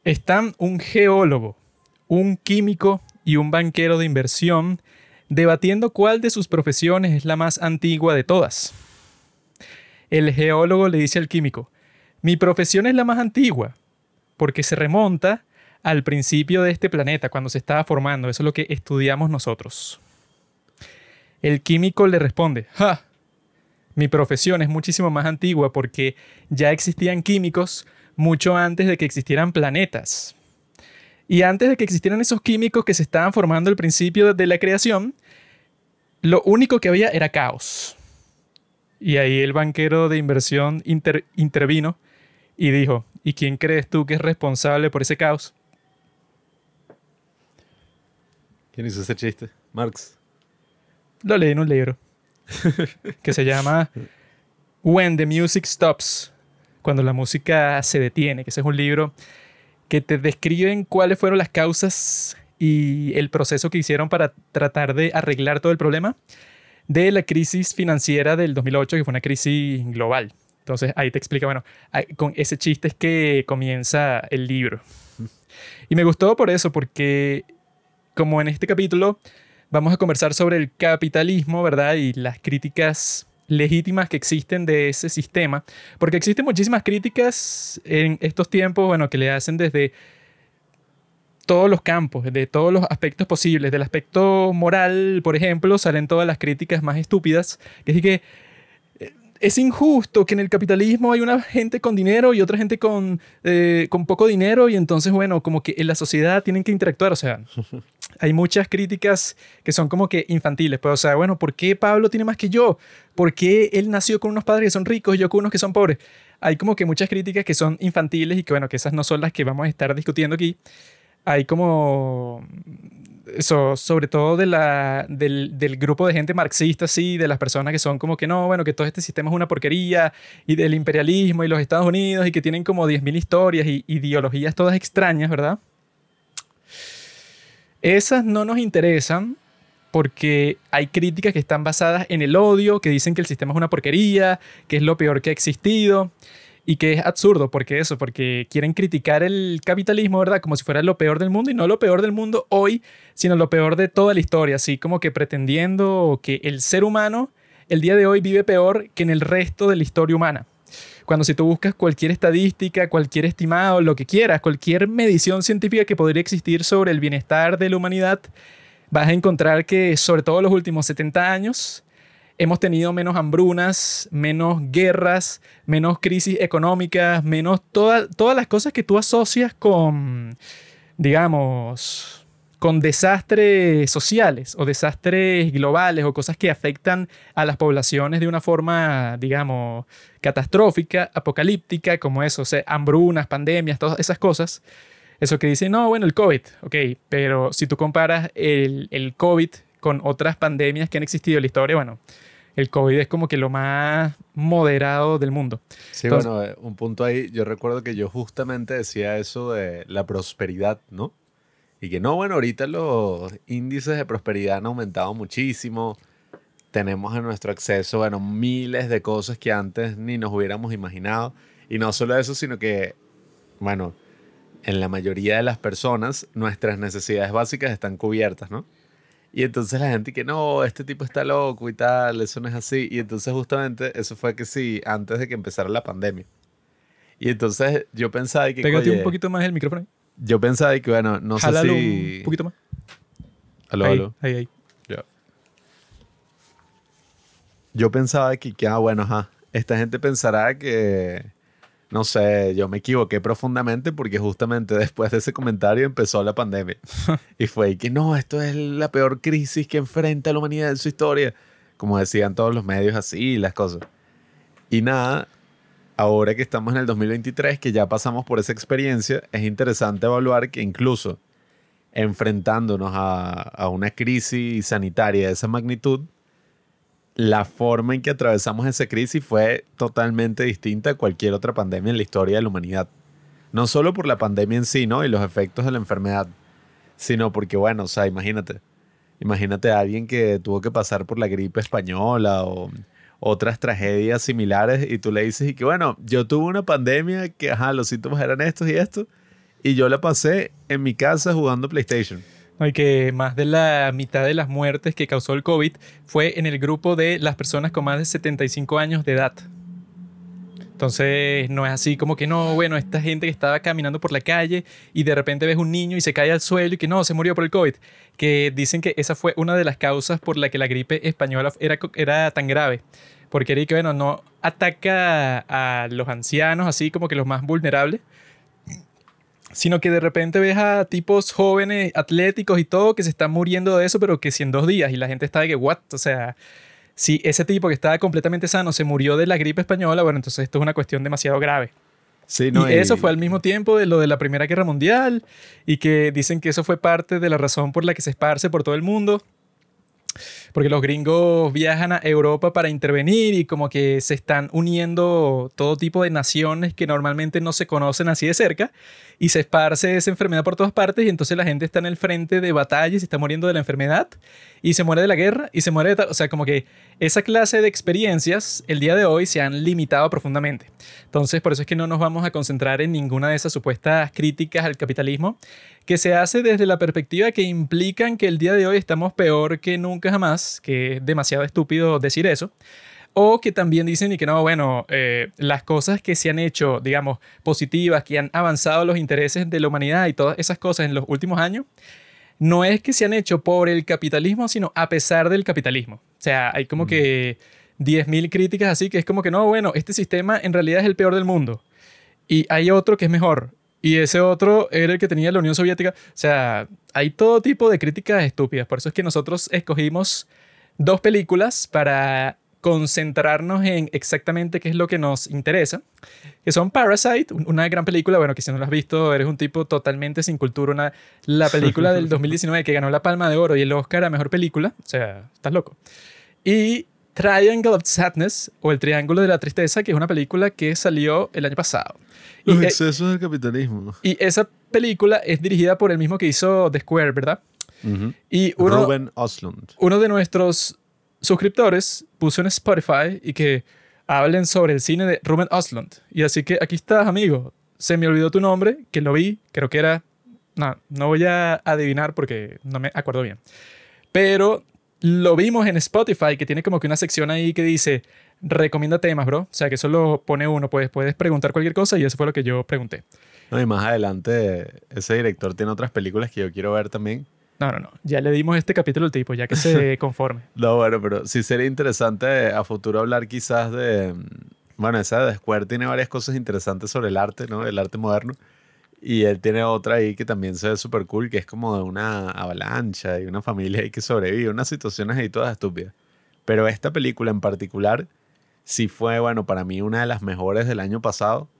Están un geólogo, un químico y un banquero de inversión debatiendo cuál de sus profesiones es la más antigua de todas. El geólogo le dice al químico: mi profesión es la más antigua porque se remonta al principio de este planeta, cuando se estaba formando. Eso es lo que estudiamos nosotros. El químico le responde: ¡ja! Mi profesión es muchísimo más antigua porque ya existían químicos mucho antes de que existieran planetas. Y antes de que existieran esos químicos que se estaban formando al principio de la creación, lo único que había era caos. Y ahí el banquero de inversión intervino y dijo: ¿y quién crees tú que es responsable por ese caos? ¿Quién hizo ese chiste? Marx. Lo leí en un libro que se llama When the Music Stops, cuando la música se detiene, que ese es un libro que te describen cuáles fueron las causas y el proceso que hicieron para tratar de arreglar todo el problema de la crisis financiera del 2008, que fue una crisis global. Entonces ahí te explica, bueno, con ese chiste es que comienza el libro. Y me gustó por eso, porque como en este capítulo vamos a conversar sobre el capitalismo, ¿verdad? Y las críticas legítimas que existen de ese sistema, porque existen muchísimas críticas en estos tiempos, bueno, que le hacen desde todos los campos, de todos los aspectos posibles. Del aspecto moral, por ejemplo, salen todas las críticas más estúpidas, que es que es injusto que en el capitalismo hay una gente con dinero y otra gente con poco dinero, y entonces, bueno, como que en la sociedad tienen que interactuar. O sea, hay muchas críticas que son como que infantiles. Pues, o sea, bueno, ¿por qué Pablo tiene más que yo? ¿Por qué él nació con unos padres que son ricos y yo con unos que son pobres? Hay como que muchas críticas que son infantiles y que, bueno, que esas no son las que vamos a estar discutiendo aquí. Hay como eso, sobre todo del grupo de gente marxista, sí, de las personas que son como que no, bueno, que todo este sistema es una porquería, y del imperialismo y los Estados Unidos, y que tienen como 10.000 historias y ideologías todas extrañas, ¿verdad? Esas no nos interesan porque hay críticas que están basadas en el odio, que dicen que el sistema es una porquería, que es lo peor que ha existido. Y que es absurdo, porque quieren criticar el capitalismo, ¿verdad? Como si fuera lo peor del mundo, y no lo peor del mundo hoy, sino lo peor de toda la historia, así como que pretendiendo que el ser humano el día de hoy vive peor que en el resto de la historia humana. Cuando si tú buscas cualquier estadística, cualquier estimado, lo que quieras, cualquier medición científica que podría existir sobre el bienestar de la humanidad, vas a encontrar que sobre todo en los últimos 70 años hemos tenido menos hambrunas, menos guerras, menos crisis económicas, menos todas las cosas que tú asocias con, digamos, con desastres sociales o desastres globales o cosas que afectan a las poblaciones de una forma, digamos, catastrófica, apocalíptica, como eso, o sea, hambrunas, pandemias, todas esas cosas. Eso que dicen, no, bueno, el COVID, ok, pero si tú comparas el COVID con otras pandemias que han existido en la historia, bueno, el COVID es como que lo más moderado del mundo. Sí, Entonces, bueno, un punto ahí, yo recuerdo que yo justamente decía eso de la prosperidad, ¿no? Y que no, bueno, ahorita los índices de prosperidad han aumentado muchísimo, tenemos a nuestro acceso, bueno, miles de cosas que antes ni nos hubiéramos imaginado. Y no solo eso, sino que, bueno, en la mayoría de las personas, nuestras necesidades básicas están cubiertas, ¿no? Y entonces la gente que no, este tipo está loco y tal, eso no es así. Y entonces justamente eso fue que sí, antes de que empezara la pandemia. Y entonces yo pensaba que, pégate un oye, poquito más el micrófono. yo pensaba que, bueno, no sé Jálalo un si... poquito más. Aló, Ahí, aló. ahí. Ya. Yo pensaba que bueno, ajá, esta gente pensará que, no sé, yo me equivoqué profundamente porque justamente después de ese comentario empezó la pandemia. Y fue que no, esto es la peor crisis que enfrenta la humanidad en su historia. Como decían todos los medios así, las cosas. Y nada, ahora que estamos en el 2023, que ya pasamos por esa experiencia, es interesante evaluar que incluso enfrentándonos a una crisis sanitaria de esa magnitud, la forma en que atravesamos esa crisis fue totalmente distinta a cualquier otra pandemia en la historia de la humanidad. No solo por la pandemia en sí, ¿no? Y los efectos de la enfermedad, sino porque, bueno, o sea, imagínate a alguien que tuvo que pasar por la gripe española o otras tragedias similares y tú le dices y que, bueno, yo tuve una pandemia que, ajá, los síntomas eran estos y estos, Y yo la pasé en mi casa jugando PlayStation. ¿No? Y que más de la mitad de las muertes que causó el COVID fue en el grupo de las personas con más de 75 años de edad. Entonces no es así como que no, bueno, esta gente que estaba caminando por la calle y de repente ves un niño y se cae al suelo y que no, se murió por el COVID. Que dicen que esa fue una de las causas por la que la gripe española era tan grave. Porque era que, bueno, no ataca a los ancianos, así como que los más vulnerables, sino que de repente ves a tipos jóvenes, atléticos y todo, que se están muriendo de eso, pero que si en 2 días y la gente está de que, ¿what? O sea, si ese tipo que estaba completamente sano se murió de la gripe española, bueno, entonces esto es una cuestión demasiado grave. Sí, no, Y eso fue al mismo tiempo de lo de la Primera Guerra Mundial y que dicen que eso fue parte de la razón por la que se esparce por todo el mundo. Porque los gringos viajan a Europa para intervenir y como que se están uniendo todo tipo de naciones que normalmente no se conocen así de cerca y se esparce esa enfermedad por todas partes y entonces la gente está en el frente de batalla y se está muriendo de la enfermedad y se muere de la guerra y se muere de tal. O sea, como que esa clase de experiencias el día de hoy se han limitado profundamente. Entonces, por eso es que no nos vamos a concentrar en ninguna de esas supuestas críticas al capitalismo que se hace desde la perspectiva que implican que el día de hoy estamos peor que nunca jamás, que es demasiado estúpido decir eso, o que también dicen y que no, bueno, las cosas que se han hecho, digamos, positivas, que han avanzado los intereses de la humanidad y todas esas cosas en los últimos años, no es que se han hecho por el capitalismo, sino a pesar del capitalismo. O sea, hay como que 10.000 críticas así, que es como que no, bueno, este sistema en realidad es el peor del mundo. Y hay otro que es mejor. Y ese otro era el que tenía la Unión Soviética. O sea, hay todo tipo de críticas estúpidas. Por eso es que nosotros escogimos 2 películas para concentrarnos en exactamente qué es lo que nos interesa, que son Parasite, una gran película, bueno, que si no la has visto, eres un tipo totalmente sin cultura, la película del 2019 que ganó la Palma de Oro y el Oscar a Mejor Película, o sea, estás loco. Y Triangle of Sadness, o El Triángulo de la Tristeza, que es una película que salió el año pasado. Los excesos del capitalismo. Y esa película es dirigida por el mismo que hizo The Square, ¿verdad? Y Ruben Östlund. Uno de nuestros suscriptores puso en Spotify y que hablen sobre el cine de Ruben Östlund. Y así que aquí estás, amigo. Se me olvidó tu nombre, que lo vi, creo que era... No voy a adivinar porque no me acuerdo bien. Pero lo vimos en Spotify, que tiene como que una sección ahí que dice recomienda temas, bro. O sea, que eso lo pone uno. Puedes preguntar cualquier cosa y eso fue lo que yo pregunté. No, y más adelante, ese director tiene otras películas que yo quiero ver también. No. Ya le dimos este capítulo al tipo, ya que se conforme. No, bueno, pero sí sería interesante a futuro hablar quizás de... Bueno, esa de Square tiene varias cosas interesantes sobre el arte, ¿no? El arte moderno. Y él tiene otra ahí que también se ve súper cool, que es como de una avalancha y una familia ahí que sobrevive. Unas situaciones ahí todas estúpidas. Pero esta película en particular sí fue, bueno, para mí una de las mejores del año pasado.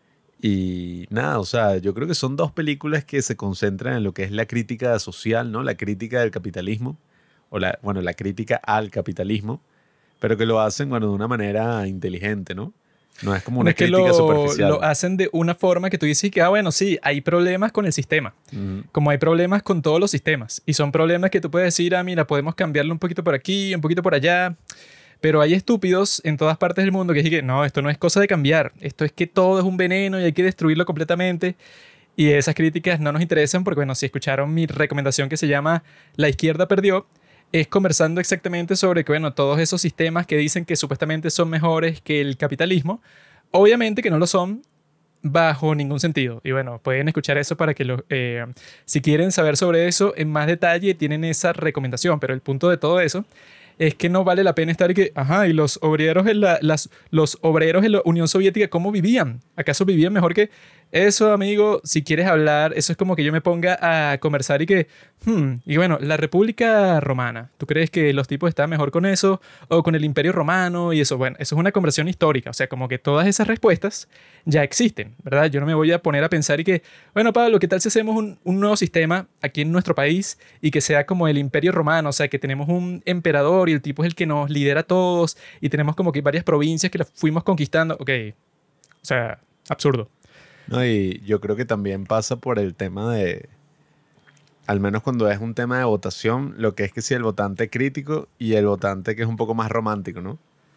Y nada, o sea, yo creo que son 2 películas que se concentran en lo que es la crítica social, ¿no? La crítica del capitalismo, o la crítica al capitalismo, pero que lo hacen, bueno, de una manera inteligente, ¿no? No es como una crítica superficial. Lo hacen de una forma que tú dices que, bueno, sí, hay problemas con el sistema, como hay problemas con todos los sistemas, y son problemas que tú puedes decir, mira, podemos cambiarlo un poquito por aquí, un poquito por allá. Pero hay estúpidos en todas partes del mundo que dicen que no, esto no es cosa de cambiar. Esto es que todo es un veneno y hay que destruirlo completamente. Y esas críticas no nos interesan porque, bueno, si escucharon mi recomendación que se llama La izquierda perdió, es conversando exactamente sobre que, bueno, todos esos sistemas que dicen que supuestamente son mejores que el capitalismo, obviamente que no lo son bajo ningún sentido. Y bueno, pueden escuchar eso para que si quieren saber sobre eso en más detalle tienen esa recomendación. Pero el punto de todo eso es que no vale la pena estar y que, y los obreros los obreros en la Unión Soviética, ¿cómo vivían? ¿Acaso vivían mejor que eso, amigo? Si quieres hablar, eso es como que yo me ponga a conversar y que, y bueno, la República Romana, ¿tú crees que los tipos están mejor con eso o con el Imperio Romano? Y eso, bueno, eso es una conversación histórica, o sea, como que todas esas respuestas ya existen, ¿verdad? Yo no me voy a poner a pensar y que, bueno, Pablo, ¿qué tal si hacemos un nuevo sistema aquí en nuestro país y que sea como el Imperio Romano? O sea, que tenemos un emperador y el tipo es el que nos lidera a todos y tenemos como que varias provincias que las fuimos conquistando. Ok, o sea, absurdo. No, y yo creo que también pasa por el tema de, al menos cuando es un tema de votación, lo que es que si el votante crítico y el votante que es un poco más romántico, ¿no?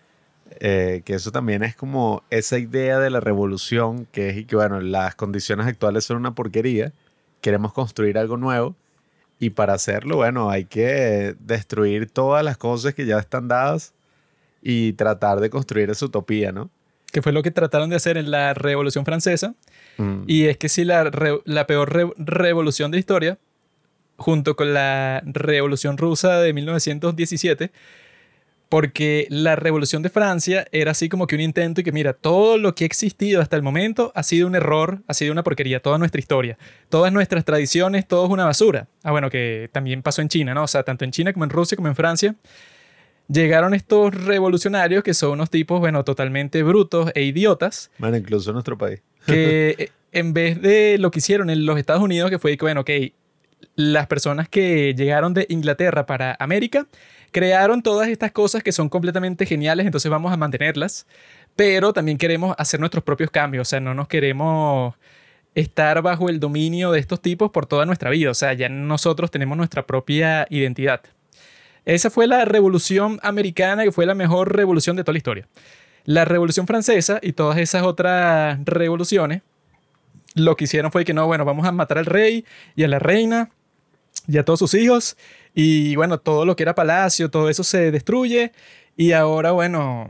Que eso también es como esa idea de la revolución, que es y que, bueno, las condiciones actuales son una porquería, queremos construir algo nuevo y para hacerlo, bueno, hay que destruir todas las cosas que ya están dadas y tratar de construir esa utopía, ¿no? Que fue lo que trataron de hacer en la Revolución Francesa. Mm. Y es que sí, la peor revolución de la historia, junto con la Revolución Rusa de 1917, porque la Revolución de Francia era así como que un intento y que mira, todo lo que ha existido hasta el momento ha sido un error, ha sido una porquería, toda nuestra historia, todas nuestras tradiciones, todo es una basura. Ah, bueno, que también pasó en China, ¿no? O sea, tanto en China como en Rusia como en Francia, llegaron estos revolucionarios que son unos tipos, bueno, totalmente brutos e idiotas, Bueno, incluso en nuestro país. que en vez de lo que hicieron en los Estados Unidos, que fue que, bueno, ok, las personas que llegaron de Inglaterra para América crearon todas estas cosas que son completamente geniales, entonces vamos a mantenerlas, pero también queremos hacer nuestros propios cambios, o sea, no nos queremos estar bajo el dominio de estos tipos por toda nuestra vida, o sea, ya nosotros tenemos nuestra propia identidad. Esa fue la Revolución Americana, que fue la mejor revolución de toda la historia. La Revolución Francesa y todas esas otras revoluciones, lo que hicieron fue que no, bueno, vamos a matar al rey y a la reina y a todos sus hijos. Y bueno, todo lo que era palacio, todo eso se destruye. Y ahora, bueno,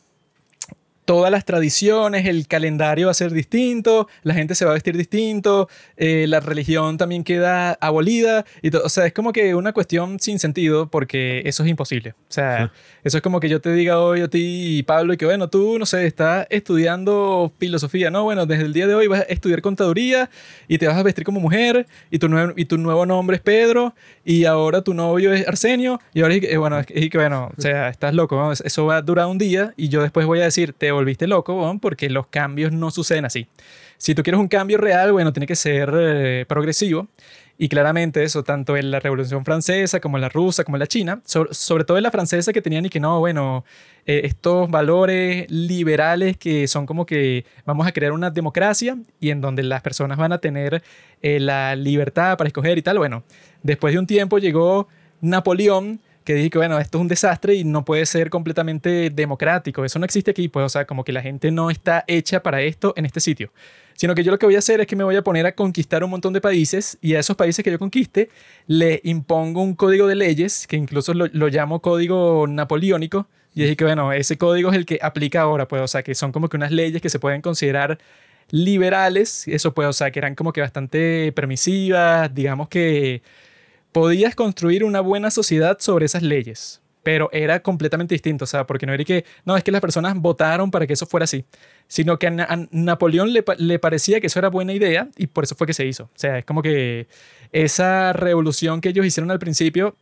todas las tradiciones, el calendario va a ser distinto, la gente se va a vestir distinto, la religión también queda abolida. O sea, es como que una cuestión sin sentido porque eso es imposible. O sea, eso es como que yo te diga hoy a ti, Pablo, y que bueno, tú, no sé, estás estudiando filosofía, ¿no? Bueno, desde el día de hoy vas a estudiar contaduría y te vas a vestir como mujer y tu nuevo nombre es Pedro y ahora tu novio es Arsenio y ahora bueno, bueno, o sea, estás loco, ¿no? Eso va a durar un día y yo después voy a decir, te volviste loco, ¿no? Porque los cambios no suceden así. Si tú quieres un cambio real, bueno, tiene que ser progresivo. Y claramente eso, tanto en la Revolución Francesa como en la rusa, como en la china, sobre todo en la francesa que tenían y que no, bueno, estos valores liberales que son como que vamos a crear una democracia y en donde las personas van a tener la libertad para escoger y tal. Bueno, después de un tiempo llegó Napoleón, que dije que, bueno, esto es un desastre y no puede ser completamente democrático. Eso no existe aquí, pues, o sea, como que la gente no está hecha para esto en este sitio. Sino que yo lo que voy a hacer es que me voy a poner a conquistar un montón de países y a esos países que yo conquiste le impongo un código de leyes, que incluso lo llamo código napoleónico. Y dije que, bueno, ese código es el que aplica ahora, pues, o sea, que son como que unas leyes que se pueden considerar liberales. Eso, pues, o sea, que eran como que bastante permisivas, digamos que podías construir una buena sociedad sobre esas leyes, pero era completamente distinto, o sea, porque no era que, no, es que las personas votaron para que eso fuera así, sino que a Napoleón le parecía que eso era buena idea y por eso fue que se hizo. O sea, es como que esa revolución que ellos hicieron al principio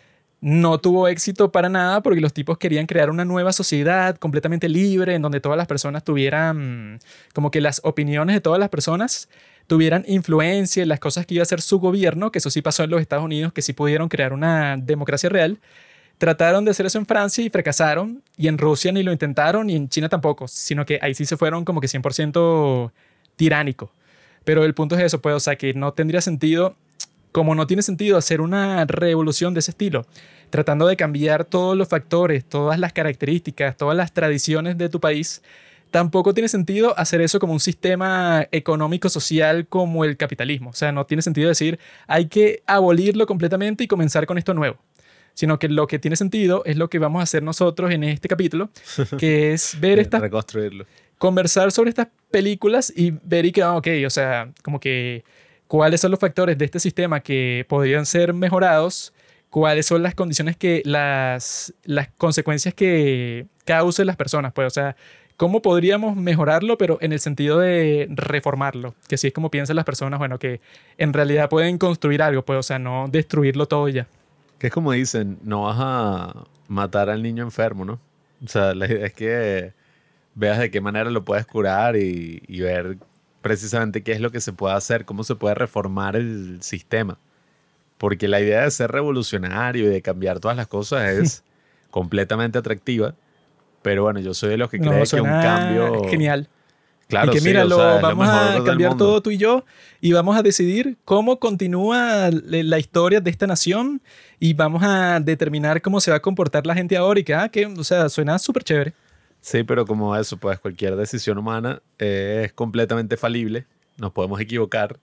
no tuvo éxito para nada porque los tipos querían crear una nueva sociedad completamente libre en donde todas las personas tuvieran como que las opiniones de todas las personas tuvieran influencia en las cosas que iba a hacer su gobierno, que eso sí pasó en los Estados Unidos, que sí pudieron crear una democracia real. Trataron de hacer eso en Francia y fracasaron, y en Rusia ni lo intentaron, y en China tampoco, sino que ahí sí se fueron como que 100% tiránico. Pero el punto es eso, pues, o sea, que no tendría sentido, como no tiene sentido hacer una revolución de ese estilo, tratando de cambiar todos los factores, todas las características, todas las tradiciones de tu país. Tampoco tiene sentido hacer eso como un sistema económico-social como el capitalismo. O sea, no tiene sentido decir hay que abolirlo completamente y comenzar con esto nuevo. Sino que lo que tiene sentido es lo que vamos a hacer nosotros en este capítulo, que es ver estas... Reconstruirlo. Conversar sobre estas películas y ver y que, ok, o sea, como que cuáles son los factores de este sistema que podrían ser mejorados, cuáles son las condiciones que... las consecuencias que causen las personas, pues, o sea... ¿Cómo podríamos mejorarlo, pero en el sentido de reformarlo? Que así es como piensan las personas, bueno, que en realidad pueden construir algo, pues, o sea, no destruirlo todo ya. Que es como dicen, no vas a matar al niño enfermo, ¿no? O sea, la idea es que veas de qué manera lo puedes curar y ver precisamente qué es lo que se puede hacer, cómo se puede reformar el sistema. Porque la idea de ser revolucionario y de cambiar todas las cosas es completamente atractiva. Pero bueno, yo soy de los que cree que un cambio... genial. Claro, y que sí, mira, o sea, es lo vamos mejor a del cambiar mundo. todo tú y yo y vamos a decidir cómo continúa la historia de esta nación y vamos a determinar cómo se va a comportar la gente ahora y que, o sea, suena súper chévere. Sí, pero como eso, pues cualquier decisión humana es completamente falible, nos podemos equivocar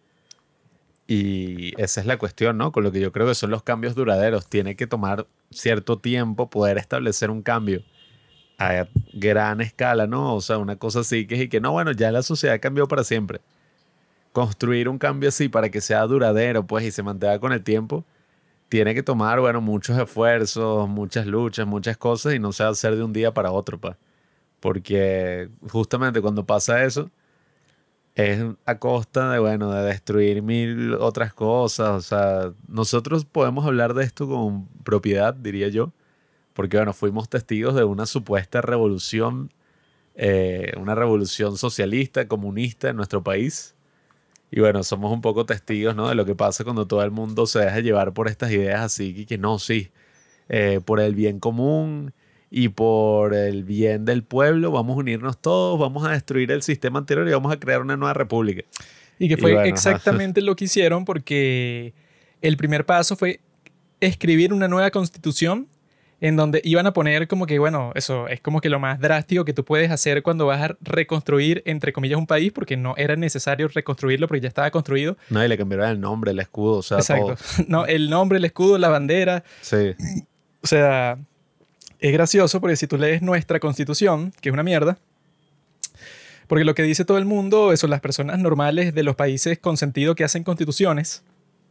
y esa es la cuestión, ¿no? Con lo que yo creo que son los cambios duraderos. Tiene que tomar cierto tiempo poder establecer un cambio a gran escala, ¿no? O sea, una cosa así que es y que no, bueno, ya la sociedad cambió para siempre. Construir un cambio así para que sea duradero, pues, y se mantenga con el tiempo, tiene que tomar, bueno, muchos esfuerzos, muchas luchas, muchas cosas y no se va a hacer de un día para otro, pues. Porque justamente cuando pasa eso, es a costa de, bueno, de destruir mil otras cosas. O sea, nosotros podemos hablar de esto con propiedad, diría yo, porque, bueno, fuimos testigos de una supuesta revolución, una revolución socialista, comunista en nuestro país. Y bueno, somos un poco testigos, ¿no? De lo que pasa cuando todo el mundo se deja llevar por estas ideas así, que no, sí, por el bien común y por el bien del pueblo, vamos a unirnos todos, vamos a destruir el sistema anterior y vamos a crear una nueva república. Y que Y fue bueno, ajá. exactamente lo que hicieron porque el primer paso fue escribir una nueva constitución en donde iban a poner como que, bueno, eso es como que lo más drástico que tú puedes hacer cuando vas a reconstruir, entre comillas, un país, porque no era necesario reconstruirlo porque ya estaba construido. No, y le cambiaron el nombre, el escudo, o sea, Exacto. todo. No, el nombre, el escudo, la bandera. Sí, O sea, es gracioso porque si tú lees nuestra constitución, que es una mierda, porque lo que dice todo el mundo, eso, las personas normales de los países con sentido que hacen constituciones,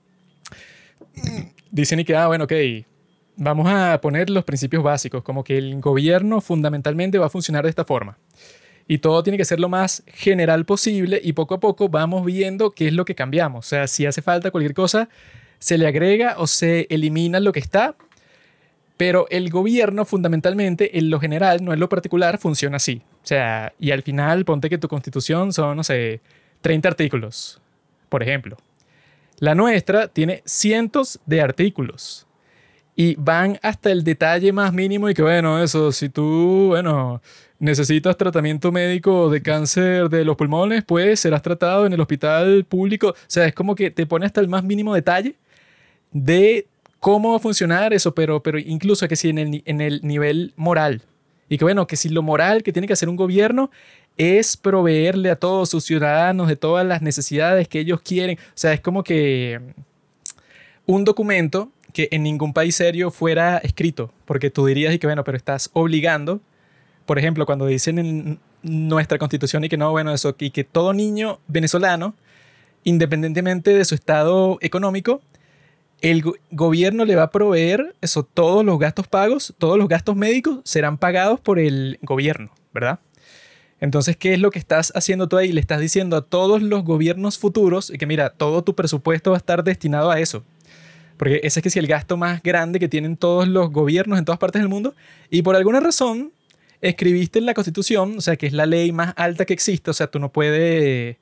dicen y que, bueno, ok, vamos a poner los principios básicos, como que el gobierno fundamentalmente va a funcionar de esta forma. Y todo tiene que ser lo más general posible y poco a poco vamos viendo qué es lo que cambiamos. O sea, si hace falta cualquier cosa, se le agrega o se elimina lo que está, pero el gobierno fundamentalmente, en lo general, no en lo particular, funciona así. O sea, y al final ponte que tu constitución son, no sé, 30 artículos, por ejemplo. La nuestra tiene cientos de artículos y van hasta el detalle más mínimo y que, bueno, eso, si tú, bueno, necesitas tratamiento médico de cáncer de los pulmones, pues serás tratado en el hospital público. O sea, es como que te pone hasta el más mínimo detalle de cómo va a funcionar eso, pero incluso que si en el nivel moral. Y que, bueno, que si lo moral que tiene que hacer un gobierno es proveerle a todos sus ciudadanos de todas las necesidades que ellos quieren. O sea, es como que un documento que en ningún país serio fuera escrito, porque tú dirías y que, bueno, pero estás obligando, por ejemplo, cuando dicen en nuestra constitución y que no, bueno, eso, y que todo niño venezolano, independientemente de su estado económico, el gobierno le va a proveer eso, todos los gastos pagos, todos los gastos médicos serán pagados por el gobierno, ¿verdad? Entonces, ¿qué es lo que estás haciendo tú ahí? Le estás diciendo a todos los gobiernos futuros que, mira, todo tu presupuesto va a estar destinado a eso. Porque ese es que sí el gasto más grande que tienen todos los gobiernos en todas partes del mundo. Y por alguna razón escribiste en la Constitución, o sea, que es la ley más alta que existe. O sea, tú no puedes,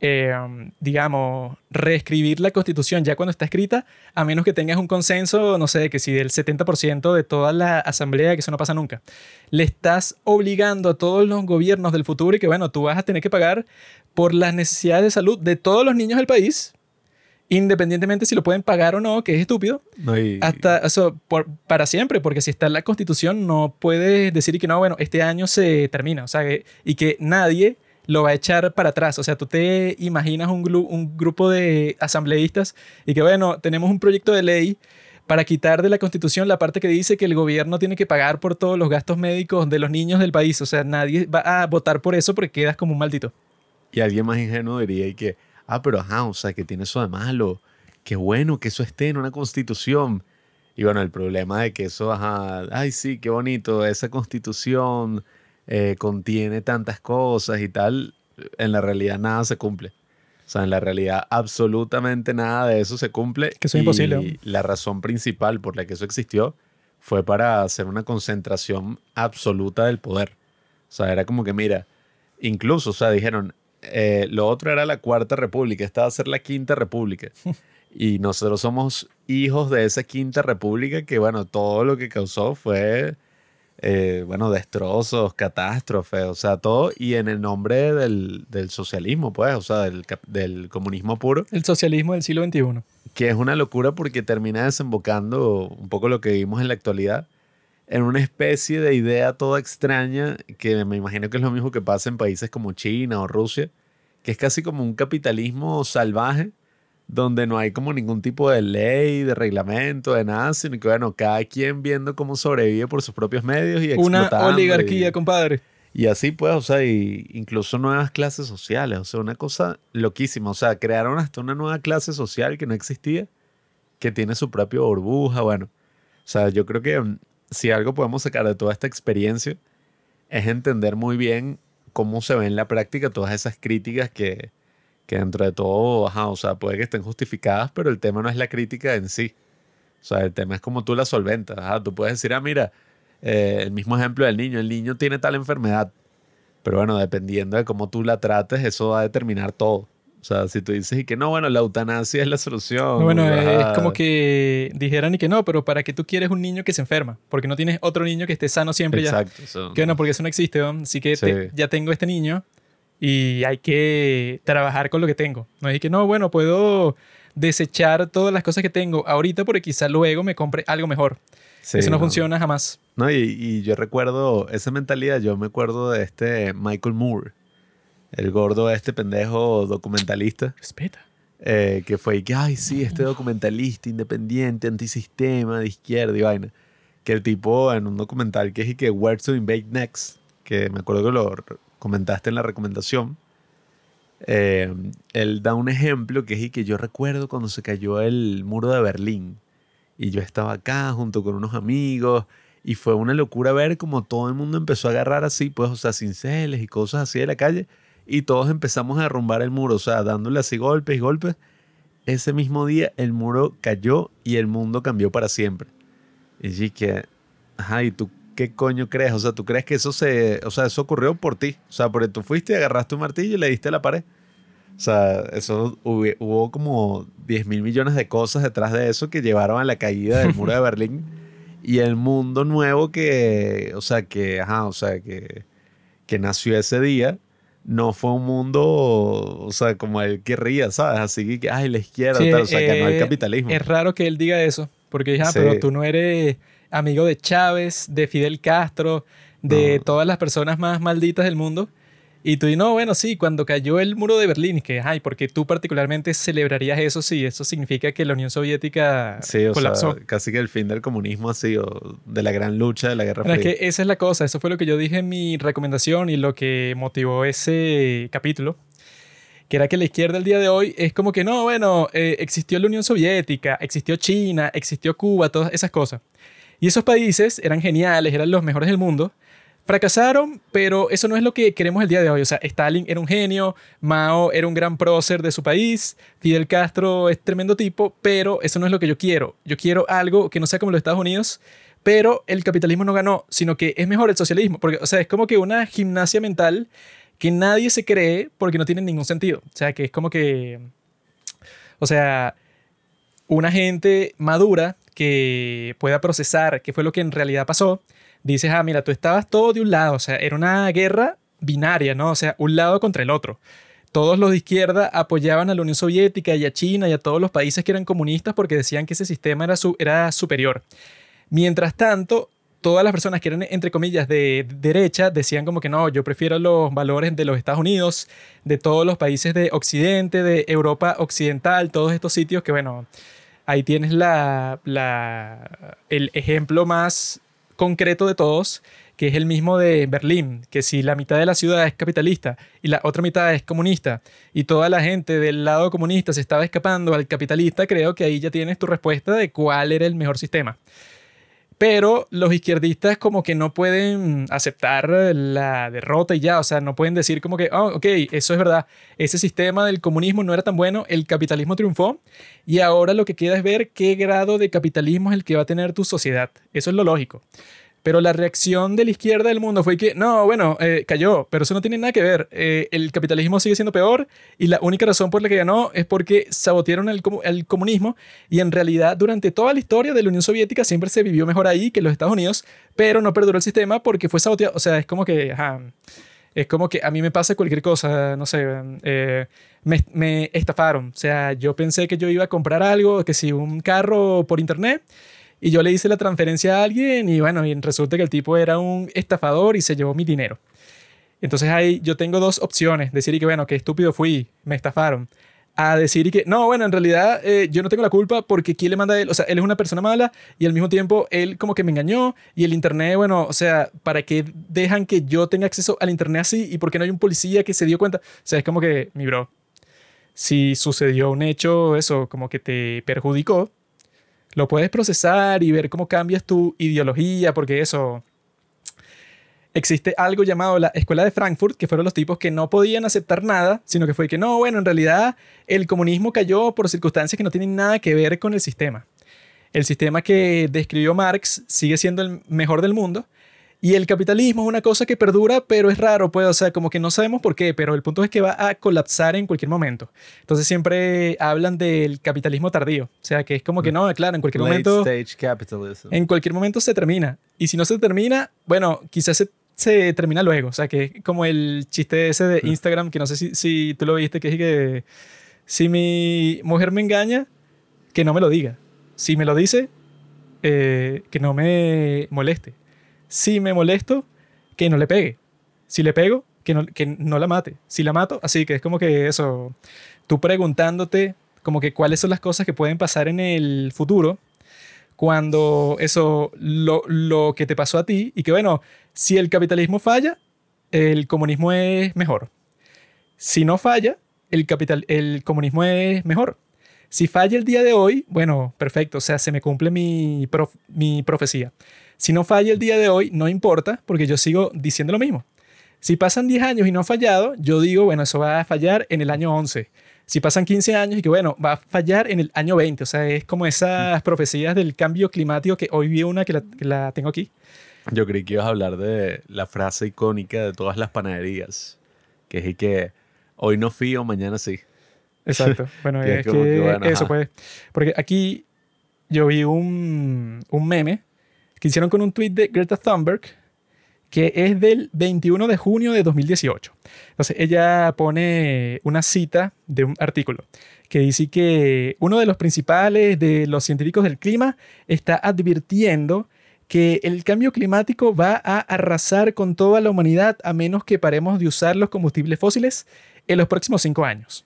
digamos, reescribir la Constitución ya cuando está escrita, a menos que tengas un consenso, no sé, que si del 70% de toda la asamblea, que eso no pasa nunca. Le estás obligando a todos los gobiernos del futuro y que, bueno, tú vas a tener que pagar por las necesidades de salud de todos los niños del país, independientemente si lo pueden pagar o no, que es estúpido, no, hasta eso para siempre, porque si está en la Constitución no puedes decir que no, bueno, este año se termina, o sea, y que nadie lo va a echar para atrás. O sea, tú te imaginas un grupo de asambleístas y que, bueno, tenemos un proyecto de ley para quitar de la Constitución la parte que dice que el gobierno tiene que pagar por todos los gastos médicos de los niños del país. O sea, nadie va a votar por eso porque quedas como un maldito. y alguien más ingenuo diría y que, pero ajá, o sea, que tiene eso de malo. Qué bueno que eso esté en una constitución. Y bueno, el problema de que eso, ajá, ay sí, qué bonito, esa constitución contiene tantas cosas y tal, en la realidad nada se cumple. O sea, en la realidad absolutamente nada de eso se cumple. Que eso es imposible, ¿no? Y la razón principal por la que eso existió fue para hacer una concentración absoluta del poder. O sea, era como que, mira, incluso, o sea, dijeron, lo otro era la Cuarta República, esta va a ser la Quinta República. Y nosotros somos hijos de esa Quinta República que, bueno, todo lo que causó fue, bueno, destrozos, catástrofes, o sea, todo. Y en el nombre del socialismo, pues, o sea, del comunismo puro, El socialismo del siglo XXI. que es una locura porque termina desembocando un poco lo que vimos en la actualidad, en una especie de idea toda extraña que me imagino que es lo mismo que pasa en países como China o Rusia, que es casi como un capitalismo salvaje donde no hay como ningún tipo de ley, de reglamento, de nada, sino que bueno, cada quien viendo cómo sobrevive por sus propios medios y Una explotando. oligarquía, compadre. Y así pues, o sea, y incluso nuevas clases sociales, o sea, una cosa loquísima, o sea, crearon hasta una nueva clase social que no existía, que tiene su propia burbuja, bueno, o sea, yo creo que si algo podemos sacar de toda esta experiencia es entender muy bien cómo se ven en la práctica todas esas críticas que dentro de todo, ajá, o sea, puede que estén justificadas, pero el tema no es la crítica en sí. O sea, el tema es cómo tú la solventas. Ajá, tú puedes decir, ah, mira, el mismo ejemplo del niño, el niño tiene tal enfermedad, pero bueno, dependiendo de cómo tú la trates, eso va a determinar todo. O sea, si tú dices y que no, bueno, la eutanasia es la No, solución, bueno, es como ajá, que dijeran y que no, pero ¿para qué tú quieres un niño que se enferma? Porque no tienes otro niño que esté sano siempre ya. exacto, eso, Que no, porque eso no existe, ¿no? Así que sí, ya tengo este niño y hay que trabajar con lo que tengo. No es que no, bueno, puedo desechar todas las cosas que tengo ahorita porque quizá luego me compre algo mejor. Eso sí, no no. funciona jamás. No, y yo recuerdo esa mentalidad, yo me acuerdo de este Michael Moore, el gordo este pendejo documentalista. Respeta. Que fue que, ay, sí, este documentalista independiente, antisistema, de izquierda y vaina. Que el tipo en un documental que es y que Where to Invade Next, que me acuerdo que lo comentaste en la recomendación, él da un ejemplo que es y que yo recuerdo cuando se cayó el muro de Berlín y yo estaba acá junto con unos amigos y fue una locura ver como todo el mundo empezó a agarrar así, pues, o sea, cinceles y cosas así de la calle y todos empezamos a derrumbar el muro, o sea, dándole así golpes y golpes. Ese mismo día el muro cayó y el mundo cambió para siempre. Y sí que, ajá, ¿y tú qué coño crees? O sea, ¿tú crees que o sea, eso ocurrió por ti? O sea, porque tú fuiste, agarraste un martillo y le diste a la pared. O sea, eso hubo como 10.000 millones de cosas detrás de eso que llevaron a la caída del muro de Berlín y el mundo nuevo que, o sea, que, ajá, o sea, que nació ese día. No fue un mundo, o sea, como él querría, ¿sabes? Así que, ay, la izquierda, Sí, tal, o sea, ganó el capitalismo. es raro que él diga eso, porque dije, ah, pero Sí, tú no eres amigo de Chávez, de Fidel Castro, de no, todas las personas más malditas del mundo. Y tú, y no, bueno, sí, cuando cayó el muro de Berlín, y que, ay, porque tú particularmente celebrarías eso si eso significa que la Unión Soviética sí, o sea, colapsó. casi que el fin del comunismo así, o de la gran lucha de la Guerra Bueno, es Fría. que esa es la cosa, eso fue lo que yo dije en mi recomendación y lo que motivó ese capítulo, que era que la izquierda el día de hoy es como que no, bueno, existió la Unión Soviética, existió China, existió Cuba, todas esas cosas. Y esos países eran geniales, eran los mejores del mundo. Fracasaron, pero eso no es lo que queremos el día de hoy. O sea, Stalin era un genio, Mao era un gran prócer de su país, Fidel Castro es tremendo tipo, pero eso no es lo que yo quiero. Yo quiero algo que no sea como los Estados Unidos, pero el capitalismo no ganó, sino que es mejor el socialismo. Porque, o sea, es como que una gimnasia mental que nadie se cree porque no tiene ningún sentido. O sea, que es como que, o sea, una gente madura que pueda procesar qué fue lo que en realidad pasó, dices, ah, mira, tú estabas todo de un lado, o sea, era una guerra binaria, ¿no? O sea, un lado contra el otro. Todos los de izquierda apoyaban a la Unión Soviética y a China y a todos los países que eran comunistas porque decían que ese sistema era superior. Mientras tanto, todas las personas que eran, entre comillas, de derecha decían como que no, yo prefiero los valores de los Estados Unidos, de todos los países de Occidente, de Europa Occidental, todos estos sitios que, bueno, ahí tienes el ejemplo más concreto de todos, que es el mismo de Berlín, que si la mitad de la ciudad es capitalista y la otra mitad es comunista y toda la gente del lado comunista se estaba escapando al capitalista, creo que ahí ya tienes tu respuesta de cuál era el mejor sistema. Pero los izquierdistas como que no pueden aceptar la derrota y ya, o sea, no pueden decir como que, oh, ok, eso es verdad, ese sistema del comunismo no era tan bueno, el capitalismo triunfó y ahora lo que queda es ver qué grado de capitalismo es el que va a tener tu sociedad. Eso es lo lógico. Pero la reacción de la izquierda del mundo fue que, no, bueno, cayó, pero eso no tiene nada que ver. El capitalismo sigue siendo peor y la única razón por la que ganó es porque sabotearon el comunismo y en realidad durante toda la historia de la Unión Soviética siempre se vivió mejor ahí que en los Estados Unidos, pero no perduró el sistema porque fue saboteado. O sea, es como que, ajá, es como que a mí me pasa cualquier cosa, no sé, me estafaron. O sea, yo pensé que yo iba a comprar algo, que si un carro por internet. y yo le hice la transferencia a alguien y bueno, y resulta que el tipo era un estafador y se llevó mi dinero. Entonces ahí yo tengo dos opciones, decir y que bueno, qué estúpido fui, me estafaron. A decir y que, no, bueno, en realidad yo no tengo la culpa porque ¿quién le manda a él? O sea, él es una persona mala y al mismo tiempo él como que me engañó y el internet, bueno, o sea, ¿para qué dejan que yo tenga acceso al internet así? ¿Y por qué no hay un policía que se dio cuenta? O sea, es como que, mi bro, si sucedió un hecho, eso, como que te perjudicó, lo puedes procesar y ver cómo cambias tu ideología, porque eso, existe algo llamado la Escuela de Frankfurt, que fueron los tipos que no podían aceptar nada, sino que fue que no, bueno, en realidad el comunismo cayó por circunstancias que no tienen nada que ver con el sistema. El sistema que describió Marx sigue siendo el mejor del mundo. Y el capitalismo es una cosa que perdura, pero es raro, pues, o sea, como que no sabemos por qué, pero el punto es que va a colapsar en cualquier momento. Entonces siempre hablan del capitalismo tardío, o sea, que es como que no, claro, en cualquier momento, Late stage capitalism. en cualquier momento se termina. Y si no se termina, bueno, quizás se termina luego, o sea, que es como el chiste ese de Instagram, que no sé si tú lo viste, que es que si mi mujer me engaña, que no me lo diga. Si me lo dice, que no me moleste. Si me molesto, que no le pegue. Si le pego, que no la mate. Si la mato, así que es como que eso, tú preguntándote como que cuáles son las cosas que pueden pasar en el futuro cuando eso, lo que te pasó a ti y que bueno, si el capitalismo falla, el comunismo es mejor. Si no falla, el comunismo es mejor. Si falla el día de hoy, bueno, perfecto, o sea, se me cumple mi profecía. Si no falla el día de hoy, no importa, porque yo sigo diciendo lo mismo. Si pasan 10 años y no ha fallado, yo digo, bueno, eso va a fallar en el año 11. Si pasan 15 años y que, bueno, va a fallar en el año 20. O sea, es como esas profecías del cambio climático que hoy vi una que la tengo aquí. Yo creí que ibas a hablar de la frase icónica de todas las panaderías, que es y que hoy no fío, mañana sí. Exacto. Bueno, Que es es como que, que bueno, eso ajá. pues. Porque aquí yo vi un meme que hicieron con un tweet de Greta Thunberg que es del 21 de junio de 2018. Entonces ella pone una cita de un artículo que dice que uno de los principales de los científicos del clima está advirtiendo que el cambio climático va a arrasar con toda la humanidad a menos que paremos de usar los combustibles fósiles en los próximos 5 años.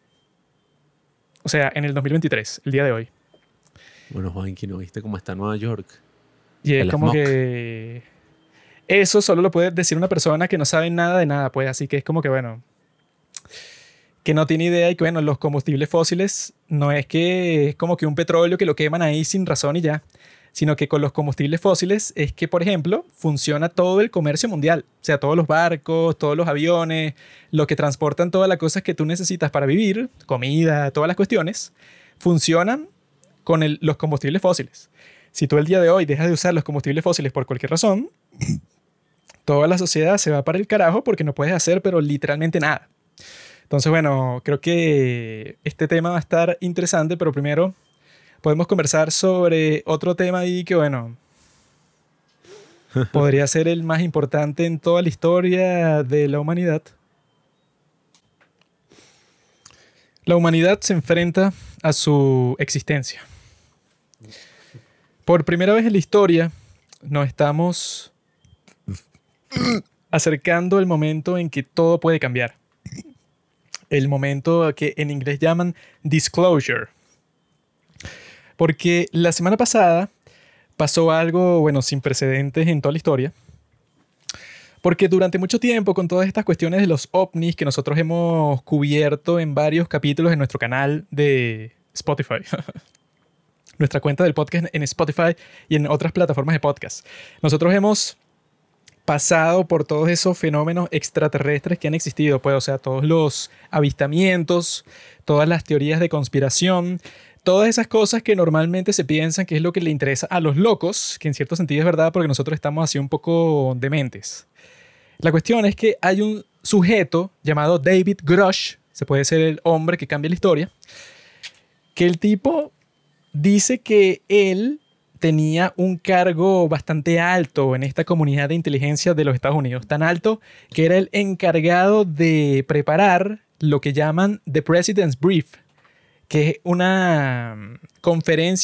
O sea, en el 2023, el día de hoy. Bueno, Juanqui, ¿no viste cómo está Nueva York? Y es El como smog. que eso solo lo puede decir una persona que no sabe nada de nada, pues así que es como que, bueno, que no tiene idea y que, bueno, los combustibles fósiles no es que es como que un petróleo que lo queman ahí sin razón y ya, sino que con los combustibles fósiles es que, por ejemplo, funciona todo el comercio mundial, o sea, todos los barcos, todos los aviones, lo que transportan todas las cosas que tú necesitas para vivir, comida, todas las cuestiones, funcionan con los combustibles fósiles. Si tú el día de hoy dejas de usar los combustibles fósiles por cualquier razón, toda la sociedad se va para el carajo porque no puedes hacer, pero literalmente nada. Entonces, bueno, creo que este tema va a estar interesante, pero primero podemos conversar sobre otro tema ahí que, bueno, podría ser el más importante en toda la historia de la humanidad. La humanidad se enfrenta a su existencia. Por primera vez en la historia nos estamos acercando el momento en que todo puede cambiar. El momento que en inglés llaman disclosure. Porque la semana pasada pasó algo, bueno, sin precedentes en toda la historia. Porque durante mucho tiempo, con todas estas cuestiones de los ovnis que nosotros hemos cubierto en varios capítulos en nuestro canal de Spotify, nuestra cuenta del podcast en Spotify y en otras plataformas de podcast, nosotros hemos pasado por todos esos fenómenos extraterrestres que han existido, pues, o sea, todos los avistamientos, todas las teorías de conspiración, todas esas cosas que normalmente se piensan que es lo que le interesa a los locos, que en cierto sentido es verdad porque nosotros estamos así un poco dementes. La cuestión es que hay un sujeto llamado David Grush, se puede ser el hombre que cambia la historia, que el tipo dice que él tenía un cargo bastante alto en esta comunidad de inteligencia de los Estados Unidos, tan alto que era el encargado de preparar lo que llaman The President's Brief, que es una conferencia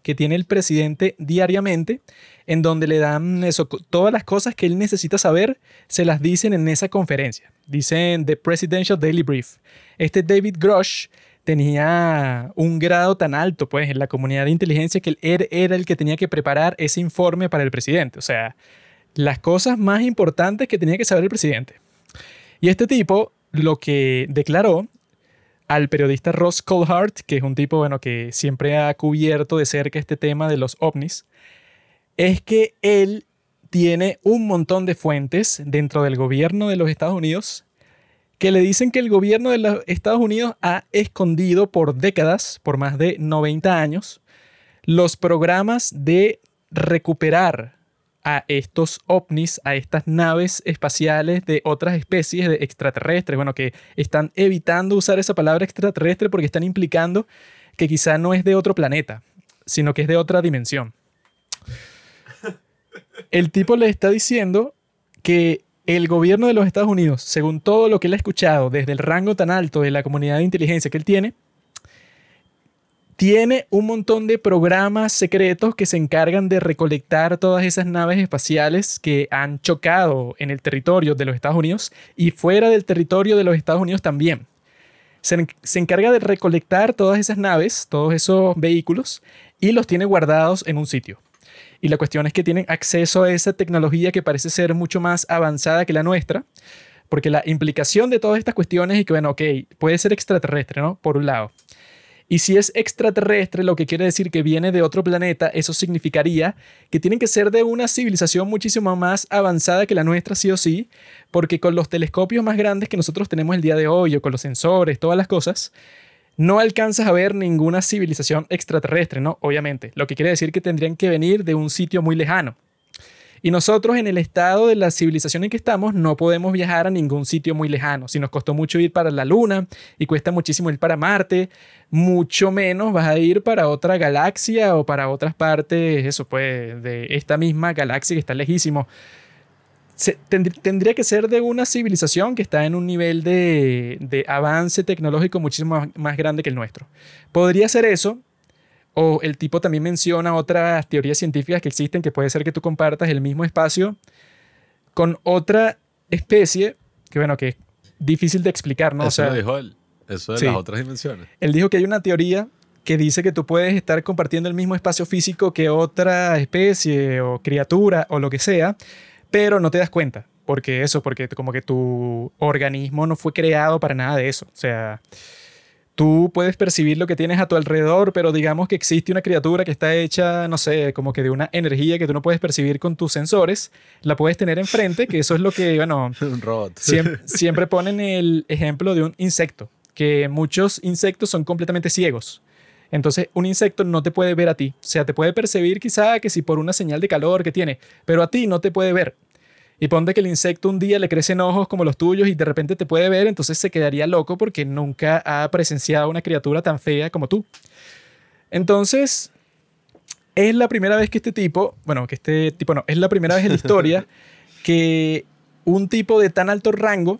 que tiene el presidente diariamente, en donde le dan eso, todas las cosas que él necesita saber, se las dicen en esa conferencia. Dicen The Presidential Daily Brief. Este David Grush tenía un grado tan alto, pues, en la comunidad de inteligencia que él era el que tenía que preparar ese informe para el presidente. O sea, las cosas más importantes que tenía que saber el presidente. Y este tipo lo que declaró al periodista Ross Coulthart, que es un tipo, bueno, que siempre ha cubierto de cerca este tema de los ovnis, es que él tiene un montón de fuentes dentro del gobierno de los Estados Unidos que le dicen que el gobierno de los Estados Unidos ha escondido por décadas, por más de 90 años, los programas de recuperar a estos ovnis, a estas naves espaciales de otras especies de extraterrestres, bueno, que están evitando usar esa palabra extraterrestre porque están implicando que quizá no es de otro planeta, sino que es de otra dimensión. El tipo le está diciendo que el gobierno de los Estados Unidos, según todo lo que él ha escuchado desde el rango tan alto de la comunidad de inteligencia que él tiene un montón de programas secretos que se encargan de recolectar todas esas naves espaciales que han chocado en el territorio de los Estados Unidos y fuera del territorio de los Estados Unidos también. Se encarga de recolectar todas esas naves, todos esos vehículos, y los tiene guardados en un sitio. Y la cuestión es que tienen acceso a esa tecnología que parece ser mucho más avanzada que la nuestra, porque la implicación de todas estas cuestiones es que, bueno, ok, puede ser extraterrestre, ¿no? Por un lado. Y si es extraterrestre, lo que quiere decir que viene de otro planeta, eso significaría que tienen que ser de una civilización muchísimo más avanzada que la nuestra, sí o sí, porque con los telescopios más grandes que nosotros tenemos el día de hoy, o con los sensores, todas las cosas, no alcanzas a ver ninguna civilización extraterrestre, ¿no? Obviamente. Lo que quiere decir que tendrían que venir de un sitio muy lejano. Y nosotros, en el estado de la civilización en que estamos, no podemos viajar a ningún sitio muy lejano. Si nos costó mucho ir para la Luna y cuesta muchísimo ir para Marte, mucho menos vas a ir para otra galaxia o para otras partes, eso pues, de esta misma galaxia que está lejísimo. Tendría que ser de una civilización que está en un nivel de avance tecnológico muchísimo más grande que el nuestro. Podría ser eso. O el tipo también menciona otras teorías científicas que existen, que puede ser que tú compartas el mismo espacio con otra especie, que bueno, que es difícil de explicar, ¿no? Eso o sea, lo dijo él. Eso de sí. las otras dimensiones. Él dijo que hay una teoría que dice que tú puedes estar compartiendo el mismo espacio físico que otra especie o criatura o lo que sea, pero no te das cuenta. Porque como que tu organismo no fue creado para nada de eso. O sea, tú puedes percibir lo que tienes a tu alrededor, pero digamos que existe una criatura que está hecha, no sé, como que de una energía que tú no puedes percibir con tus sensores, la puedes tener enfrente, que eso es lo que, bueno, Un robot. siempre ponen el ejemplo de un insecto, que muchos insectos son completamente ciegos. Entonces, un insecto no te puede ver a ti. O sea, te puede percibir quizá que si por una señal de calor que tiene, pero a ti no te puede ver. Y ponte que el insecto un día le crecen ojos como los tuyos y de repente te puede ver, entonces se quedaría loco porque nunca ha presenciado una criatura tan fea como tú. Entonces, es la primera vez que es la primera vez en la historia que un tipo de tan alto rango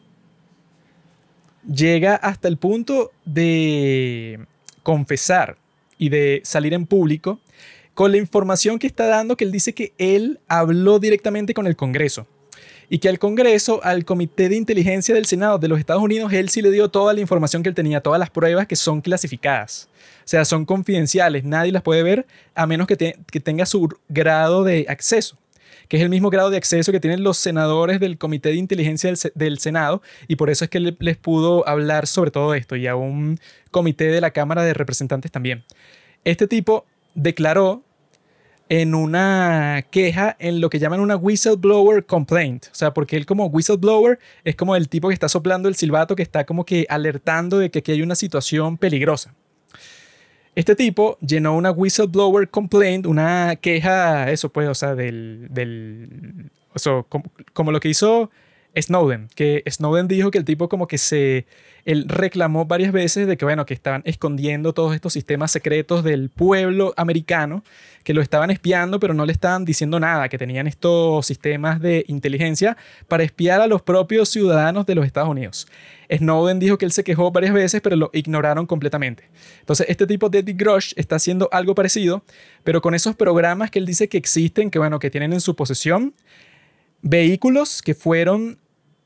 llega hasta el punto de confesar y de salir en público con la información que está dando, que él dice que él habló directamente con el Congreso. Y que al Congreso, al Comité de Inteligencia del Senado de los Estados Unidos, él sí le dio toda la información que él tenía, todas las pruebas que son clasificadas. O sea, son confidenciales, nadie las puede ver a menos que tenga su grado de acceso, que es el mismo grado de acceso que tienen los senadores del Comité de Inteligencia del Senado, y por eso es que les pudo hablar sobre todo esto, y a un comité de la Cámara de Representantes también. Este tipo declaró en una queja en lo que llaman una whistleblower complaint. O sea, porque él como whistleblower es como el tipo que está soplando el silbato, que está como que alertando de que aquí hay una situación peligrosa. Este tipo llenó una whistleblower complaint, una queja, eso pues, o sea, como lo que hizo Snowden, que Snowden dijo que el tipo como que él reclamó varias veces de que, bueno, que estaban escondiendo todos estos sistemas secretos del pueblo americano, que lo estaban espiando, pero no le estaban diciendo nada, que tenían estos sistemas de inteligencia para espiar a los propios ciudadanos de los Estados Unidos. Snowden dijo que él se quejó varias veces, pero lo ignoraron completamente. Entonces, este tipo de David Grush está haciendo algo parecido, pero con esos programas que él dice que existen, que, bueno, que tienen en su posesión vehículos que fueron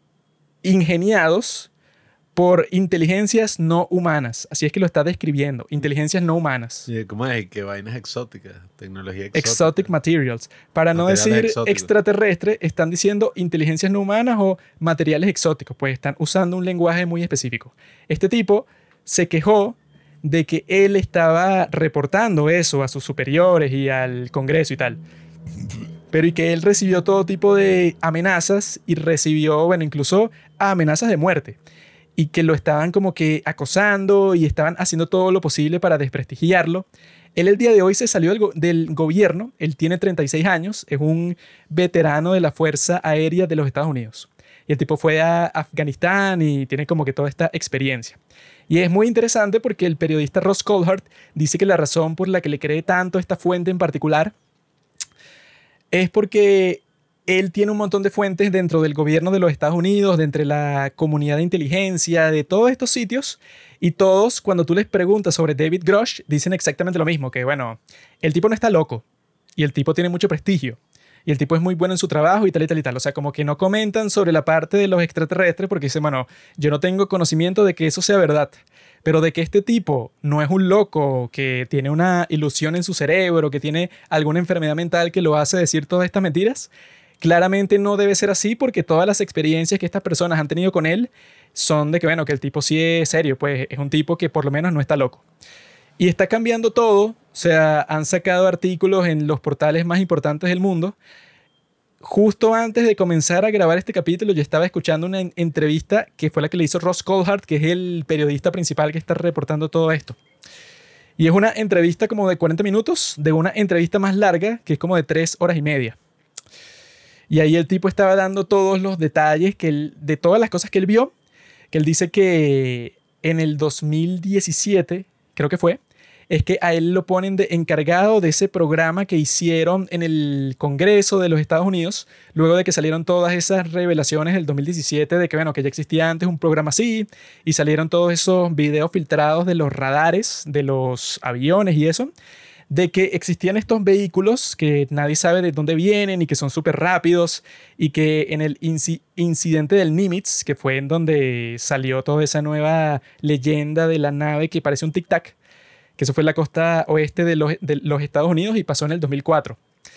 ingeniados por inteligencias no humanas. Así es que lo está describiendo. Inteligencias no humanas. Sí, ¿cómo es? ¿Qué vainas exóticas? Tecnología exótica. Exotic materials. Para no decir extraterrestre, están diciendo inteligencias no humanas o materiales exóticos. Pues están usando un lenguaje muy específico. Este tipo se quejó de que él estaba reportando eso a sus superiores y al Congreso y tal. Pero y que él recibió todo tipo de amenazas y recibió, bueno, incluso amenazas de muerte. Y que lo estaban como que acosando y estaban haciendo todo lo posible para desprestigiarlo. Él el día de hoy se salió del gobierno. Él tiene 36 años, es un veterano de la Fuerza Aérea de los Estados Unidos. Y el tipo fue a Afganistán y tiene como que toda esta experiencia. Y es muy interesante porque el periodista Ross Coulthart dice que la razón por la que le cree tanto esta fuente en particular es porque él tiene un montón de fuentes dentro del gobierno de los Estados Unidos, de entre la comunidad de inteligencia, de todos estos sitios, y todos, cuando tú les preguntas sobre David Grush, dicen exactamente lo mismo, que bueno, el tipo no está loco, y el tipo tiene mucho prestigio, y el tipo es muy bueno en su trabajo y tal y tal y tal. O sea, como que no comentan sobre la parte de los extraterrestres porque dicen, bueno, yo no tengo conocimiento de que eso sea verdad, pero de que este tipo no es un loco, que tiene una ilusión en su cerebro, que tiene alguna enfermedad mental que lo hace decir todas estas mentiras. Claramente no debe ser así porque todas las experiencias que estas personas han tenido con él son de que, bueno, que el tipo sí es serio, pues es un tipo que por lo menos no está loco. Y está cambiando todo, o sea, han sacado artículos en los portales más importantes del mundo. Justo antes de comenzar a grabar este capítulo, yo estaba escuchando una entrevista que fue la que le hizo Ross Coulthart, que es el periodista principal que está reportando todo esto. Y es una entrevista como de 40 minutos, de una entrevista más larga, que es como de 3 horas y media. Y ahí el tipo estaba dando todos los detalles de todas las cosas que él vio, que él dice que en el 2017, creo que fue, es que a él lo ponen de encargado de ese programa que hicieron en el Congreso de los Estados Unidos, luego de que salieron todas esas revelaciones del 2017 de que, bueno, que ya existía antes un programa así, y salieron todos esos videos filtrados de los radares, de los aviones y eso, de que existían estos vehículos que nadie sabe de dónde vienen y que son súper rápidos y que en el incidente del Nimitz, que fue en donde salió toda esa nueva leyenda de la nave que parece un tic-tac, que eso fue en la costa oeste de los Estados Unidos y pasó en el 2004.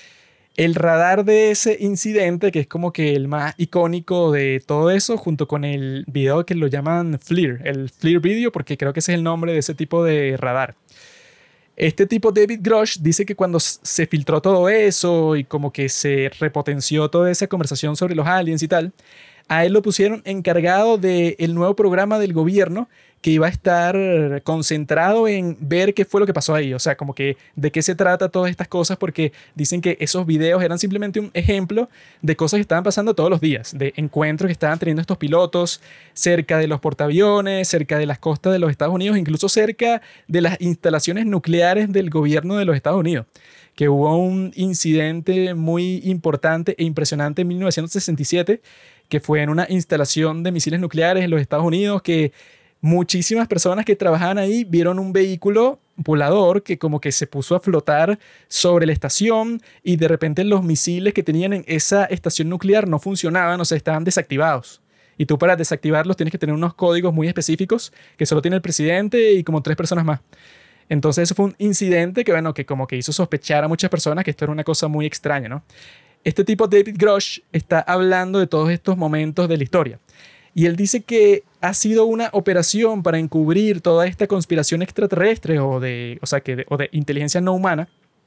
El radar de ese incidente, que es como que el más icónico de todo eso, junto con el video que lo llaman FLIR, el FLIR video, porque creo que ese es el nombre de ese tipo de radar. Este tipo, David Grush, dice que cuando se filtró todo eso y como que se repotenció toda esa conversación sobre los aliens y tal, a él lo pusieron encargado del nuevo programa del gobierno que iba a estar concentrado en ver qué fue lo que pasó ahí. O sea, como que de qué se trata todas estas cosas, porque dicen que esos videos eran simplemente un ejemplo de cosas que estaban pasando todos los días, de encuentros que estaban teniendo estos pilotos cerca de los portaaviones, cerca de las costas de los Estados Unidos, incluso cerca de las instalaciones nucleares del gobierno de los Estados Unidos, que hubo un incidente muy importante e impresionante en 1967, que fue en una instalación de misiles nucleares en los Estados Unidos, que muchísimas personas que trabajaban ahí vieron un vehículo volador que como que se puso a flotar sobre la estación y de repente los misiles que tenían en esa estación nuclear no funcionaban, o sea, estaban desactivados. Y tú para desactivarlos tienes que tener unos códigos muy específicos que solo tiene el presidente y como 3 personas más. Entonces eso fue un incidente que, bueno, que como que hizo sospechar a muchas personas que esto era una cosa muy extraña, ¿no? Este tipo, David Grush, está hablando de todos estos momentos de la historia. Y él dice que ha sido una operación para encubrir toda esta conspiración extraterrestre o de inteligencia no humana.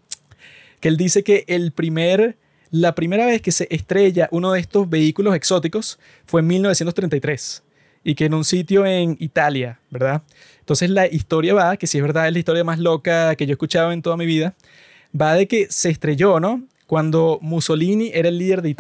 Que él dice que la primera vez que se estrella uno de estos vehículos exóticos fue en 1933. Y que en un sitio en Italia, ¿verdad? Entonces la historia va, que si es verdad es la historia más loca que yo he escuchado en toda mi vida, va de que se estrelló, ¿no? Cuando Mussolini era el líder de Italia.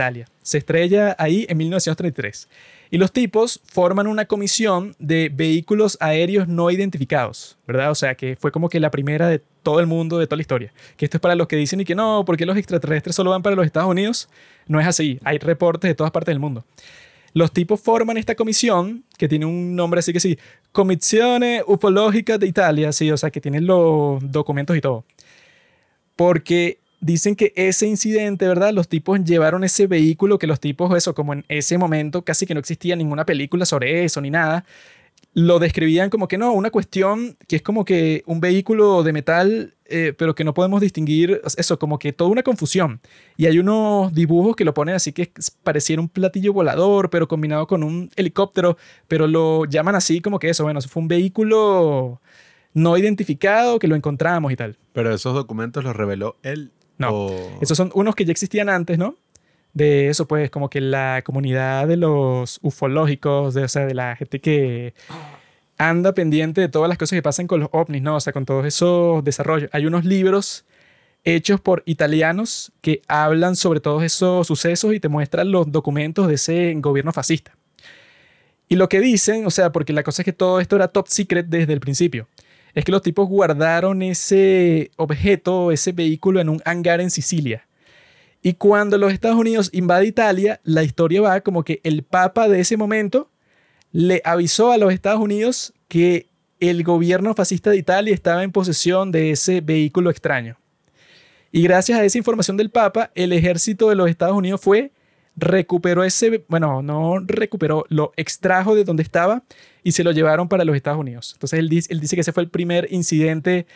Se estrella ahí en 1933. Y los tipos forman una comisión de vehículos aéreos no identificados, ¿verdad? O sea, que fue como que la primera de todo el mundo, de toda la historia. Que esto es para los que dicen y que no, ¿por qué los extraterrestres solo van para los Estados Unidos? No es así. Hay reportes de todas partes del mundo. Los tipos forman esta comisión, que tiene un nombre así que sí, Commissione Ufologica de Italia, sí, o sea, que tienen los documentos y todo. Porque dicen que ese incidente, ¿verdad? Los tipos llevaron ese vehículo que los tipos, eso, como en ese momento casi que no existía ninguna película sobre eso ni nada, lo describían como que no, una cuestión que es como que un vehículo de metal, pero que no podemos distinguir, eso, como que toda una confusión. Y hay unos dibujos que lo ponen así que pareciera un platillo volador, pero combinado con un helicóptero, pero lo llaman así como que eso, bueno, eso fue un vehículo no identificado que lo encontramos y tal. Pero esos documentos los reveló él. No, esos son unos que ya existían antes, ¿no? De eso, pues, como que la comunidad de los ufológicos, o sea, de la gente que anda pendiente de todas las cosas que pasan con los ovnis, ¿no? O sea, con todos esos desarrollos. Hay unos libros hechos por italianos que hablan sobre todos esos sucesos y te muestran los documentos de ese gobierno fascista. Y lo que dicen, o sea, porque la cosa es que todo esto era top secret desde el principio, es que los tipos guardaron ese objeto, ese vehículo en un hangar en Sicilia. Y cuando los Estados Unidos invade Italia, la historia va como que el papa de ese momento le avisó a los Estados Unidos que el gobierno fascista de Italia estaba en posesión de ese vehículo extraño. Y gracias a esa información del papa, el ejército de los Estados Unidos recuperó ese, bueno, no recuperó, lo extrajo de donde estaba y se lo llevaron para los Estados Unidos. Entonces él dice que ese fue el primer incidente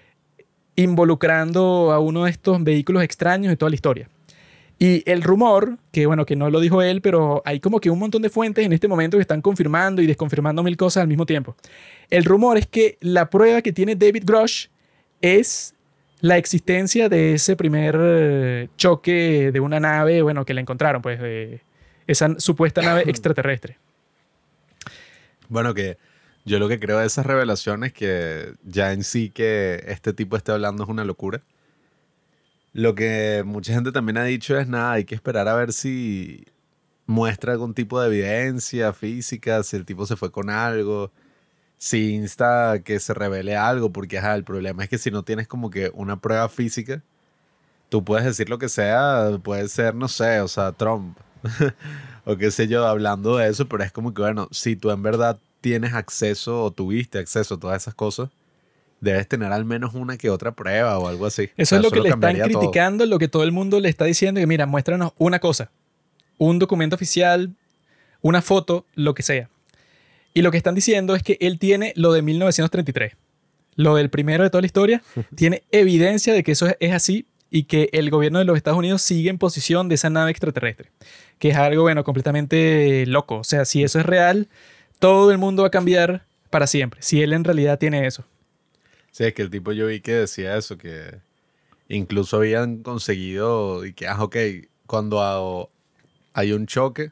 involucrando a uno de estos vehículos extraños de toda la historia. Y el rumor, que bueno, que no lo dijo él, pero hay como que un montón de fuentes en este momento que están confirmando y desconfirmando mil cosas al mismo tiempo. El rumor es que la prueba que tiene David Grush es la existencia de ese primer choque de una nave, bueno, que la encontraron, pues, de esa supuesta nave extraterrestre. Bueno, que yo lo que creo de esas revelaciones que ya en sí que este tipo esté hablando es una locura. Lo que mucha gente también ha dicho es nada, hay que esperar a ver si muestra algún tipo de evidencia física, si el tipo se fue con algo, si insta a que se revele algo, porque el problema es que si no tienes como que una prueba física, tú puedes decir lo que sea, puede ser, no sé, o sea, Trump, o qué sé yo, hablando de eso, pero es como que, bueno, si tú en verdad tienes acceso o tuviste acceso a todas esas cosas, debes tener al menos una que otra prueba o algo así. Eso es lo que le están criticando, lo que todo el mundo le está diciendo, que mira, muéstranos una cosa, un documento oficial, una foto, lo que sea. Y lo que están diciendo es que él tiene lo de 1933, lo del primero de toda la historia, tiene evidencia de que eso es así y que el gobierno de los Estados Unidos sigue en posición de esa nave extraterrestre, que es algo, bueno, completamente loco. O sea, si eso es real, todo el mundo va a cambiar para siempre, si él en realidad tiene eso. Sí, es que el tipo yo vi que decía eso, que incluso habían conseguido y que, ok, cuando hay un choque,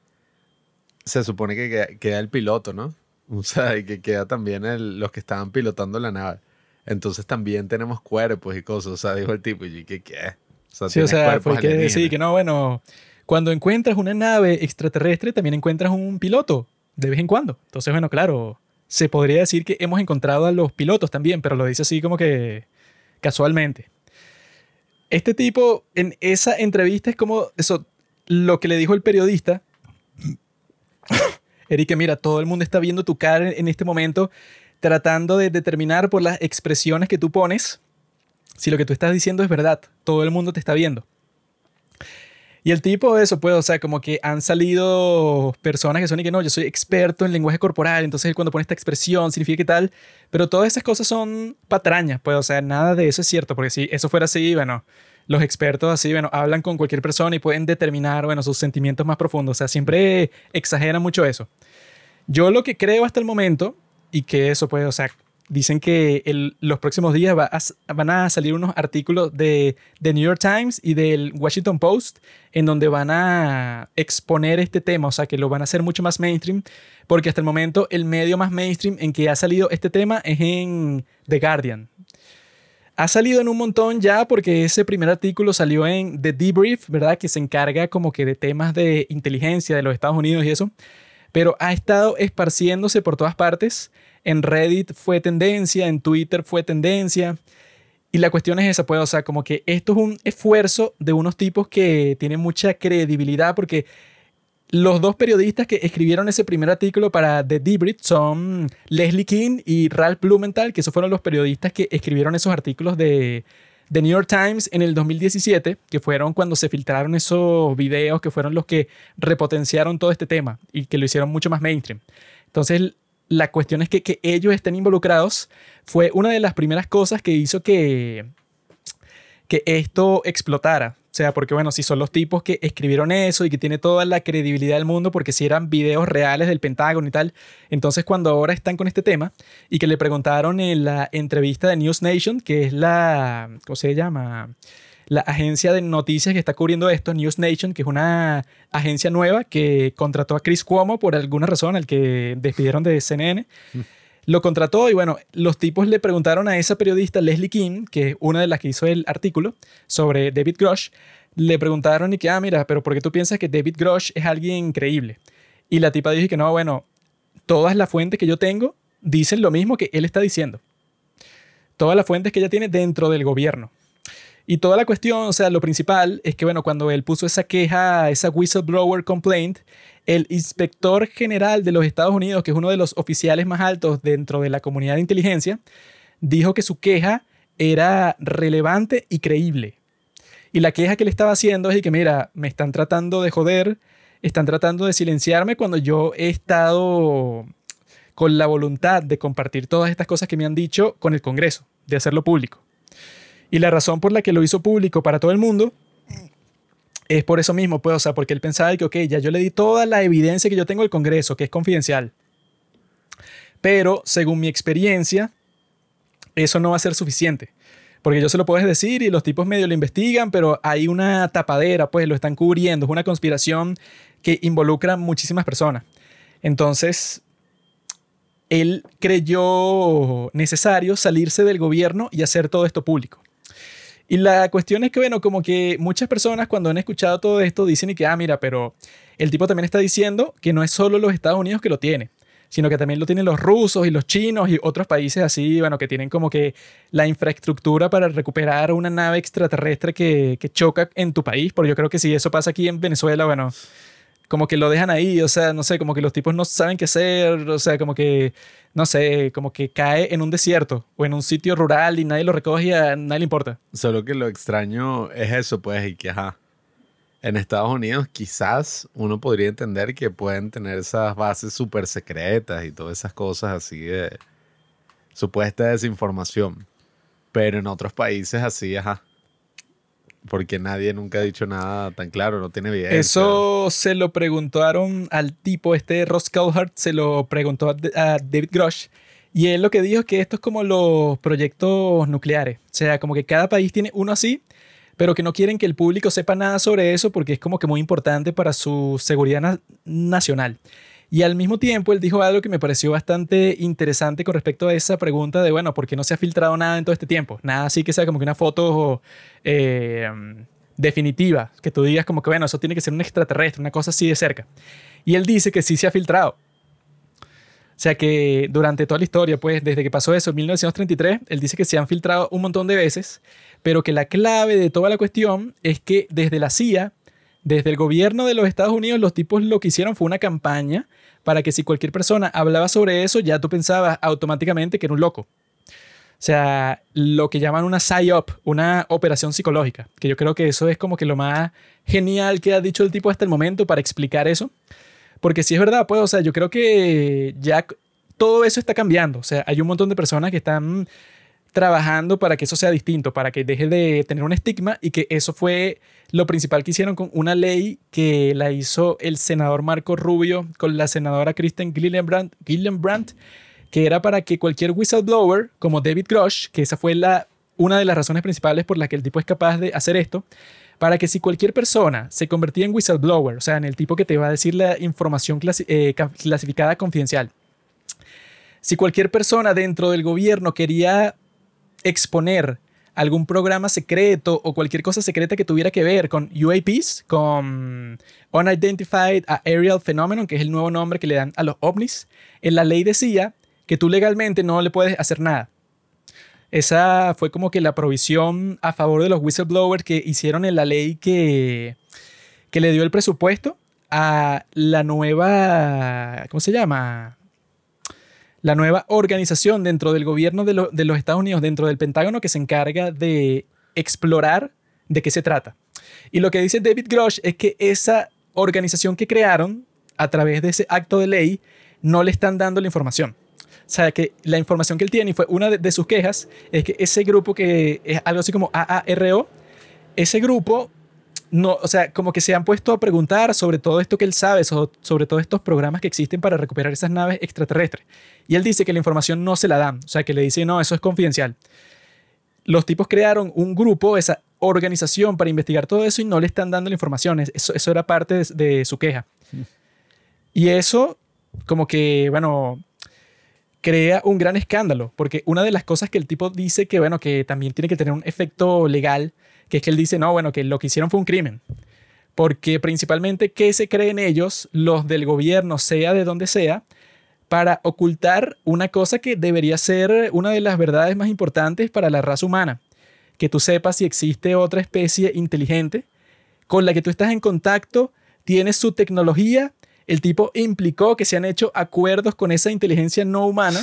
se supone que queda el piloto, ¿no? O sea, y que queda también los que estaban pilotando la nave. Entonces también tenemos cuerpos y cosas, o sea, dijo el tipo, y ¿qué? O sea, sí, o sea, fue que decir que no, bueno, cuando encuentras una nave extraterrestre, también encuentras un piloto, de vez en cuando. Entonces, bueno, claro, se podría decir que hemos encontrado a los pilotos también, pero lo dice así como que casualmente. Este tipo, en esa entrevista es como eso, lo que le dijo el periodista, Eric, mira, todo el mundo está viendo tu cara en este momento, tratando de determinar por las expresiones que tú pones si lo que tú estás diciendo es verdad. Todo el mundo te está viendo. Y el tipo de eso, pues, o sea, como que han salido personas que son y que no, yo soy experto en lenguaje corporal, entonces él cuando pone esta expresión significa que tal, pero todas esas cosas son patrañas, pues, o sea, nada de eso es cierto, porque si eso fuera así, bueno, los expertos así, bueno, hablan con cualquier persona y pueden determinar, bueno, sus sentimientos más profundos, o sea, siempre exageran mucho eso. Yo lo que creo hasta el momento, y que eso, pues, o sea, dicen que los próximos días van a salir unos artículos de The New York Times y del Washington Post en donde van a exponer este tema, o sea, que lo van a hacer mucho más mainstream, porque hasta el momento el medio más mainstream en que ha salido este tema es en The Guardian. Ha salido en un montón ya porque ese primer artículo salió en The Debrief, ¿verdad? Que se encarga como que de temas de inteligencia de los Estados Unidos y eso. Pero ha estado esparciéndose por todas partes. En Reddit fue tendencia, en Twitter fue tendencia. Y la cuestión es esa, pues, o sea, como que esto es un esfuerzo de unos tipos que tienen mucha credibilidad porque los dos periodistas que escribieron ese primer artículo para The Debrief son Leslie King y Ralph Blumenthal, que esos fueron los periodistas que escribieron esos artículos de The New York Times en el 2017, que fueron cuando se filtraron esos videos, que fueron los que repotenciaron todo este tema y que lo hicieron mucho más mainstream. Entonces, la cuestión es que ellos estén involucrados fue una de las primeras cosas que hizo que esto explotara. O sea, porque bueno, si son los tipos que escribieron eso y que tiene toda la credibilidad del mundo, porque si eran videos reales del Pentágono y tal, entonces cuando ahora están con este tema y que le preguntaron en la entrevista de News Nation, que es la, ¿cómo se llama? La agencia de noticias que está cubriendo esto, News Nation, que es una agencia nueva que contrató a Chris Cuomo por alguna razón, al que despidieron de CNN. Lo contrató y bueno, los tipos le preguntaron a esa periodista Leslie King, que es una de las que hizo el artículo sobre David Grush, le preguntaron y que, mira, pero ¿por qué tú piensas que David Grush es alguien increíble? Y la tipa dijo que no, bueno, todas las fuentes que yo tengo dicen lo mismo que él está diciendo. Todas las fuentes que ella tiene dentro del gobierno. Y toda la cuestión, o sea, lo principal es que, bueno, cuando él puso esa queja, esa whistleblower complaint, el inspector general de los Estados Unidos, que es uno de los oficiales más altos dentro de la comunidad de inteligencia, dijo que su queja era relevante y creíble. Y la queja que le estaba haciendo es de que, mira, me están tratando de joder, están tratando de silenciarme cuando yo he estado con la voluntad de compartir todas estas cosas que me han dicho con el Congreso, de hacerlo público. Y la razón por la que lo hizo público para todo el mundo es por eso mismo, pues, o sea, porque él pensaba que, ok, ya yo le di toda la evidencia que yo tengo del Congreso, que es confidencial. Pero, según mi experiencia, eso no va a ser suficiente. Porque yo se lo puedo decir y los tipos medio lo investigan, pero hay una tapadera, pues, lo están cubriendo. Es una conspiración que involucra muchísimas personas. Entonces, él creyó necesario salirse del gobierno y hacer todo esto público. Y la cuestión es que, bueno, como que muchas personas cuando han escuchado todo esto dicen y que, mira, pero el tipo también está diciendo que no es solo los Estados Unidos que lo tiene, sino que también lo tienen los rusos y los chinos y otros países así, bueno, que tienen como que la infraestructura para recuperar una nave extraterrestre que choca en tu país. Porque yo creo que si eso pasa aquí en Venezuela, bueno, como que lo dejan ahí, o sea, no sé, como que los tipos no saben qué hacer, o sea, como que, no sé, como que cae en un desierto o en un sitio rural y nadie lo recoge y a nadie le importa. Solo que lo extraño es eso, pues, y que, en Estados Unidos quizás uno podría entender que pueden tener esas bases súper secretas y todas esas cosas así de supuesta desinformación. Pero en otros países así, porque nadie nunca ha dicho nada tan claro, no tiene evidencia. Eso se lo preguntaron al tipo, Ross Coulthart, se lo preguntó a David Grush. Y él lo que dijo es que esto es como los proyectos nucleares. O sea, como que cada país tiene uno así, pero que no quieren que el público sepa nada sobre eso porque es como que muy importante para su seguridad nacional. Y al mismo tiempo él dijo algo que me pareció bastante interesante con respecto a esa pregunta de, bueno, ¿por qué no se ha filtrado nada en todo este tiempo? Nada así que sea como que una foto definitiva, que tú digas como que, bueno, eso tiene que ser un extraterrestre, una cosa así de cerca. Y él dice que sí se ha filtrado. O sea que durante toda la historia, pues desde que pasó eso en 1933, él dice que se han filtrado un montón de veces, pero que la clave de toda la cuestión es que desde la CIA, desde el gobierno de los Estados Unidos, los tipos lo que hicieron fue una campaña para que si cualquier persona hablaba sobre eso, ya tú pensabas automáticamente que era un loco. O sea, lo que llaman una PSYOP, una operación psicológica, que yo creo que eso es como que lo más genial que ha dicho el tipo hasta el momento para explicar eso. Porque si es verdad, pues, o sea, yo creo que ya todo eso está cambiando. O sea, hay un montón de personas que están trabajando para que eso sea distinto, para que deje de tener un estigma y que eso fue lo principal que hicieron con una ley que la hizo el senador Marco Rubio con la senadora Kristen Gillibrand, que era para que cualquier whistleblower como David Grush, que esa fue una de las razones principales por las que el tipo es capaz de hacer esto, para que si cualquier persona se convertía en whistleblower, o sea, en el tipo que te va a decir la información clasificada confidencial, si cualquier persona dentro del gobierno quería exponer algún programa secreto o cualquier cosa secreta que tuviera que ver con UAPs, con Unidentified Aerial Phenomenon, que es el nuevo nombre que le dan a los ovnis, en la ley decía que tú legalmente no le puedes hacer nada. Esa fue como que la provisión a favor de los whistleblowers que hicieron en la ley que le dio el presupuesto a la nueva, ¿cómo se llama? La nueva organización dentro del gobierno de los Estados Unidos, dentro del Pentágono, que se encarga de explorar de qué se trata. Y lo que dice David Grush es que esa organización que crearon a través de ese acto de ley no le están dando la información. O sea, que la información que él tiene, y fue una de sus quejas, es que ese grupo que es algo así como AARO, ese grupo, no, o sea, como que se han puesto a preguntar sobre todo esto que él sabe, sobre todos estos programas que existen para recuperar esas naves extraterrestres. Y él dice que la información no se la dan, o sea, que le dice, no, eso es confidencial. Los tipos crearon un grupo, esa organización para investigar todo eso y no le están dando la información. Eso era parte de su queja. Y eso, como que, bueno, crea un gran escándalo, porque una de las cosas que el tipo dice que, bueno, que también tiene que tener un efecto legal, que es que él dice, no, bueno, que lo que hicieron fue un crimen. Porque principalmente, ¿qué se creen ellos, los del gobierno, sea de donde sea, para ocultar una cosa que debería ser una de las verdades más importantes para la raza humana? Que tú sepas si existe otra especie inteligente con la que tú estás en contacto, tienes su tecnología. El tipo implicó que se han hecho acuerdos con esa inteligencia no humana.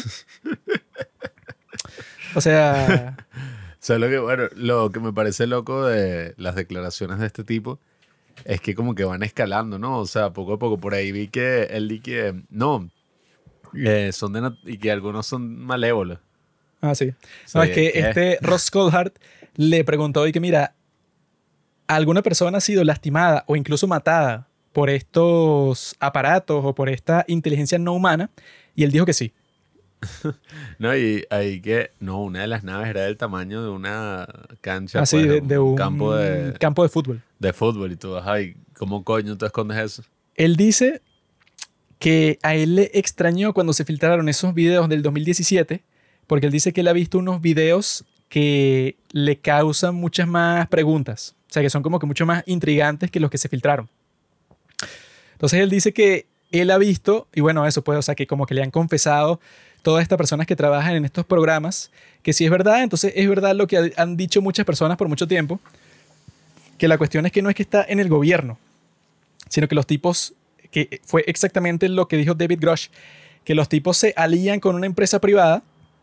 O sea... Solo que, bueno, lo que me parece loco de las declaraciones de este tipo es que como que van escalando, ¿no? O sea, poco a poco. Por ahí vi que él di que no, son y que algunos son malévolos. Ah, sí. O No, sea, es que ¿qué? Ross Coulthard le preguntó y que, mira, ¿alguna persona ha sido lastimada o incluso matada por estos aparatos o por esta inteligencia no humana? Y él dijo que sí. No, y ahí que, no, una de las naves era del tamaño de una cancha, Así, pues, de un un campo campo de fútbol. de fútbol y tú, ay, ¿cómo coño tú escondes eso? Él dice que a él le extrañó cuando se filtraron esos videos del 2017, porque él dice que él ha visto unos videos que le causan muchas más preguntas. O sea, que son como que mucho más intrigantes que los que se filtraron. Entonces él dice que él ha visto, y bueno, eso puede, o sea, que como que le han confesado todas estas personas que trabajan en estos programas, que si es verdad, entonces es verdad lo que han dicho muchas personas por mucho tiempo, que la cuestión es que no es que está en el gobierno, sino que los tipos, que fue exactamente lo que dijo David Grush, que los tipos se alían con una empresa privada,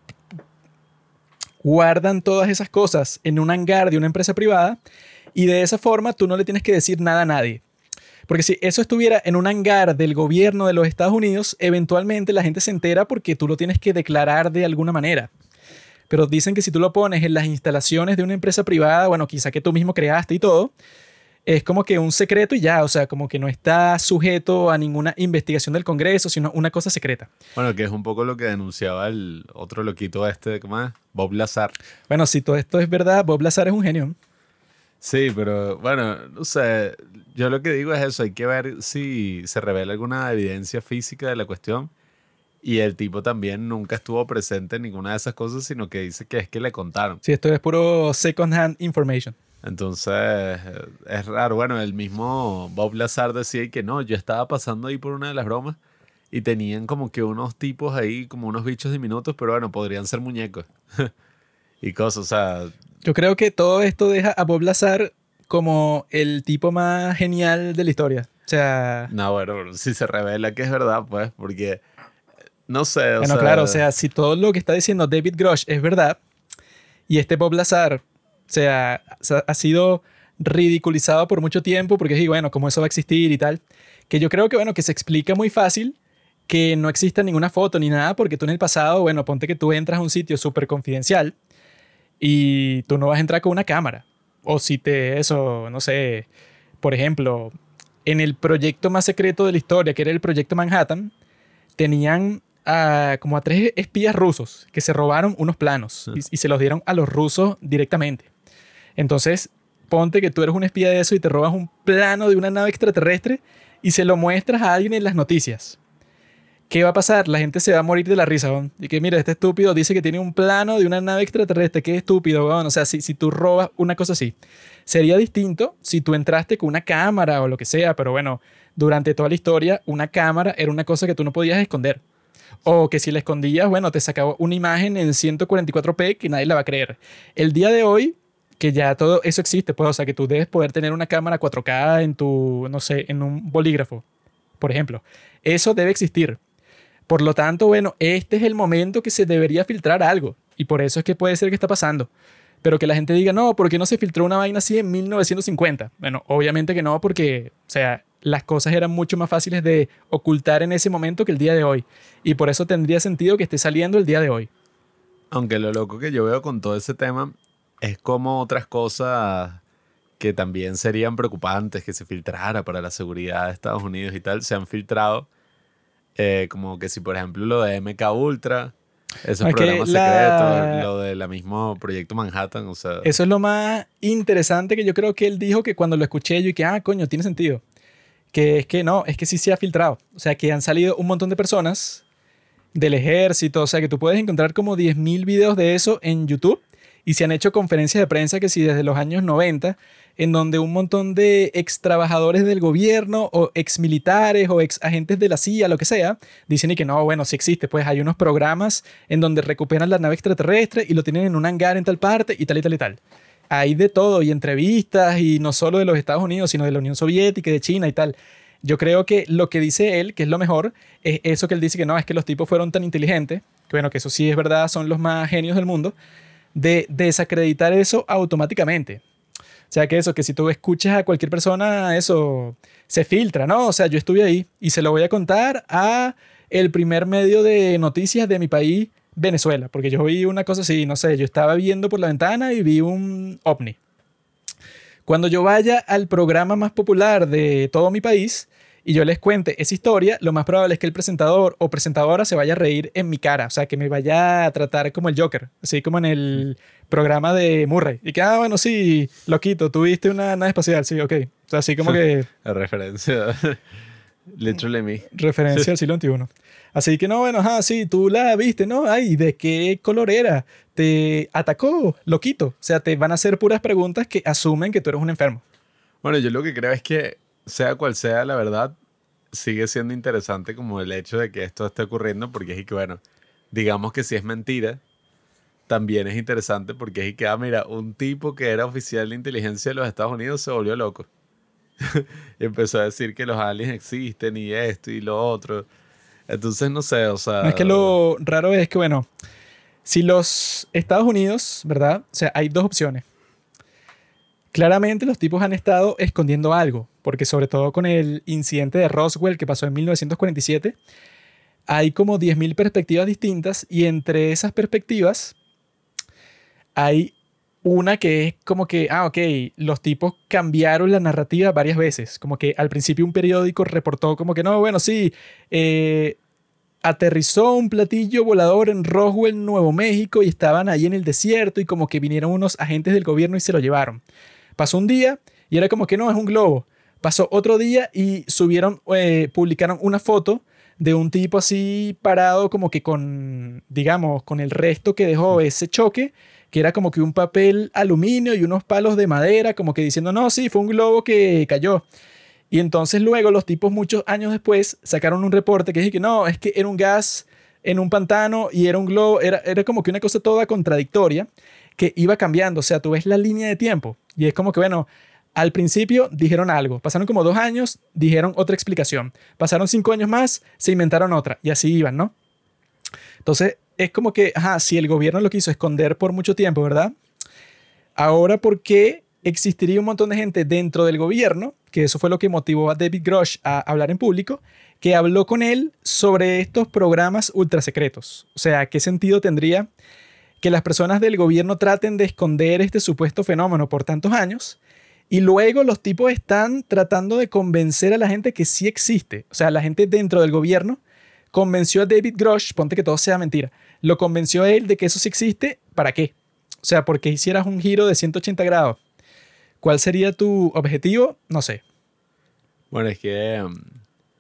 guardan todas esas cosas en un hangar de una empresa privada y de esa forma tú no le tienes que decir nada a nadie. Porque si eso estuviera en un hangar del gobierno de los Estados Unidos, eventualmente la gente se entera porque tú lo tienes que declarar de alguna manera. Pero dicen que si tú lo pones en las instalaciones de una empresa privada, bueno, quizá que tú mismo creaste y todo, es como que un secreto y ya, o sea, como que no está sujeto a ninguna investigación del Congreso, sino una cosa secreta. Bueno, que es un poco lo que denunciaba el otro loquito este, ¿cómo es? Bob Lazar. Bueno, si todo esto es verdad, Bob Lazar es un genio. Sí, pero bueno, no sé, yo lo que digo es eso, hay que ver si se revela alguna evidencia física de la cuestión y el tipo también nunca estuvo presente en ninguna de esas cosas, sino que dice que es que le contaron. Sí, esto es puro second-hand information. Entonces, es raro. Bueno, el mismo Bob Lazar decía que no, yo estaba pasando ahí por una de las bromas y tenían como que unos tipos ahí, como unos bichos diminutos, pero bueno, podrían ser muñecos y cosas, o sea... Yo creo que todo esto deja a Bob Lazar como el tipo más genial de la historia. O sea... No, bueno, si se revela que es verdad, pues, porque... No sé, o Bueno, sea... claro, o sea, si todo lo que está diciendo David Grush es verdad y este Bob Lazar, o sea, ha sido ridiculizado por mucho tiempo porque sí, bueno, como eso va a existir y tal, que yo creo que, bueno, que se explica muy fácil que no exista ninguna foto ni nada porque tú en el pasado, bueno, ponte que tú entras a un sitio súper confidencial y tú no vas a entrar con una cámara. O si eso, no sé, por ejemplo, en el proyecto más secreto de la historia, que era el proyecto Manhattan, tenían como a 3 espías rusos que se robaron unos planos y se los dieron a los rusos directamente. Entonces, ponte que tú eres un espía de eso y te robas un plano de una nave extraterrestre y se lo muestras a alguien en las noticias. ¿qué va a pasar? La gente se va a morir de la risa, weón. Y que mira, este estúpido dice que tiene un plano de una nave extraterrestre. Qué estúpido, weón. O sea, si tú robas una cosa así. Sería distinto si tú entraste con una cámara o lo que sea, pero bueno, durante toda la historia, una cámara era una cosa que tú no podías esconder. O que si la escondías, bueno, te sacaba una imagen en 144p que nadie la va a creer. El día de hoy, que ya todo eso existe, pues, o sea, que tú debes poder tener una cámara 4K en tu, no sé, en un bolígrafo, por ejemplo. Eso debe existir. Por lo tanto, bueno, este es el momento que se debería filtrar algo. Y por eso es que puede ser que está pasando. Pero que la gente diga, no, ¿por qué no se filtró una vaina así en 1950? Bueno, obviamente que no, porque, o sea, las cosas eran mucho más fáciles de ocultar en ese momento que el día de hoy. Y por eso tendría sentido que esté saliendo el día de hoy. Aunque lo loco que yo veo con todo ese tema es como otras cosas que también serían preocupantes que se filtrara para la seguridad de Estados Unidos y tal, se han filtrado. Como que si, por ejemplo, lo de MK Ultra, esos Es que programas secretos, lo de la mismo Proyecto Manhattan, o sea, eso es lo más interesante que yo creo que él dijo, que cuando lo escuché yo y que, ah, coño, tiene sentido. Que es que no, es que sí se ha filtrado. O sea, que han salido un montón de personas del ejército. O sea, que tú puedes encontrar como 10.000 videos de eso en YouTube. Y se han hecho conferencias de prensa que sí desde los años 90, en donde un montón de ex trabajadores del gobierno o ex militares o ex agentes de la CIA, lo que sea, dicen y que no, bueno, sí existe. Pues hay unos programas en donde recuperan la nave extraterrestre y lo tienen en un hangar en tal parte y tal y tal y tal. Hay de todo y entrevistas y no solo de los Estados Unidos, sino de la Unión Soviética y de China y tal. Yo creo que lo que dice él, que es lo mejor, es eso que él dice que no, es que los tipos fueron tan inteligentes, que bueno, que eso sí es verdad, son los más genios del mundo, de desacreditar eso automáticamente. O sea, que eso, que si tú escuchas a cualquier persona, eso se filtra, ¿no? O sea, yo estuve ahí y se lo voy a contar a el primer medio de noticias de mi país, Venezuela, porque yo vi una cosa así, no sé, yo estaba viendo por la ventana y vi un ovni. Cuando yo vaya al programa más popular de todo mi país y yo les cuente esa historia, lo más probable es que el presentador o presentadora se vaya a reír en mi cara, o sea, que me vaya a tratar como el Joker, así como en el programa de Murray. Y que, ah, bueno, sí, loquito, tuviste una nave espacial, sí, ok. O sea, así como que la referencia, literally me. referencia al siglo XXI. Así que no, bueno, ajá, sí, tú la viste, ¿no? Ay, ¿de qué color era? Te atacó, loquito. O sea, te van a hacer puras preguntas que asumen que tú eres un enfermo. Bueno, yo lo que creo es que, sea cual sea la verdad, sigue siendo interesante como el hecho de que esto esté ocurriendo, porque es y que, bueno, digamos que si es mentira, también es interesante porque es y que, ah, mira, un tipo que era oficial de inteligencia de los Estados Unidos se volvió loco. Y empezó a decir que los aliens existen y esto y lo otro. Entonces, no sé, o No, es sea, que lo raro es que, bueno, si los Estados Unidos, ¿verdad? O sea, hay dos opciones. Claramente los tipos han estado escondiendo algo, porque sobre todo con el incidente de Roswell que pasó en 1947, hay como 10.000 perspectivas distintas y entre esas perspectivas hay una que es como que, ah, ok, los tipos cambiaron la narrativa varias veces. Como que al principio un periódico reportó como que no, bueno, sí, aterrizó un platillo volador en Roswell, Nuevo México, y estaban ahí en el desierto y como que vinieron unos agentes del gobierno y se lo llevaron. Pasó un día y era como que no, es un globo. Pasó otro día y subieron, publicaron una foto de un tipo así parado como que con, digamos, con el resto que dejó ese choque, que era como que un papel aluminio y unos palos de madera, como que diciendo, no, sí, fue un globo que cayó. Y entonces luego los tipos muchos años después sacaron un reporte que dice que no, es que era un gas en un pantano y era un globo, era como que una cosa toda contradictoria que iba cambiando. O sea, tú ves la línea de tiempo y es como que, bueno, al principio dijeron algo, pasaron como 2 años, dijeron otra explicación, pasaron 5 años más, se inventaron otra y así iban, ¿no? Entonces es como que, ajá, si el gobierno lo quiso esconder por mucho tiempo, ¿verdad? Ahora, ¿por qué existiría un montón de gente dentro del gobierno, que eso fue lo que motivó a David Grush a hablar en público, que habló con él sobre estos programas ultra secretos? O sea, ¿qué sentido tendría que las personas del gobierno traten de esconder este supuesto fenómeno por tantos años y luego los tipos están tratando de convencer a la gente que sí existe? O sea, la gente dentro del gobierno convenció a David Grush, ponte que todo sea mentira, lo convenció a él de que eso sí existe, ¿para qué? O sea, porque hicieras un giro de 180 grados. ¿Cuál sería tu objetivo? No sé. bueno, es que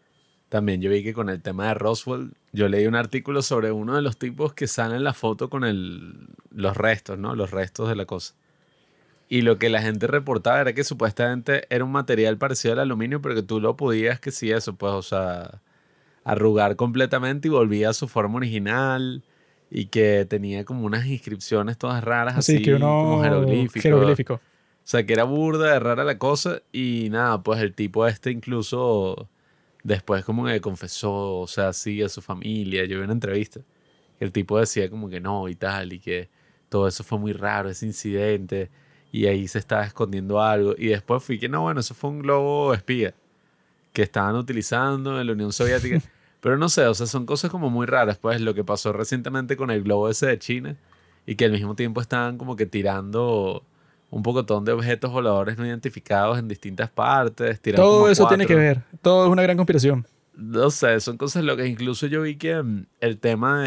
también yo vi que con el tema de Roswell, yo leí un artículo sobre uno de los tipos que sale en la foto con los restos, ¿no? Los restos de la cosa. Y lo que la gente reportaba era que supuestamente era un material parecido al aluminio, pero que tú lo podías, que sí, eso, pues, o sea, arrugar completamente y volvía a su forma original. Y que tenía como unas inscripciones todas raras, Así que así como uno jeroglíficos. jeroglífico. O sea, que era burda de rara la cosa. Y nada, pues el tipo este incluso después como que confesó, o sea, sí, a su familia. Yo vi una entrevista. El tipo decía como que no y tal, y que todo eso fue muy raro, ese incidente. Y ahí se estaba escondiendo algo. Y después fui que no, bueno, eso fue un globo espía que estaban utilizando en la Unión Soviética. Pero no sé, o sea, son cosas como muy raras, pues lo que pasó recientemente con el globo ese de China y que al mismo tiempo estaban como que tirando un pocotón de objetos voladores no identificados en distintas partes, tiraron Todo como eso tiene que cuatro. ver. Todo es una gran conspiración. No sé, son cosas locas. Incluso yo vi que el tema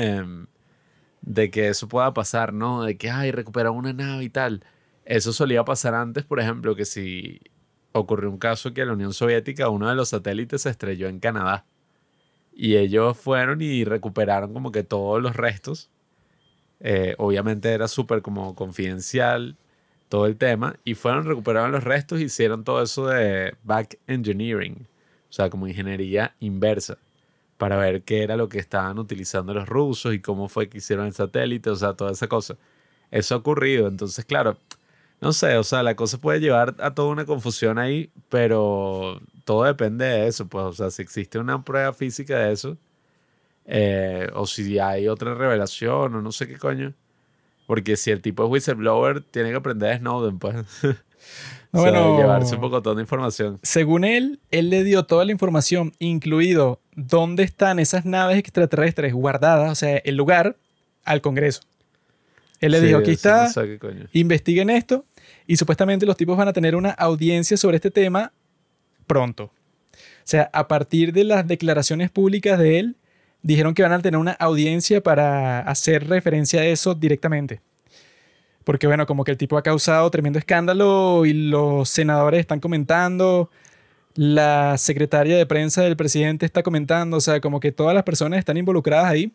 de que eso pueda pasar, ¿no? De que, ay, recuperar una nave y tal. Eso solía pasar antes, por ejemplo, que si ocurrió un caso que la Unión Soviética, uno de los satélites se estrelló en Canadá. Y ellos fueron y recuperaron como que todos los restos. Obviamente era súper como confidencial todo el tema. Y fueron, recuperaron los restos y hicieron todo eso de back engineering. O sea, como ingeniería inversa. Para ver qué era lo que estaban utilizando los rusos y cómo fue que hicieron el satélite. O sea, toda esa cosa. Eso ha ocurrido. Entonces, claro, no sé, o sea, la cosa puede llevar a toda una confusión ahí, pero todo depende de eso, pues, o sea, si existe una prueba física de eso, o si hay otra revelación, o no sé qué coño, porque si el tipo es whistleblower, tiene que aprender de Snowden, pues, o No, sea, de llevarse un bueno, poco de información. según él le dio toda la información, incluido dónde están esas naves extraterrestres guardadas, o sea, el lugar, al Congreso. Él le Sí, dijo, aquí eso no está, sé qué coño. investiguen esto, y supuestamente los tipos van a tener una audiencia sobre este tema pronto. O sea, a partir de las declaraciones públicas de él, dijeron que van a tener una audiencia para hacer referencia a eso directamente. Porque bueno, como que el tipo ha causado tremendo escándalo y los senadores están comentando, la secretaria de prensa del presidente está comentando, o sea, como que todas las personas están involucradas ahí.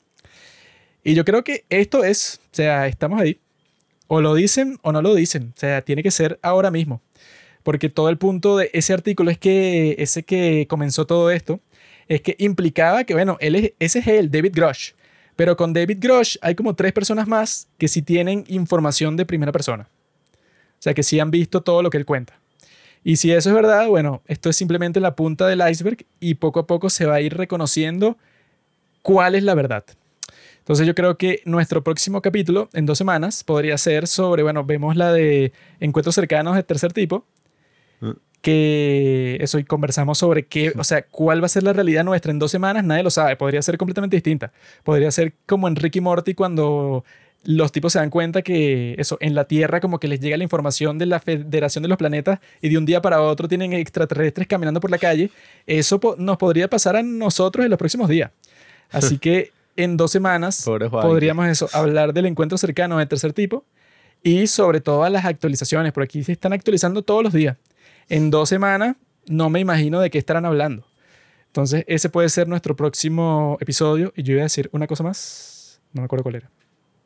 Y yo creo que esto es, o sea, estamos ahí. O lo dicen o no lo dicen. O sea, tiene que ser ahora mismo. Porque todo el punto de ese artículo es que ese que comenzó todo esto es que implicaba que, bueno, ese es él, David Grush. Pero con David Grush hay como 3 personas más que sí tienen información de primera persona. O sea, que sí han visto todo lo que él cuenta. Y si eso es verdad, bueno, esto es simplemente la punta del iceberg y poco a poco se va a ir reconociendo cuál es la verdad. Entonces yo creo que nuestro próximo capítulo, en 2 semanas, podría ser sobre, bueno, vemos la de encuentros cercanos de tercer tipo, Mm. que eso, y conversamos sobre qué, o sea, cuál va a ser la realidad nuestra en 2 semanas, nadie lo sabe, podría ser completamente distinta. Podría ser como en Rick y Morty cuando los tipos se dan cuenta que eso, en la Tierra como que les llega la información de la Federación de los Planetas y de un día para otro tienen extraterrestres caminando por la calle. Eso nos podría pasar a nosotros en los próximos días. Así que en 2 semanas Pobre Juan. podríamos eso, hablar del encuentro cercano de tercer tipo y sobre todas las actualizaciones. Por aquí se están actualizando todos los días. En 2 semanas no me imagino de qué estarán hablando. Entonces ese puede ser nuestro próximo episodio. Y yo iba a decir una cosa más. No me acuerdo cuál era.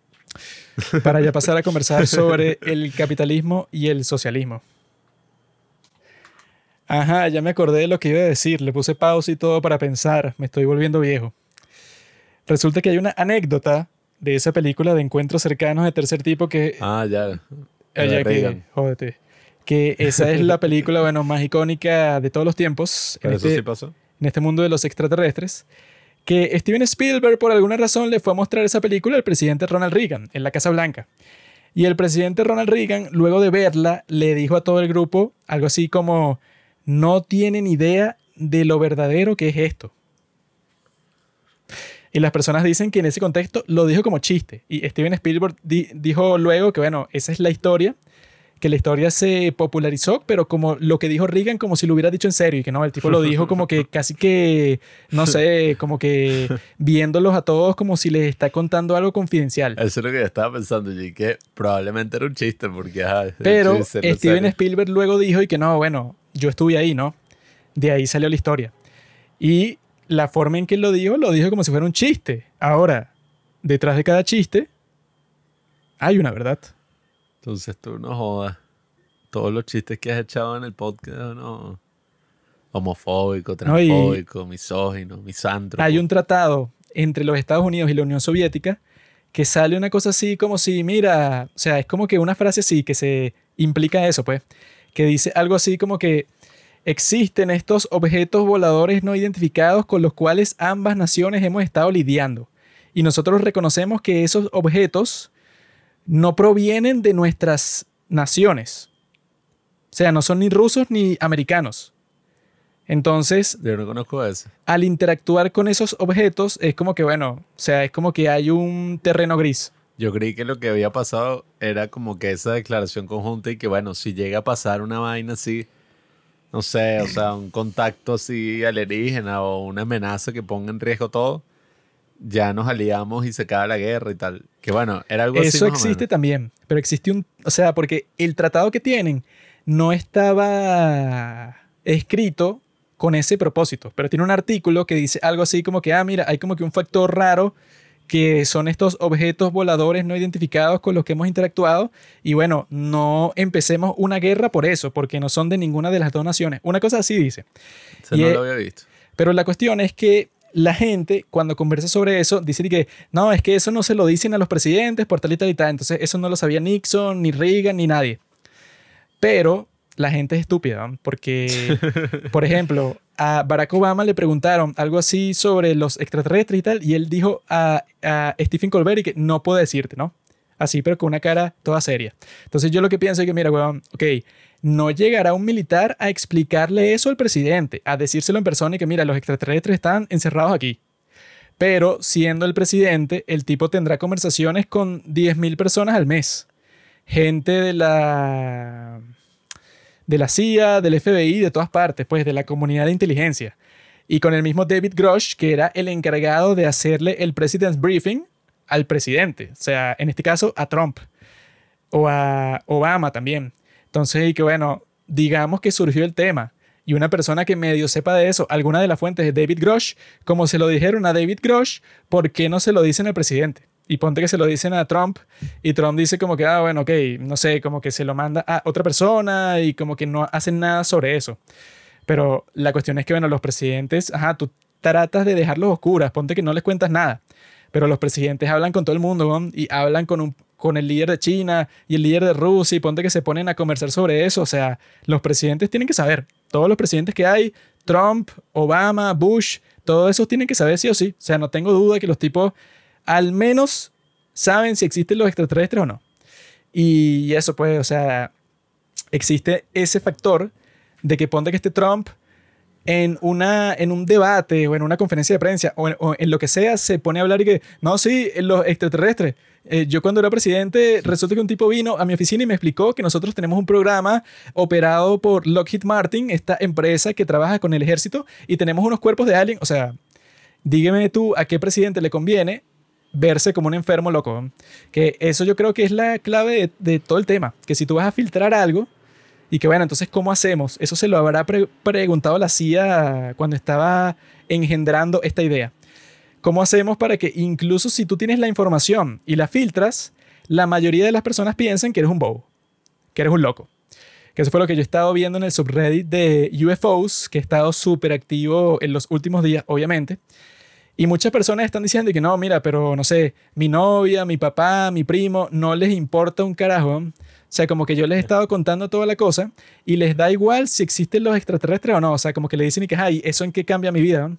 Para ya pasar a conversar sobre el capitalismo y el socialismo. Ajá, ya me acordé de lo que iba a decir. Le puse pausa y todo para pensar. Me estoy volviendo viejo. Resulta que hay una anécdota de esa película de encuentros cercanos de tercer tipo que... Ah, ya. ya que, Reagan. jódete. Que esa es la película, bueno, más icónica de todos los tiempos Pero eso sí pasó. en este mundo de los extraterrestres. Que Steven Spielberg, por alguna razón, le fue a mostrar esa película al presidente Ronald Reagan en la Casa Blanca. Y el presidente Ronald Reagan, luego de verla, le dijo a todo el grupo algo así como: no tienen idea de lo verdadero que es esto. Y las personas dicen que en ese contexto lo dijo como chiste. Y Steven Spielberg dijo luego que, bueno, esa es la historia, que la historia se popularizó, pero como lo que dijo Reagan, como si lo hubiera dicho en serio, y que no, el tipo lo dijo como que casi que, no sé, como que viéndolos a todos como si les está contando algo confidencial. Eso es lo que yo estaba pensando, y que probablemente era un chiste, porque Pero chiste, no Steven serio. Spielberg luego dijo y que no, bueno, yo estuve ahí, ¿no? De ahí salió la historia. Y la forma en que lo dijo como si fuera un chiste. Ahora, detrás de cada chiste hay una verdad. Entonces tú no jodas. Todos los chistes que has echado en el podcast, no. Homofóbico, transfóbico, misógino, misántropo. Hay un tratado entre los Estados Unidos y la Unión Soviética que sale una cosa así como si, mira, o sea, es como que una frase así que se implica eso, pues, que dice algo así como que existen estos objetos voladores no identificados con los cuales ambas naciones hemos estado lidiando. Y nosotros reconocemos que esos objetos no provienen de nuestras naciones. O sea, no son ni rusos ni americanos. Entonces, yo no conozco eso. Al interactuar con esos objetos, es como que, bueno, o sea, es como que hay un terreno gris. Yo creí que lo que había pasado era como que esa declaración conjunta y que, bueno, si llega a pasar una vaina así, no sé, o sea, un contacto así alienígena o una amenaza que ponga en riesgo todo, ya nos aliamos y se acaba la guerra y tal. Que bueno, era algo así. Eso existe también, pero existe o sea, porque el tratado que tienen no estaba escrito con ese propósito, pero tiene un artículo que dice algo así como que, mira, hay como que un factor raro que son estos objetos voladores no identificados con los que hemos interactuado y bueno, no empecemos una guerra por eso, porque no son de ninguna de las dos naciones. Una cosa así dice. Eso no lo había visto. Pero la cuestión es que la gente, cuando conversa sobre eso, dice que no, es que eso no se lo dicen a los presidentes por tal y tal y tal. Entonces, eso no lo sabía Nixon, ni Reagan, ni nadie. Pero la gente es estúpida, ¿no? Porque, por ejemplo, a Barack Obama le preguntaron algo así sobre los extraterrestres y tal, y él dijo a Stephen Colbert que no puedo decirte, ¿no? Así, pero con una cara toda seria. Entonces, yo lo que pienso es que, mira, weón, ok, no llegará un militar a explicarle eso al presidente, a decírselo en persona y que, mira, los extraterrestres están encerrados aquí. Pero, siendo el presidente, el tipo tendrá conversaciones con 10.000 personas al mes. Gente de la CIA, del FBI, de todas partes, pues, de la comunidad de inteligencia. Y con el mismo David Grush, que era el encargado de hacerle el President's Briefing al presidente. O sea, en este caso, a Trump. O a Obama también. Entonces, y que bueno, digamos que surgió el tema y una persona que medio sepa de eso, alguna de las fuentes de David Grush, como se lo dijeron a David Grush, ¿por qué no se lo dicen al presidente? Y ponte que se lo dicen a Trump y Trump dice como que, bueno, ok, no sé, como que se lo manda a otra persona y como que no hacen nada sobre eso. Pero la cuestión es que, bueno, los presidentes, tú tratas de dejarlos oscuras, ponte que no les cuentas nada. Pero los presidentes hablan con todo el mundo, ¿no? Y hablan con el líder de China y el líder de Rusia y ponte que se ponen a conversar sobre eso. O sea, los presidentes tienen que saber. Todos los presidentes que hay, Trump, Obama, Bush, todos esos tienen que saber sí o sí. O sea, no tengo duda que los tipos al menos saben si existen los extraterrestres o no. Y eso pues, o sea, existe ese factor de que ponte que este Trump en un debate o en una conferencia de prensa o en lo que sea se pone a hablar y que, no, sí, los extraterrestres. Yo cuando era presidente resulta que un tipo vino a mi oficina y me explicó que nosotros tenemos un programa operado por Lockheed Martin, esta empresa que trabaja con el ejército, y tenemos unos cuerpos de alien. O sea, dígame tú a qué presidente le conviene verse como un enfermo loco, ¿no? Que eso yo creo que es la clave de todo el tema. Que si tú vas a filtrar algo y que bueno, entonces ¿cómo hacemos? Eso se lo habrá preguntado la CIA cuando estaba engendrando esta idea. ¿Cómo hacemos para que incluso si tú tienes la información y la filtras, la mayoría de las personas piensen que eres un bobo, que eres un loco? Que eso fue lo que yo he estado viendo en el subreddit de UFOs, que he estado súper activo en los últimos días, obviamente. Y muchas personas están diciendo que no, mira, pero no sé, mi novia, mi papá, mi primo, no les importa un carajo. O sea, como que yo les he estado contando toda la cosa y les da igual si existen los extraterrestres o no. O sea, como que le dicen y que, ay, ¿eso en qué cambia mi vida?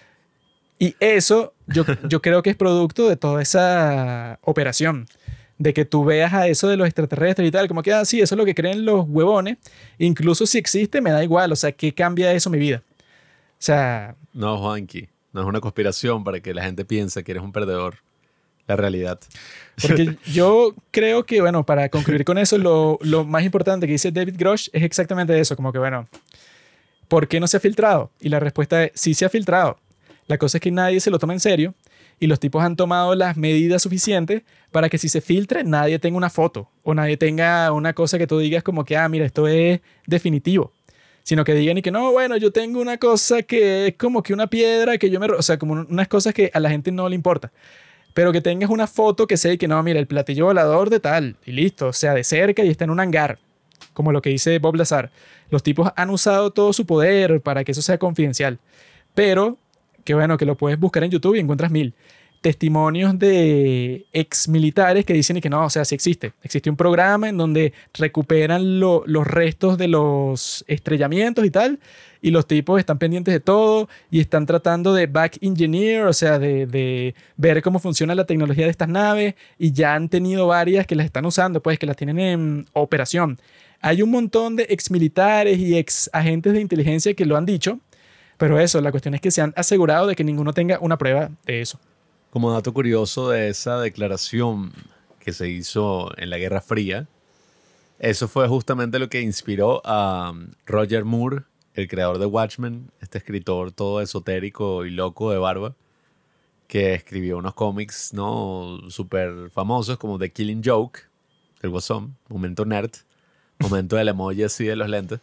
Y eso yo creo que es producto de toda esa operación. De que tú veas a eso de los extraterrestres y tal, como que, sí, eso es lo que creen los huevones. Incluso si existe, me da igual. O sea, ¿qué cambia eso mi vida? O sea... No, Juanqui, no es una conspiración para que la gente piense que eres un perdedor. La realidad. Porque yo creo que, bueno, para concluir con eso, lo más importante que dice David Grush es exactamente eso, como que, bueno, ¿por qué no se ha filtrado? Y la respuesta es, sí se ha filtrado. La cosa es que nadie se lo toma en serio y los tipos han tomado las medidas suficientes para que si se filtre, nadie tenga una foto o nadie tenga una cosa que tú digas como que, mira, esto es definitivo. sino que digan y que no, bueno, yo tengo una cosa que es como que una piedra que yo me... O sea, como unas cosas que a la gente no le importa. Pero que tengas una foto que sea y que no, mira, el platillo volador de tal, y listo, o sea, de cerca y está en un hangar, como lo que dice Bob Lazar. Los tipos han usado todo su poder para que eso sea confidencial. Pero, que bueno, que lo puedes buscar en YouTube y encuentras mil testimonios de ex militares que dicen y que no, o sea, sí existe. Existe un programa en donde recuperan los restos de los estrellamientos y tal, y los tipos están pendientes de todo y están tratando de back engineer, o sea, de ver cómo funciona la tecnología de estas naves, y ya han tenido varias que las están usando, pues que las tienen en operación. Hay un montón de ex militares y ex agentes de inteligencia que lo han dicho, pero eso, la cuestión es que se han asegurado de que ninguno tenga una prueba de eso. Como dato curioso de esa declaración que se hizo en la Guerra Fría, eso fue justamente lo que inspiró a Roger Moore, el creador de Watchmen, este escritor todo esotérico y loco de barba, que escribió unos cómics, ¿no?, súper famosos como The Killing Joke, el Guasón, momento nerd, momento del emoji así de los lentes.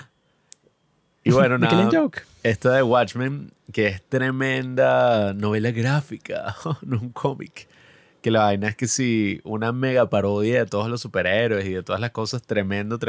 Y bueno, The Killing nada, Joke. esta de Watchmen, que es tremenda novela gráfica, no un cómic. Que la vaina es que sí, una mega parodia de todos los superhéroes y de todas las cosas, tremendo,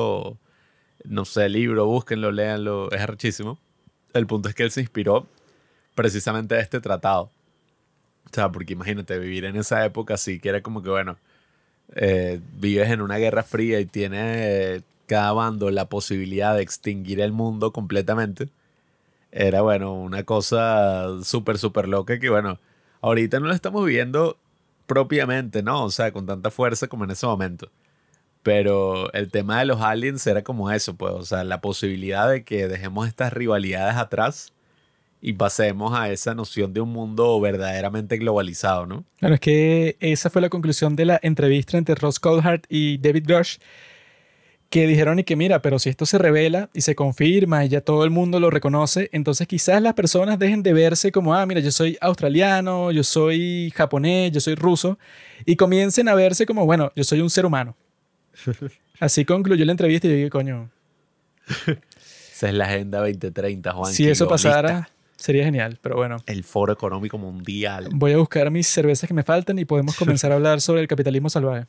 no sé, libro, búsquenlo, léanlo, es arrechísimo. El punto es que él se inspiró precisamente de este tratado. O sea, porque imagínate, vivir en esa época así, que era como que, bueno, vives en una guerra fría y tiene cada bando la posibilidad de extinguir el mundo completamente. Era, bueno, una cosa súper loca que, bueno, ahorita no lo estamos viviendo propiamente, ¿no? O sea, con tanta fuerza como en ese momento. Pero el tema de los aliens era como eso, pues. O sea, la posibilidad de que dejemos estas rivalidades atrás y pasemos a esa noción de un mundo verdaderamente globalizado, ¿no? Bueno, es que esa fue la conclusión de la entrevista entre Ross Coulthart y David Grush, que dijeron y que mira, pero si esto se revela y se confirma y ya todo el mundo lo reconoce, entonces quizás las personas dejen de verse como, ah, mira, yo soy australiano, yo soy japonés, yo soy ruso, y comiencen a verse como, bueno, yo soy un ser humano. Así concluyó la entrevista y yo dije, coño. Esa es la Agenda 2030, Juan. Si eso pasara, sería genial, pero bueno. El Foro Económico Mundial. Voy a buscar mis cervezas que me faltan y podemos comenzar a hablar sobre el capitalismo salvaje.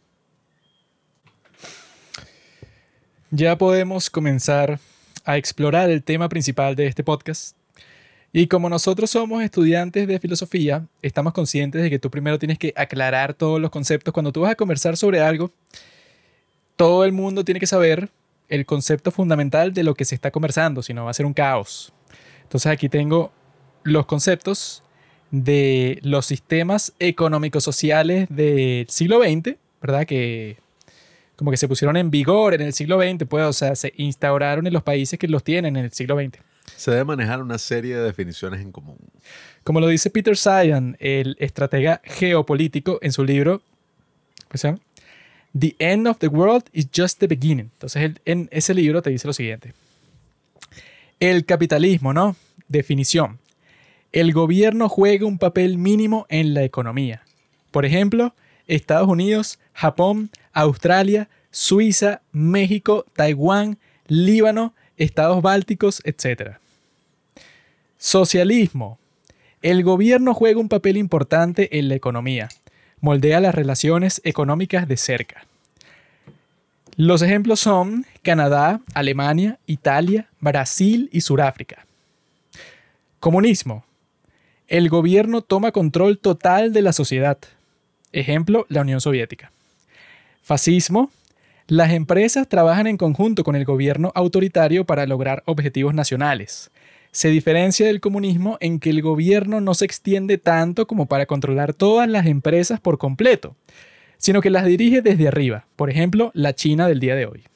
Ya podemos comenzar a explorar el tema principal de este podcast. Y como nosotros somos estudiantes de filosofía, estamos conscientes de que tú primero tienes que aclarar todos los conceptos. Cuando tú vas a conversar sobre algo, todo el mundo tiene que saber el concepto fundamental de lo que se está conversando, si no va a ser un caos. Entonces aquí tengo los conceptos de los sistemas económicos sociales del siglo XX, ¿verdad? Que como que se pusieron en vigor en el siglo XX, pues, o sea, se instauraron en los países que los tienen en el siglo XX. Se debe manejar una serie de definiciones en común. Como lo dice Peter Zeihan, el estratega geopolítico, en su libro, ¿cómo se llama? The End of the World is Just the Beginning. Entonces, él, en ese libro te dice lo siguiente. El capitalismo, ¿no? Definición. El gobierno juega un papel mínimo en la economía. Por ejemplo, Estados Unidos, Japón, Australia, Suiza, México, Taiwán, Líbano, Estados Bálticos, etc. Socialismo. El gobierno juega un papel importante en la economía. Moldea las relaciones económicas de cerca. Los ejemplos son Canadá, Alemania, Italia, Brasil y Sudáfrica. Comunismo. El gobierno toma control total de la sociedad. Ejemplo, la Unión Soviética. Fascismo. Las empresas trabajan en conjunto con el gobierno autoritario para lograr objetivos nacionales. Se diferencia del comunismo en que el gobierno no se extiende tanto como para controlar todas las empresas por completo, sino que las dirige desde arriba. Por ejemplo, la China del día de hoy.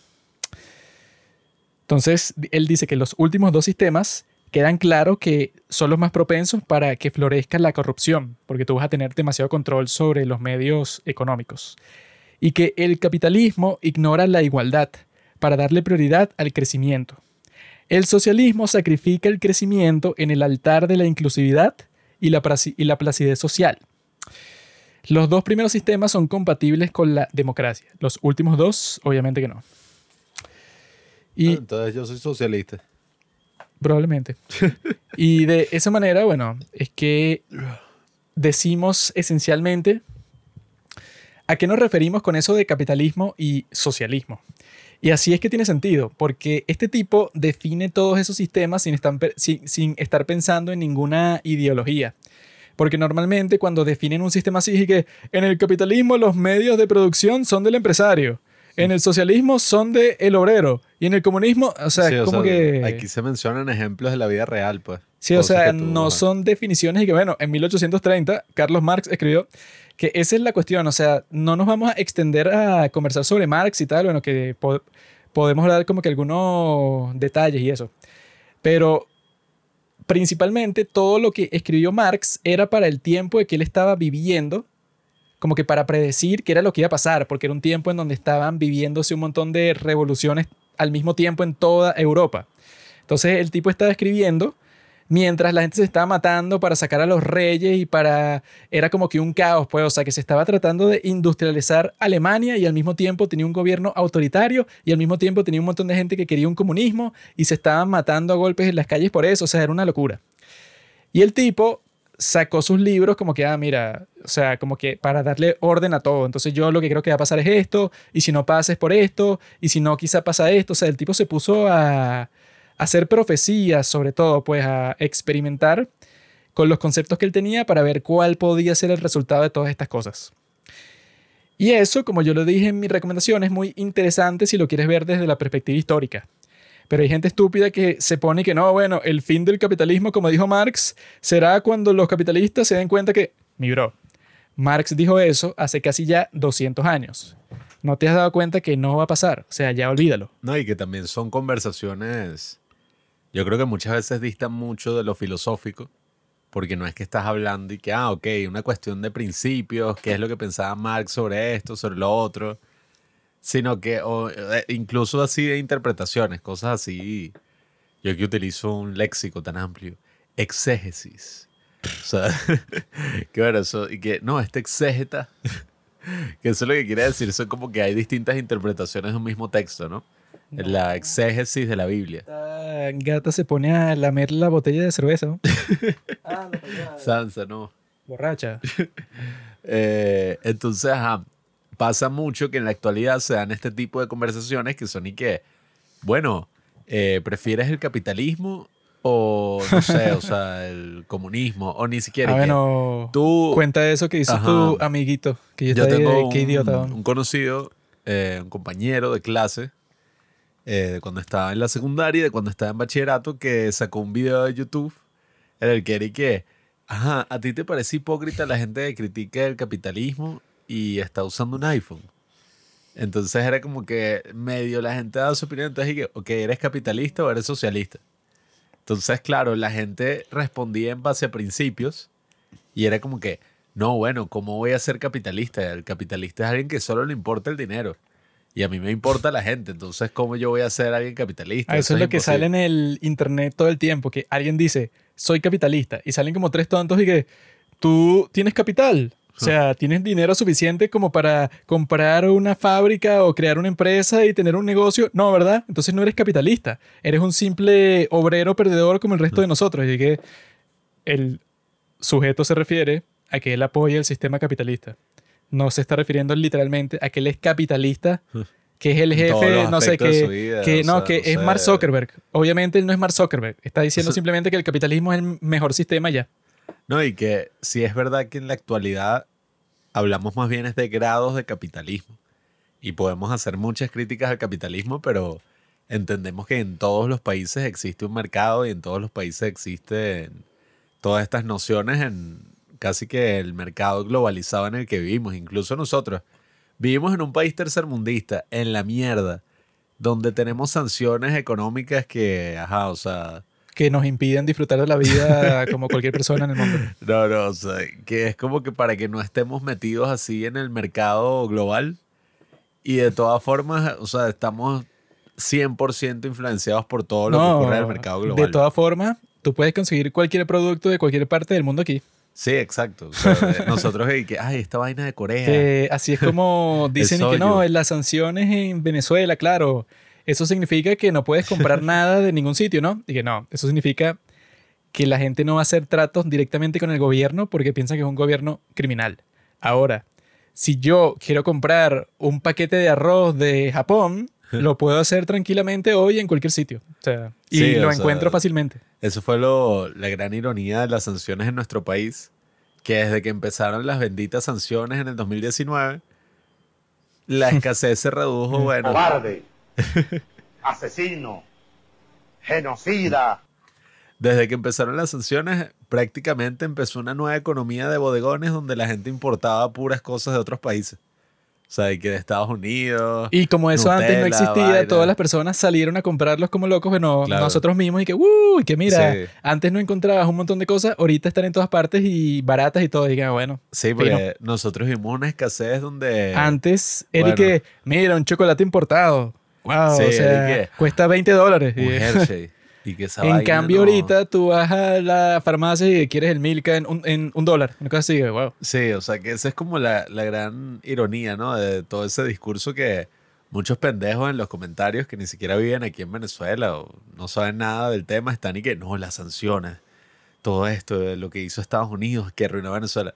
Entonces, él dice que los últimos dos sistemas quedan claros que son los más propensos para que florezca la corrupción, porque tú vas a tener demasiado control sobre los medios económicos. Y que el capitalismo ignora la igualdad para darle prioridad al crecimiento. El socialismo sacrifica el crecimiento en el altar de la inclusividad y la placidez social. Los dos primeros sistemas son compatibles con la democracia. Los últimos dos, obviamente que no. Y Entonces yo soy socialista. probablemente. Y de esa manera, bueno, es que decimos esencialmente a qué nos referimos con eso de capitalismo y socialismo. Y así es que tiene sentido, porque este tipo define todos esos sistemas sin estar pensando en ninguna ideología. Porque normalmente cuando definen un sistema así, es que en el capitalismo los medios de producción son del empresario, en el socialismo son del obrero, y en el comunismo, o sea, Sí, es o como sea, que... aquí se mencionan ejemplos de la vida real, pues. Sí, o Cosas sea, que tú, no ajá. son definiciones y que, bueno, en 1830 Carlos Marx escribió que esa es la cuestión, o sea, no nos vamos a extender a conversar sobre Marx y tal, bueno, que podemos dar como que algunos detalles y eso, pero principalmente todo lo que escribió Marx era para el tiempo de que él estaba viviendo, como que para predecir qué era lo que iba a pasar, porque era un tiempo en donde estaban viviéndose un montón de revoluciones al mismo tiempo en toda Europa. Entonces el tipo estaba escribiendo mientras la gente se estaba matando para sacar a los reyes y para... Era como que un caos, pues, o sea, que se estaba tratando de industrializar Alemania y al mismo tiempo tenía un gobierno autoritario y al mismo tiempo tenía un montón de gente que quería un comunismo y se estaban matando a golpes en las calles por eso, o sea, era una locura. Y el tipo sacó sus libros como que, mira, o sea, como que para darle orden a todo. Entonces yo lo que creo que va a pasar es esto, y si no pasa es por esto, y si no quizá pasa esto. O sea, el tipo se puso a hacer profecías, sobre todo, pues a experimentar con los conceptos que él tenía para ver cuál podía ser el resultado de todas estas cosas. Y eso, como yo lo dije en mi recomendación, es muy interesante si lo quieres ver desde la perspectiva histórica. Pero hay gente estúpida que se pone que no, bueno, el fin del capitalismo, como dijo Marx, será cuando los capitalistas se den cuenta que, mi bro, Marx dijo eso hace casi ya 200 años. ¿No te has dado cuenta que no va a pasar? O sea, ya olvídalo. No, y que también son conversaciones, yo creo que muchas veces distan mucho de lo filosófico, porque no es que estás hablando y que, ok, una cuestión de principios, qué es lo que pensaba Marx sobre esto, sobre lo otro, sino que incluso así de interpretaciones, cosas así. Yo que utilizo un léxico tan amplio, exégesis. O sea, que bueno, eso, y que no, este exégeta, que eso es lo que quiere decir, son como que hay distintas interpretaciones de un mismo texto, ¿no? La exégesis de la Biblia. Esta gata se pone a lamer la botella de cerveza, ¿no? Sansa, ¿no? Borracha. Entonces, ajá, pasa mucho que en la actualidad se dan este tipo de conversaciones que son y que, bueno, ¿prefieres el capitalismo o, no sé, o sea, el comunismo? O ni siquiera que Bueno, tú... cuenta eso que hizo Ajá, tu amiguito. Que yo yo estaba tengo qué idiota. un conocido, un compañero de clase, de cuando estaba en la secundaria y de cuando estaba en bachillerato, que sacó un video de YouTube en el que era y que, ajá, ¿a ti te parece hipócrita la gente que critica el capitalismo y está usando un iPhone? Entonces era como que medio la gente daba su opinión, entonces dije, ok, ¿eres capitalista o eres socialista? Entonces, claro, la gente respondía en base a principios y era como que, no, bueno, ¿cómo voy a ser capitalista? El capitalista es alguien que solo le importa el dinero y a mí me importa la gente, entonces, ¿cómo yo voy a ser alguien capitalista? Eso es lo que imposible. sale en el internet todo el tiempo, que alguien dice, soy capitalista, y salen como tres tontos y que tú tienes capital, o sea, tienes dinero suficiente como para comprar una fábrica o crear una empresa y tener un negocio. No, ¿verdad? Entonces no eres capitalista, eres un simple obrero perdedor como el resto de nosotros. Y que el sujeto se refiere a que él apoya el sistema capitalista. No se está refiriendo literalmente a que él es capitalista, que es el En todos jefe, los no sé, aspectos de su vida, que o no, sea, que no es Mark sé. Zuckerberg. Obviamente él no es Mark Zuckerberg. Está diciendo Eso- simplemente que el capitalismo es el mejor sistema ya. No, y que sí es verdad que en la actualidad hablamos más bien es de grados de capitalismo y podemos hacer muchas críticas al capitalismo, pero entendemos que en todos los países existe un mercado y en todos los países existen todas estas nociones en casi que el mercado globalizado en el que vivimos. Incluso nosotros vivimos en un país tercermundista, en la mierda, donde tenemos sanciones económicas que, ajá, o sea, Que nos impiden disfrutar de la vida como cualquier persona en el mundo. no, o sea, que es como que para que no estemos metidos así en el mercado global y de todas formas, o sea, estamos 100% influenciados por todo lo que ocurre en el No, mercado de global. todas formas, tú puedes conseguir cualquier producto de cualquier parte del mundo aquí. Sí, exacto. O sea, nosotros, que, ay, esta vaina de Corea, Que así es como dicen y que no, soyo. en las sanciones en Venezuela, claro, eso significa que no puedes comprar nada de ningún sitio, ¿no? Y que no, eso significa que la gente no va a hacer tratos directamente con el gobierno porque piensan que es un gobierno criminal. Ahora, si yo quiero comprar un paquete de arroz de Japón, lo puedo hacer tranquilamente hoy en cualquier sitio. O sea, y Sí, lo o sea, encuentro fácilmente. eso fue la gran ironía de las sanciones en nuestro país, que desde que empezaron las benditas sanciones en el 2019, la escasez se redujo, bueno, Cobarde, asesino, genocida. desde que empezaron las sanciones, prácticamente empezó una nueva economía de bodegones donde la gente importaba puras cosas de otros países. O sea, y que de Estados Unidos, Y como eso antes no Nutella, existía, vaina. todas las personas salieron a comprarlos como locos, bueno, Claro. nosotros mismos, y que mira, Sí. antes no encontrabas un montón de cosas, ahorita están en todas partes y baratas y todo. Y digan, bueno, Sí, porque nosotros vimos una escasez donde... antes era bueno. que, mira, un chocolate importado. Wow, Sí, o sea, ¿y qué? cuesta $20. Un Hershey. Y que esa En vaina cambio, no- ahorita tú vas a la farmacia y quieres el Milka en $1. Una cosa así, wow. Sí, o sea que esa es como la gran ironía, ¿no? De todo ese discurso que muchos pendejos en los comentarios que ni siquiera viven aquí en Venezuela o no saben nada del tema están y que no, las sanciones, todo esto, de lo que hizo Estados Unidos, que arruinó a Venezuela.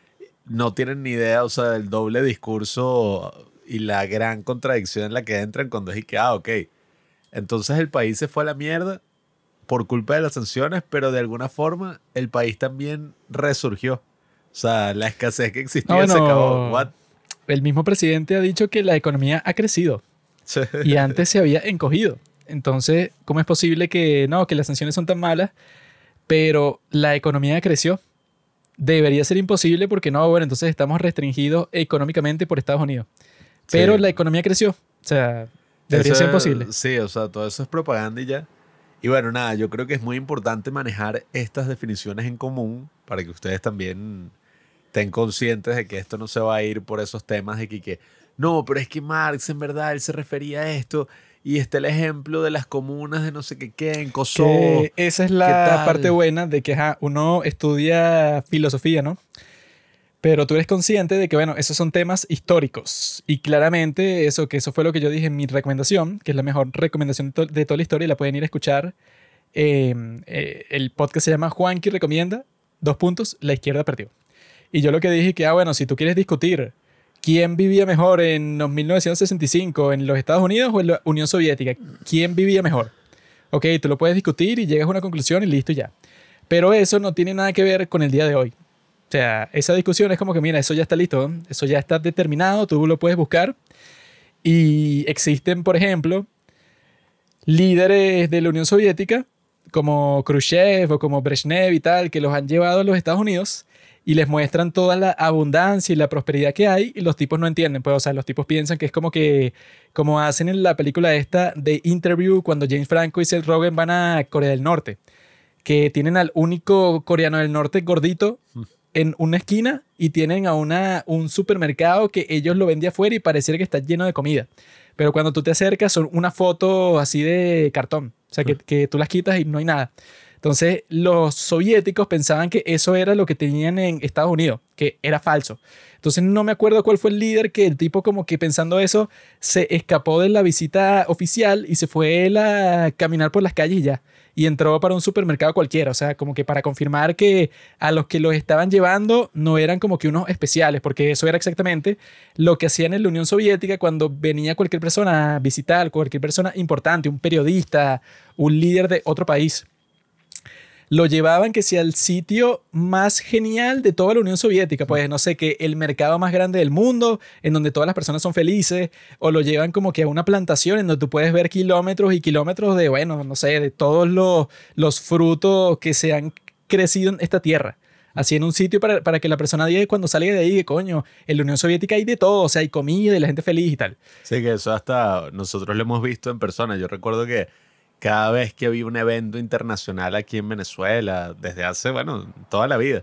No tienen ni idea, o sea, del doble discurso y la gran contradicción en la que entran cuando es y que, ok, entonces el país se fue a la mierda por culpa de las sanciones, pero de alguna forma el país también resurgió. O sea, la escasez que existía No, se bueno, acabó. What? el mismo presidente ha dicho que la economía ha crecido y antes se había encogido. Entonces, ¿cómo es posible que no, que las sanciones son tan malas, pero la economía creció? Debería ser imposible porque no, bueno, entonces estamos restringidos económicamente por Estados Unidos. Pero Sí. la economía creció. O sea, debería Eso ser es- imposible. Sí, o sea, todo eso es propaganda y ya. Y bueno, nada, yo creo que es muy importante manejar estas definiciones en común para que ustedes también estén conscientes de que esto no se va a ir por esos temas de que no, pero es que Marx en verdad él se refería a esto y está el ejemplo de las comunas de no sé qué en Kosovo. Que esa es ¿qué la tal? parte buena de que ajá, uno estudia filosofía, ¿no? Pero tú eres consciente de que, bueno, esos son temas históricos. Y claramente eso fue lo que yo dije en mi recomendación, que es la mejor recomendación de toda la historia y la pueden ir a escuchar. El podcast se llama Juanqui Recomienda, la izquierda perdió. Y yo lo que dije que, bueno, si tú quieres discutir quién vivía mejor en los 1965, en los Estados Unidos o en la Unión Soviética, quién vivía mejor. Ok, tú lo puedes discutir y llegas a una conclusión y listo ya. Pero eso no tiene nada que ver con el día de hoy. O sea, esa discusión es como que, mira, eso ya está listo, ¿no? Eso ya está determinado, tú lo puedes buscar. Y existen, por ejemplo, líderes de la Unión Soviética, como Khrushchev o como Brezhnev y tal, que los han llevado a los Estados Unidos y les muestran toda la abundancia y la prosperidad que hay y los tipos no entienden. Pues, o sea, los tipos piensan que es como que, como hacen en la película esta de Interview, cuando James Franco y Seth Rogen van a Corea del Norte, que tienen al único coreano del norte gordito en una esquina y tienen a un supermercado que ellos lo ven de afuera y pareciera que está lleno de comida. Pero cuando tú te acercas son una foto así de cartón. O sea, que tú las quitas y no hay nada. Entonces, los soviéticos pensaban que eso era lo que tenían en Estados Unidos, que era falso. Entonces, no me acuerdo cuál fue el líder que el tipo como que pensando eso se escapó de la visita oficial y se fue él a caminar por las calles y ya. Y entró para un supermercado cualquiera, o sea, como que para confirmar que a los que los estaban llevando no eran como que unos especiales, porque eso era exactamente lo que hacían en la Unión Soviética cuando venía cualquier persona a visitar, cualquier persona importante, un periodista, un líder de otro país. Lo llevaban que sea el sitio más genial de toda la Unión Soviética, pues no sé, que el mercado más grande del mundo, en donde todas las personas son felices, o lo llevan como que a una plantación en donde tú puedes ver kilómetros y kilómetros de, bueno, no sé, de todos los frutos que se han crecido en esta tierra. Así en un sitio para que la persona diga cuando salga de ahí, que coño, en la Unión Soviética hay de todo, o sea, hay comida y la gente feliz y tal. Sí, que eso hasta nosotros lo hemos visto en persona. Yo recuerdo que cada vez que había un evento internacional aquí en Venezuela, desde hace, bueno, toda la vida,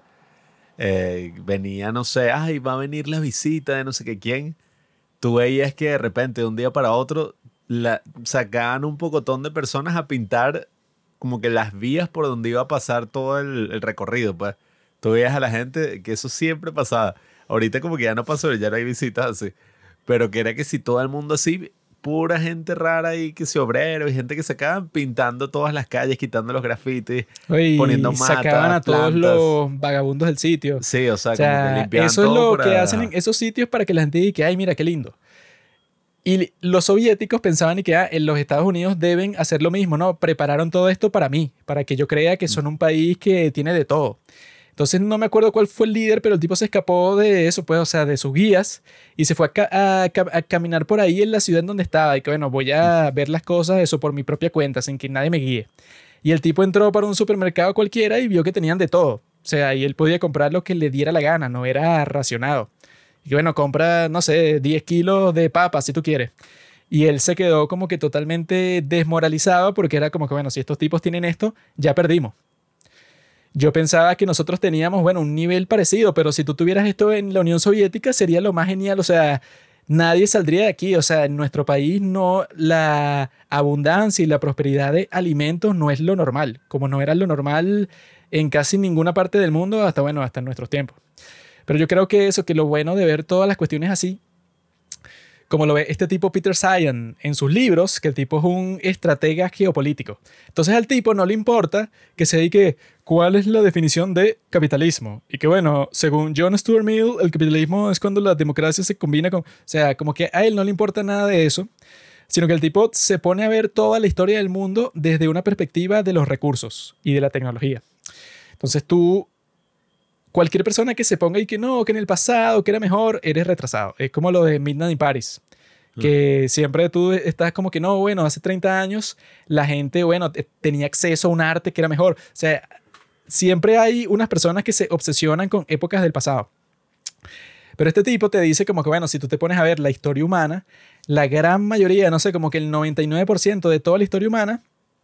venía, no sé, ay, va a venir la visita de no sé qué quién. Tú veías que de repente, de un día para otro, sacaban un pocotón de personas a pintar como que las vías por donde iba a pasar todo el recorrido, pues. Tú veías a la gente, que eso siempre pasaba. Ahorita como que ya no pasó, ya no hay visitas así. Pero que era que si todo el mundo así pura gente rara ahí, que se obreros y gente que se acaban pintando todas las calles, quitando los grafitis, Oye, poniendo y sacaban matas, a todos plantas. los vagabundos del sitio. Sí, o sea, O como que sea, limpiaban eso es todo lo que para... hacen en esos sitios para que la gente diga que, ay, mira, qué lindo. Y los soviéticos pensaban y que en los Estados Unidos deben hacer lo mismo, ¿no? Prepararon todo esto para mí, para que yo crea que son un país que tiene de todo. Entonces no me acuerdo cuál fue el líder, pero el tipo se escapó de eso, pues, o sea, de sus guías y se fue a caminar por ahí en la ciudad en donde estaba. Y que, bueno, voy a ver las cosas, eso por mi propia cuenta, sin que nadie me guíe. Y el tipo entró para un supermercado cualquiera y vio que tenían de todo. O sea, y él podía comprar lo que le diera la gana, no era racionado. Y bueno, compra, no sé, 10 kilos de papas si tú quieres. Y él se quedó como que totalmente desmoralizado porque era como que, bueno, si estos tipos tienen esto, ya perdimos. Yo pensaba que nosotros teníamos, bueno, un nivel parecido, pero si tú tuvieras esto en la Unión Soviética sería lo más genial. O sea, nadie saldría de aquí. O sea, en nuestro país no, la abundancia y la prosperidad de alimentos no es lo normal, como no era lo normal en casi ninguna parte del mundo hasta, bueno, hasta en nuestros tiempos. Pero yo creo que eso, que lo bueno de ver todas las cuestiones así, como lo ve este tipo Peter Zeihan en sus libros, que el tipo es un estratega geopolítico. Entonces al tipo no le importa que se dedique cuál es la definición de capitalismo. Y que bueno, según John Stuart Mill, el capitalismo es cuando la democracia se combina con... O sea, como que a él no le importa nada de eso, sino que el tipo se pone a ver toda la historia del mundo desde una perspectiva de los recursos y de la tecnología. Entonces tú... Cualquier persona que se ponga y que no, que en el pasado, que era mejor, eres retrasado. Es como lo de Midnight in Paris. Que siempre tú estás como que no, bueno, hace 30 años la gente, bueno, tenía acceso a un arte que era mejor. O sea, siempre hay unas personas que se obsesionan con épocas del pasado. Pero este tipo te dice como que, bueno, si tú te pones a ver la historia humana, la gran mayoría, no sé, como que el 99% de toda la historia humana,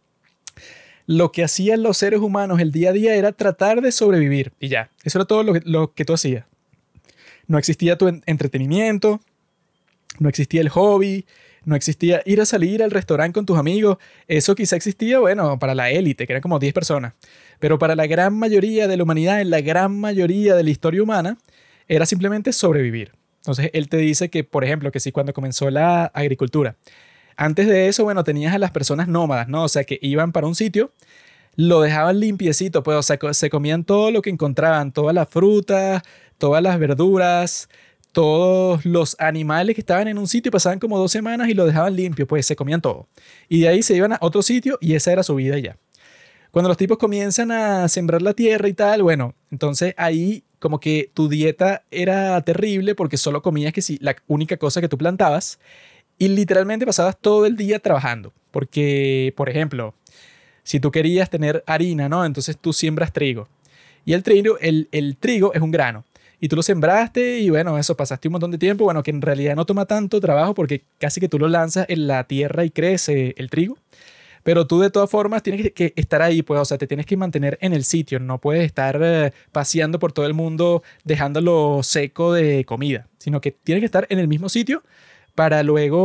lo que hacían los seres humanos el día a día era tratar de sobrevivir. Y ya, eso era todo lo que tú hacías. No existía tu entretenimiento, no existía el hobby, no existía ir a salir al restaurante con tus amigos. Eso quizá existía, bueno, para la élite, que eran como 10 personas. Pero para la gran mayoría de la humanidad, en la gran mayoría de la historia humana, era simplemente sobrevivir. Entonces, él te dice que, por ejemplo, que si cuando comenzó la agricultura, antes de eso, bueno, tenías a las personas nómadas, ¿no? O sea, que iban para un sitio, lo dejaban limpiecito, pues, o sea, se comían todo lo que encontraban, todas las frutas, todas las verduras, todos los animales que estaban en un sitio, pasaban como 2 semanas y lo dejaban limpio, pues se comían todo. Y de ahí se iban a otro sitio y esa era su vida ya. Cuando los tipos comienzan a sembrar la tierra y tal, bueno, entonces ahí como que tu dieta era terrible porque solo comías que si la única cosa que tú plantabas y literalmente pasabas todo el día trabajando. Porque, por ejemplo, si tú querías tener harina, ¿no? Entonces tú siembras trigo. Y el trigo es un grano. Y tú lo sembraste y bueno, eso, pasaste un montón de tiempo. Bueno, que en realidad no toma tanto trabajo porque casi que tú lo lanzas en la tierra y crece el trigo. Pero tú de todas formas tienes que estar ahí, pues, o sea, te tienes que mantener en el sitio. No puedes estar paseando por todo el mundo dejándolo seco de comida, sino que tienes que estar en el mismo sitio para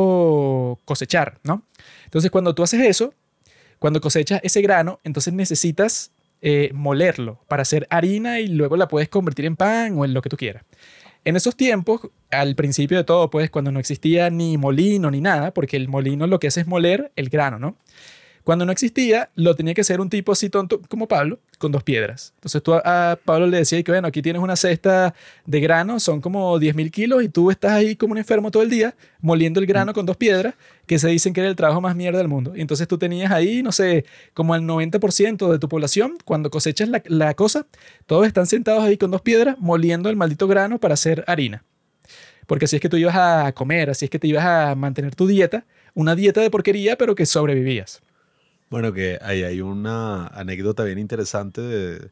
luego cosechar, ¿no? Entonces, cuando tú haces eso, cuando cosechas ese grano, entonces necesitas molerlo para hacer harina y luego la puedes convertir en pan o en lo que tú quieras. En esos tiempos, al principio de todo, pues, cuando no existía ni molino ni nada, porque el molino lo que hace es moler el grano, ¿no? Cuando no existía, lo tenía que hacer un tipo así tonto como Pablo, con 2 piedras. Entonces tú a Pablo le decías que, bueno, aquí tienes una cesta de grano, son como 10.000 kilos y tú estás ahí como un enfermo todo el día moliendo el grano con 2 piedras, que se dicen que era el trabajo más mierda del mundo. Y entonces tú tenías ahí, no sé, como el 90% de tu población, cuando cosechas la cosa, todos están sentados ahí con 2 piedras moliendo el maldito grano para hacer harina. Porque así es que tú ibas a comer, así es que te ibas a mantener tu dieta, una dieta de porquería, pero que sobrevivías. Bueno, que ahí hay una anécdota bien interesante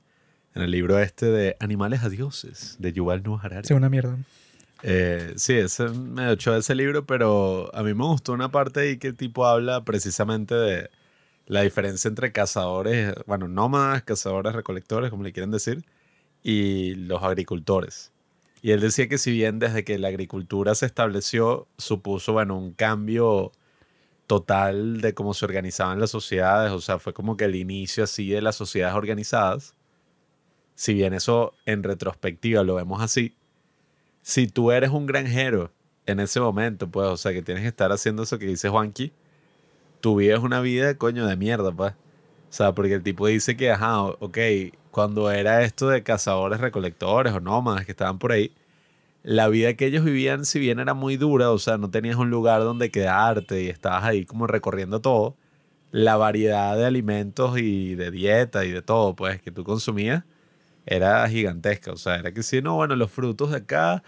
en el libro este de Animales a Dioses, de Yuval Noah Harari. Es una mierda. Sí, ese me echó ese libro, pero a mí me gustó una parte ahí que el tipo habla precisamente de la diferencia entre cazadores, bueno, nómadas, cazadores, recolectores, como le quieren decir, y los agricultores. Y él decía que si bien desde que la agricultura se estableció, supuso, bueno, un cambio total de cómo se organizaban las sociedades, o sea, fue como que el inicio así de las sociedades organizadas. Si bien eso en retrospectiva lo vemos así, si tú eres un granjero en ese momento, pues, o sea, que tienes que estar haciendo eso que dice Juanqui, tu vida es una vida, coño, de mierda, pues. O sea, porque el tipo dice que, ajá, ok, cuando era esto de cazadores, recolectores o nómadas que estaban por ahí, la vida que ellos vivían, si bien era muy dura, o sea, no tenías un lugar donde quedarte y estabas ahí como recorriendo todo, la variedad de alimentos y de dieta y de todo, pues, que tú consumías era gigantesca. O sea, era que sí, no, bueno, los frutos de acá,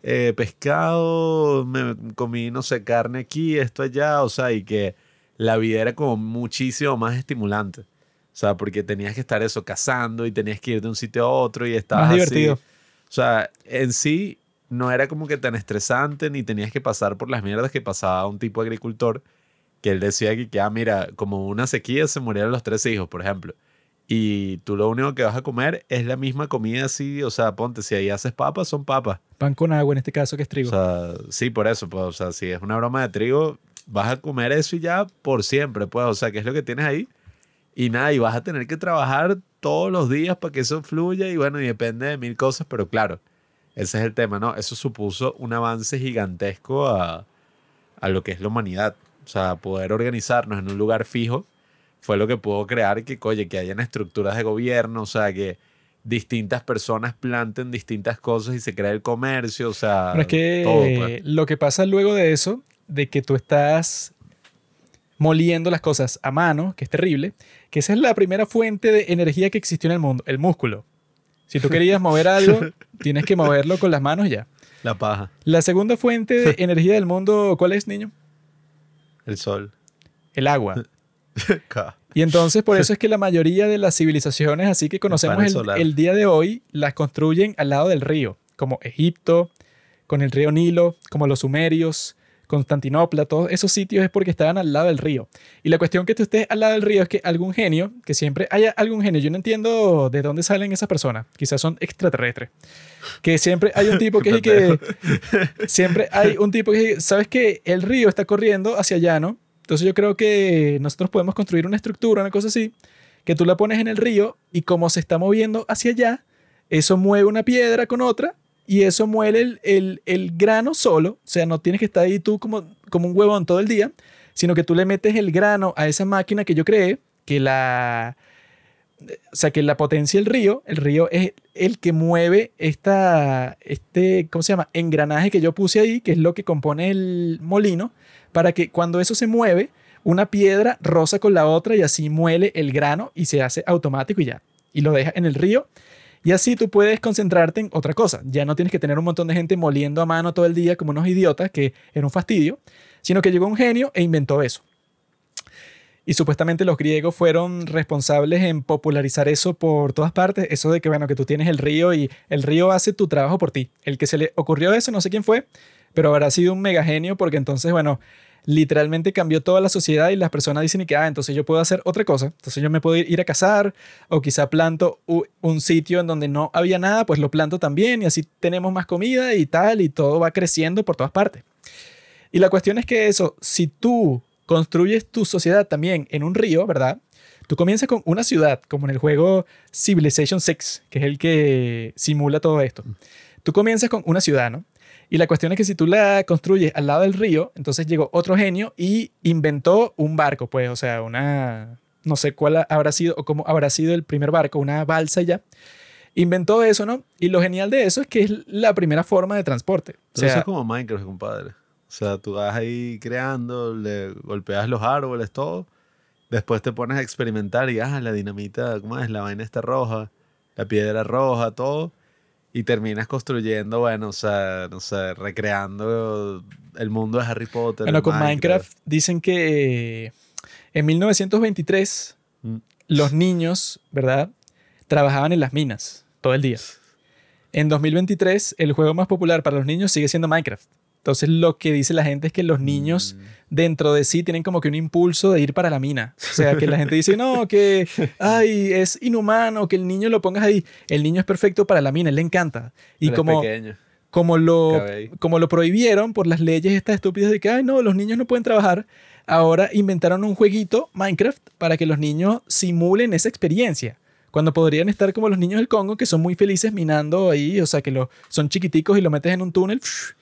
pescado, me comí, no sé, carne aquí, esto allá, o sea, y que la vida era como muchísimo más estimulante. O sea, porque tenías que estar eso cazando y tenías que ir de un sitio a otro y estabas Más así. divertido. O sea, en sí no era como que tan estresante ni tenías que pasar por las mierdas que pasaba un tipo agricultor que él decía que mira, como una sequía se murieron los 3 hijos, por ejemplo. Y tú lo único que vas a comer es la misma comida así, o sea, ponte, si ahí haces papas, son papas. Pan con agua, en este caso, que es O trigo. sea, sí, por eso, pues, o sea, si es una broma de trigo, vas a comer eso y ya por siempre, pues, o sea, ¿qué es lo que tienes ahí? Y nada, y vas a tener que trabajar todos los días para que eso fluya y bueno, y depende de mil cosas, pero claro, ese es el tema, ¿no? Eso supuso un avance gigantesco a lo que es la humanidad. O sea, poder organizarnos en un lugar fijo fue lo que pudo crear que, oye, que hayan estructuras de gobierno, o sea, que distintas personas planten distintas cosas y se crea el comercio, o sea, Pero es todo, que pues. lo que pasa luego de eso, de que tú estás moliendo las cosas a mano, que es terrible, que esa es la primera fuente de energía que existió en el mundo, el músculo. Si tú querías mover algo, tienes que moverlo con las manos y ya. La paja, La segunda fuente de energía del mundo, ¿cuál es, niño? el sol. El agua. Ca- Y entonces por eso es que la mayoría de las civilizaciones así que conocemos panel solar. el día de hoy las construyen al lado del río, como Egipto, con el río Nilo, como los sumerios, Constantinopla, todos esos sitios es porque estaban al lado del río. Y la cuestión que tú estés al lado del río es que algún genio, que siempre haya algún genio, yo no entiendo de dónde salen esas personas, quizás son extraterrestres, que siempre hay un tipo que es que siempre hay un tipo que sabes que el río está corriendo hacia allá, ¿no? Entonces yo creo que nosotros podemos construir una estructura, una cosa así, que tú la pones en el río y como se está moviendo hacia allá, eso mueve una piedra con otra y eso muele el grano solo. O sea, no tienes que estar ahí tú como un huevón todo el día, sino que tú le metes el grano a esa máquina que yo creé, o sea, que la potencia el río es el que mueve ¿cómo se llama? Engranaje que yo puse ahí, que es lo que compone el molino, para que cuando eso se mueve, una piedra roza con la otra y así muele el grano y se hace automático y ya. Y lo dejas en el río y así tú puedes concentrarte en otra cosa. Ya no tienes que tener un montón de gente moliendo a mano todo el día como unos idiotas, que era un fastidio, sino que llegó un genio e inventó eso. Y supuestamente los griegos fueron responsables en popularizar eso por todas partes. Eso de que, bueno, que tú tienes el río y el río hace tu trabajo por ti. El que se le ocurrió eso, no sé quién fue, pero habrá sido un mega genio porque entonces, bueno, literalmente cambió toda la sociedad y las personas dicen y que, entonces yo puedo hacer otra cosa. Entonces yo me puedo ir a cazar o quizá planto un sitio en donde no había nada, pues lo planto también y así tenemos más comida y tal y todo va creciendo por todas partes. Y la cuestión es que eso, si tú construyes tu sociedad también en un río, ¿verdad? Tú comienzas con una ciudad, como en el juego Civilization 6, que es el que simula todo esto. Tú comienzas con una ciudad, ¿no? Y la cuestión es que si tú la construyes al lado del río, entonces llegó otro genio y inventó un barco, pues, o sea, no sé cuál habrá sido o cómo habrá sido el primer barco, una balsa ya. Inventó eso, ¿no? Y lo genial de eso es que es la primera forma de transporte. O Pero eso sea, es como Minecraft, compadre. O sea, tú vas ahí creando, le golpeas los árboles, todo. Después te pones a experimentar y, la dinamita, ¿cómo es? La vaina está roja, la piedra roja, todo. Y terminas construyendo, bueno, o sea, no sé, recreando el mundo de Harry Potter. bueno, el con Minecraft dicen que en 1923 Mm. los niños, ¿verdad? Trabajaban en las minas todo el día. En 2023, el juego más popular para los niños sigue siendo Minecraft. Entonces, lo que dice la gente es que los niños dentro de sí tienen como que un impulso de ir para la mina. O sea, que la gente dice, no, que es inhumano que el niño lo pongas ahí. El niño es perfecto para la mina, él le encanta. Y Eres como, pequeño. como lo, Cabey. como lo prohibieron por las leyes estas estúpidas de que, no, los niños no pueden trabajar, ahora inventaron un jueguito, Minecraft, para que los niños simulen esa experiencia. Cuando podrían estar como los niños del Congo, que son muy felices minando ahí, o sea, que son chiquiticos y lo metes en un túnel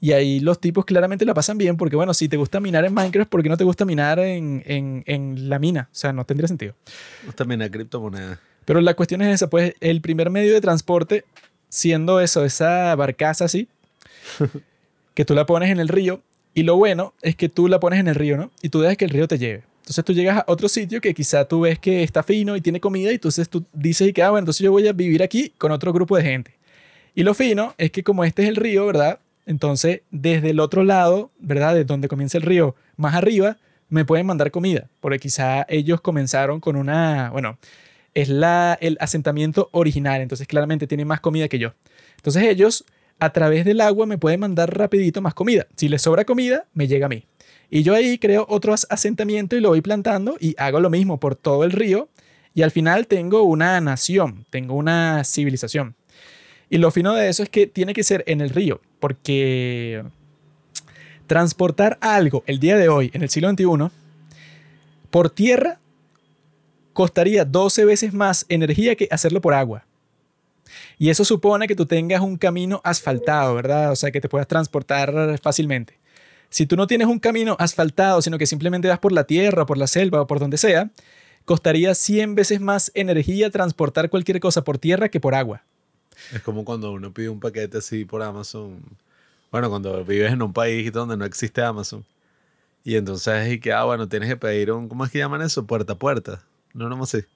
Y ahí los tipos claramente la pasan bien porque, bueno, si te gusta minar en Minecraft, ¿por qué no te gusta minar en la mina? O sea, no tendría sentido. También hay criptomonedas. Pero la cuestión es esa, pues el primer medio de transporte, siendo eso, esa barcaza así, que tú la pones en el río, y lo bueno es que tú la pones en el río, ¿no? Y tú dejas que el río te lleve. Entonces tú llegas a otro sitio que quizá tú ves que está fino y tiene comida, y entonces tú dices que, bueno, entonces yo voy a vivir aquí con otro grupo de gente. Y lo fino es que como este es el río, ¿verdad? Entonces desde el otro lado, ¿verdad? De donde comienza el río, más arriba, me pueden mandar comida, porque quizá ellos comenzaron con una, bueno, es el asentamiento original, entonces claramente tienen más comida que yo. Entonces ellos a través del agua me pueden mandar rapidito más comida. Si les sobra comida, me llega a mí. Y yo ahí creo otro asentamiento y lo voy plantando y hago lo mismo por todo el río. Y al final tengo una nación, tengo una civilización. Y lo fino de eso es que tiene que ser en el río, porque transportar algo el día de hoy, en el siglo XXI, por tierra, costaría 12 veces más energía que hacerlo por agua. Y eso supone que tú tengas un camino asfaltado, ¿verdad? O sea, que te puedas transportar fácilmente. Si tú no tienes un camino asfaltado, sino que simplemente vas por la tierra, por la selva o por donde sea, costaría 100 veces más energía transportar cualquier cosa por tierra que por agua. Es como cuando uno pide un paquete así por Amazon. Bueno, cuando vives en un país donde no existe Amazon. Y entonces, y que, bueno, tienes que pedir un, ¿cómo es que llaman eso? Puerta a puerta. No sé.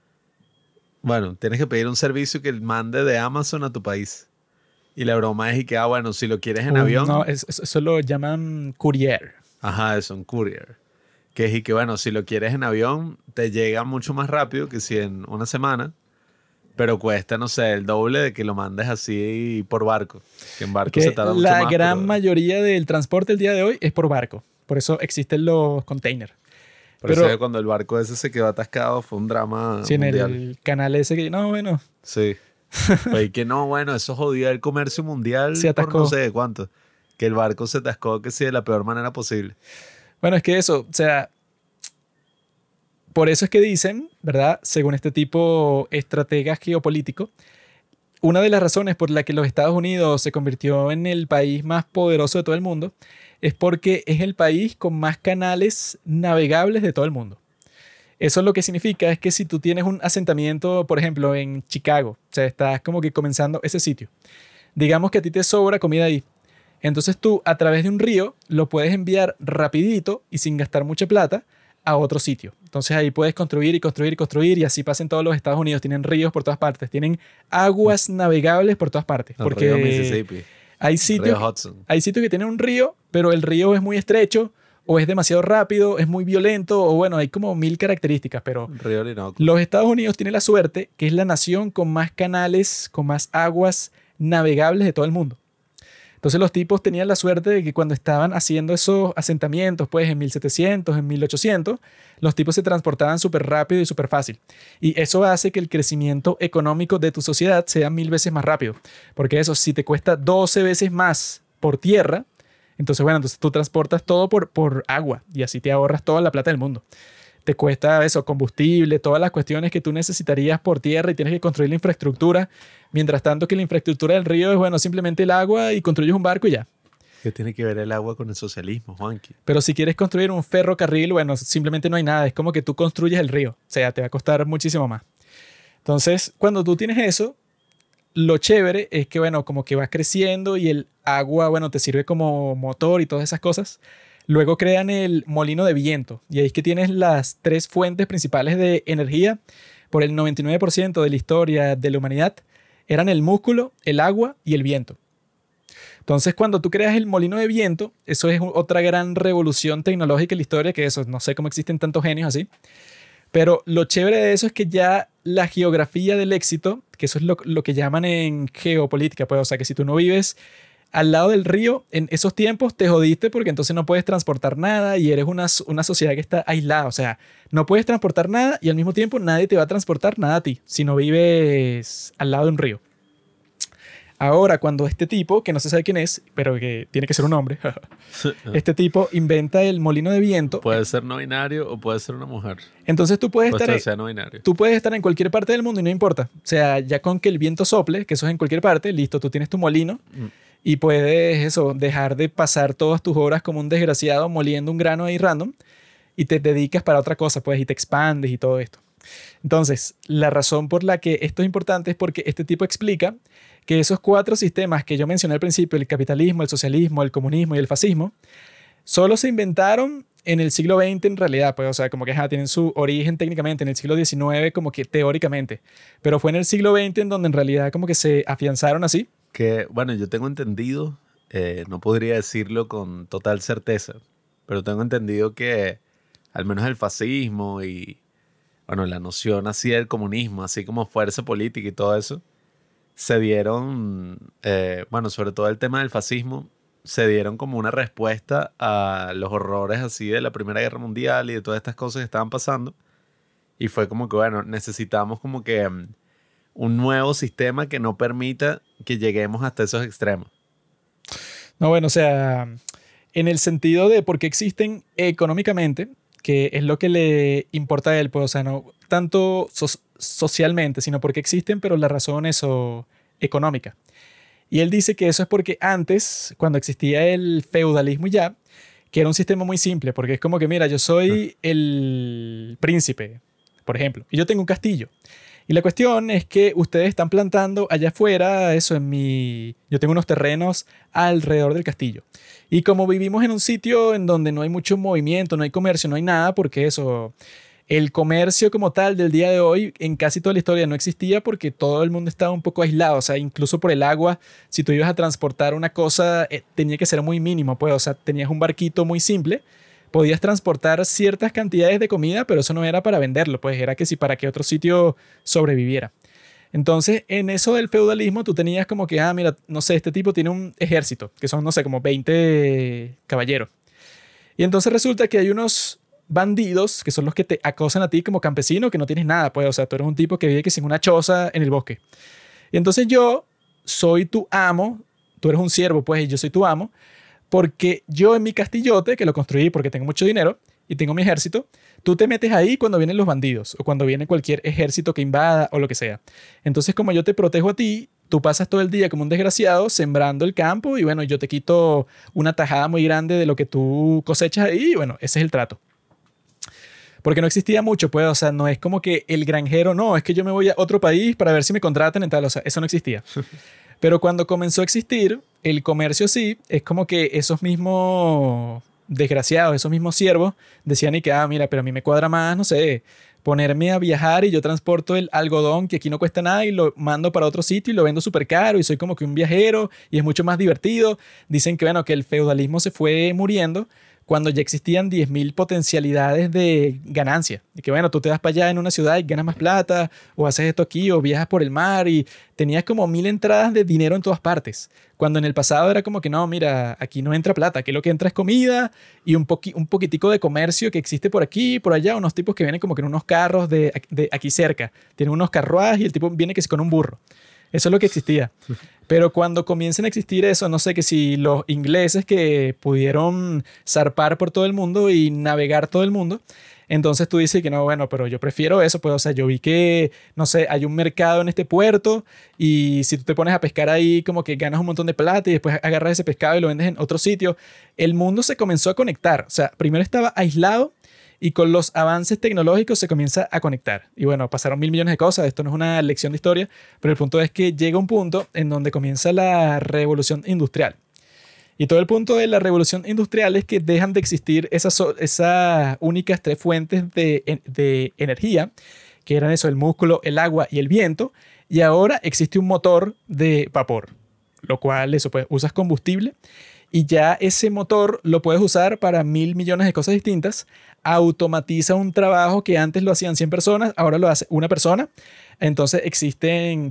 Bueno, tienes que pedir un servicio que mande de Amazon a tu país. Y la broma es y que, bueno, si lo quieres en avión. No, eso lo llaman courier. Ajá, es un courier. Que es y que, bueno, si lo quieres en avión, te llega mucho más rápido que si en una semana. Pero cuesta, no sé, el doble de que lo mandes así por barco. Que en barco se tarda mucho más. La gran mayoría del transporte el día de hoy es por barco. Por eso existen los containers. Por eso que cuando el barco ese se quedó atascado fue un drama sí, mundial. En el canal ese que... No, bueno. Sí. Y que no, bueno, eso jodía el comercio mundial se atascó. Por no sé cuánto. Que el barco se atascó, que sí, de la peor manera posible. Bueno, es que eso, o sea... Por eso es que dicen, ¿verdad? Según este tipo estrategas geopolítico, una de las razones por la que los Estados Unidos se convirtió en el país más poderoso de todo el mundo es porque es el país con más canales navegables de todo el mundo. Eso lo que significa es que si tú tienes un asentamiento, por ejemplo, en Chicago, o sea, estás como que comenzando ese sitio, digamos que a ti te sobra comida ahí, entonces tú a través de un río lo puedes enviar rapidito y sin gastar mucha plata a otro sitio. Entonces ahí puedes construir y construir y construir y así pasa en todos los Estados Unidos. Tienen ríos por todas partes, tienen aguas navegables por todas partes. El porque río Mississippi, hay sitios que tienen un río, pero el río es muy estrecho o es demasiado rápido, es muy violento o bueno, hay como 1000 características, pero río Orinoco. Los Estados Unidos tienen la suerte que es la nación con más canales, con más aguas navegables de todo el mundo. Entonces los tipos tenían la suerte de que cuando estaban haciendo esos asentamientos, pues en 1700, en 1800, los tipos se transportaban súper rápido y súper fácil. Y eso hace que el crecimiento económico de tu sociedad sea 1000 veces más rápido. Porque eso, si te cuesta 12 veces más por tierra, entonces bueno, entonces tú transportas todo por agua y así te ahorras toda la plata del mundo. Te cuesta eso, combustible, todas las cuestiones que tú necesitarías por tierra y tienes que construir la infraestructura. Mientras tanto que la infraestructura del río es, bueno, simplemente el agua y construyes un barco y ya. ¿Qué tiene que ver el agua con el socialismo, Juanqui? Pero si quieres construir un ferrocarril, bueno, simplemente no hay nada. Es como que tú construyes el río. O sea, te va a costar muchísimo más. Entonces, cuando tú tienes eso, lo chévere es que, bueno, como que vas creciendo y el agua, bueno, te sirve como motor y todas esas cosas. Luego crean el molino de viento y ahí es que tienes las 3 fuentes principales de energía. Por el 99% de la historia de la humanidad eran el músculo, el agua y el viento. Entonces cuando tú creas el molino de viento, eso es otra gran revolución tecnológica en la historia, que eso, no sé cómo existen tantos genios así. Pero lo chévere de eso es que ya la geografía del éxito, que eso es lo que llaman en geopolítica, pues, o sea que si tú no vives al lado del río, en esos tiempos te jodiste porque entonces no puedes transportar nada y eres una sociedad que está aislada. O sea, no puedes transportar nada y al mismo tiempo nadie te va a transportar nada a ti si no vives al lado de un río. Ahora, cuando este tipo, que no se sabe quién es, pero que tiene que ser un hombre, este tipo inventa el molino de viento. Puede ser no binario o puede ser una mujer. Entonces tú puedes tú puedes estar en cualquier parte del mundo y no importa. O sea, ya con que el viento sople, que eso es en cualquier parte, listo, tú tienes tu molino. y puedes eso, dejar de pasar todas tus horas como un desgraciado moliendo un grano ahí random y te dedicas para otra cosa, pues, y te expandes y todo esto. Entonces, la razón por la que esto es importante es porque este tipo explica que esos 4 sistemas que yo mencioné al principio, el capitalismo, el socialismo, el comunismo y el fascismo, solo se inventaron en el siglo XX en realidad, pues, o sea, como que tienen su origen técnicamente en el siglo XIX, como que teóricamente, pero fue en el siglo XX en donde en realidad como que se afianzaron así. Que, bueno, yo tengo entendido, no podría decirlo con total certeza, pero tengo entendido que al menos el fascismo y, bueno, la noción así del comunismo, así como fuerza política y todo eso, se dieron, bueno, sobre todo el tema del fascismo, se dieron como una respuesta a los horrores así de la Primera Guerra Mundial y de todas estas cosas que estaban pasando. Y fue como que, bueno, necesitamos como que un nuevo sistema que no permita que lleguemos hasta esos extremos. No, bueno, o sea, en el sentido de por qué existen económicamente, que es lo que le importa a él, pues, o sea, no tanto socialmente, sino porque existen, pero la razón es económica. Y él dice que eso es porque antes, cuando existía el feudalismo ya, que era un sistema muy simple, porque es como que, mira, yo soy el príncipe, por ejemplo, y yo tengo un castillo. Y la cuestión es que ustedes están plantando allá afuera, eso yo tengo unos terrenos alrededor del castillo. Y como vivimos en un sitio en donde no hay mucho movimiento, no hay comercio, no hay nada, porque el comercio como tal del día de hoy en casi toda la historia no existía porque todo el mundo estaba un poco aislado, o sea, incluso por el agua, si tú ibas a transportar una cosa, tenía que ser muy mínimo, pues, o sea, tenías un barquito muy simple, podías transportar ciertas cantidades de comida, pero eso no era para venderlo, pues era que si para que otro sitio sobreviviera. Entonces, en eso del feudalismo, tú tenías como que, mira, no sé, este tipo tiene un ejército, que son, no sé, como 20 caballeros. Y entonces resulta que hay unos bandidos, que son los que te acosan a ti como campesino, que no tienes nada, pues, o sea, tú eres un tipo que vive que sin una choza en el bosque. Y entonces yo soy tu amo, tú eres un siervo, pues, y yo soy tu amo, porque yo en mi castillote, que lo construí porque tengo mucho dinero y tengo mi ejército, tú te metes ahí cuando vienen los bandidos o cuando viene cualquier ejército que invada o lo que sea. Entonces, como yo te protejo a ti, tú pasas todo el día como un desgraciado sembrando el campo y bueno, yo te quito una tajada muy grande de lo que tú cosechas ahí y bueno, ese es el trato. Porque no existía mucho, pues, o sea, no es como que el granjero, no, es que yo me voy a otro país para ver si me contratan en tal, o sea, eso no existía. Pero cuando comenzó a existir el comercio sí, es como que esos mismos desgraciados, esos mismos siervos decían y que, mira, pero a mí me cuadra más, no sé, ponerme a viajar y yo transporto el algodón que aquí no cuesta nada y lo mando para otro sitio y lo vendo súper caro y soy como que un viajero y es mucho más divertido. Dicen que, bueno, que el feudalismo se fue muriendo cuando ya existían 10.000 potencialidades de ganancia. Y que bueno, tú te vas para allá en una ciudad y ganas más plata, o haces esto aquí, o viajas por el mar y tenías como 1.000 entradas de dinero en todas partes. Cuando en el pasado era como que no, mira, aquí no entra plata, aquí lo que entra es comida y un poquitico de comercio que existe por aquí y por allá, unos tipos que vienen como que en unos carros de aquí cerca. Tienen unos carruajes y el tipo viene que es con un burro. Eso es lo que existía. Pero cuando comiencen a existir eso, no sé, que si los ingleses que pudieron zarpar por todo el mundo y navegar todo el mundo, entonces tú dices que no, bueno, pero yo prefiero eso, pues, o sea, yo vi que, no sé, hay un mercado en este puerto y si tú te pones a pescar ahí, como que ganas un montón de plata y después agarras ese pescado y lo vendes en otro sitio. El mundo se comenzó a conectar. O sea, primero estaba aislado y con los avances tecnológicos se comienza a conectar. Y bueno, pasaron 1.000 millones de cosas. Esto no es una lección de historia, pero el punto es que llega un punto en donde comienza la revolución industrial. Y todo el punto de la revolución industrial es que dejan de existir esas únicas 3 fuentes de energía, que eran eso, el músculo, el agua y el viento. Y ahora existe un motor de vapor, lo cual eso, pues, usas combustible y ya ese motor lo puedes usar para 1.000 millones de cosas distintas. Automatiza un trabajo que antes lo hacían 100 personas, ahora lo hace una persona. Entonces existen,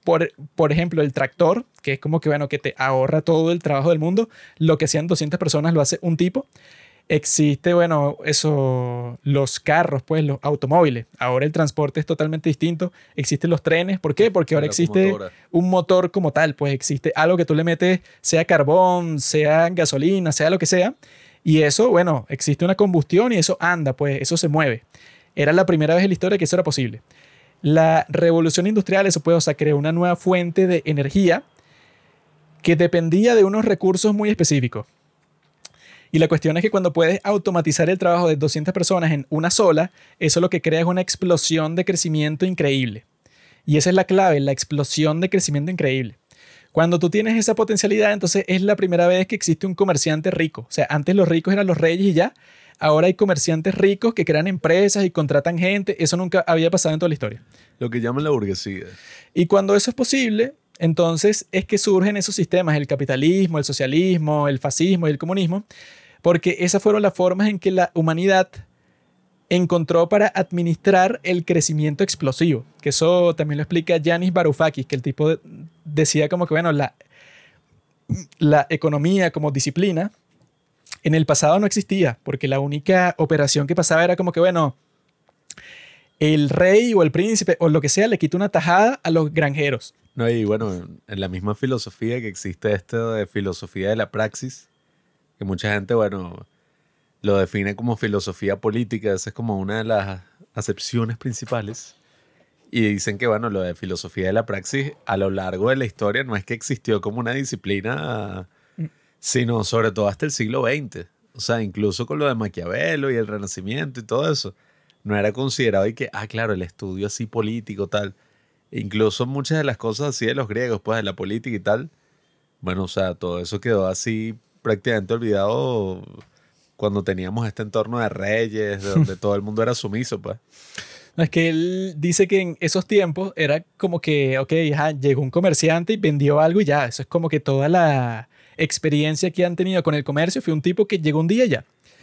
por ejemplo, el tractor, que es como que, bueno, que te ahorra todo el trabajo del mundo. Lo que hacían 200 personas lo hace un tipo. Existe, bueno, eso, los carros, pues, los automóviles. Ahora el transporte es totalmente distinto. Existen los trenes. ¿Por qué? Porque ahora existe un motor como tal. Pues existe algo que tú le metes, sea carbón, sea gasolina, sea lo que sea. Y eso, bueno, existe una combustión y eso anda, pues, eso se mueve. Era la primera vez en la historia que eso era posible. La revolución industrial, eso puede, o sea, crear una nueva fuente de energía que dependía de unos recursos muy específicos. Y la cuestión es que cuando puedes automatizar el trabajo de 200 personas en una sola, eso lo que crea es una explosión de crecimiento increíble. Y esa es la clave, la explosión de crecimiento increíble. Cuando tú tienes esa potencialidad, entonces es la primera vez que existe un comerciante rico. O sea, antes los ricos eran los reyes y ya. Ahora hay comerciantes ricos que crean empresas y contratan gente. Eso nunca había pasado en toda la historia. Lo que llaman la burguesía. Y cuando eso es posible, entonces es que surgen esos sistemas, el capitalismo, el socialismo, el fascismo y el comunismo, porque esas fueron las formas en que la humanidad encontró para administrar el crecimiento explosivo. Que eso también lo explica Yanis Varoufakis, que el tipo decía como que, bueno, la economía como disciplina en el pasado no existía, porque la única operación que pasaba era como que, bueno, el rey o el príncipe o lo que sea le quita una tajada a los granjeros. No, y bueno, en la misma filosofía que existe esto de filosofía de la praxis, que mucha gente, bueno, lo define como filosofía política, esa es como una de las acepciones principales. Y dicen que, bueno, lo de filosofía de la praxis a lo largo de la historia no es que existió como una disciplina, sino sobre todo hasta el siglo XX. O sea, incluso con lo de Maquiavelo y el Renacimiento y todo eso, no era considerado y que, claro, el estudio así político, tal. Incluso muchas de las cosas así de los griegos, pues de la política y tal, bueno, o sea, todo eso quedó así prácticamente olvidado cuando teníamos este entorno de reyes, de donde todo el mundo era sumiso, pues. No, es que él dice que en esos tiempos era como que, ok, llegó un comerciante y vendió algo y ya. Eso es como que toda la experiencia que han tenido con el comercio fue un tipo que llegó un día y ya.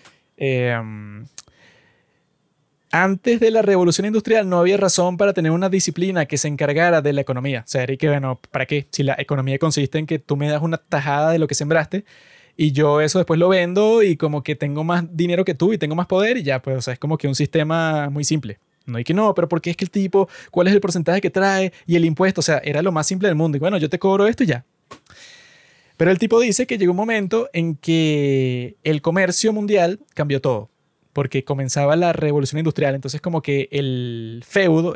Antes de la revolución industrial no había razón para tener una disciplina que se encargara de la economía. O sea, era que, bueno, ¿para qué? Si la economía consiste en que tú me das una tajada de lo que sembraste y yo eso después lo vendo y como que tengo más dinero que tú y tengo más poder y ya, pues, o sea, es como que un sistema muy simple. No hay que no, pero ¿por qué es que el tipo, cuál es el porcentaje que trae y el impuesto? O sea, era lo más simple del mundo. Y bueno, yo te cobro esto y ya. Pero el tipo dice que llegó un momento en que el comercio mundial cambió todo, porque comenzaba la revolución industrial. Entonces como que el feudo,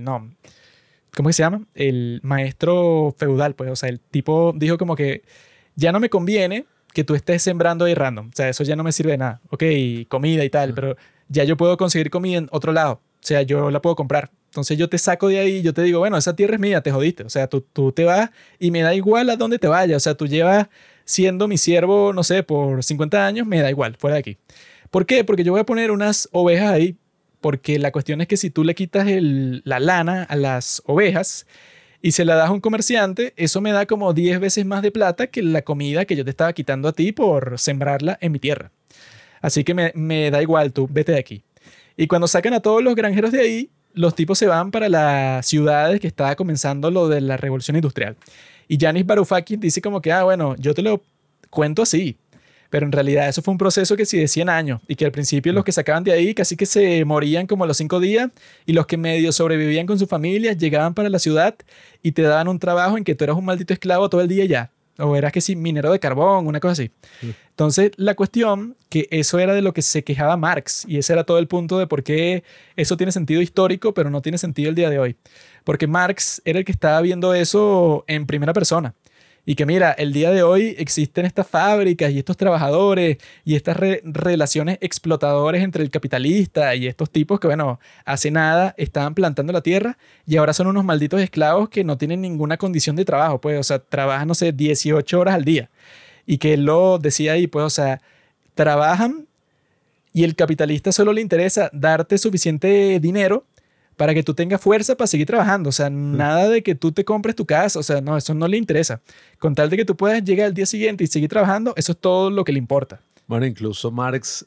¿cómo se llama? El maestro feudal, pues, o sea, el tipo dijo como que ya no me conviene que tú estés sembrando ahí random. O sea, eso ya no me sirve de nada. Ok, comida y tal, pero ya yo puedo conseguir comida en otro lado. O sea, yo la puedo comprar. Entonces yo te saco de ahí y yo te digo, bueno, esa tierra es mía, te jodiste. O sea, tú te vas y me da igual a dónde te vayas. O sea, tú llevas siendo mi siervo, no sé, por 50 años, me da igual, fuera de aquí. ¿Por qué? Porque yo voy a poner unas ovejas ahí. Porque la cuestión es que si tú le quitas la lana a las ovejas y se la das a un comerciante, eso me da como 10 veces más de plata que la comida que yo te estaba quitando a ti por sembrarla en mi tierra. Así que me da igual, tú vete de aquí. Y cuando sacan a todos los granjeros de ahí, los tipos se van para las ciudades que estaba comenzando lo de la revolución industrial. Y Yanis Varoufakis dice como que, bueno, yo te lo cuento así. Pero en realidad eso fue un proceso que sí de 100 años. Y que al principio los que sacaban de ahí casi que se morían como a los 5 días. Y los que medio sobrevivían con sus familias llegaban para la ciudad y te daban un trabajo en que tú eras un maldito esclavo todo el día ya. O eras que sí, minero de carbón, una cosa así. Entonces, la cuestión que eso era de lo que se quejaba Marx. Y ese era todo el punto de por qué eso tiene sentido histórico, pero no tiene sentido el día de hoy. Porque Marx era el que estaba viendo eso en primera persona. Y que mira, el día de hoy existen estas fábricas y estos trabajadores y estas relaciones explotadores entre el capitalista y estos tipos que, bueno, hace nada estaban plantando la tierra y ahora son unos malditos esclavos que no tienen ninguna condición de trabajo, pues, o sea, trabajan, no sé, 18 horas al día. Y que él lo decía ahí, pues, o sea, trabajan y el capitalista solo le interesa darte suficiente dinero para que tú tengas fuerza para seguir trabajando. O sea, nada de que tú te compres tu casa. O sea, no, eso no le interesa. Con tal de que tú puedas llegar al día siguiente y seguir trabajando, eso es todo lo que le importa. Bueno, incluso Marx,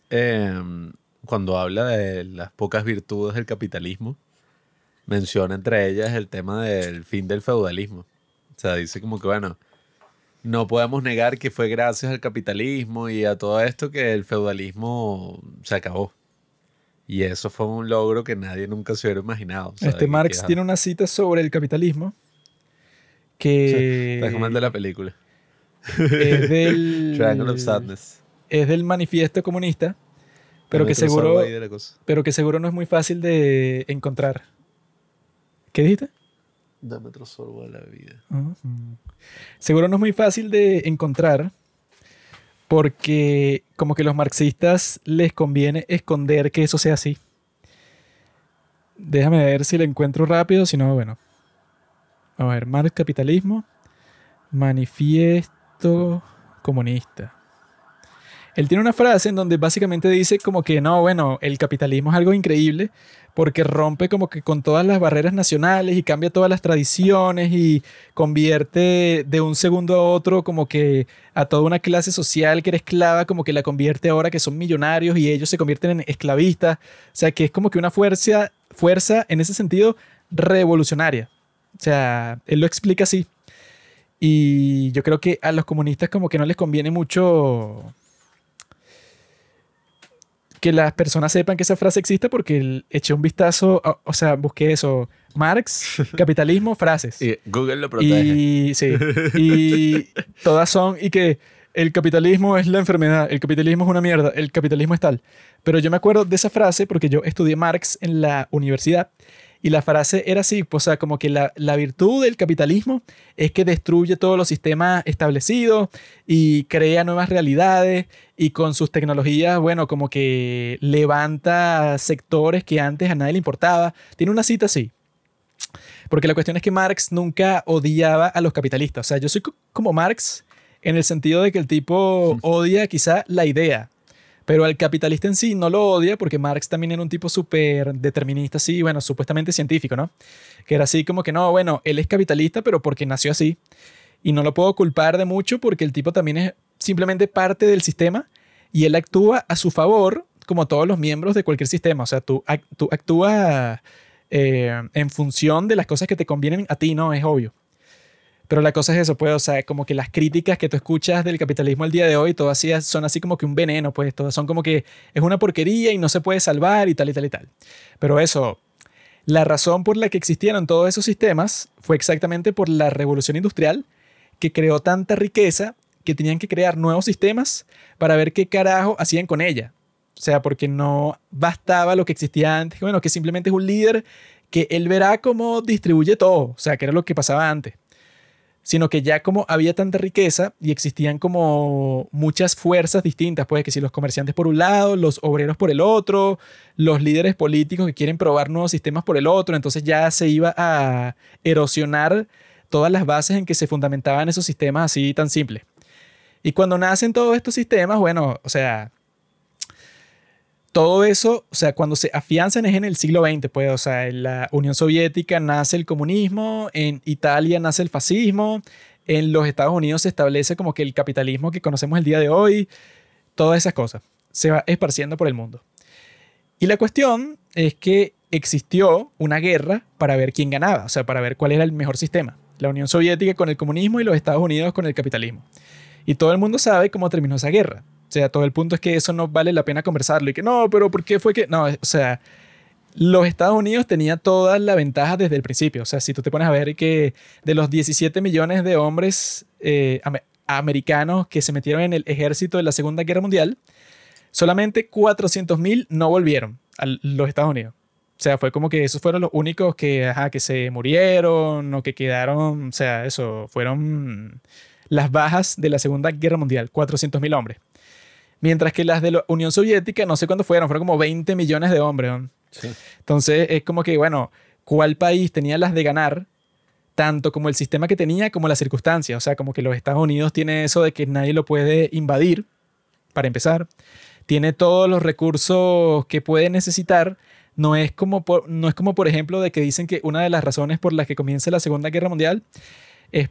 cuando habla de las pocas virtudes del capitalismo, menciona entre ellas el tema del fin del feudalismo. O sea, dice como que, bueno, no podemos negar que fue gracias al capitalismo y a todo esto que el feudalismo se acabó. Y eso fue un logro que nadie nunca se hubiera imaginado. O sea, Marx tiene una cita sobre el capitalismo que... Está como el de la película. Es del... Triangle of Sadness. Es del manifiesto comunista, pero que seguro no es muy fácil de encontrar. ¿Qué dijiste? Dame otro sorbo de la vida. Ujú. Seguro no es muy fácil de encontrar porque como que los marxistas les conviene esconder que eso sea así. Déjame ver si lo encuentro rápido, si no, bueno. A ver, Marx, capitalismo, manifiesto comunista. Él tiene una frase en donde básicamente dice como que no, bueno, el capitalismo es algo increíble porque rompe como que con todas las barreras nacionales y cambia todas las tradiciones y convierte de un segundo a otro como que a toda una clase social que era esclava, como que la convierte ahora que son millonarios y ellos se convierten en esclavistas. O sea, que es como que una fuerza en ese sentido revolucionaria. O sea, él lo explica así. Y yo creo que a los comunistas como que no les conviene mucho que las personas sepan que esa frase existe porque eché un vistazo, o sea, busqué eso, Marx, capitalismo, frases. Y Google lo protege. Y sí, y todas son, y que el capitalismo es la enfermedad, el capitalismo es una mierda, el capitalismo es tal. Pero yo me acuerdo de esa frase porque yo estudié Marx en la universidad y la frase era así, pues, o sea, como que la virtud del capitalismo es que destruye todos los sistemas establecidos y crea nuevas realidades y con sus tecnologías, bueno, como que levanta sectores que antes a nadie le importaba. Tiene una cita así. Porque la cuestión es que Marx nunca odiaba a los capitalistas. O sea, yo soy como Marx en el sentido de que el tipo odia quizá la idea, pero al capitalista en sí no lo odia porque Marx también era un tipo súper determinista, así, bueno, supuestamente científico, ¿no? Que era así como que no, bueno, él es capitalista, pero porque nació así. Y no lo puedo culpar de mucho porque el tipo también es simplemente parte del sistema y él actúa a su favor como todos los miembros de cualquier sistema. O sea, tú actúas en función de las cosas que te convienen a ti, ¿no? Es obvio. Pero la cosa es eso, pues, o sea, como que las críticas que tú escuchas del capitalismo al día de hoy, todas son así como que un veneno, pues, todas son como que es una porquería y no se puede salvar y tal y tal y tal. Pero eso, la razón por la que existieron todos esos sistemas fue exactamente por la revolución industrial que creó tanta riqueza que tenían que crear nuevos sistemas para ver qué carajo hacían con ella. O sea, porque no bastaba lo que existía antes, bueno, que simplemente es un líder que él verá cómo distribuye todo, o sea, que era lo que pasaba antes. Sino que ya como había tanta riqueza y existían como muchas fuerzas distintas, pues que si los comerciantes por un lado, los obreros por el otro, los líderes políticos que quieren probar nuevos sistemas por el otro, entonces ya se iba a erosionar todas las bases en que se fundamentaban esos sistemas así tan simples. Y cuando nacen todos estos sistemas, bueno, o sea, todo eso, o sea, cuando se afianzan es en el siglo XX, pues, o sea, en la Unión Soviética nace el comunismo, en Italia nace el fascismo, en los Estados Unidos se establece como que el capitalismo que conocemos el día de hoy, todas esas cosas se va esparciendo por el mundo. Y la cuestión es que existió una guerra para ver quién ganaba, o sea, para ver cuál era el mejor sistema. La Unión Soviética con el comunismo y los Estados Unidos con el capitalismo. Y todo el mundo sabe cómo terminó esa guerra. O sea, todo el punto es que eso no vale la pena conversarlo y que no, pero ¿por qué fue que...? No, o sea, los Estados Unidos tenían toda la ventaja desde el principio. O sea, si tú te pones a ver que de los 17 millones de hombres americanos que se metieron en el ejército de la Segunda Guerra Mundial, solamente 400.000 no volvieron a los Estados Unidos. O sea, fue como que esos fueron los únicos que se murieron o que quedaron, o sea, eso, fueron las bajas de la Segunda Guerra Mundial, 400.000 hombres. Mientras que las de la Unión Soviética, no sé cuántos fueron como 20 millones de hombres, ¿no? Sí. Entonces es como que, bueno, ¿cuál país tenía las de ganar? Tanto como el sistema que tenía como las circunstancias. O sea, como que los Estados Unidos tiene eso de que nadie lo puede invadir, para empezar. Tiene todos los recursos que puede necesitar. No es como, por ejemplo, de que dicen que una de las razones por las que comienza la Segunda Guerra Mundial es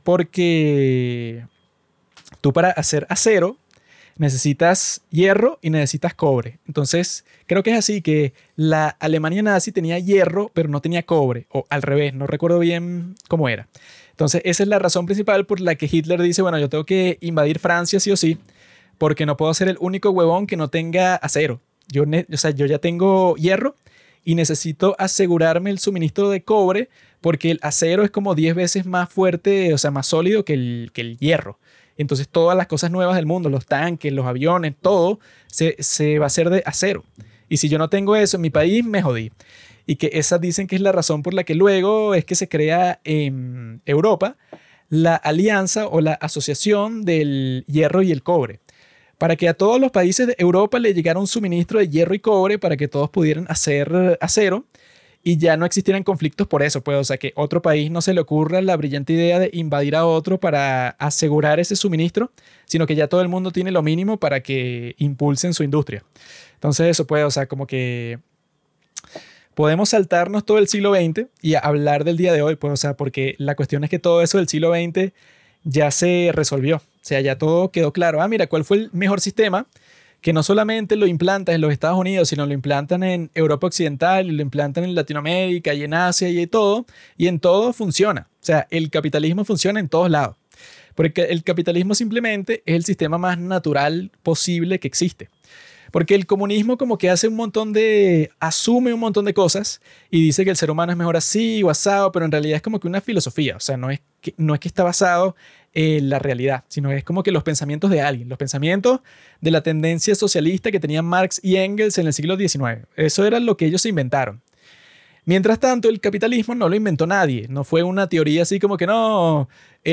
porque tú para hacer acero necesitas hierro y necesitas cobre. Entonces, creo que es así que la Alemania nazi tenía hierro, pero no tenía cobre. O al revés, no recuerdo bien cómo era. Entonces, esa es la razón principal por la que Hitler dice, bueno, yo tengo que invadir Francia sí o sí, porque no puedo ser el único huevón que no tenga acero. Yo ya tengo hierro y necesito asegurarme el suministro de cobre porque el acero es como 10 veces más fuerte, o sea, más sólido que el hierro. Entonces todas las cosas nuevas del mundo, los tanques, los aviones, todo se va a hacer de acero. Y si yo no tengo eso en mi país, me jodí. y que esa dicen que es la razón por la que luego es que se crea en Europa la alianza o la asociación del hierro y el cobre, para que a todos los países de Europa le llegara un suministro de hierro y cobre para que todos pudieran hacer acero y ya no existieran conflictos por eso, pues, o sea, que otro país no se le ocurra la brillante idea de invadir a otro para asegurar ese suministro, sino que ya todo el mundo tiene lo mínimo para que impulsen su industria. Entonces eso puede, o sea, como que podemos saltarnos todo el siglo XX y hablar del día de hoy, pues, o sea, porque la cuestión es que todo eso del siglo XX ya se resolvió. O sea, ya todo quedó claro. Ah, mira, ¿cuál fue el mejor sistema? Que no solamente lo implantan en los Estados Unidos, sino lo implantan en Europa Occidental, y lo implantan en Latinoamérica y en Asia y en todo funciona. O sea, el capitalismo funciona en todos lados. Porque el capitalismo simplemente es el sistema más natural posible que existe. Porque el comunismo como que asume un montón de cosas y dice que el ser humano es mejor así o asado, pero en realidad es como que una filosofía. O sea, no es que está basado en la realidad, sino es como que los pensamientos de alguien, los pensamientos de la tendencia socialista que tenían Marx y Engels en el siglo XIX. Eso era lo que ellos se inventaron. Mientras tanto, el capitalismo no lo inventó nadie. No fue una teoría así como que no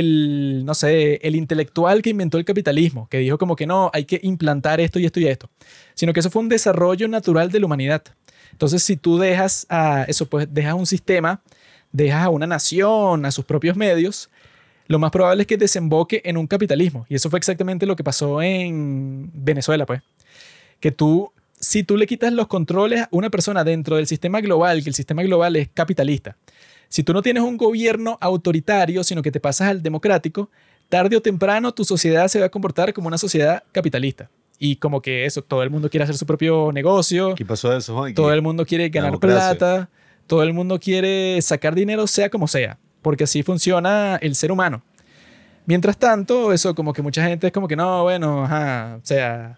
sé, el intelectual que inventó el capitalismo, que dijo como que no, hay que implantar esto y esto y esto. Sino que eso fue un desarrollo natural de la humanidad. Entonces, si tú dejas dejas un sistema, dejas a una nación, a sus propios medios, lo más probable es que desemboque en un capitalismo. Y eso fue exactamente lo que pasó en Venezuela, pues. Que si tú le quitas los controles a una persona dentro del sistema global, que el sistema global es capitalista, si tú no tienes un gobierno autoritario, sino que te pasas al democrático, tarde o temprano tu sociedad se va a comportar como una sociedad capitalista. Y como que eso, todo el mundo quiere hacer su propio negocio. ¿Qué pasó de eso, Juan? Todo el mundo quiere ganar plata. Todo el mundo quiere sacar dinero, sea como sea. Porque así funciona el ser humano. Mientras tanto, eso como que mucha gente es como que no, bueno, ajá, o sea,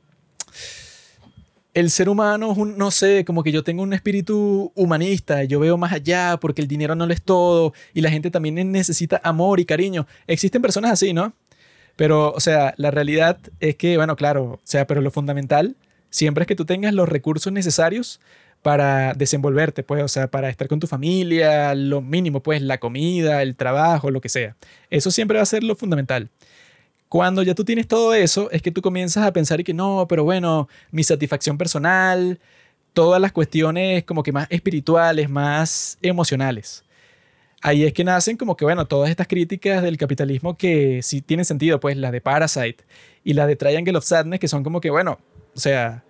el ser humano es no sé, como que yo tengo un espíritu humanista, yo veo más allá porque el dinero no lo es todo y la gente también necesita amor y cariño. Existen personas así, ¿no? Pero, o sea, la realidad es que, bueno, claro, o sea, pero lo fundamental siempre es que tú tengas los recursos necesarios para desenvolverte, pues, o sea, para estar con tu familia, lo mínimo, pues, la comida, el trabajo, lo que sea. Eso siempre va a ser lo fundamental. Cuando ya tú tienes todo eso, es que tú comienzas a pensar y que no, pero bueno, mi satisfacción personal, todas las cuestiones como que más espirituales, más emocionales. Ahí es que nacen como que, bueno, todas estas críticas del capitalismo que sí tienen sentido, pues la de Parasite y la de Triangle of Sadness, que son como que, bueno, o sea,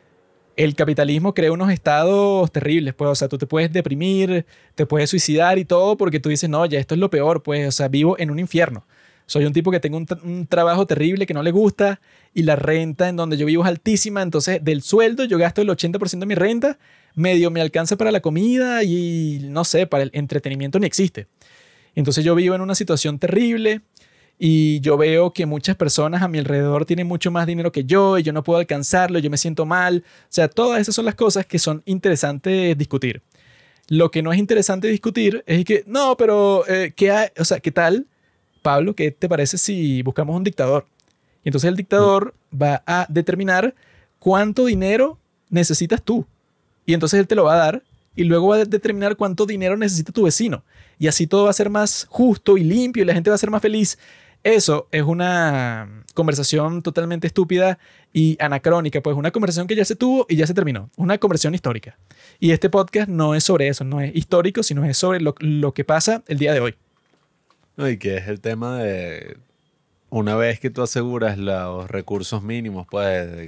el capitalismo crea unos estados terribles, pues, o sea, tú te puedes deprimir, te puedes suicidar y todo porque tú dices, no, ya esto es lo peor, pues, o sea, vivo en un infierno. Soy un tipo que tengo un trabajo terrible que no le gusta y la renta en donde yo vivo es altísima, entonces del sueldo yo gasto el 80% de mi renta, medio me alcanza para la comida y no sé, para el entretenimiento ni existe. Entonces yo vivo en una situación terrible y yo veo que muchas personas a mi alrededor tienen mucho más dinero que yo y yo no puedo alcanzarlo, yo me siento mal. O sea, todas esas son las cosas que son interesantes discutir. Lo que no es interesante discutir es que, no, pero ¿qué tal? Pablo, ¿qué te parece si buscamos un dictador? Y entonces el dictador va a determinar cuánto dinero necesitas tú. Y entonces él te lo va a dar y luego va a determinar cuánto dinero necesita tu vecino. Y así todo va a ser más justo y limpio y la gente va a ser más feliz. Eso es una conversación totalmente estúpida y anacrónica, pues una conversación que ya se tuvo y ya se terminó. Una conversación histórica. Y este podcast no es sobre eso, no es histórico, sino es sobre lo que pasa el día de hoy. No, y que es el tema de una vez que tú aseguras los recursos mínimos, pues,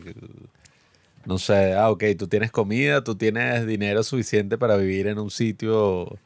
no sé, ok, tú tienes comida, tú tienes dinero suficiente para vivir en un sitio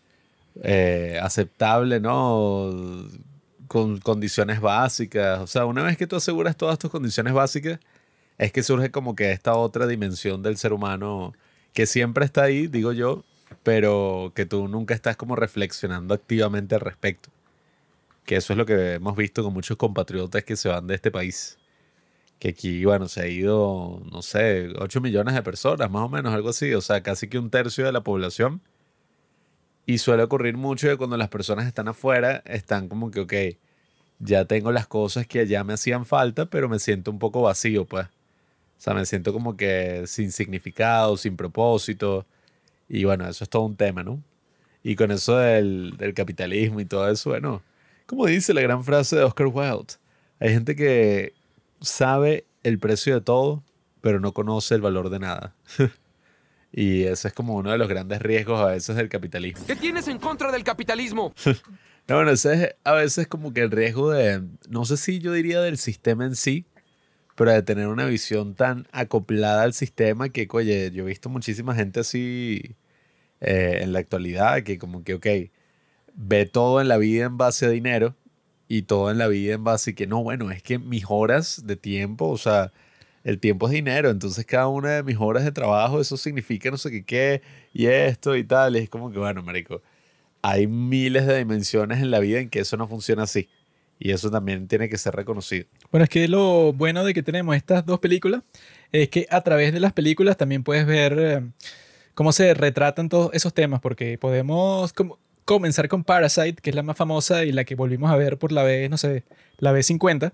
aceptable, ¿no? Con condiciones básicas. O sea, una vez que tú aseguras todas tus condiciones básicas, es que surge como que esta otra dimensión del ser humano que siempre está ahí, digo yo, pero que tú nunca estás como reflexionando activamente al respecto. Que eso es lo que hemos visto con muchos compatriotas que se van de este país. Que aquí, bueno, se ha ido, no sé, 8 millones de personas, más o menos, algo así. O sea, casi que un tercio de la población. Y suele ocurrir mucho que cuando las personas están afuera, están como que, ok, ya tengo las cosas que allá me hacían falta, pero me siento un poco vacío, pues. O sea, me siento como que sin significado, sin propósito. Y bueno, eso es todo un tema, ¿no? Y con eso del capitalismo y todo eso, bueno, como dice la gran frase de Oscar Wilde, hay gente que sabe el precio de todo, pero no conoce el valor de nada. Y ese es como uno de los grandes riesgos a veces del capitalismo. ¿Qué tienes en contra del capitalismo? No, bueno, ese es a veces como que el riesgo de, no sé si yo diría del sistema en sí, pero de tener una visión tan acoplada al sistema que, oye, yo he visto muchísima gente así en la actualidad que como que, ok, ve todo en la vida en base a dinero y todo en la vida en base a que, no, bueno, es que mis horas de tiempo, o sea, el tiempo es dinero, entonces cada una de mis horas de trabajo, eso significa no sé qué, y esto y tal, y es como que, bueno, marico, hay miles de dimensiones en la vida en que eso no funciona así. Y eso también tiene que ser reconocido. Bueno, es que lo bueno de que tenemos estas dos películas es que a través de las películas también puedes ver cómo se retratan todos esos temas, porque podemos comenzar con Parasite, que es la más famosa y la que volvimos a ver por la vez, no sé, la vez 50.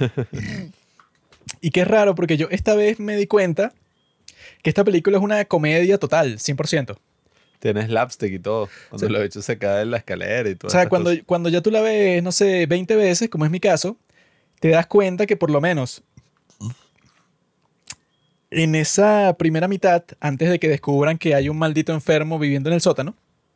Y que es raro, porque yo esta vez me di cuenta que esta película es una comedia total, 100%. Tienes slapstick y todo. Cuando Sí. los bichos se caen en la escalera y todo. O sea, cuando ya tú la ves, no sé, 20 veces, como es mi caso, te das cuenta que por lo menos en esa primera mitad, antes de que descubran que hay un maldito enfermo viviendo en el sótano,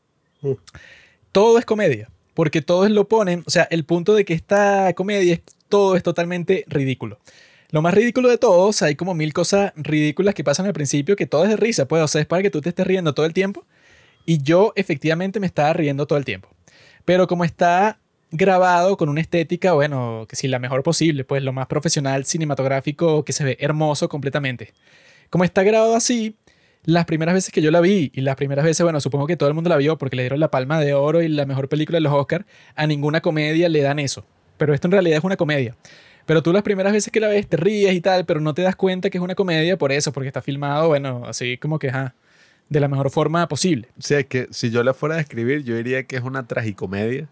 todo es comedia. Porque todos lo ponen, o sea, el punto de que esta comedia, todo es totalmente ridículo. Lo más ridículo de todo, o sea, hay como 1000 cosas ridículas que pasan al principio que todo es de risa, pues, o sea, es para que tú te estés riendo todo el tiempo. Y yo efectivamente me estaba riendo todo el tiempo. Pero como está grabado con una estética, bueno, que sí, la mejor posible, pues lo más profesional cinematográfico que se ve hermoso completamente. Como está grabado así, las primeras veces que yo la vi, y las primeras veces, bueno, supongo que todo el mundo la vio porque le dieron la Palma de Oro y la mejor película de los Oscars, a ninguna comedia le dan eso. Pero esto en realidad es una comedia. Pero tú las primeras veces que la ves te ríes y tal, pero no te das cuenta que es una comedia por eso, porque está filmado, bueno, así como que, de la mejor forma posible. O sea, es que si yo la fuera a describir, yo diría que es una tragicomedia.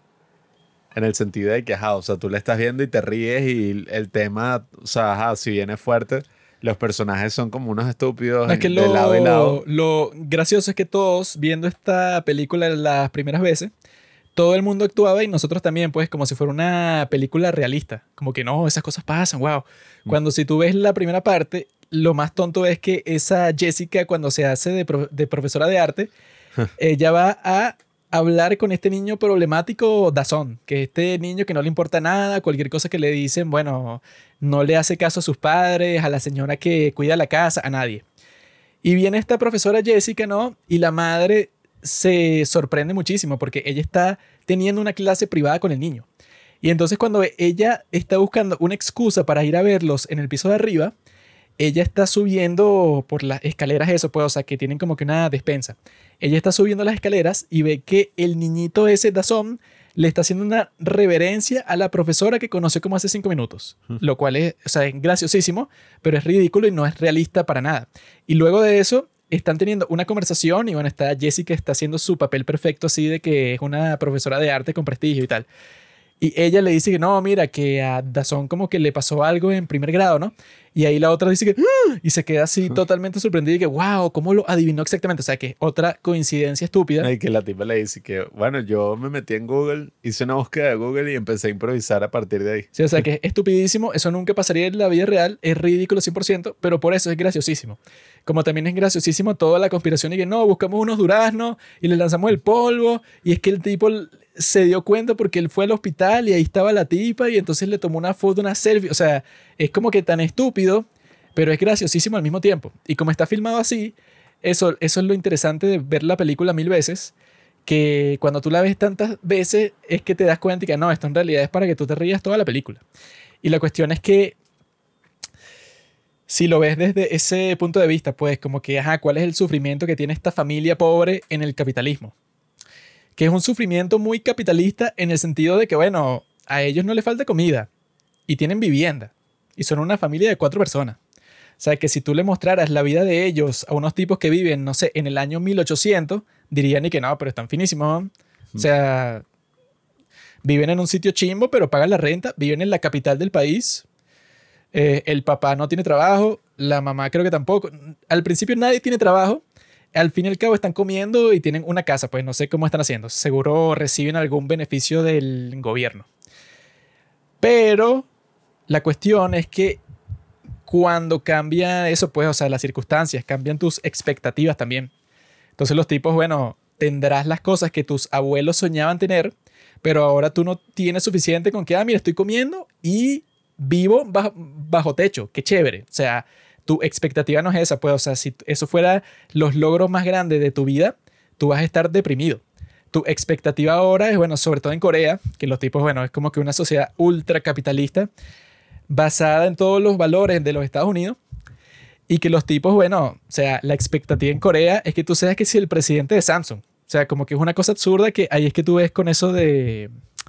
En el sentido de que, o sea, tú la estás viendo y te ríes y el tema, o sea, si bien es fuerte, los personajes son como unos estúpidos No, es que de lado y lado. lo gracioso es que todos viendo esta película las primeras veces, todo el mundo actuaba y nosotros también, pues, como si fuera una película realista. Como que no, esas cosas pasan, wow. Cuando si tú ves la primera parte, lo más tonto es que esa Jessica, cuando se hace de profesora de arte, ella va a hablar con este niño problemático Dazón, que es este niño que no le importa nada, cualquier cosa que le dicen, bueno, no le hace caso a sus padres, a la señora que cuida la casa, a nadie. Y viene esta profesora Jessica, ¿no? Y la madre se sorprende muchísimo porque ella está teniendo una clase privada con el niño. Y entonces cuando ella está buscando una excusa para ir a verlos en el piso de arriba, ella está subiendo por las escaleras, eso, pues, o sea, que tienen como que una despensa. Ella está subiendo las escaleras y ve que el niñito ese, Dazón, le está haciendo una reverencia a la profesora que conoció como hace 5 minutos. Lo cual es, o sea, es graciosísimo, pero es ridículo y no es realista para nada. Y luego de eso, están teniendo una conversación y bueno, está Jessica está haciendo su papel perfecto así de que es una profesora de arte con prestigio y tal. Y ella le dice que no, mira, que a Dazón como que le pasó algo en primer grado, ¿no? Y ahí la otra dice que ¡ah! Y se queda así totalmente sorprendida y que wow, ¿cómo lo adivinó exactamente? O sea, que otra coincidencia estúpida. Y que la tipa le dice que, bueno, yo me metí en Google, hice una búsqueda de Google y empecé a improvisar a partir de ahí. Sí, o sea, que es estupidísimo, eso nunca pasaría en la vida real, es ridículo 100%, pero por eso es graciosísimo. Como también es graciosísimo toda la conspiración y que no, buscamos unos duraznos y le lanzamos el polvo y es que el tipo se dio cuenta porque él fue al hospital y ahí estaba la tipa y entonces le tomó una foto, una selfie, o sea, es como que tan estúpido, pero es graciosísimo al mismo tiempo. Y como está filmado así, eso es lo interesante de ver la película 1000 veces, que cuando tú la ves tantas veces es que te das cuenta y que no, esto en realidad es para que tú te rías toda la película. Y la cuestión es que si lo ves desde ese punto de vista, pues como que, ¿cuál es el sufrimiento que tiene esta familia pobre en el capitalismo? Que es un sufrimiento muy capitalista en el sentido de que, bueno, a ellos no les falta comida y tienen vivienda y son una familia de 4 personas. O sea, que si tú le mostraras la vida de ellos a unos tipos que viven, no sé, en el año 1800, dirían y que no, pero están finísimos. O sea, viven en un sitio chimbo, pero pagan la renta, viven en la capital del país. El papá no tiene trabajo, la mamá creo que tampoco. Al principio nadie tiene trabajo. al fin y al cabo están comiendo y tienen una casa, pues no sé cómo están haciendo. Seguro reciben algún beneficio del gobierno. Pero la cuestión es que cuando cambia eso, pues, o sea, las circunstancias, cambian tus expectativas también. Entonces los tipos, bueno, tendrás las cosas que tus abuelos soñaban tener, pero ahora tú no tienes suficiente con que, mira, estoy comiendo y vivo bajo techo. Qué chévere. O sea, tu expectativa no es esa, pues, o sea, si eso fuera los logros más grandes de tu vida, tú vas a estar deprimido. Tu expectativa ahora es, bueno, sobre todo en Corea, que los tipos, bueno, es como que una sociedad ultracapitalista basada en todos los valores de los Estados Unidos y que los tipos, bueno, o sea, la expectativa en Corea es que tú seas que si el presidente de Samsung. O sea, como que es una cosa absurda que ahí es que tú ves con eso de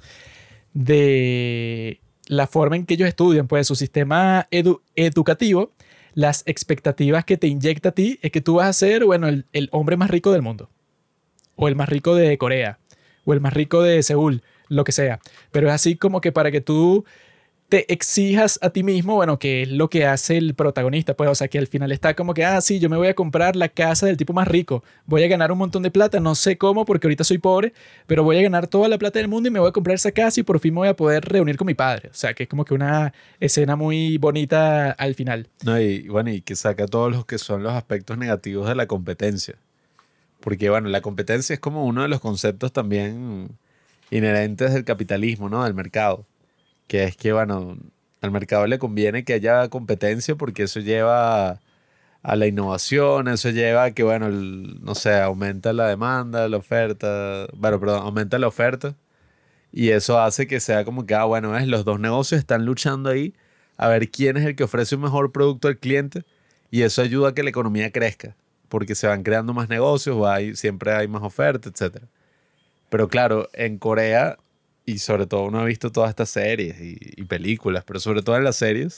la forma en que ellos estudian, pues su sistema educativo, las expectativas que te inyecta a ti es que tú vas a ser, bueno, el hombre más rico del mundo. O el más rico de Corea. O el más rico de Seúl. Lo que sea. Pero es así como que para que tú te exijas a ti mismo, bueno, que es lo que hace el protagonista, pues, o sea, que al final está como que, sí, yo me voy a comprar la casa del tipo más rico, voy a ganar un montón de plata, no sé cómo, porque ahorita soy pobre, pero voy a ganar toda la plata del mundo y me voy a comprar esa casa y por fin me voy a poder reunir con mi padre, o sea, que es como que una escena muy bonita al final. No, y bueno, y que saca todos los que son los aspectos negativos de la competencia. Porque, bueno, la competencia es como uno de los conceptos también inherentes del capitalismo, ¿no? Del mercado. Que es que, bueno, al mercado le conviene que haya competencia porque eso lleva a la innovación, eso lleva a que, bueno, no sé, aumenta la demanda, la oferta, bueno, perdón, aumenta la oferta y eso hace que sea como que, bueno, los dos negocios están luchando ahí a ver quién es el que ofrece un mejor producto al cliente y eso ayuda a que la economía crezca porque se van creando más negocios, siempre hay más oferta, etc. Pero claro, en Corea... Y sobre todo uno ha visto todas estas series y películas, pero sobre todo en las series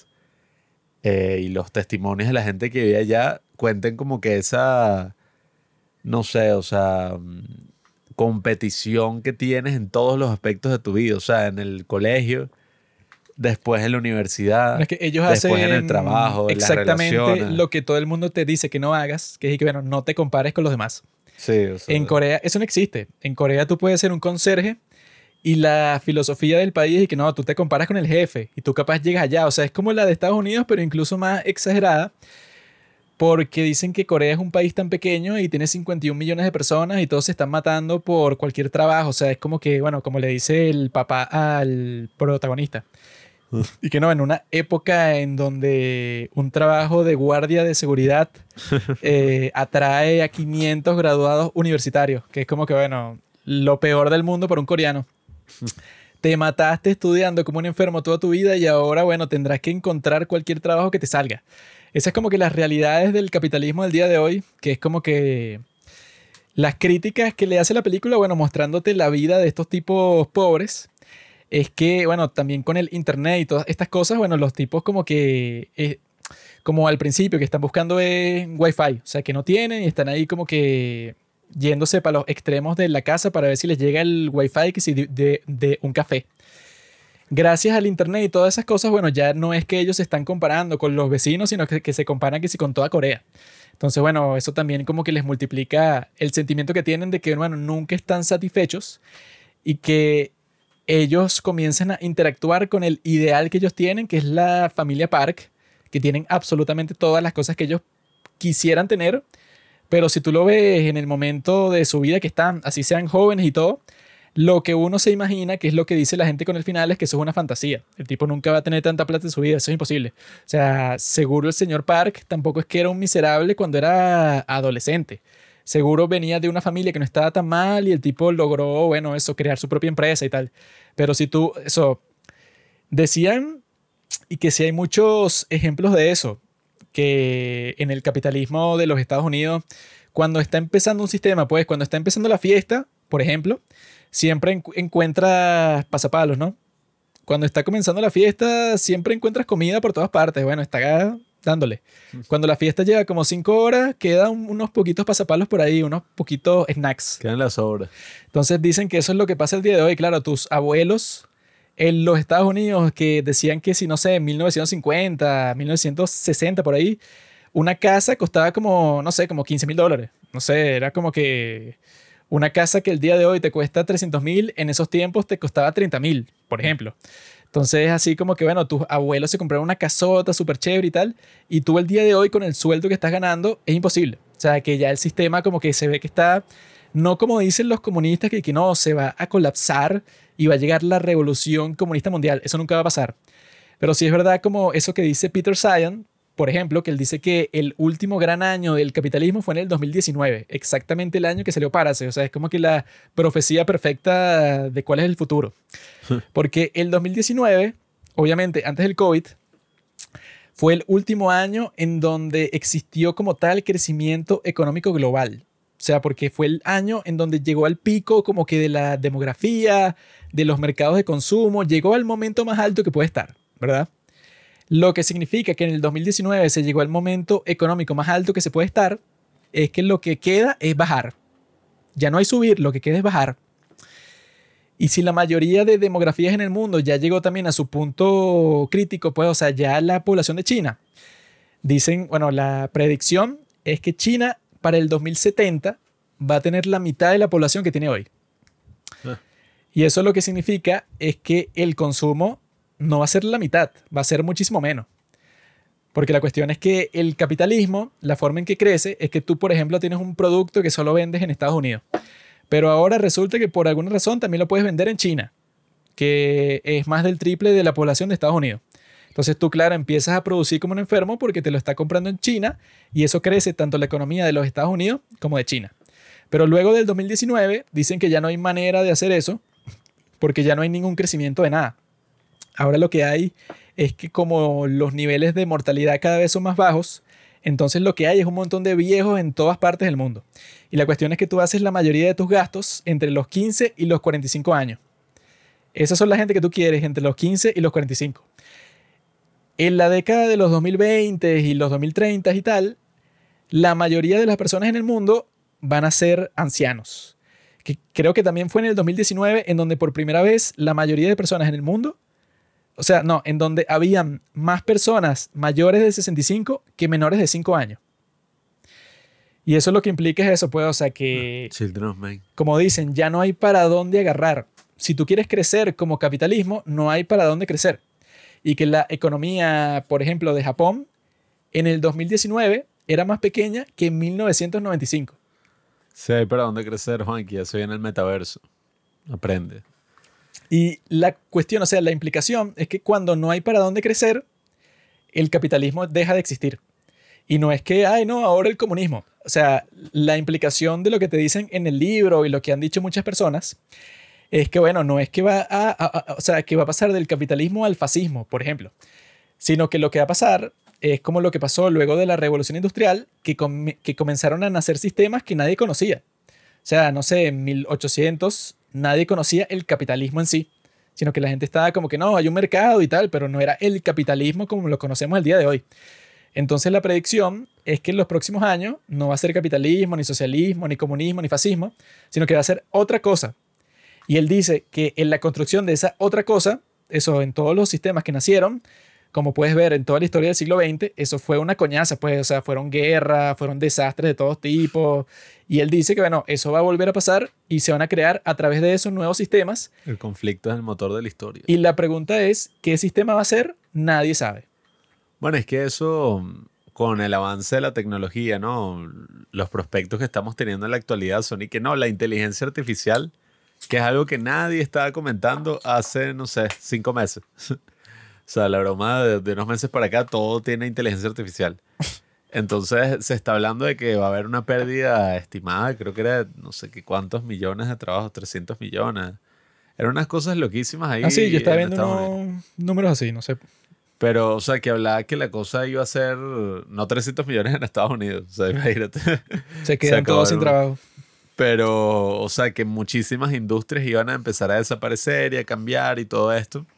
y los testimonios de la gente que vive allá cuenten como que esa, no sé, o sea, competición que tienes en todos los aspectos de tu vida. O sea, en el colegio, después en la universidad, Es que ellos después hacen en el trabajo, en las exactamente relaciones. lo que todo el mundo te dice que no hagas, que es que, bueno, no te compares con los demás. Sí, o sea, En Corea eso no existe. En Corea tú puedes ser un conserje y la filosofía del país es que no, tú te comparas con el jefe y tú capaz llegas allá. O sea, es como la de Estados Unidos, pero incluso más exagerada, porque dicen que Corea es un país tan pequeño y tiene 51 millones de personas y todos se están matando por cualquier trabajo. O sea, es como que, bueno, como le dice el papá al protagonista. Y que no, en una época en donde un trabajo de guardia de seguridad atrae a 500 graduados universitarios, que es como que, bueno, lo peor del mundo para un coreano. Te mataste estudiando como un enfermo toda tu vida y ahora, bueno, tendrás que encontrar cualquier trabajo que te salga. Esas es como que las realidades del capitalismo del día de hoy, que es como que las críticas que le hace la película, bueno, mostrándote la vida de estos tipos pobres, es que, bueno, también con el internet y todas estas cosas, bueno, los tipos como que, como al principio, que están buscando Wi-Fi, o sea, que no tienen y están ahí como que yéndose para los extremos de la casa para ver si les llega el Wi-Fi que si de un café. Gracias al internet y todas esas cosas, bueno, ya no es que ellos se están comparando con los vecinos, sino que se comparan que si con toda Corea. Entonces, bueno, eso también como que les multiplica el sentimiento que tienen de que, bueno, nunca están satisfechos y que ellos comienzan a interactuar con el ideal que ellos tienen, que es la familia Park, que tienen absolutamente todas las cosas que ellos quisieran tener. Pero si tú lo ves en el momento de su vida que están, así sean jóvenes y todo, lo que uno se imagina, que es lo que dice la gente con el final, es que eso es una fantasía. El tipo nunca va a tener tanta plata en su vida, eso es imposible. O sea, seguro el señor Park tampoco es que era un miserable cuando era adolescente. Seguro venía de una familia que no estaba tan mal y el tipo logró, bueno, eso, crear su propia empresa y tal. Pero si tú, eso, decían, y que sí hay muchos ejemplos de eso, que en el capitalismo de los Estados Unidos, cuando está empezando un sistema, pues cuando está empezando la fiesta, por ejemplo, siempre encuentras pasapalos, ¿no? Cuando está comenzando la fiesta, siempre encuentras comida por todas partes. Bueno, está dándole. Cuando la fiesta lleva como 5 horas, quedan unos poquitos pasapalos por ahí, unos poquitos snacks. Quedan las sobras. Entonces dicen que eso es lo que pasa el día de hoy. Claro, tus abuelos en los Estados Unidos que decían que si, no sé, en 1950, 1960, por ahí, una casa costaba como, no sé, como $15,000. No sé, era como que una casa que el día de hoy te cuesta 300,000, en esos tiempos te costaba 30,000, por ejemplo. Entonces, así como que, bueno, tus abuelos se compraron una casota súper chévere y tal, y tú el día de hoy con el sueldo que estás ganando es imposible. O sea, que ya el sistema como que se ve que está, no como dicen los comunistas, que no, se va a colapsar y va a llegar la revolución comunista mundial. Eso nunca va a pasar. Pero sí es verdad como eso que dice Peter Zeihan, por ejemplo, que él dice que el último gran año del capitalismo fue en el 2019, exactamente el año que salió Parase. O sea, es como que la profecía perfecta de cuál es el futuro. Porque el 2019, obviamente antes del COVID, fue el último año en donde existió como tal crecimiento económico global. O sea, porque fue el año en donde llegó al pico como que de la demografía, de los mercados de consumo, llegó al momento más alto que puede estar, ¿verdad? Lo que significa que en el 2019 se llegó al momento económico más alto que se puede estar, es que lo que queda es bajar. Ya no hay subir, lo que queda es bajar. Y si la mayoría de demografías en el mundo ya llegó también a su punto crítico, pues, o sea, ya la población de China, dicen, bueno, la predicción es que China para el 2070 va a tener la mitad de la población que tiene hoy. Y eso lo que significa es que el consumo no va a ser la mitad, va a ser muchísimo menos. Porque la cuestión es que el capitalismo, la forma en que crece, es que tú, por ejemplo, tienes un producto que solo vendes en Estados Unidos. Pero ahora resulta que por alguna razón también lo puedes vender en China, que es más del triple de la población de Estados Unidos. Entonces tú, claro, empiezas a producir como un enfermo porque te lo está comprando en China y eso crece tanto la economía de los Estados Unidos como de China. Pero luego del 2019 dicen que ya no hay manera de hacer eso porque ya no hay ningún crecimiento de nada. Ahora lo que hay es que como los niveles de mortalidad cada vez son más bajos, entonces lo que hay es un montón de viejos en todas partes del mundo. Y la cuestión es que tú haces la mayoría de tus gastos entre los 15 y los 45 años. Esas son la gente que tú quieres entre los 15 y los 45. En la década de los 2020 y los 2030 y tal, la mayoría de las personas en el mundo van a ser ancianos. Que creo que también fue en el 2019 en donde por primera vez la mayoría de personas en el mundo, o sea, no, en donde habían más personas mayores de 65 que menores de 5 años. Y eso lo que implica es eso, pues, o sea, que, Children of Men. como dicen, ya no hay para dónde agarrar. Si tú quieres crecer como capitalismo, no hay para dónde crecer. Y que la economía, por ejemplo, de Japón, en el 2019 era más pequeña que en 1995. Sí, hay para dónde crecer, Juanqui. Eso viene el metaverso. Aprende. Y la cuestión, o sea, la implicación es que cuando no hay para dónde crecer, el capitalismo deja de existir. Y no es que, ay, no, ahora el comunismo. O sea, la implicación de lo que te dicen en el libro y lo que han dicho muchas personas es que, bueno, no es que o sea, que va a pasar del capitalismo al fascismo, por ejemplo, sino que lo que va a pasar es como lo que pasó luego de la Revolución Industrial, que comenzaron a nacer sistemas que nadie conocía. O sea, no sé, en 1800 nadie conocía el capitalismo en sí, sino que la gente estaba como que no, hay un mercado y tal, pero no era el capitalismo como lo conocemos el día de hoy. Entonces la predicción es que en los próximos años no va a ser capitalismo, ni socialismo, ni comunismo, ni fascismo, sino que va a ser otra cosa. Y él dice que en la construcción de esa otra cosa, eso en todos los sistemas que nacieron, como puedes ver en toda la historia del siglo XX, eso fue una coñaza, pues, o sea, fueron guerras, fueron desastres de todos tipos. Y él dice que, bueno, eso va a volver a pasar y se van a crear a través de esos nuevos sistemas. El conflicto es el motor de la historia. Y la pregunta es, ¿qué sistema va a ser? Nadie sabe. Bueno, es que eso, con el avance de la tecnología, ¿no? Los prospectos que estamos teniendo en la actualidad son y que no, la inteligencia artificial, que es algo que nadie estaba comentando hace, no sé, 5 meses. O sea, la broma de unos meses para acá, todo tiene inteligencia artificial. Entonces, se está hablando de que va a haber una pérdida estimada, creo que era no sé qué cuántos millones de trabajos, 300 millones. Eran unas cosas loquísimas ahí. Ah, sí, yo estaba en viendo Estados Unidos. unos números así, no sé. Pero, o sea, que hablaba que la cosa iba a ser no 300 millones en Estados Unidos. O sea, imagínate. Se quedan todos sin trabajo. Pero, o sea, que muchísimas industrias iban a empezar a desaparecer y a cambiar y todo esto.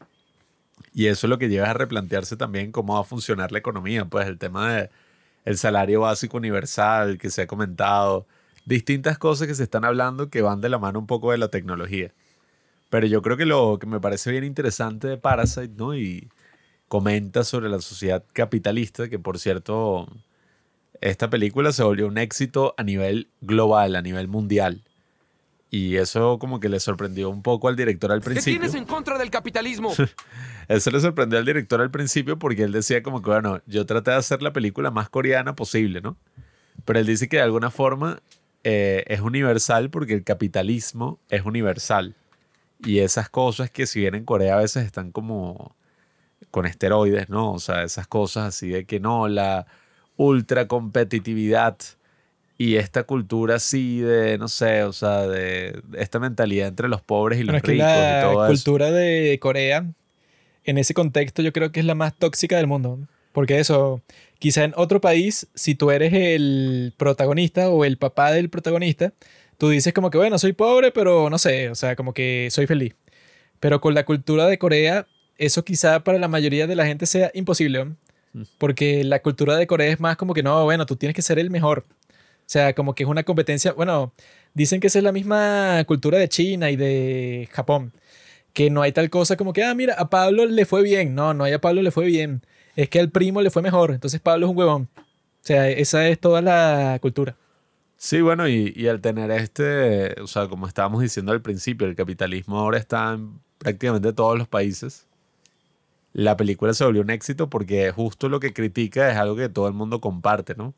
Y eso es lo que lleva a replantearse también cómo va a funcionar la economía. Pues el tema de el salario básico universal que se ha comentado. Distintas cosas que se están hablando que van de la mano un poco de la tecnología. Pero yo creo que lo que me parece bien interesante de Parasite, ¿no? Y comenta sobre la sociedad capitalista, que por cierto esta película se volvió un éxito a nivel global, a nivel mundial. Y eso como que le sorprendió un poco al director al ¿Qué principio. tienes en contra del capitalismo? Eso le sorprendió al director al principio porque él decía como que, bueno, yo traté de hacer la película más coreana posible, ¿no? Pero él dice que de alguna forma es universal porque el capitalismo es universal. Y esas cosas que si bien en Corea a veces están como con esteroides, ¿no? O sea, esas cosas así de que no, la ultra competitividad y esta cultura así de, no sé, o sea, de esta mentalidad entre los pobres y Bueno, los es que ricos y la todo eso. cultura de Corea, en ese contexto, yo creo que es la más tóxica del mundo. Porque eso, quizá en otro país, si tú eres el protagonista o el papá del protagonista, tú dices como que, bueno, soy pobre, pero no sé, o sea, como que soy feliz. Pero con la cultura de Corea, eso quizá para la mayoría de la gente sea imposible, ¿no? Porque la cultura de Corea es más como que no, bueno, tú tienes que ser el mejor. O sea, como que es una competencia. Bueno, dicen que esa es la misma cultura de China y de Japón. Que no hay tal cosa como que, ah, mira, a Pablo le fue bien. No, no hay a Pablo le fue bien. Es que al primo le fue mejor. Entonces Pablo es un huevón. O sea, esa es toda la cultura. Sí, bueno, y al tener o sea, como estábamos diciendo al principio, el capitalismo ahora está en prácticamente todos los países. La película se volvió un éxito porque justo lo que critica es algo que todo el mundo comparte, ¿no?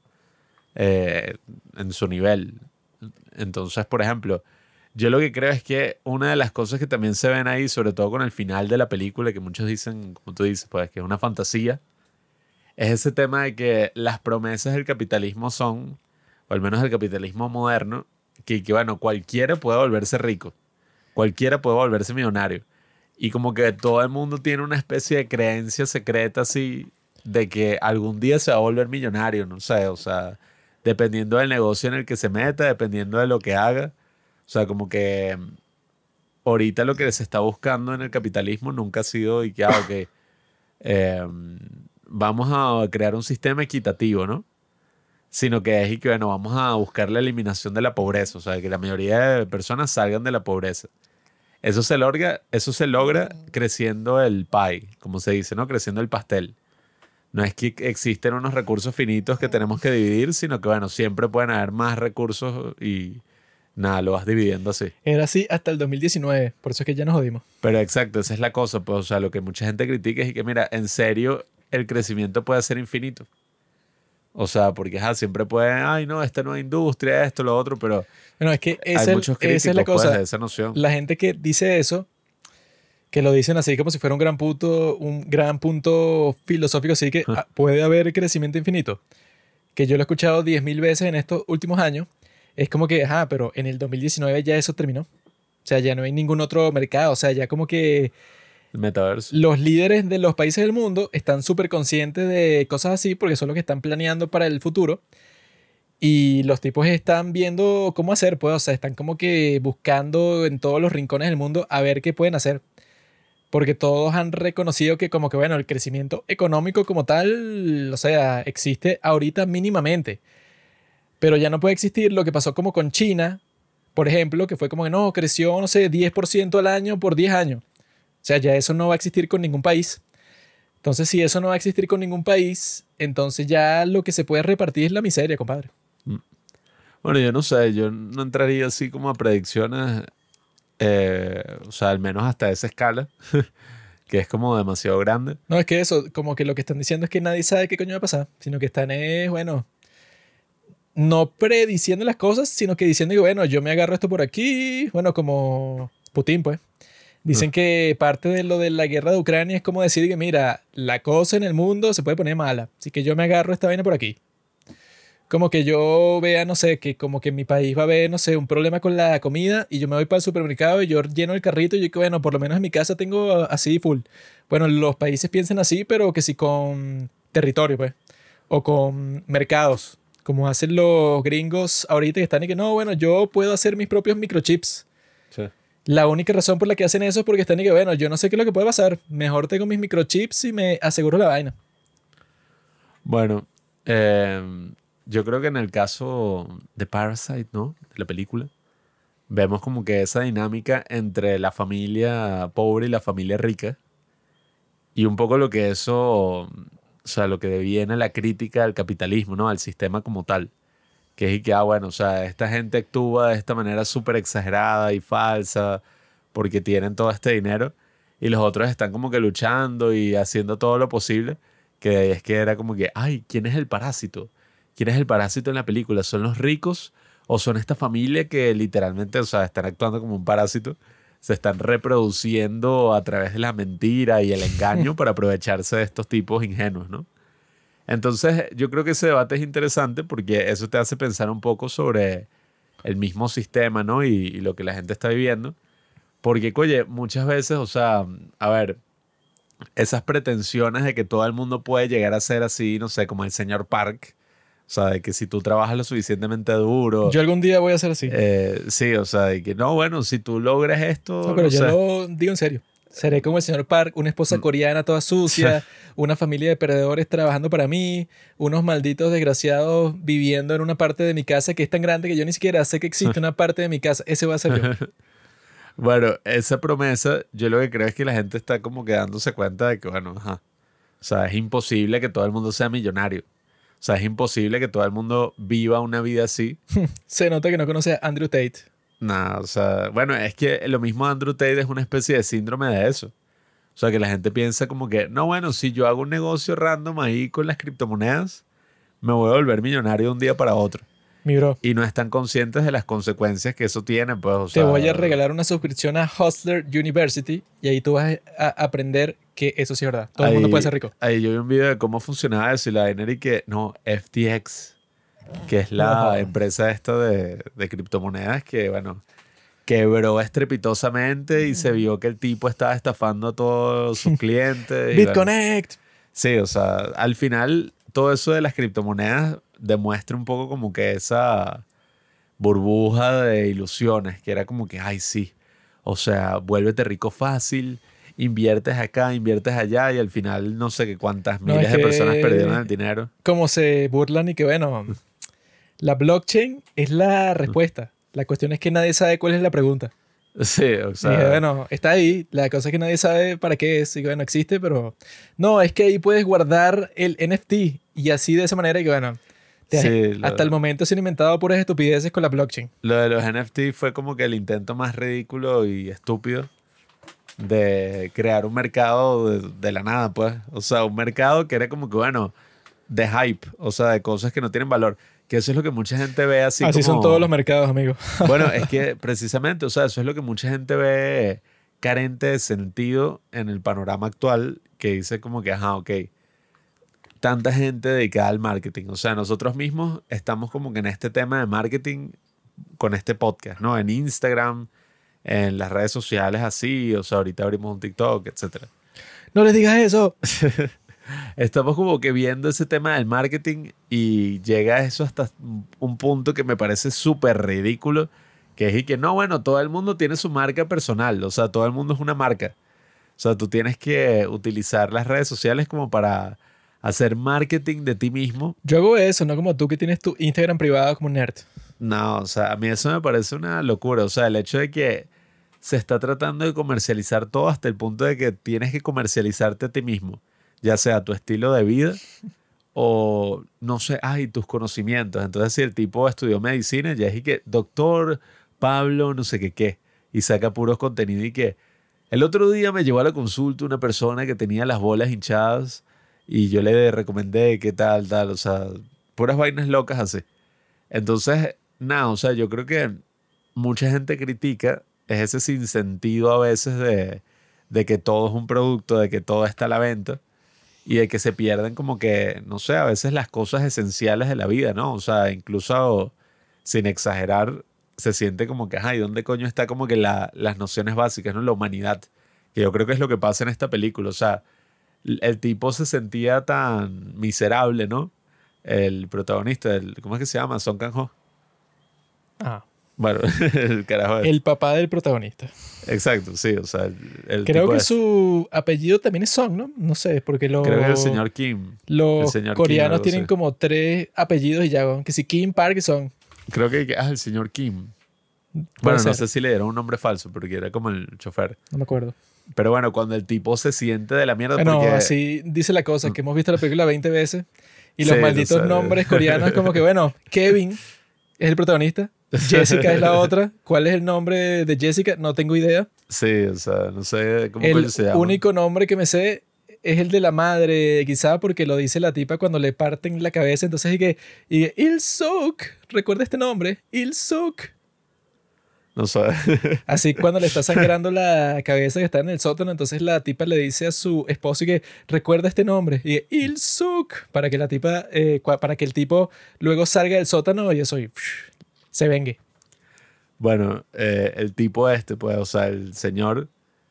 En su nivel. Entonces, por ejemplo, yo lo que creo es que una de las cosas que también se ven ahí, sobre todo con el final de la película, que muchos dicen, como tú dices, pues que es una fantasía, es ese tema de que las promesas del capitalismo son, o al menos el capitalismo moderno, que bueno, cualquiera puede volverse rico, cualquiera puede volverse millonario. Y como que todo el mundo tiene una especie de creencia secreta así de que algún día se va a volver millonario, no sé, o sea, dependiendo del negocio en el que se meta, dependiendo de lo que haga. O sea, como que ahorita lo que se está buscando en el capitalismo nunca ha sido y que, ok, eh, vamos a crear un sistema equitativo, ¿no? Sino que es y que, bueno, vamos a buscar la eliminación de la pobreza, o sea, que la mayoría de personas salgan de la pobreza. Eso se logra creciendo el pie, como se dice, ¿no? Creciendo el pastel. No es que existen unos recursos finitos que tenemos que dividir, sino que, bueno, siempre pueden haber más recursos y nada, lo vas dividiendo así. Era así hasta el 2019. Por eso es que ya nos jodimos. Pero exacto, esa es la cosa, pues, o sea, lo que mucha gente critica es que, mira, en serio, el crecimiento puede ser infinito. O sea, porque siempre pueden, ay, no, esta nueva industria, esto, lo otro, pero Bueno, es que hay muchos críticos, esa es la pues, cosa. de esa noción. La gente que dice eso, que lo dicen así como si fuera un gran punto filosófico, así que puede haber crecimiento infinito. Que yo lo he escuchado 10.000 veces en estos últimos años. Es como que, ajá, pero en el 2019 ya eso terminó. O sea, ya no hay ningún otro mercado. O sea, ya como que El metaverso. los líderes de los países del mundo están súper conscientes de cosas así porque son los que están planeando para el futuro. Y los tipos están viendo cómo hacer, pues, o sea, están como que buscando en todos los rincones del mundo a ver qué pueden hacer. Porque todos han reconocido que como que, bueno, el crecimiento económico como tal, o sea, existe ahorita mínimamente. Pero ya no puede existir lo que pasó como con China, por ejemplo, que fue como que no, creció, no sé, 10% al año por 10 años. O sea, ya eso no va a existir con ningún país. Entonces, si eso no va a existir con ningún país, entonces ya lo que se puede repartir es la miseria, compadre. Bueno, yo no sé, yo no entraría así como a predicciones, o sea, al menos hasta esa escala, que es como demasiado grande. No, es que eso, como que lo que están diciendo es que nadie sabe qué coño va a pasar, sino que están, bueno, no prediciendo las cosas, sino que diciendo que, bueno, yo me agarro esto por aquí, bueno, como Putin, pues. Dicen que parte de lo de la guerra de Ucrania es como decir que, mira, la cosa en el mundo se puede poner mala, así que yo me agarro esta vaina por aquí. Como que yo vea, no sé, que como que en mi país va a haber, no sé, un problema con la comida y yo me voy para el supermercado y yo lleno el carrito y yo que, bueno, por lo menos en mi casa tengo así full. Bueno, los países piensan así, pero que sí con territorio, pues, o con mercados, como hacen los gringos ahorita que están y que, no, bueno, yo puedo hacer mis propios microchips. Sí. La única razón por la que hacen eso es porque están y que, bueno, yo no sé qué es lo que puede pasar. Mejor tengo mis microchips y me aseguro la vaina. Bueno, yo creo que en el caso de Parasite, ¿no? De la película, vemos como que esa dinámica entre la familia pobre y la familia rica. Y un poco lo que eso o sea, lo que viene la crítica al capitalismo, ¿no? Al sistema como tal. Que es y que, bueno, o sea, esta gente actúa de esta manera súper exagerada y falsa porque tienen todo este dinero y los otros están como que luchando y haciendo todo lo posible, que es que era como que, ay, ¿quién es el parásito? ¿Quién es el parásito en la película? ¿Son los ricos o son esta familia que literalmente, o sea, están actuando como un parásito? Se están reproduciendo a través de la mentira y el engaño para aprovecharse de estos tipos ingenuos, ¿no? Entonces, yo creo que ese debate es interesante porque eso te hace pensar un poco sobre el mismo sistema, ¿no? Y lo que la gente está viviendo. Porque, oye, muchas veces, o sea, a ver, esas pretensiones de que todo el mundo puede llegar a ser así, no sé, como el señor Park. O sea, de que si tú trabajas lo suficientemente duro. Yo algún día voy a ser así. Sí, o sea, de que no, bueno, si tú logras esto. No, pero no yo sé. lo digo en serio. Seré como el señor Park, una esposa coreana toda sucia, una familia de perdedores trabajando para mí, unos malditos desgraciados viviendo en una parte de mi casa que es tan grande que yo ni siquiera sé que existe una parte de mi casa. Ese va a ser yo. Bueno, esa promesa, yo lo que creo es que la gente está como que dándose cuenta de que, bueno, ajá. O sea, es imposible que todo el mundo sea millonario. O sea, es imposible que todo el mundo viva una vida así. Se nota que no conoce a Andrew Tate. Nada, o sea, bueno, es que lo mismo Andrew Tate es una especie de síndrome de eso. O sea, que la gente piensa como que, no, bueno, si yo hago un negocio random ahí con las criptomonedas, me voy a volver millonario de un día para otro. Mi bro, Y no están conscientes de las consecuencias que eso tiene, pues, o te sea, voy a regalar una suscripción a Hustler University y ahí tú vas a aprender que eso sí es verdad. Todo el mundo puede ser rico. Ahí yo vi un video de cómo funcionaba eso y la vaina era y que, no, FTX, que es la empresa esta de criptomonedas que, bueno, quebró estrepitosamente y se vio que el tipo estaba estafando a todos sus clientes. y bueno, BitConnect. sí, o sea, al final todo eso de las criptomonedas demuestra un poco como que esa burbuja de ilusiones, que era como que, ay, sí, o sea, vuélvete rico fácil, inviertes acá, inviertes allá y al final no sé qué cuántas No, miles es de que- personas perdieron el dinero. Como se burlan y que bueno, la blockchain es la respuesta. La cuestión es que nadie sabe cuál es la pregunta. Sí, o Y sea, dije, bueno, está ahí. La cosa es que nadie sabe para qué es. Y bueno, existe, pero... No, es que ahí puedes guardar el NFT. Y así de esa manera que bueno... Sí, hasta el momento se han inventado puras estupideces con la blockchain. lo de los NFT fue como que el intento más ridículo y estúpido de crear un mercado de la nada, pues. O sea, un mercado que era como que, bueno, de hype, o sea, de cosas que no tienen valor. Que eso es lo que mucha gente ve así Así como... son todos los mercados, amigos. Bueno, es que precisamente, o sea, eso es lo que mucha gente ve carente de sentido en el panorama actual, que dice como que, ajá, ok, tanta gente dedicada al marketing. O sea, nosotros mismos estamos como que en este tema de marketing con este podcast, ¿no? En Instagram, en las redes sociales así, o sea, ahorita abrimos un TikTok, etcétera. No les digas eso. Estamos como que viendo ese tema del marketing y llega eso hasta un punto que me parece súper ridículo, que es y que no, bueno, todo el mundo tiene su marca personal, o sea, todo el mundo es una marca. O sea, tú tienes que utilizar las redes sociales como para hacer marketing de ti mismo. Yo hago eso, no como tú que tienes tu Instagram privado como un nerd. No, o sea, a mí eso me parece una locura. O sea, el hecho de que se está tratando de comercializar todo hasta el punto de que tienes que comercializarte a ti mismo, ya sea tu estilo de vida o, no sé, ay, tus conocimientos. Entonces, si el tipo estudió medicina, ya es y que, doctor Pablo, no sé qué, y saca puros contenidos y que el otro día me llevó a la consulta una persona que tenía las bolas hinchadas y yo le recomendé qué tal, o sea, puras vainas locas así. Entonces, nada, o sea, yo creo que mucha gente critica es ese sinsentido a veces de que todo es un producto, de que todo está a la venta y de que se pierden como que, no sé, a veces las cosas esenciales de la vida, ¿no? O sea, incluso sin exagerar, se siente como que, ay, ¿dónde coño está como que las nociones básicas, ¿no? La humanidad, que yo creo que es lo que pasa en esta película, o sea, el tipo se sentía tan miserable, ¿no? El protagonista, ¿cómo es que se llama? Song Kang-ho. Ah, Bueno, el carajo es. el papá del protagonista. Exacto, sí, o sea, el Creo tipo que es. su apellido también es Song, ¿no? No sé, porque Creo que es el señor Kim. el los señor Kim, coreanos algo tienen así. como 3 apellidos y ya, que si Kim Park y Song. Creo que es el señor Kim. Bueno, no ser. sé si le dieron un nombre falso, porque era como el chofer. No me acuerdo. Pero bueno, cuando el tipo se siente de la mierda, Bueno, porque... así dice la cosa, que hemos visto la película 20 veces y los Sí, malditos no sé. nombres coreanos como que, bueno, Kevin es el protagonista, Jessica es la otra. ¿Cuál es el nombre de Jessica? No tengo idea. Sí, o sea, no sé cómo El coño se llama. único nombre que me sé es el de la madre, quizá porque lo dice la tipa cuando le parten la cabeza. Entonces y Il-suk, recuerda este nombre, Il-suk. No sé. Así cuando le está sangrando la cabeza que está en el sótano, entonces la tipa le dice a su esposo y que recuerda este nombre y Il-suk para que la tipa, para que el tipo luego salga del sótano y eso y se vengue. Bueno, el tipo este, pues, o sea, el señor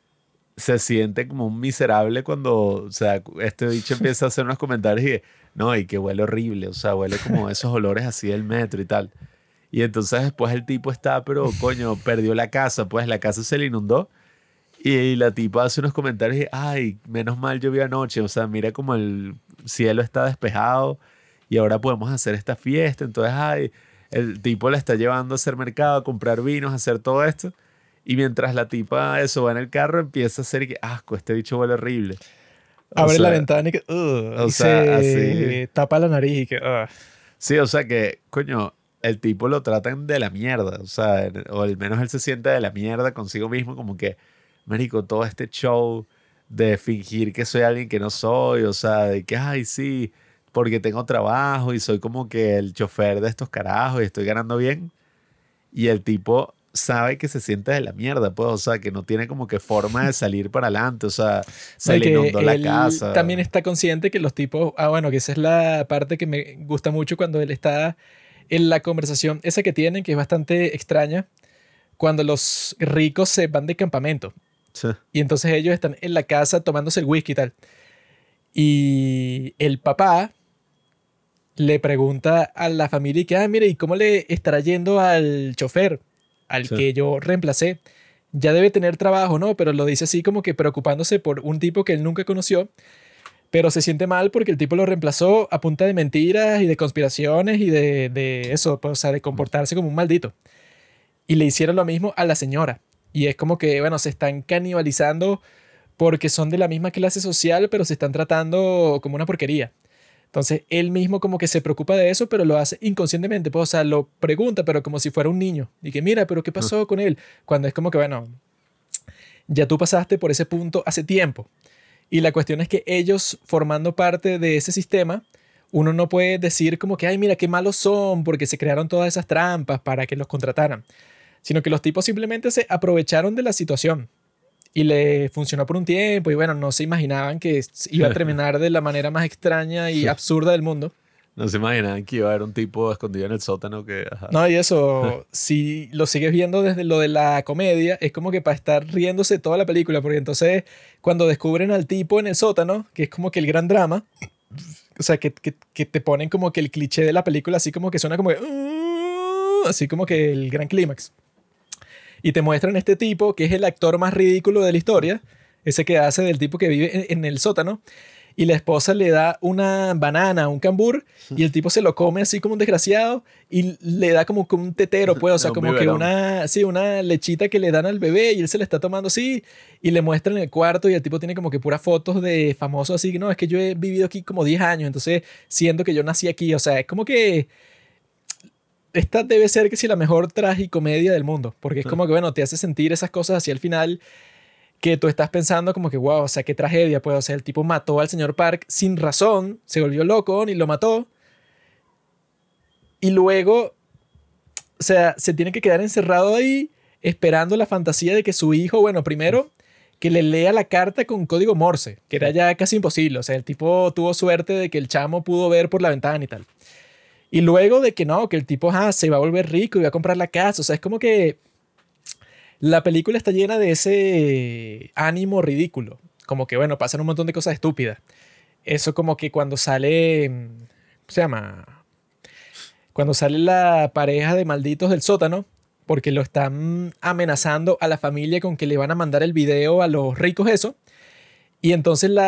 se siente como un miserable cuando, o sea, este bicho empieza a hacer unos comentarios y, no, y que huele horrible, o sea, huele como esos olores así del metro y tal. Y entonces después el tipo está, pero coño, perdió la casa, pues la casa se le inundó y la tipa hace unos comentarios y, ay, menos mal llovió anoche, o sea, mira como el cielo está despejado y ahora podemos hacer esta fiesta, entonces, ay, el tipo la está llevando a hacer mercado, a comprar vinos, a hacer todo esto. Y mientras la tipa eso va en el carro, empieza a hacer que asco, este bicho huele horrible. O Abre la sea, ventana y que o y sea, se así. tapa la nariz y que Sí, o sea que, coño, el tipo lo tratan de la mierda. O sea, o al menos él se siente de la mierda consigo mismo, como que, marico, todo este show de fingir que soy alguien que no soy, o sea, de que, ay, sí, porque tengo trabajo y soy como que el chofer de estos carajos y estoy ganando bien. Y el tipo sabe que se siente de la mierda, pues, o sea, que no tiene como que forma de salir para adelante, o sea, no, se y le que inundó la él casa. también está consciente que los tipos, bueno, que esa es la parte que me gusta mucho cuando él está en la conversación esa que tienen, que es bastante extraña, cuando los ricos se van de campamento Sí. y entonces ellos están en la casa tomándose el whisky y tal. Y el papá le pregunta a la familia y que, mire, ¿y cómo le estará yendo al chofer, al Sí. que yo reemplacé? Ya debe tener trabajo, ¿no? Pero lo dice así como que preocupándose por un tipo que él nunca conoció, pero se siente mal porque el tipo lo reemplazó a punta de mentiras y de conspiraciones y de eso, pues, o sea, de comportarse como un maldito. Y le hicieron lo mismo a la señora. Y es como que, bueno, se están canibalizando porque son de la misma clase social, pero se están tratando como una porquería. Entonces, él mismo como que se preocupa de eso, pero lo hace inconscientemente. Pues, o sea, lo pregunta, pero como si fuera un niño. Y que, mira, pero ¿qué pasó con él? Cuando es como que, bueno, ya tú pasaste por ese punto hace tiempo. Y la cuestión es que ellos, formando parte de ese sistema, uno no puede decir como que, ay, mira, qué malos son porque se crearon todas esas trampas para que los contrataran. Sino que los tipos simplemente se aprovecharon de la situación y le funcionó por un tiempo y bueno, no se imaginaban que iba a terminar de la manera más extraña y absurda del mundo. No se imaginaban que iba a haber un tipo escondido en el sótano que... Ajá. No, y eso, si lo sigues viendo desde lo de la comedia, es como que para estar riéndose toda la película, porque entonces cuando descubren al tipo en el sótano, que es como que el gran drama, o sea, que te ponen como que el cliché de la película, así como que suena como que... así como que el gran clímax. Y te muestran este tipo, que es el actor más ridículo de la historia, ese que hace del tipo que vive en el sótano, y la esposa le da una banana, un cambur, y el tipo se lo come así como un desgraciado, y le da como un tetero, pues, o sea, Un como que biberón. una lechita que le dan al bebé, y él se la está tomando así, y le muestran en el cuarto, y el tipo tiene como que puras fotos de famosos así, no, es que yo he vivido aquí como 10 años, entonces siento que yo nací aquí, o sea, es como que esta debe ser que sí la mejor tragicomedia del mundo, porque es como que, bueno, te hace sentir esas cosas hacia el final que tú estás pensando como que, wow, o sea, qué tragedia, pues, o sea, el tipo mató al señor Park sin razón, se volvió loco y lo mató, y luego, o sea, se tiene que quedar encerrado ahí esperando la fantasía de que su hijo, bueno, primero, que le lea la carta con código Morse, que era ya casi imposible, o sea, el tipo tuvo suerte de que el chamo pudo ver por la ventana y tal. Y luego de que no, que el tipo se va a volver rico y va a comprar la casa. O sea, es como que la película está llena de ese ánimo ridículo. Como que, bueno, pasan un montón de cosas estúpidas. Eso como que cuando sale, ¿cómo se llama? Cuando sale la pareja de malditos del sótano, porque lo están amenazando a la familia con que le van a mandar el video a los ricos eso. Y entonces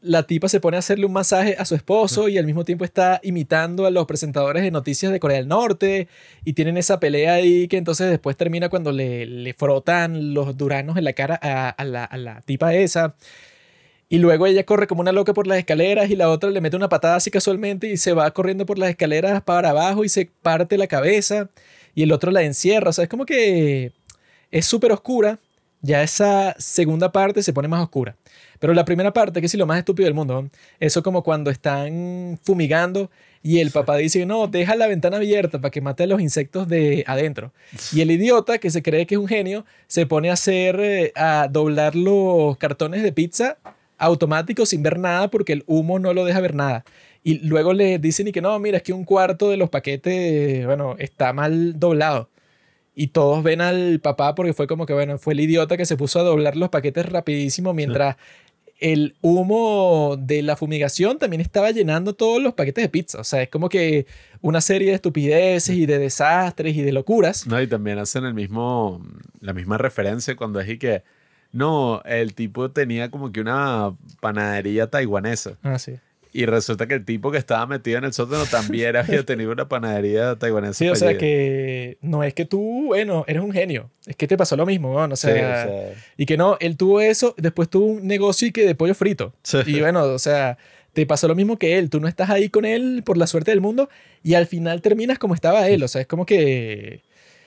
la tipa se pone a hacerle un masaje a su esposo y al mismo tiempo está imitando a los presentadores de noticias de Corea del Norte y tienen esa pelea ahí que entonces después termina cuando le frotan los duranos en la cara a la tipa esa. Y luego ella corre como una loca por las escaleras y la otra le mete una patada así casualmente y se va corriendo por las escaleras para abajo y se parte la cabeza y el otro la encierra. O sea, es como que es súper oscura. Ya esa segunda parte se pone más oscura. Pero la primera parte, que es lo más estúpido del mundo, ¿no? Eso como cuando están fumigando y el papá dice, no, deja la ventana abierta para que mate a los insectos de adentro. Y el idiota, que se cree que es un genio, se pone a doblar los cartones de pizza automáticos sin ver nada porque el humo no lo deja ver nada. Y luego le dicen y que no, mira, es que un cuarto de los paquetes, bueno, está mal doblado. Y todos ven al papá porque fue como que, bueno, fue el idiota que se puso a doblar los paquetes rapidísimo mientras el humo de la fumigación también estaba llenando todos los paquetes de pizza. O sea, es como que una serie de estupideces y de desastres y de locuras. No, y también hacen la misma referencia cuando es y que, no, el tipo tenía como que una panadería taiwanesa. Ah, sí. Y resulta que el tipo que estaba metido en el sótano también había tenido una panadería taiwanesa. Sí, o sea fallida. que no es que tú, bueno, eres un genio. Es que te pasó lo mismo, ¿no? O sea, Sí, o sea. y que no, él tuvo eso, después tuvo un negocio y que de pollo frito. Sí. Y bueno, o sea, te pasó lo mismo que él. Tú no estás ahí con él por la suerte del mundo y al final terminas como estaba él. O sea, es como que...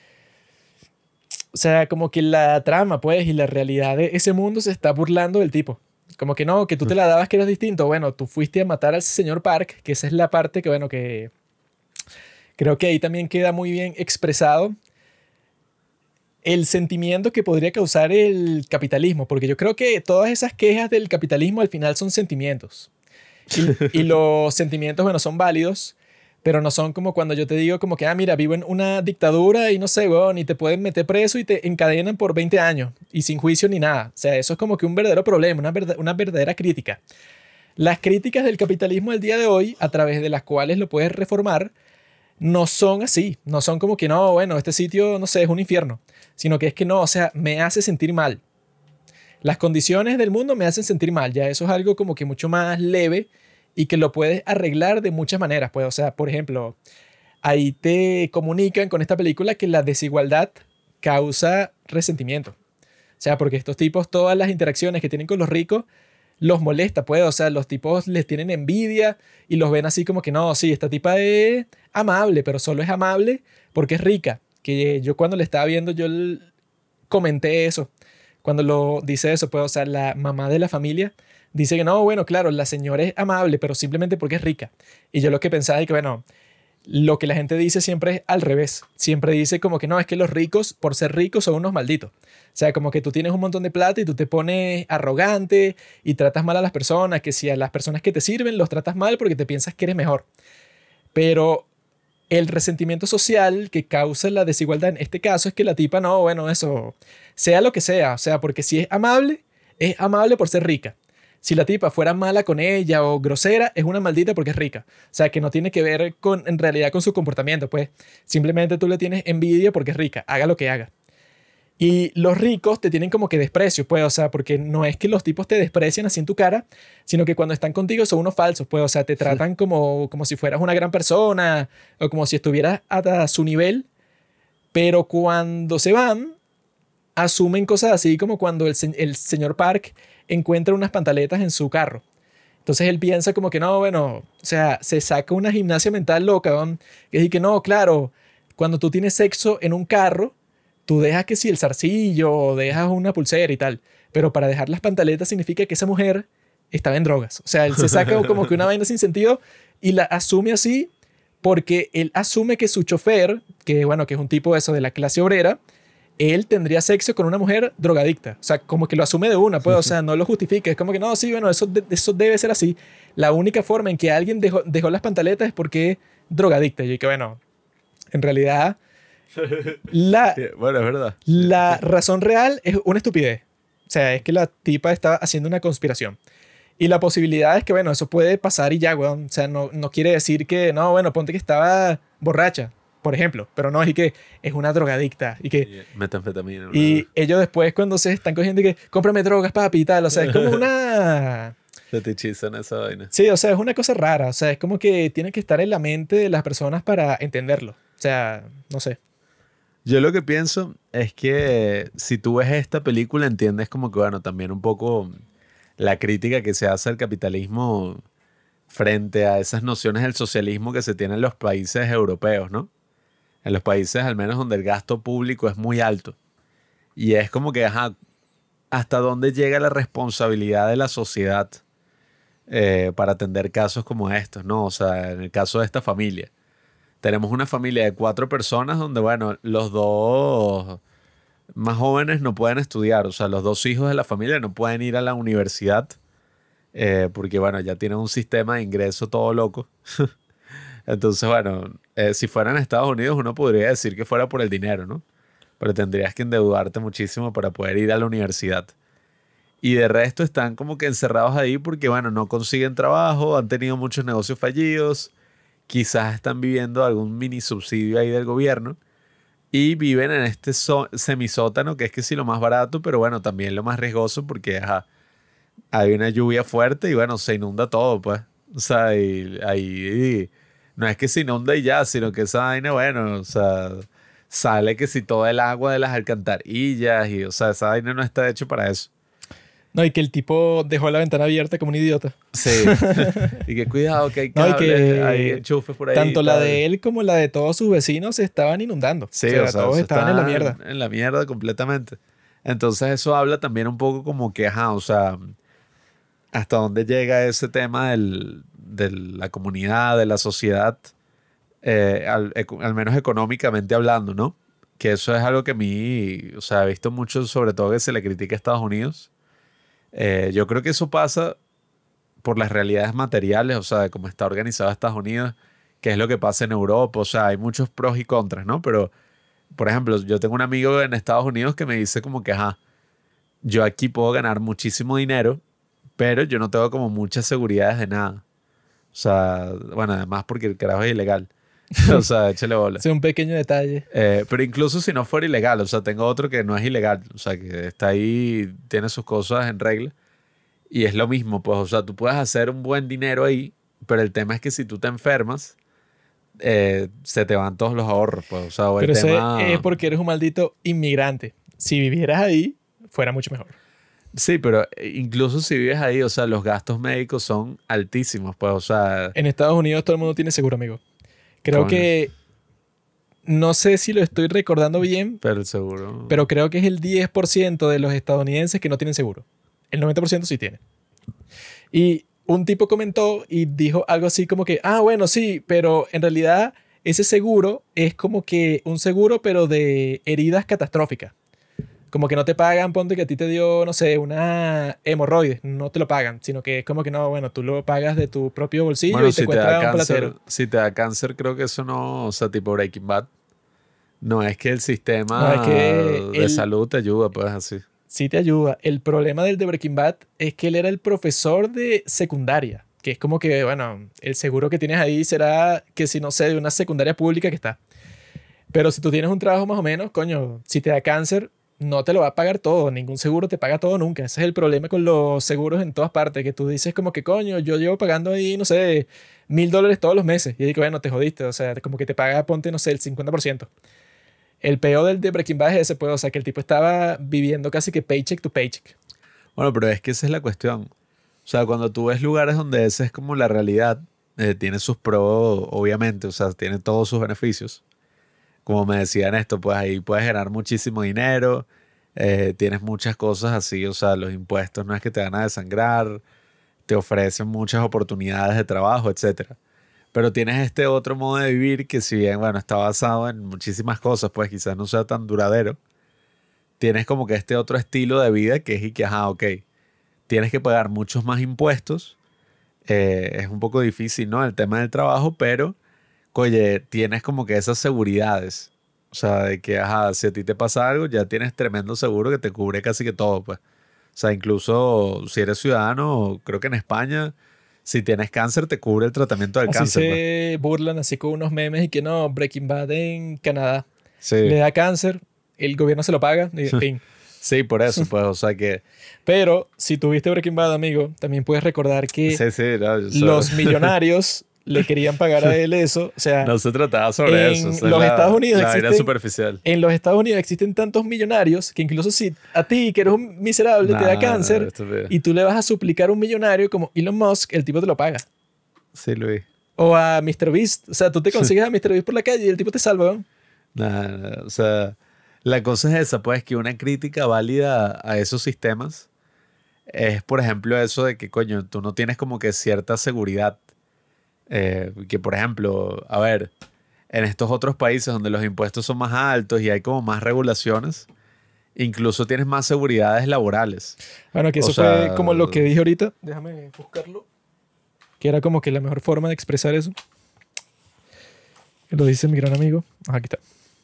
O sea, como que la trama, pues, y la realidad de ese mundo se está burlando del tipo. Como que no, que tú te la dabas que eras distinto. Bueno, tú fuiste a matar al señor Park, que esa es la parte que, bueno, que creo que ahí también queda muy bien expresado el sentimiento que podría causar el capitalismo, porque yo creo que todas esas quejas del capitalismo al final son sentimientos. Y los sentimientos, bueno, son válidos, pero no son como cuando yo te digo como que, ah, mira, vivo en una dictadura y no sé, weón, y te pueden meter preso y te encadenan por 20 años y sin juicio ni nada. O sea, eso es como que un verdadero problema, una verdadera crítica. Las críticas del capitalismo del día de hoy, a través de las cuales lo puedes reformar, no son así. No son como que, no, bueno, este sitio, no sé, es un infierno. Sino que es que no, o sea, me hace sentir mal. Las condiciones del mundo me hacen sentir mal. Ya eso es algo como que mucho más leve y que lo puedes arreglar de muchas maneras. Pues, o sea, por ejemplo, ahí te comunican con esta película que la desigualdad causa resentimiento. O sea, porque estos tipos, todas las interacciones que tienen con los ricos, los molesta, pues. O sea, los tipos les tienen envidia y los ven así como que no, sí, esta tipa es amable, pero solo es amable porque es rica. Que yo cuando le estaba viendo, comenté eso. Cuando lo dice eso, pues, o sea, la mamá de la familia dice que no, bueno, claro, la señora es amable, pero simplemente porque es rica. Y yo lo que pensaba es que, bueno, lo que la gente dice siempre es al revés. Siempre dice como que no, es que los ricos, por ser ricos, son unos malditos. O sea, como que tú tienes un montón de plata y tú te pones arrogante y tratas mal a las personas, que si a las personas que te sirven los tratas mal porque te piensas que eres mejor. Pero el resentimiento social que causa la desigualdad en este caso es que la tipa no, bueno, eso, sea lo que sea. O sea, porque si es amable por ser rica. Si la tipa fuera mala con ella o grosera, es una maldita porque es rica. O sea, que no tiene que ver en realidad con su comportamiento, pues simplemente tú le tienes envidia porque es rica, haga lo que haga. Y los ricos te tienen como que desprecio, pues, o sea, porque no es que los tipos te desprecian así en tu cara, sino que cuando están contigo son unos falsos, pues, o sea, te tratan como si fueras una gran persona o como si estuvieras a su nivel, pero cuando se van, asumen cosas así como cuando el señor Park encuentra unas pantaletas en su carro. Entonces él piensa como que no, bueno, o sea, se saca una gimnasia mental loca, ¿no? Que dice que no, claro, cuando tú tienes sexo en un carro, tú dejas que si el zarcillo o dejas una pulsera y tal, pero para dejar las pantaletas significa que esa mujer estaba en drogas. O sea, él se saca como que una vaina sin sentido y la asume así porque él asume que su chofer, que bueno, que es un tipo de eso de la clase obrera, él tendría sexo con una mujer drogadicta. O sea, como que lo asume de una, pues, o sea, no lo justifica. Es como que no, sí, bueno, eso debe ser así. La única forma en que alguien dejó las pantaletas es porque es drogadicta. Y que bueno, en realidad, Bueno, es verdad. la razón real es una estupidez. O sea, es que la tipa estaba haciendo una conspiración. Y la posibilidad es que, bueno, eso puede pasar y ya, weón. O sea, no quiere decir que, no, bueno, ponte que estaba borracha, por ejemplo. Pero no, es que es una drogadicta. Y que Metanfetamina. y ellos después cuando se están cogiendo y que cómprame drogas, papi, y tal. O sea, es como una... Fetichizan esa vaina. Sí, o sea, es una cosa rara. O sea, es como que tiene que estar en la mente de las personas para entenderlo. O sea, no sé. Yo lo que pienso es que si tú ves esta película entiendes como que, bueno, también un poco la crítica que se hace al capitalismo frente a esas nociones del socialismo que se tiene en los países europeos, ¿no? En los países al menos donde el gasto público es muy alto. Y es como que, ajá, ¿hasta dónde llega la responsabilidad de la sociedad para atender casos como estos, ¿no? O sea, en el caso de esta familia. Tenemos una familia de 4 personas donde, bueno, los 2 más jóvenes no pueden estudiar. O sea, los 2 hijos de la familia no pueden ir a la universidad porque, bueno, ya tienen un sistema de ingreso todo loco. Entonces, bueno, si fueran a Estados Unidos uno podría decir que fuera por el dinero, ¿no? Pero tendrías que endeudarte muchísimo para poder ir a la universidad. Y de resto están como que encerrados ahí porque, bueno, no consiguen trabajo, han tenido muchos negocios fallidos, quizás están viviendo algún mini subsidio ahí del gobierno y viven en este semisótano que es que sí lo más barato, pero bueno, también lo más riesgoso porque ajá, hay una lluvia fuerte y bueno, se inunda todo, pues. O sea, y ahí no es que se inunda y ya, sino que esa vaina, bueno, o sea, sale que si todo el agua de las alcantarillas y, o sea, esa vaina no está hecho para eso. No, y que el tipo dejó la ventana abierta como un idiota. Sí. Y que cuidado, que hay No, y cables, que hay enchufes por ahí. tanto y la tal. de él como la de todos sus vecinos se estaban inundando. Sí, o sea, todos eso estaban en la está mierda. En la mierda completamente. Entonces eso habla también un poco como que, ajá, o sea, hasta dónde llega ese tema de la comunidad, de la sociedad, al menos económicamente hablando, ¿no? Que eso es algo que a mí, o sea, he visto mucho, sobre todo que se le critica a Estados Unidos. Yo creo que eso pasa por las realidades materiales, o sea, de cómo está organizado Estados Unidos, qué es lo que pasa en Europa, o sea, hay muchos pros y contras, ¿no? Pero, por ejemplo, yo tengo un amigo en Estados Unidos que me dice como que, ajá, yo aquí puedo ganar muchísimo dinero, pero yo no tengo como muchas seguridades de nada. O sea, bueno, además porque el carajo es ilegal. O sea, échale bola. Ese es un pequeño detalle. Pero incluso si no fuera ilegal, o sea, tengo otro que no es ilegal, o sea, que está ahí, tiene sus cosas en regla. Y es lo mismo, pues, o sea, tú puedes hacer un buen dinero ahí, pero el tema es que si tú te enfermas, se te van todos los ahorros, pues, o sea, o el Pero eso tema... es porque eres un maldito inmigrante. Si vivieras ahí, fuera mucho mejor. Sí, pero incluso si vives ahí, o sea, los gastos médicos son altísimos, pues, o sea... En Estados Unidos todo el mundo tiene seguro, amigo. Creo Coño. que... No sé si lo estoy recordando bien, Pero el seguro... pero creo que es el 10% de los estadounidenses que no tienen seguro. El 90% sí tiene. Y un tipo comentó y dijo algo así como que, ah, bueno, sí, pero en realidad ese seguro es como que un seguro, pero de heridas catastróficas. Como que no te pagan, ponte que a ti te dio, no sé, una hemorroides, no te lo pagan, sino que es como que no, bueno, tú lo pagas de tu propio bolsillo Bueno, y te si te da cuesta un cáncer, platero. si te da cáncer, creo que eso no, o sea, tipo Breaking Bad, no es que el sistema No, es que de salud te ayuda, pues así. Sí te ayuda. El problema del de Breaking Bad es que él era el profesor de secundaria, que es como que, bueno, el seguro que tienes ahí será que si no sé, de una secundaria pública que está. Pero si tú tienes un trabajo más o menos, coño, si te da cáncer, no te lo va a pagar todo. Ningún seguro te paga todo nunca. Ese es el problema con los seguros en todas partes, que tú dices como que, coño, yo llevo pagando ahí, no sé, $1,000 todos los meses. Y digo, bueno, te jodiste. O sea, como que te paga, ponte, no sé, el 50%. El peor del de Breaking Bad es ese, pues, o sea, que el tipo estaba viviendo casi que paycheck to paycheck. Bueno, pero es que esa es la cuestión. O sea, cuando tú ves lugares donde esa es como la realidad, tiene sus pros, obviamente, o sea, tiene todos sus beneficios. Como me decían esto, pues ahí puedes ganar muchísimo dinero, tienes muchas cosas así, o sea, los impuestos no es que te van a desangrar, te ofrecen muchas oportunidades de trabajo, etcétera. Pero tienes este otro modo de vivir que si bien, bueno, está basado en muchísimas cosas, pues quizás no sea tan duradero. Tienes como que este otro estilo de vida que es y que, ajá, ok, tienes que pagar muchos más impuestos. Es un poco difícil, ¿no? El tema del trabajo, pero, oye, tienes como que esas seguridades. O sea, de que, ajá, si a ti te pasa algo, ya tienes tremendo seguro que te cubre casi que todo, pues. O sea, incluso si eres ciudadano, creo que en España, si tienes cáncer, te cubre el tratamiento del Así cáncer, pues. se burlan, así con unos memes y que no, Breaking Bad en Canadá Sí. le da cáncer, el gobierno se lo paga y fin. Sí, por eso, pues, o sea que... Pero si tuviste Breaking Bad, amigo, también puedes recordar que Sí, no, los millonarios le querían pagar a él eso. O sea, no se trataba sobre en eso. Esa los es Estados Unidos la vaina existen- superficial. en los Estados Unidos existen tantos millonarios que incluso si a ti, que eres un miserable, te da Nah, cáncer estúpido. y tú le vas a suplicar a un millonario como Elon Musk, el tipo te lo paga. Sí, Luis. O a Mr. Beast. O sea, tú te consigues a Mr. Beast por la calle y el tipo te salva, ¿no? Nah, o sea, la cosa es esa, pues, que una crítica válida a esos sistemas es, por ejemplo, eso de que, coño, tú no tienes como que cierta seguridad. Que, por ejemplo, a ver, en estos otros países donde los impuestos son más altos y hay como más regulaciones, incluso tienes más seguridades laborales. Bueno, que O eso sea, fue como lo que dije ahorita. Déjame buscarlo. Que era como que la mejor forma de expresar eso. Lo dice mi gran amigo. Aquí está.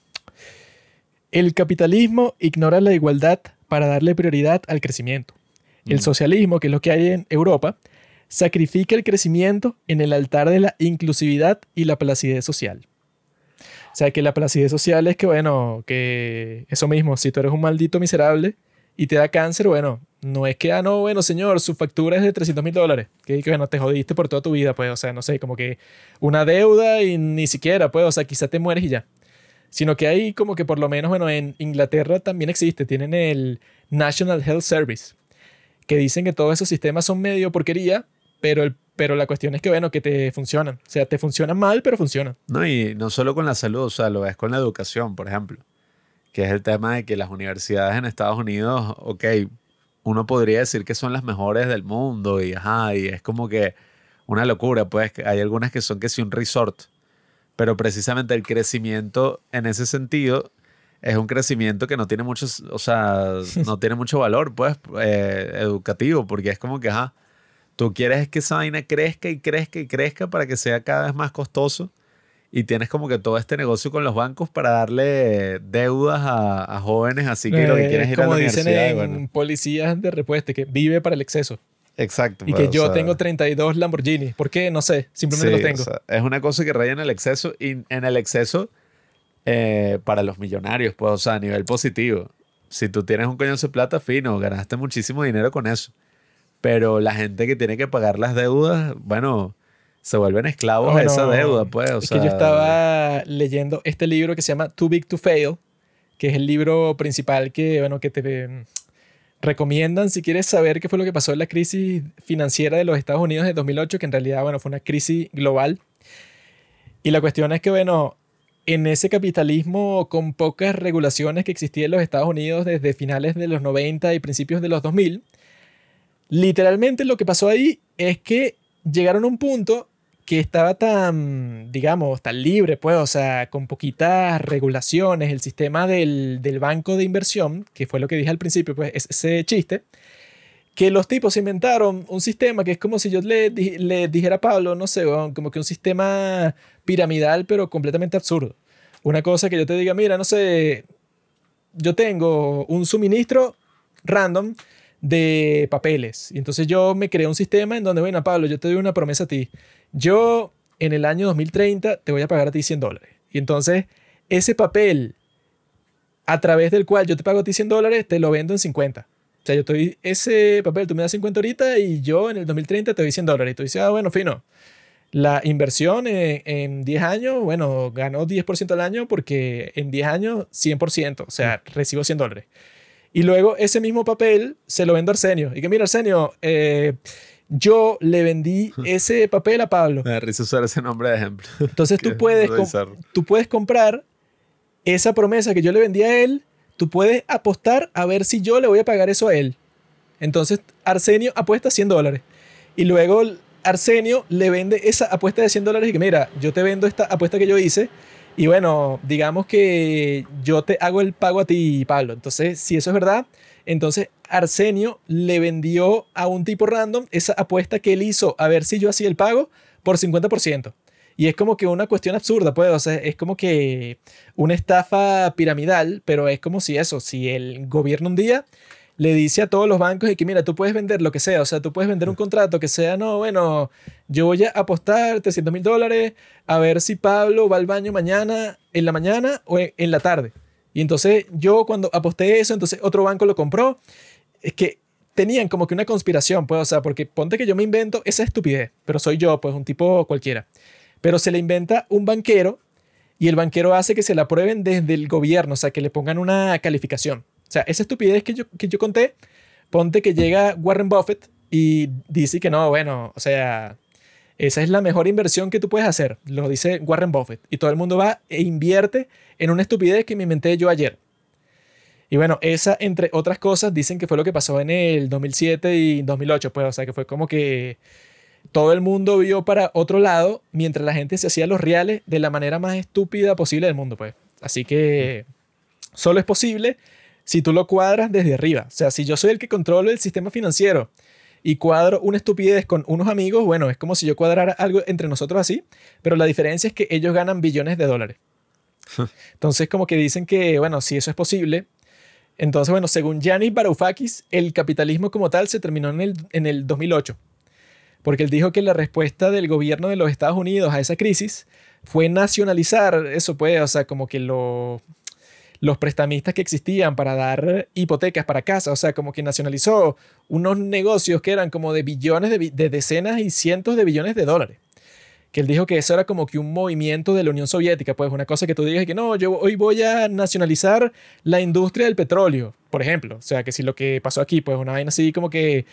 El capitalismo ignora la igualdad para darle prioridad al crecimiento. El socialismo, que es lo que hay en Europa, sacrifica el crecimiento en el altar de la inclusividad y la placidez social. O sea, que la placidez social es que, bueno, que eso mismo, si tú eres un maldito miserable y te da cáncer, bueno, no es que, no, bueno, señor, su factura es de $300,000. Que, bueno, te jodiste por toda tu vida, pues, o sea, no sé, como que una deuda y ni siquiera, pues, o sea, quizá te mueres y ya. Sino que hay como que por lo menos, bueno, en Inglaterra también existe, tienen el National Health Service, que dicen que todos esos sistemas son medio porquería, pero la cuestión es que, bueno, que te funcionan. O sea, te funcionan mal, pero funcionan. No, y no solo con la salud, o sea, lo ves con la educación, por ejemplo, que es el tema de que las universidades en Estados Unidos, ok, uno podría decir que son las mejores del mundo y, ajá, y es como que una locura, pues que hay algunas que son que sí un resort, pero precisamente el crecimiento en ese sentido es un crecimiento que no tiene muchos, o sea, no tiene mucho valor, pues, educativo, porque es como que, ajá, tú quieres que esa vaina crezca y crezca y crezca para que sea cada vez más costoso y tienes como que todo este negocio con los bancos para darle deudas a jóvenes, así que lo que quieres es ir a la Como dicen universidad. y en bueno, policías de repuesto, que vive para el exceso. exacto. Y pues, que o yo sea, tengo 32 Lamborghini. ¿Por qué? No sé. Simplemente sí, los tengo. o sea, es una cosa que raya en el exceso y en el exceso para los millonarios, pues, o sea, a nivel positivo. Si tú tienes un coñazo de plata, fino, ganaste muchísimo dinero con eso. Pero la gente que tiene que pagar las deudas, bueno, se vuelven esclavos a esa deuda, pues, o es sea. que yo estaba leyendo este libro que se llama Too Big to Fail, que es el libro principal que, bueno, que te recomiendan si quieres saber qué fue lo que pasó en la crisis financiera de los Estados Unidos de 2008, que en realidad, bueno, fue una crisis global. Y la cuestión es que, bueno, en ese capitalismo con pocas regulaciones que existía en los Estados Unidos desde finales de los 90 y principios de los 2000, literalmente lo que pasó ahí es que llegaron a un punto que estaba tan, digamos, tan libre, pues, o sea, con poquitas regulaciones, el sistema del banco de inversión, que fue lo que dije al principio, pues, ese chiste, que los tipos inventaron un sistema que es como si yo le dijera a Pablo, no sé, como que un sistema piramidal, pero completamente absurdo. Una cosa que yo te diga, mira, no sé, yo tengo un suministro random de papeles. Y entonces yo me creé un sistema en donde, bueno, Pablo, yo te doy una promesa a ti. Yo en el año 2030 te voy a pagar a ti $100. Y entonces ese papel a través del cual yo te pago a ti $100, te lo vendo en 50. O sea, yo te doy ese papel, tú me das 50 ahorita y yo en el 2030 te doy $100. Y tú dices, bueno, fino. La inversión en 10 años, bueno, ganó 10% al año porque en 10 años 100%. O sea, recibo $100. Y luego ese mismo papel se lo vendo a Arsenio. Y que mira, Arsenio, yo le vendí ese papel a Pablo. Me da risa usar ese nombre de ejemplo. Entonces Que tú puedes comprar esa promesa que yo le vendí a él, tú puedes apostar a ver si yo le voy a pagar eso a él. Entonces Arsenio apuesta $100 y luego Arsenio le vende esa apuesta de $100 y que mira, yo te vendo esta apuesta que yo hice y bueno, digamos que yo te hago el pago a ti, Pablo. Entonces, si eso es verdad, entonces Arsenio le vendió a un tipo random esa apuesta que él hizo a ver si yo hacía el pago por 50%. Y es como que una cuestión absurda, pues, o sea, es como que una estafa piramidal, pero es como si eso, si el gobierno un día le dice a todos los bancos y que mira, tú puedes vender lo que sea, o sea, tú puedes vender un contrato que sea, no, bueno, yo voy a apostar $300,000 a ver si Pablo va al baño mañana, en la mañana o en la tarde. Y entonces yo cuando aposté eso, entonces otro banco lo compró. Es que tenían como que una conspiración, pues, o sea, porque ponte que yo me invento esa estupidez, pero soy yo, pues, un tipo cualquiera. Pero se le inventa un banquero y el banquero hace que se la aprueben desde el gobierno, o sea, que le pongan una calificación. O sea, esa estupidez que yo conté, ponte que llega Warren Buffett y dice que no, bueno, o sea, esa es la mejor inversión que tú puedes hacer, lo dice Warren Buffett. Y todo el mundo va e invierte en una estupidez que me inventé yo ayer. Y bueno, esa, entre otras cosas, dicen que fue lo que pasó en el 2007 y 2008, pues, o sea, que fue como que todo el mundo vio para otro lado mientras la gente se hacía los reales de la manera más estúpida posible del mundo, pues. Así que solo es posible si tú lo cuadras desde arriba. O sea, si yo soy el que controlo el sistema financiero y cuadro una estupidez con unos amigos, bueno, es como si yo cuadrara algo entre nosotros así, pero la diferencia es que ellos ganan billones de dólares. Entonces, como que dicen que, bueno, si eso es posible. Entonces, bueno, según Yanis Varoufakis, el capitalismo como tal se terminó en el 2008, porque él dijo que la respuesta del gobierno de los Estados Unidos a esa crisis fue nacionalizar eso, pues, o sea, como que los prestamistas que existían para dar hipotecas para casa, o sea, como que nacionalizó unos negocios que eran como de billones, de decenas y cientos de billones de dólares. Que él dijo que eso era como que un movimiento de la Unión Soviética, pues una cosa que tú digas que no, yo hoy voy a nacionalizar la industria del petróleo, por ejemplo. O sea, que si lo que pasó aquí, pues una vaina así como que,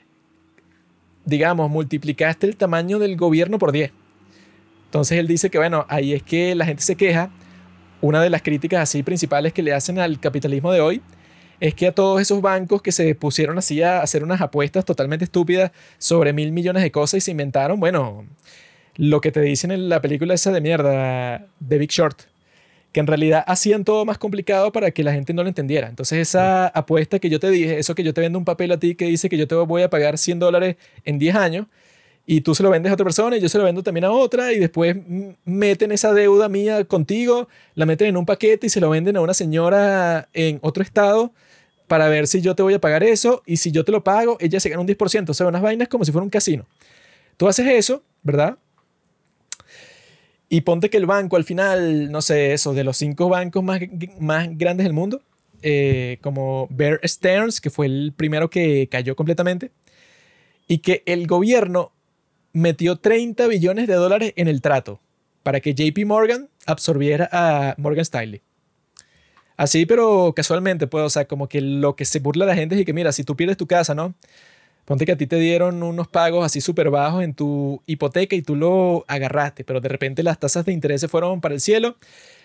digamos, multiplicaste el tamaño del gobierno por 10. Entonces él dice que, bueno, ahí es que la gente se queja. Una de las críticas así principales que le hacen al capitalismo de hoy es que a todos esos bancos que se pusieron así a hacer unas apuestas totalmente estúpidas sobre 1.000 millones de cosas y se inventaron, bueno, lo que te dicen en la película esa de mierda, The Big Short, que en realidad hacían todo más complicado para que la gente no lo entendiera. Entonces esa apuesta que yo te dije, eso que yo te vendo un papel a ti que dice que yo te voy a pagar $100 en 10 años y tú se lo vendes a otra persona y yo se lo vendo también a otra y después meten esa deuda mía contigo, la meten en un paquete y se lo venden a una señora en otro estado para ver si yo te voy a pagar eso y si yo te lo pago, ella se gana un 10%. O sea, unas vainas como si fuera un casino. Tú haces eso, ¿verdad? Y ponte que el banco al final, no sé, eso, de los 5 bancos más grandes del mundo, como Bear Stearns, que fue el primero que cayó completamente, y que el gobierno metió 30 billones de dólares en el trato para que JP Morgan absorbiera a Morgan Stanley. Así, pero casualmente, pues, o sea, como que lo que se burla la gente es que, mira, si tú pierdes tu casa, ¿no? Ponte que a ti te dieron unos pagos así súper bajos en tu hipoteca y tú lo agarraste, pero de repente las tasas de interés se fueron para el cielo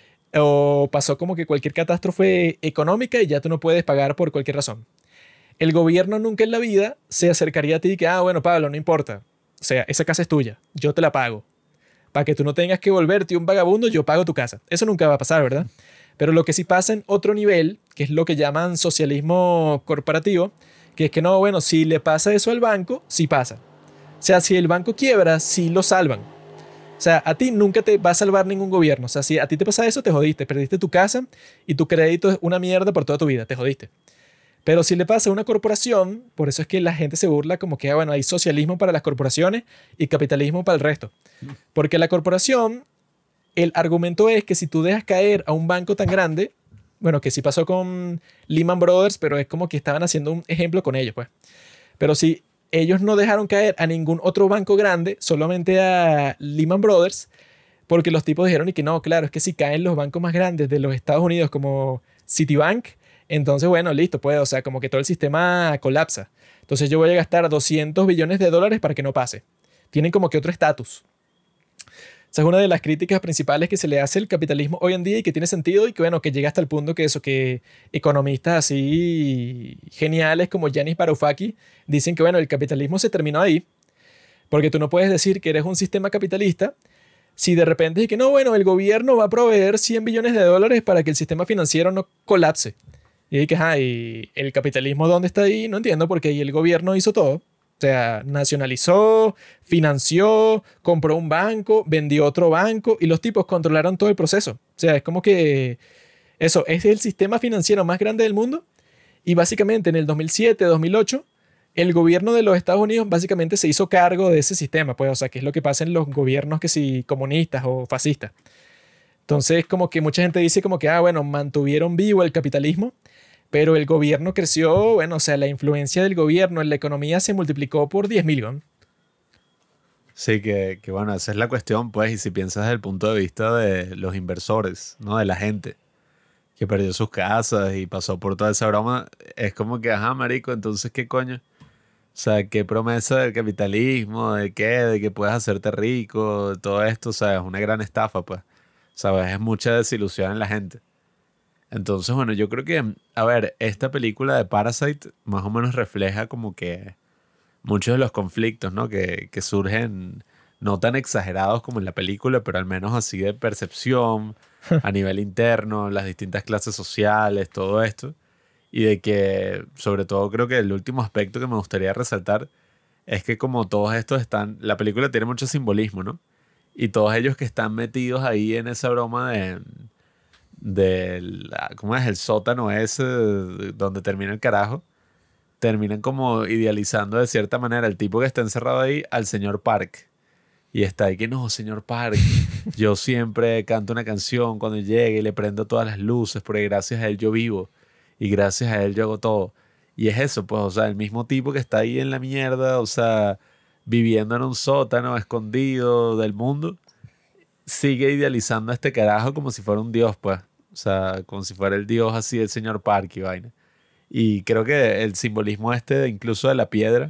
o pasó como que cualquier catástrofe económica y ya tú no puedes pagar por cualquier razón. El gobierno nunca en la vida se acercaría a ti y que, bueno, Pablo, no importa. O sea, esa casa es tuya, yo te la pago. Para que tú no tengas que volverte un vagabundo, yo pago tu casa. Eso nunca va a pasar, ¿verdad? Pero lo que sí pasa en otro nivel, que es lo que llaman socialismo corporativo, que es que no, bueno, si le pasa eso al banco, sí pasa. O sea, si el banco quiebra, sí lo salvan. O sea, a ti nunca te va a salvar ningún gobierno. O sea, si a ti te pasa eso, te jodiste. Perdiste tu casa y tu crédito es una mierda por toda tu vida. Te jodiste. Pero si le pasa a una corporación, por eso es que la gente se burla como que, bueno, hay socialismo para las corporaciones y capitalismo para el resto. Porque la corporación, el argumento es que si tú dejas caer a un banco tan grande, bueno, que sí pasó con Lehman Brothers, pero es como que estaban haciendo un ejemplo con ellos, pues. Pero si ellos no dejaron caer a ningún otro banco grande, solamente a Lehman Brothers, porque los tipos dijeron y que no, claro, es que si caen los bancos más grandes de los Estados Unidos como Citibank, entonces, bueno, listo, pues, o sea, como que todo el sistema colapsa. Entonces yo voy a gastar 200 billones de dólares para que no pase. Tienen como que otro estatus. Esa es una de las críticas principales que se le hace al capitalismo hoy en día y que tiene sentido y que, bueno, que llega hasta el punto que eso, que economistas así geniales como Yanis Varoufakis dicen que, bueno, el capitalismo se terminó ahí porque tú no puedes decir que eres un sistema capitalista si de repente es que no, bueno, el gobierno va a proveer 100 billones de dólares para que el sistema financiero no colapse. Y que, ¿y el capitalismo dónde está ahí? No entiendo porque ahí el gobierno hizo todo. O sea, nacionalizó, financió, compró un banco, vendió otro banco y los tipos controlaron todo el proceso. O sea, es como que eso es el sistema financiero más grande del mundo y básicamente en el 2007, 2008, el gobierno de los Estados Unidos básicamente se hizo cargo de ese sistema. Pues, o sea, que es lo que pasa en los gobiernos que si comunistas o fascistas. Entonces, como que mucha gente dice como que, bueno, mantuvieron vivo el capitalismo, pero el gobierno creció, bueno, o sea, la influencia del gobierno en la economía se multiplicó por 10.000, ¿no? Sí, que bueno, esa es la cuestión, pues, y si piensas desde el punto de vista de los inversores, ¿no? De la gente que perdió sus casas y pasó por toda esa broma, es como que, ajá, marico, entonces, ¿qué coño? O sea, ¿qué promesa del capitalismo? ¿De qué? ¿De que puedes hacerte rico? De todo esto, o sea, es una gran estafa, pues. ¿Sabes? Es mucha desilusión en la gente. Entonces, bueno, yo creo que, a ver, esta película de Parasite más o menos refleja como que muchos de los conflictos, ¿no? Que surgen no tan exagerados como en la película, pero al menos así de percepción a nivel interno, las distintas clases sociales, todo esto. Y de que, sobre todo, creo que el último aspecto que me gustaría resaltar es que como todos estos están, la película tiene mucho simbolismo, ¿no? Y todos ellos que están metidos ahí en esa broma ¿cómo es? El sótano ese donde termina el carajo, terminan como idealizando de cierta manera el tipo que está encerrado ahí al señor Park. Y está ahí que no, señor Park, yo siempre canto una canción cuando llegue y le prendo todas las luces porque gracias a él yo vivo y gracias a él yo hago todo. Y es eso, pues, o sea, el mismo tipo que está ahí en la mierda, o sea, viviendo en un sótano escondido del mundo, sigue idealizando a este carajo como si fuera un dios, pues. O sea, como si fuera el dios así, el señor Park y vaina. Y creo que el simbolismo incluso de la piedra,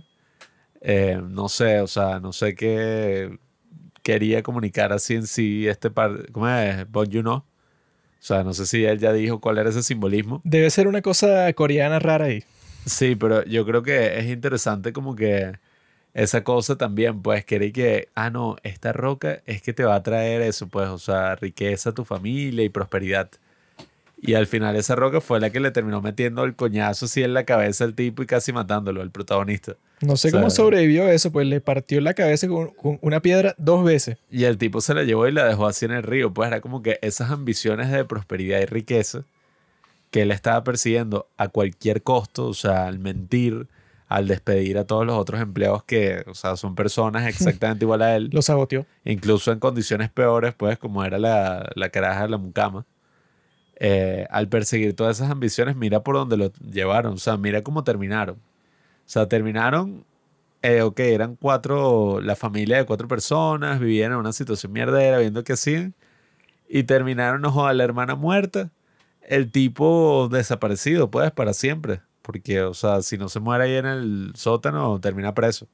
no sé, o sea, no sé qué quería comunicar así en sí ¿cómo es? Bon Joon-ho. O sea, no sé si él ya dijo cuál era ese simbolismo. Debe ser una cosa coreana rara ahí. Sí, pero yo creo que es interesante como que esa cosa también, pues, querer que, no, esta roca es que te va a traer eso, pues, o sea, riqueza a tu familia y prosperidad. Y al final esa roca fue la que le terminó metiendo el coñazo así en la cabeza al tipo y casi matándolo, al protagonista. No sé O sea, cómo sobrevivió a eso, pues le partió la cabeza con una piedra 2 veces. y el tipo se la llevó y la dejó así en el río. Pues era como que esas ambiciones de prosperidad y riqueza que él estaba persiguiendo a cualquier costo, o sea, al mentir, al despedir a todos los otros empleados que, o sea, son personas exactamente igual a él, Lo saboteó. incluso en condiciones peores, pues, como era la caraja de la mucama. Al perseguir todas esas ambiciones, mira por dónde lo llevaron, o sea, mira cómo terminaron. O sea, terminaron, ok, eran la familia de 4 personas, vivían en una situación mierdera, viendo qué hacían, y terminaron, ojo, a la hermana muerta, el tipo desaparecido, pues, para siempre. Porque, o sea, si no se muere ahí en el sótano, termina preso.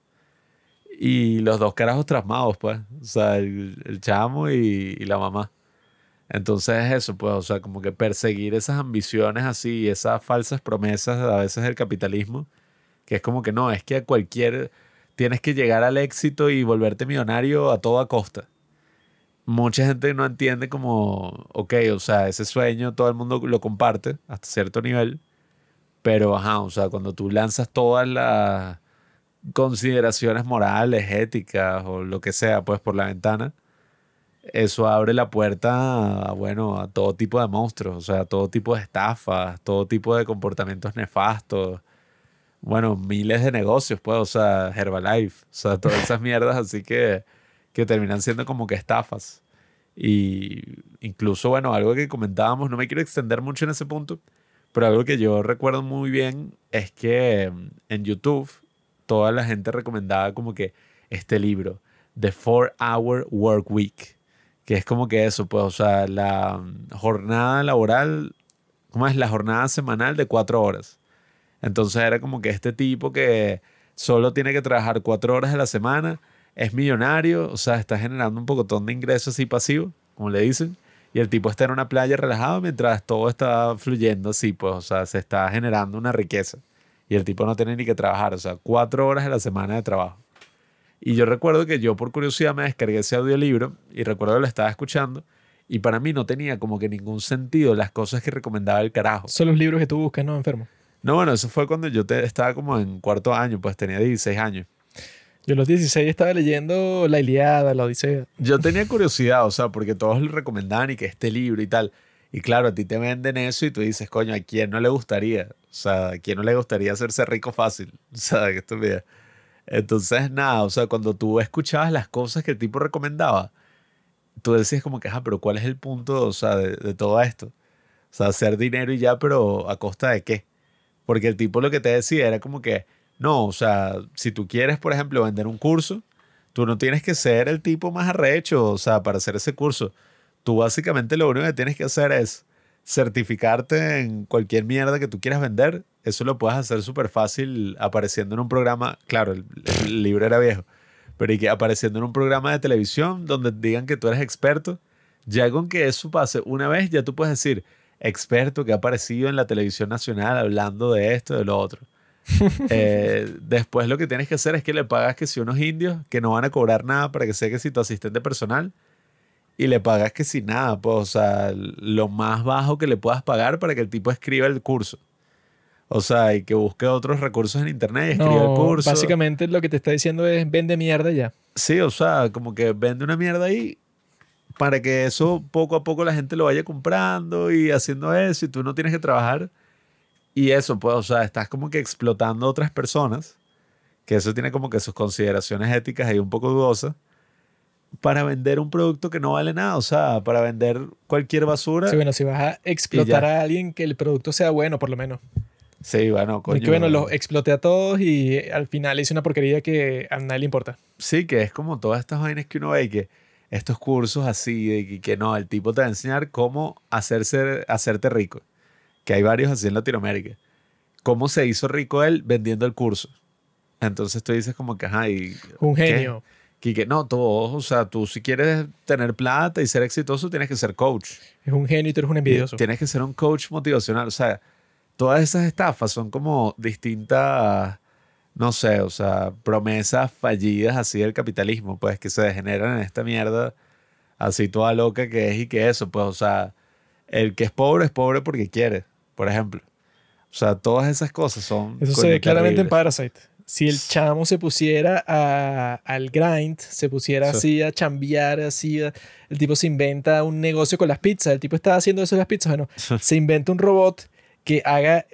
Y los 2 carajos trasmados, pues. O sea, el chamo y la mamá. Entonces es eso, pues, o sea, como que perseguir esas ambiciones así, esas falsas promesas a veces del capitalismo, que es como que no, es que tienes que llegar al éxito y volverte millonario a toda costa. Mucha gente no entiende como, ok, o sea, ese sueño todo el mundo lo comparte hasta cierto nivel, pero ajá, o sea, cuando tú lanzas todas las consideraciones morales, éticas o lo que sea, pues por la ventana, eso abre la puerta bueno, a todo tipo de monstruos, o sea, a todo tipo de estafas, todo tipo de comportamientos nefastos, bueno, miles de negocios, pues, o sea, Herbalife, o sea, todas esas mierdas así que terminan siendo como que estafas. Y incluso, bueno, algo que comentábamos, no me quiero extender mucho en ese punto, pero algo que yo recuerdo muy bien es que en YouTube toda la gente recomendaba como que este libro, The 4-Hour Work Week, que es como que eso, pues, o sea, la jornada laboral, ¿cómo es? La jornada semanal de 4 horas. Entonces era como que este tipo que solo tiene que trabajar 4 horas a la semana, es millonario, o sea, está generando un pocotón de ingresos así pasivos, como le dicen, y el tipo está en una playa relajado mientras todo está fluyendo así, pues, o sea, se está generando una riqueza. Y el tipo no tiene ni que trabajar, o sea, 4 horas a la semana de trabajo. Y yo recuerdo que yo por curiosidad me descargué ese audiolibro y recuerdo que lo estaba escuchando y para mí no tenía como que ningún sentido las cosas que recomendaba el carajo. Son los libros que tú buscas, ¿no? Enfermo. No, bueno, eso fue cuando yo estaba como en 4.er año, pues tenía 16 años. Yo a los 16 estaba leyendo La Ilíada, La Odisea. Yo tenía curiosidad, o sea, porque todos lo recomendaban y que este libro y tal. Y claro, a ti te venden eso y tú dices, coño, ¿a quién no le gustaría? O sea, ¿a quién no le gustaría hacerse rico fácil? O sea, que estupidez. Entonces, nada, o sea, cuando tú escuchabas las cosas que el tipo recomendaba, tú decías como que, pero ¿cuál es el punto, o sea, de todo esto? O sea, hacer dinero y ya, pero ¿a costa de qué? Porque el tipo lo que te decía era como que, no, o sea, si tú quieres, por ejemplo, vender un curso, tú no tienes que ser el tipo más arrecho, o sea, para hacer ese curso. Tú básicamente lo único que tienes que hacer es certificarte en cualquier mierda que tú quieras vender. Eso lo puedes hacer súper fácil apareciendo en un programa. Claro, el libro era viejo, pero y que apareciendo en un programa de televisión donde digan que tú eres experto. Ya con que eso pase una vez, ya tú puedes decir, experto que ha aparecido en la televisión nacional hablando de esto, de lo otro. Después lo que tienes que hacer es que le pagas que si unos indios que no van a cobrar nada para que sea que si tu asistente personal y le pagas que si nada, pues, o sea, lo más bajo que le puedas pagar para que el tipo escriba el curso. O sea, y que busque otros recursos en internet y escriba el No, curso. básicamente lo que te está diciendo es vende mierda ya. Sí, o sea, como que vende una mierda ahí para que eso poco a poco la gente lo vaya comprando y haciendo eso y tú no tienes que trabajar. Y eso, pues, o sea, estás como que explotando a otras personas, que eso tiene como que sus consideraciones éticas ahí un poco dudosas, para vender un producto que no vale nada, o sea, para vender cualquier basura. Sí, bueno, si vas a explotar a alguien, que el producto sea bueno, por lo menos. Sí, bueno, Y que coño. bueno, los exploté a todos y al final hice una porquería que a nadie le importa. Sí, que es como todas estas vainas que uno ve y que estos cursos así, de que no, el tipo te va a enseñar cómo hacerte rico, que hay varios así en Latinoamérica. ¿Cómo se hizo rico él vendiendo el curso? Entonces tú dices como que, y Un ¿qué? genio. Que no, todos, o sea, tú si quieres tener plata y ser exitoso, tienes que ser coach. Es un genio y tú eres un envidioso. Tienes que ser un coach motivacional. O sea, todas esas estafas son como distintas, no sé, o sea, promesas fallidas así del capitalismo, pues que se degeneran en esta mierda así toda loca que es y que eso, pues, o sea, el que es pobre porque quiere, por ejemplo. O sea, todas esas cosas son... Eso se coño, ve claramente en terribles. Parasite. Si el chamo se pusiera al grind, se pusiera Sí. así a chambear, el tipo se inventa un negocio con las pizzas. El tipo está haciendo eso de las pizzas. Bueno, se inventa un robot que haga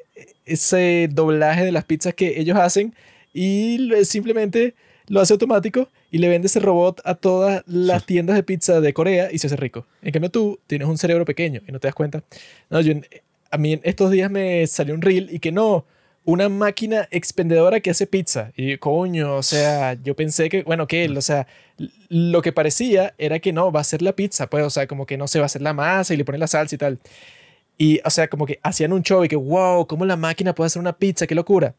ese doblaje de las pizzas que ellos hacen y simplemente lo hace automático y le vende ese robot a todas las tiendas de pizza de Corea y se hace rico. En cambio, tú tienes un cerebro pequeño y no te das cuenta. No, a mí en estos días me salió un reel y que no, una máquina expendedora que hace pizza. Y coño, o sea, yo pensé que, bueno, que él, o sea, lo que parecía era que no, va a ser la pizza, pues, o sea, como que no se va a hacer la masa y le pone la salsa y tal. Y, o sea, como que hacían un show y que, wow, ¿cómo la máquina puede hacer una pizza? ¡Qué locura!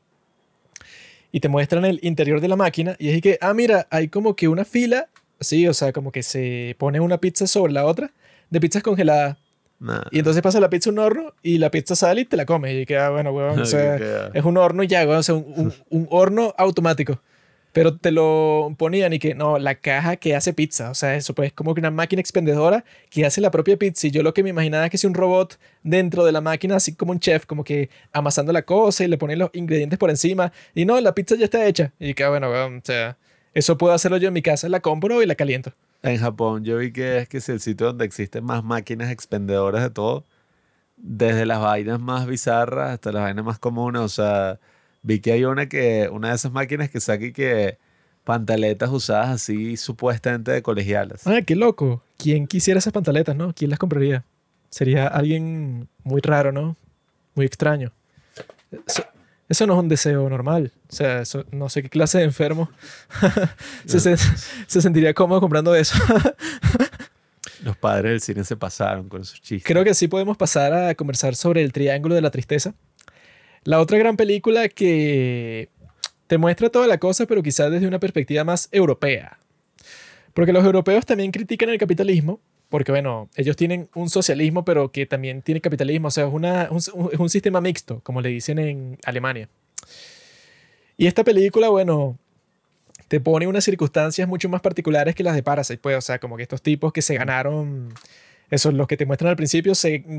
Y te muestran el interior de la máquina y es que, mira, hay como que una fila, sí, o sea, como que se pone una pizza sobre la otra de pizzas congeladas. Nah. Y entonces pasa la pizza a un horno y la pizza sale y te la comes. Y queda, bueno, weón, o sea, Que queda. es un horno y ya, weón, o sea, un horno automático. Pero te lo ponían y que, no, la caja que hace pizza. O sea, eso pues como que una máquina expendedora que hace la propia pizza. Y yo lo que me imaginaba es que si un robot dentro de la máquina, así como un chef, como que amasando la cosa y le ponen los ingredientes por encima. Y no, la pizza ya está hecha. Y que, bueno, weón, o sea, eso puedo hacerlo yo en mi casa. La compro y la caliento. En Japón yo vi que es que es el sitio donde existen más máquinas expendedoras de todo, desde las vainas más bizarras hasta las vainas más comunes. O sea, vi que hay una de esas máquinas que saca y que pantaletas usadas así supuestamente de colegialas. Qué loco. ¿Quién quisiera esas pantaletas, no? ¿Quién las compraría? Sería alguien muy raro, ¿no? Muy extraño. Eso no es un deseo normal. O sea, eso, no sé qué clase de enfermo se sentiría cómodo comprando eso. Los padres del cine se pasaron con esos chistes. Creo que sí podemos pasar a conversar sobre El Triángulo de la Tristeza. La otra gran película que te muestra toda la cosa, pero quizás desde una perspectiva más europea. Porque los europeos también critican el capitalismo, porque bueno, ellos tienen un socialismo, pero que también tiene capitalismo. O sea, es un sistema mixto, como le dicen en Alemania. Y esta película, bueno, te pone unas circunstancias mucho más particulares que las de Parasite, pues. O sea, como que estos tipos que se ganaron, esos los que te muestran al principio,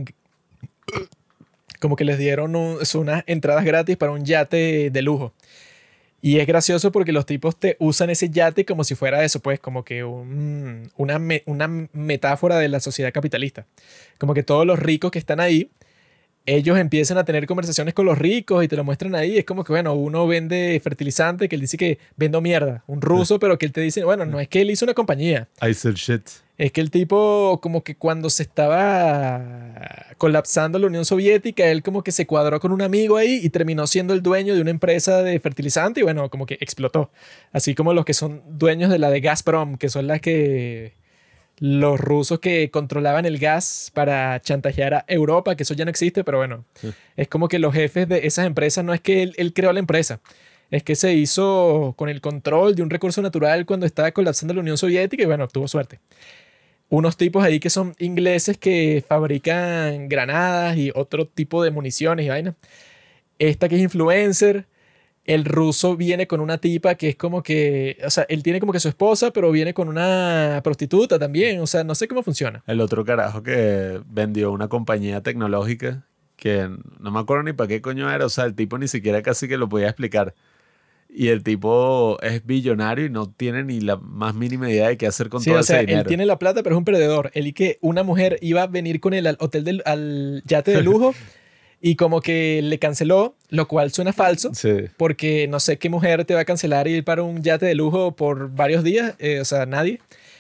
como que les dieron unas entradas gratis para un yate de lujo. Y es gracioso porque los tipos te usan ese yate como si fuera eso, pues como que una metáfora de la sociedad capitalista. Como que todos los ricos que están ahí, ellos empiezan a tener conversaciones con los ricos y te lo muestran ahí. Es como que, bueno, uno vende fertilizante, que él dice que vendo mierda. Un ruso, pero que él te dice, bueno, no es que él hizo una compañía. I said shit. Es que el tipo, como que cuando se estaba colapsando la Unión Soviética, él como que se cuadró con un amigo ahí y terminó siendo el dueño de una empresa de fertilizante y bueno, como que explotó. Así como los que son dueños de la de Gazprom, que son las que los rusos que controlaban el gas para chantajear a Europa, que eso ya no existe, pero bueno, es como que los jefes de esas empresas no es que él creó la empresa. Es que se hizo con el control de un recurso natural cuando estaba colapsando la Unión Soviética y bueno, tuvo suerte. Unos tipos ahí que son ingleses que fabrican granadas y otro tipo de municiones y vaina. Esta que es influencer, el ruso viene con una tipa que es como que, o sea, él tiene como que su esposa, pero viene con una prostituta también, o sea, no sé cómo funciona. El otro carajo que vendió una compañía tecnológica que no me acuerdo ni para qué coño era, o sea, el tipo ni siquiera casi que lo podía explicar. Y el tipo es billonario y no tiene ni la más mínima idea de qué hacer con Sí, todo o sea, ese dinero. él tiene la plata, pero es un perdedor. Él y que una mujer iba a venir con él al hotel al yate de lujo y como que le canceló, lo cual suena falso, Sí. porque no sé qué mujer te va a cancelar ir para un yate de lujo por varios días, o sea, nadie.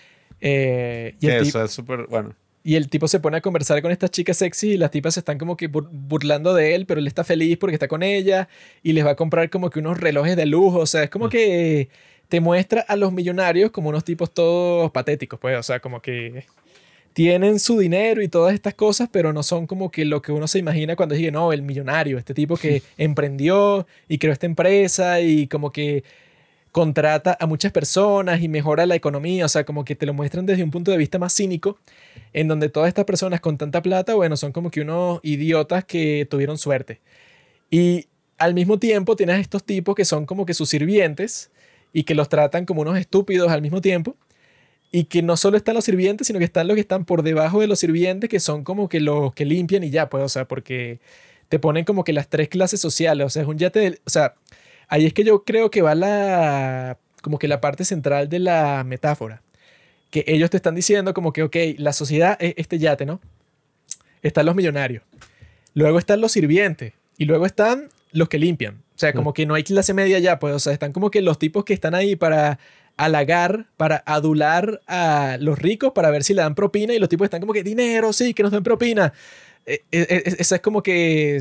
Y Que el eso es súper, bueno. Y el tipo se pone a conversar con estas chicas sexy y las tipas se están como que burlando de él, pero él está feliz porque está con ella y les va a comprar como que unos relojes de lujo. O sea, es como que te muestra a los millonarios como unos tipos todos patéticos, pues. O sea, como que tienen su dinero y todas estas cosas, pero no son como que lo que uno se imagina cuando dice, no, el millonario, este tipo que emprendió y creó esta empresa y como que contrata a muchas personas y mejora la economía, o sea, como que te lo muestran desde un punto de vista más cínico, en donde todas estas personas con tanta plata, bueno, son como que unos idiotas que tuvieron suerte. Y al mismo tiempo tienes a estos tipos que son como que sus sirvientes y que los tratan como unos estúpidos al mismo tiempo, y que no solo están los sirvientes, sino que están los que están por debajo de los sirvientes, que son como que los que limpian y ya, pues, o sea, porque te ponen como que las tres clases sociales, o sea, es un yate, o sea, ahí es que yo creo que va como que la parte central de la metáfora. Que ellos te están diciendo como que, ok, la sociedad es este yate, ¿no? Están los millonarios. Luego están los sirvientes. Y luego están los que limpian. O sea, como que no hay clase media ya, pues. O sea, están como que los tipos que están ahí para halagar, para adular a los ricos, para ver si le dan propina. Y los tipos están como que, dinero, sí, que nos den propina. Esa es como que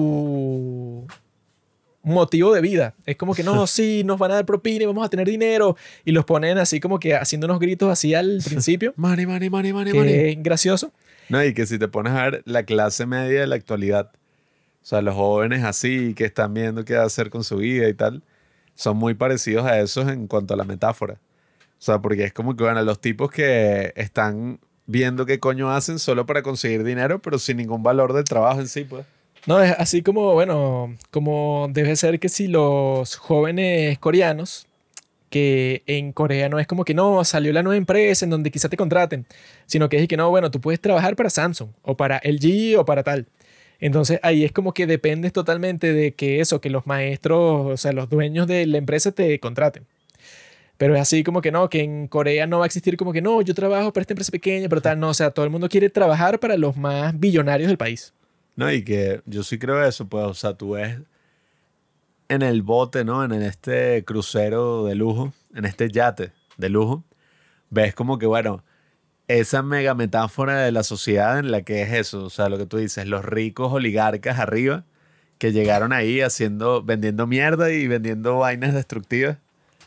su motivo de vida. Es como que no, sí, nos van a dar propina y vamos a tener dinero. Y los ponen así como que haciendo unos gritos así al principio. Money, money, money, money, que money. es gracioso. No, y que si te pones a ver la clase media de la actualidad, o sea, los jóvenes así que están viendo qué hacer con su vida y tal, son muy parecidos a esos en cuanto a la metáfora. O sea, porque es como que, bueno, los tipos que están viendo qué coño hacen solo para conseguir dinero, pero sin ningún valor del trabajo en sí, pues. No, es así como, bueno, como debe ser que si los jóvenes coreanos, que en Corea no es como que no, salió la nueva empresa en donde quizá te contraten, sino que es que no, bueno, tú puedes trabajar para Samsung o para LG o para tal. Entonces ahí es como que dependes totalmente de que eso, que los maestros, o sea, los dueños de la empresa te contraten. Pero es así como que no, que en Corea no va a existir como que no, yo trabajo para esta empresa pequeña, pero tal, no, o sea, todo el mundo quiere trabajar para los más billonarios del país. No, y que yo sí creo eso, pues, o sea, tú ves en el bote, ¿no? En este crucero de lujo, en este yate de lujo, ves como que, bueno, esa mega metáfora de la sociedad en la que es eso, o sea, lo que tú dices, los ricos oligarcas arriba que llegaron ahí vendiendo mierda y vendiendo vainas destructivas,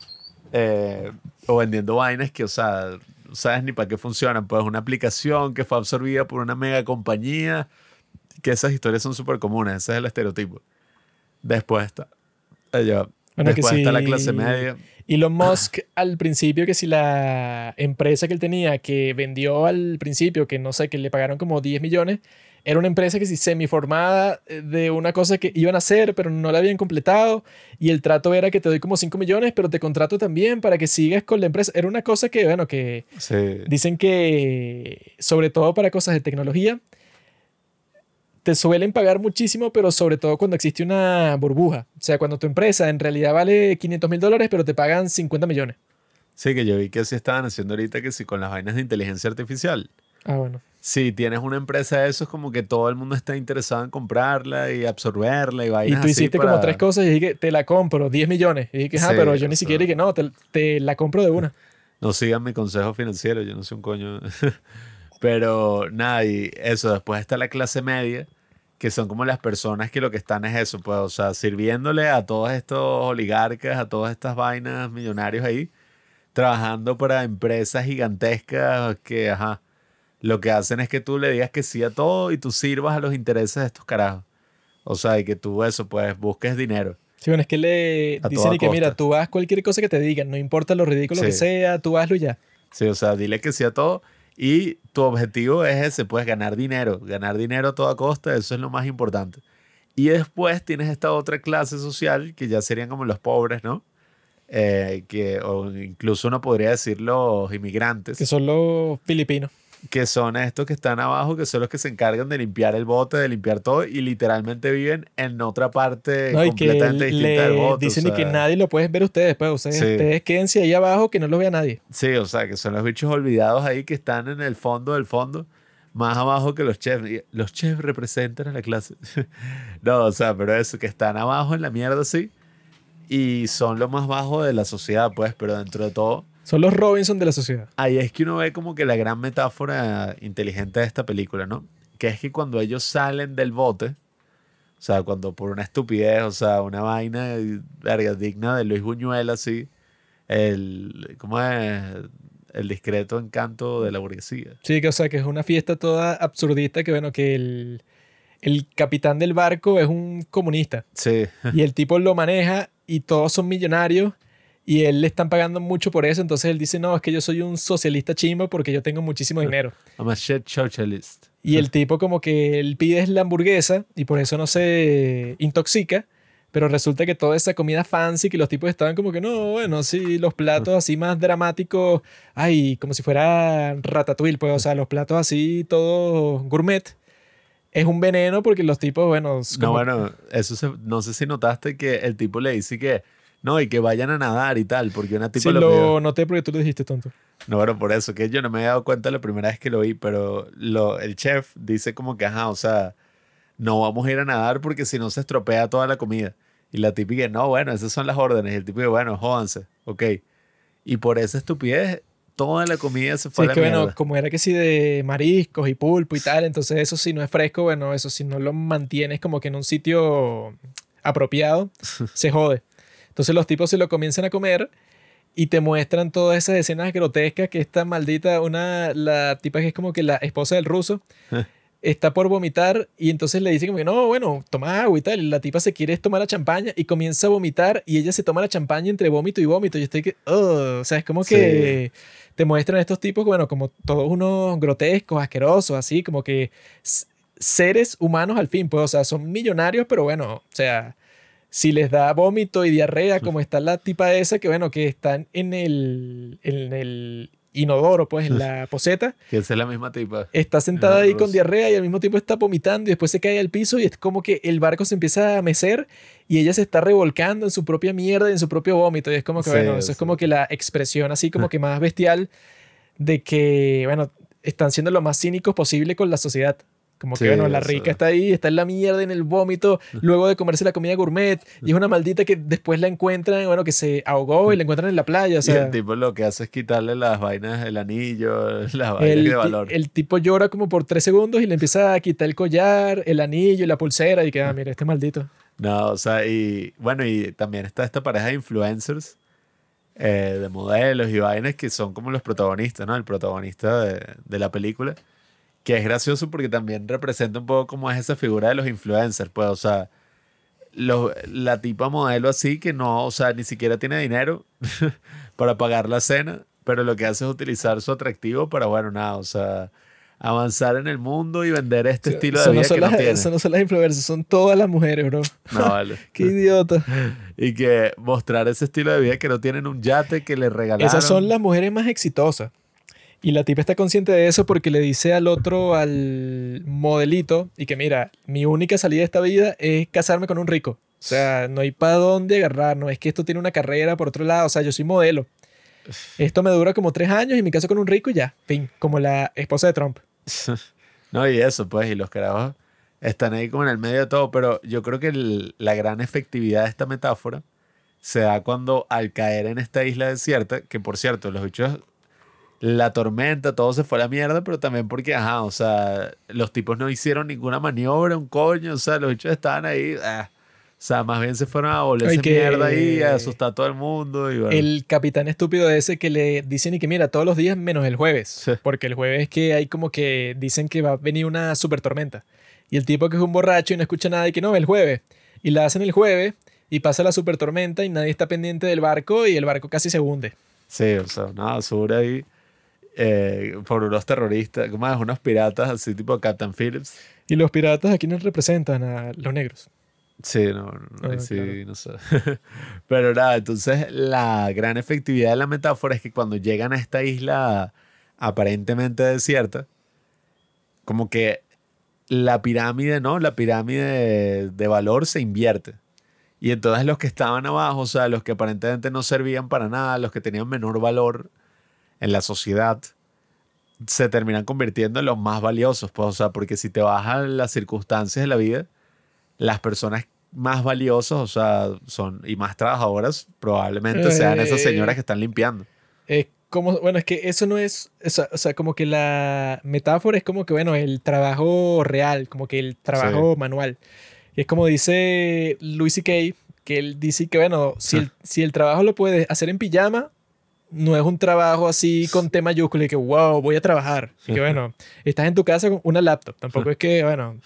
o vendiendo vainas que, o sea, no sabes ni para qué funcionan, pues una aplicación que fue absorbida por una mega compañía, que esas historias son súper comunes, ese es el estereotipo. Después está, Bueno, después que está la si clase media. Elon Musk al principio, que si la empresa que él tenía, que vendió al principio, que no sé, que le pagaron como 10 millones, era una empresa que si semiformada de una cosa que iban a hacer, pero no la habían completado, y el trato era que te doy como 5 millones, pero te contrato también para que sigas con la empresa. Era una cosa que, bueno, que Sí. dicen que, sobre todo para cosas de tecnología, te suelen pagar muchísimo, pero sobre todo cuando existe una burbuja. O sea, cuando tu empresa en realidad vale $500,000, pero te pagan 50 millones. Sí, que yo vi que sí estaban haciendo ahorita que sí con las vainas de inteligencia artificial. Ah, bueno. Si tienes una empresa de eso, es como que todo el mundo está interesado en comprarla y absorberla y Y vainas tú así hiciste como 3 cosas y dije, te la compro, 10 millones. Y dije, Sí, pero yo ni o siquiera sea. dije, no, te la compro de una. No sigan mi consejo financiero, yo no soy un coño. Pero nada, y eso, después está la clase media, que son como las personas que lo que están es eso, pues, o sea, sirviéndole a todos estos oligarcas, a todas estas vainas millonarios ahí, trabajando para empresas gigantescas que, ajá, lo que hacen es que tú le digas que sí a todo y tú sirvas a los intereses de estos carajos. O sea, y que tú eso, pues, busques dinero Sí, bueno, es que le a dicen toda y que mira, costa. tú haz cualquier cosa que te digan, no importa lo ridículo que Sí. sea, tú hazlo y ya. Sí, o sea, dile que sí a todo y tu objetivo es ese, pues ganar dinero a toda costa, eso es lo más importante. Y después tienes esta otra clase social que ya serían como los pobres, ¿no? O incluso uno podría decir los Que inmigrantes, son los filipinos. que son estos que están abajo, que son los que se encargan de limpiar el bote, de limpiar todo y literalmente viven en otra parte No, y que completamente distinta del le bote, o dicen y que sea, nadie lo pueden ver ustedes, pues sí. ustedes quédense ahí abajo que no lo vea nadie. Sí, o sea, que son los bichos olvidados ahí que están en el fondo del fondo, más abajo que los chefs. Y los chefs representan a la clase. No, o sea, pero eso, que están abajo en la mierda, sí, y son lo más bajo de la sociedad, pues, pero dentro de todo, Son los Robinson de la sociedad. ahí es que uno ve como que la gran metáfora inteligente de esta película, ¿no? Que es que cuando ellos salen del bote, o sea, cuando por una estupidez, o sea, una vaina verga, digna de Luis Buñuel, así, ¿cómo es? El discreto encanto de la burguesía. Sí, que o sea, que es una fiesta toda absurdista que bueno, que el capitán del barco es un comunista Sí, y el tipo lo maneja y todos son millonarios y él le están pagando mucho por eso, entonces él dice, no, es que yo soy un socialista chimbo porque yo tengo muchísimo dinero. I'm a shit socialist. Y el tipo como que él pide es la hamburguesa y por eso no se intoxica, pero resulta que toda esa comida fancy que los tipos estaban como que no, bueno, sí, los platos así más dramáticos, ay, como si fuera ratatouille, pues, o sea, los platos así todos gourmet, es un veneno porque los tipos, bueno, es No, como, bueno, no sé si notaste que el tipo le dice que no, y que vayan a nadar y tal, porque una sí tipa lo pidió. lo noté porque tú lo dijiste, tonto. No, bueno, por eso, que yo no me había dado cuenta la primera vez que lo vi, pero el chef dice como que, ajá, o sea, no vamos a ir a nadar porque si no se estropea toda la comida. Y la típica, no, bueno, esas son las órdenes. Y el tipo, bueno, jódanse, ok. Y por esa estupidez, toda la comida se Sí, fue a es la que bueno, mierda. como era que sí de mariscos y pulpo y tal, entonces eso si no es fresco, bueno, eso si no lo mantienes como que en un sitio apropiado, se jode. Entonces los tipos se lo comienzan a comer y te muestran todas esas escenas grotescas que esta maldita, la tipa que es como que la esposa del ruso, está por vomitar y entonces le dice como que no, bueno, toma agua y tal. Y la tipa se quiere tomar la champaña y comienza a vomitar y ella se toma la champaña entre vómito y vómito. Y yo estoy que, "Ugh". O sea, es como Sí. que te muestran estos tipos, bueno, como todos unos grotescos, asquerosos, así, como que seres humanos al fin, pues, o sea, son millonarios, pero bueno, o sea, si les da vómito y diarrea, como está la tipa esa, que bueno, que están en el inodoro, pues, en la poseta, Que esa es la misma tipa. está sentada Ajá, ahí con Rose. diarrea y al mismo tiempo está vomitando y después se cae al piso y es como que el barco se empieza a mecer y ella se está revolcando en su propia mierda y en su propio vómito y es como que, Sí, bueno, eso es sí. como que la expresión así como que más bestial de que, bueno, están siendo lo más cínicos posible con la sociedad. Como que, Sí, bueno, la o rica sea. está ahí, está en la mierda, en el vómito, luego de comerse la comida gourmet, y es una maldita que después la encuentran, bueno, que se ahogó y la encuentran en la playa, o Y el sea, tipo lo que hace es quitarle las vainas, el anillo, las vainas de valor. el tipo llora como por 3 segundos y le empieza a quitar el collar, el anillo y la pulsera, y que, ah, mira, este maldito. No, o sea, y bueno, y también está esta pareja de influencers, de modelos y vainas que son como los protagonistas, ¿no? El protagonista de la película, que es gracioso porque también representa un poco como es esa figura de los influencers, pues, o sea, la tipa modelo así que no, o sea, ni siquiera tiene dinero para pagar la cena, pero lo que hace es utilizar su atractivo para, bueno, nada, o sea, avanzar en el mundo y vender este estilo de Eso no vida son que no las, tiene. eso no son las influencers, son todas las mujeres, bro. No, vale. Qué idiota. Y que mostrar ese estilo de vida que no tienen un yate que le regalaron. Esas son las mujeres más exitosas. Y la tipa está consciente de eso porque le dice al otro, al modelito, y que mira, mi única salida de esta vida es casarme con un rico. O sea, no hay para dónde agarrar, no es que esto tiene una carrera por otro lado, o sea, yo soy modelo. Esto me dura como 3 años y me caso con un rico y ya, fin, como la esposa de Trump. No, y eso, pues, y los carajos están ahí como en el medio de todo, pero yo creo que la gran efectividad de esta metáfora se da cuando al caer en esta isla desierta, que por cierto, los bichos, la tormenta, todo se fue a la mierda, pero también porque, ajá, o sea, los tipos no hicieron ninguna maniobra, un coño, o sea, los bichos estaban ahí, o sea, más bien se fueron a volverse Ay, que- mierda ahí, a asustar a todo el mundo y bueno. El capitán estúpido ese que le dicen y que mira, todos los días menos el jueves. Sí. Porque el jueves que hay como que dicen que va a venir una super tormenta. Y el tipo que es un borracho y no escucha nada y que no, el jueves. Y la hacen el jueves y pasa la super tormenta y nadie está pendiente del barco y el barco casi se hunde. Sí, o sea, una basura ahí por unos terroristas, como es, unos piratas así tipo Captain Phillips. Y los piratas aquí nos representan a los negros. Sí, no, ahí Ah, sí, claro. no sé. Pero nada, entonces la gran efectividad de la metáfora es que cuando llegan a esta isla aparentemente desierta, como que la pirámide, ¿no? La pirámide de valor se invierte. Y entonces los que estaban abajo, o sea, los que aparentemente no servían para nada, los que tenían menor valor en la sociedad, se terminan convirtiendo en los más valiosos, pues, o sea, porque si te bajan las circunstancias de la vida, las personas más valiosas, o sea, son y más trabajadoras, probablemente sean esas señoras que están limpiando. Como, bueno, es que eso no es, o sea, como que la metáfora es como que, bueno, el trabajo real, como que el trabajo manual. Y es como dice Louis C.K., que él dice que, bueno, si el trabajo lo puedes hacer en pijama, no es un trabajo así con T mayúscula y que, wow, voy a trabajar. Y que, bueno, estás en tu casa con una laptop. Tampoco es que, bueno...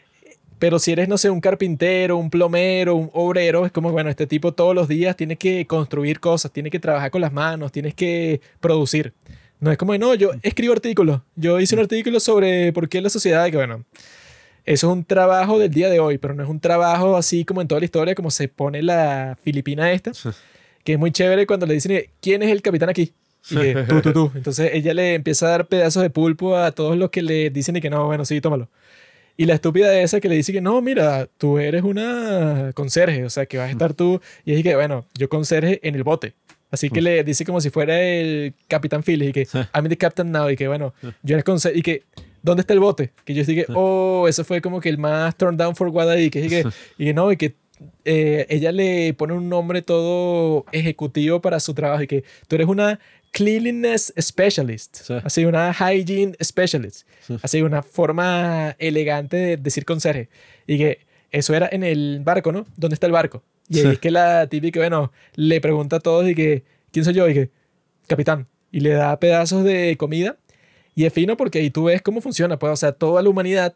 Pero si eres, no sé, un carpintero, un plomero, un obrero, es como, bueno, este tipo todos los días tiene que construir cosas, tiene que trabajar con las manos, tienes que producir. No es como, no, yo escribo artículos. Yo hice un artículo sobre por qué la sociedad, que bueno, eso es un trabajo del día de hoy, pero no es un trabajo así como en toda la historia, como se pone la filipina esta, que es muy chévere cuando le dicen, ¿quién es el capitán aquí? Y que tú. Entonces ella le empieza a dar pedazos de pulpo a todos los que le dicen y que no, bueno, sí, tómalo. Y la estúpida esa que le dice que no, mira, tú eres una conserje, o sea, que vas a estar tú. Y es que, bueno, yo conserje en el bote. Así que le dice como si fuera el Capitán Phillips y que, I'm the captain now. Y que, bueno, yo era conserje. Y que, ¿dónde está el bote? Que yo dije, oh, eso fue como que el más turned down for what I did. Y que no, y que ella le pone un nombre todo ejecutivo para su trabajo. Y que tú eres una cleanliness specialist, Sí. así una hygiene specialist, así una forma elegante de decir conserje. Y que eso era en el barco, ¿no? ¿Dónde está el barco? Y ahí es que la típica, bueno, le pregunta a todos y que, ¿quién soy yo? Y que, capitán. Y le da pedazos de comida. Y es fino porque ahí tú ves cómo funciona, pues, o sea, toda la humanidad,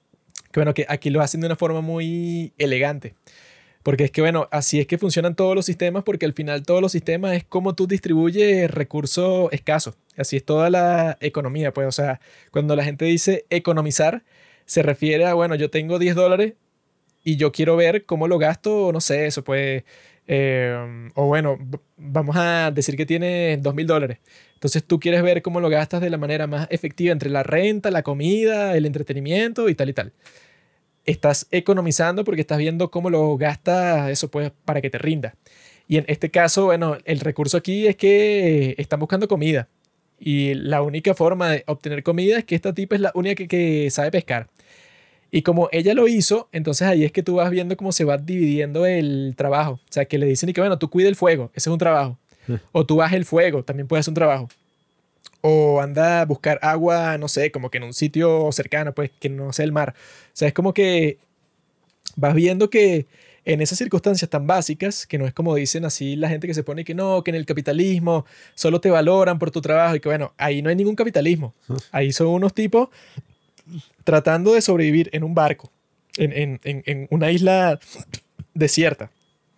que bueno, que aquí lo hacen de una forma muy elegante. Porque es que, bueno, así es que funcionan todos los sistemas, porque al final todos los sistemas es como tú distribuyes recursos escasos. Así es toda la economía, pues, o sea, cuando la gente dice economizar, se refiere a, bueno, yo tengo $10 y yo quiero ver cómo lo gasto, no sé, eso pues, o bueno, vamos a decir que tienes $2,000. Entonces tú quieres ver cómo lo gastas de la manera más efectiva entre la renta, la comida, el entretenimiento y tal y tal. Estás economizando porque estás viendo cómo lo gastas, eso pues, para que te rinda. Y en este caso, bueno, el recurso aquí es que están buscando comida. Y la única forma de obtener comida es que esta tipa es la única que sabe pescar. Y como ella lo hizo, entonces ahí es que tú vas viendo cómo se va dividiendo el trabajo. O sea, que le dicen y que, bueno, tú cuida el fuego, ese es un trabajo. O tú bajas el fuego, también puede ser un trabajo. O anda a buscar agua, no sé, como que en un sitio cercano, pues, que no sea el mar. O sea, es como que vas viendo que en esas circunstancias tan básicas, que no es como dicen así la gente que se pone que no, que en el capitalismo solo te valoran por tu trabajo y que bueno, ahí no hay ningún capitalismo. Ahí son unos tipos tratando de sobrevivir en un barco, en una isla desierta.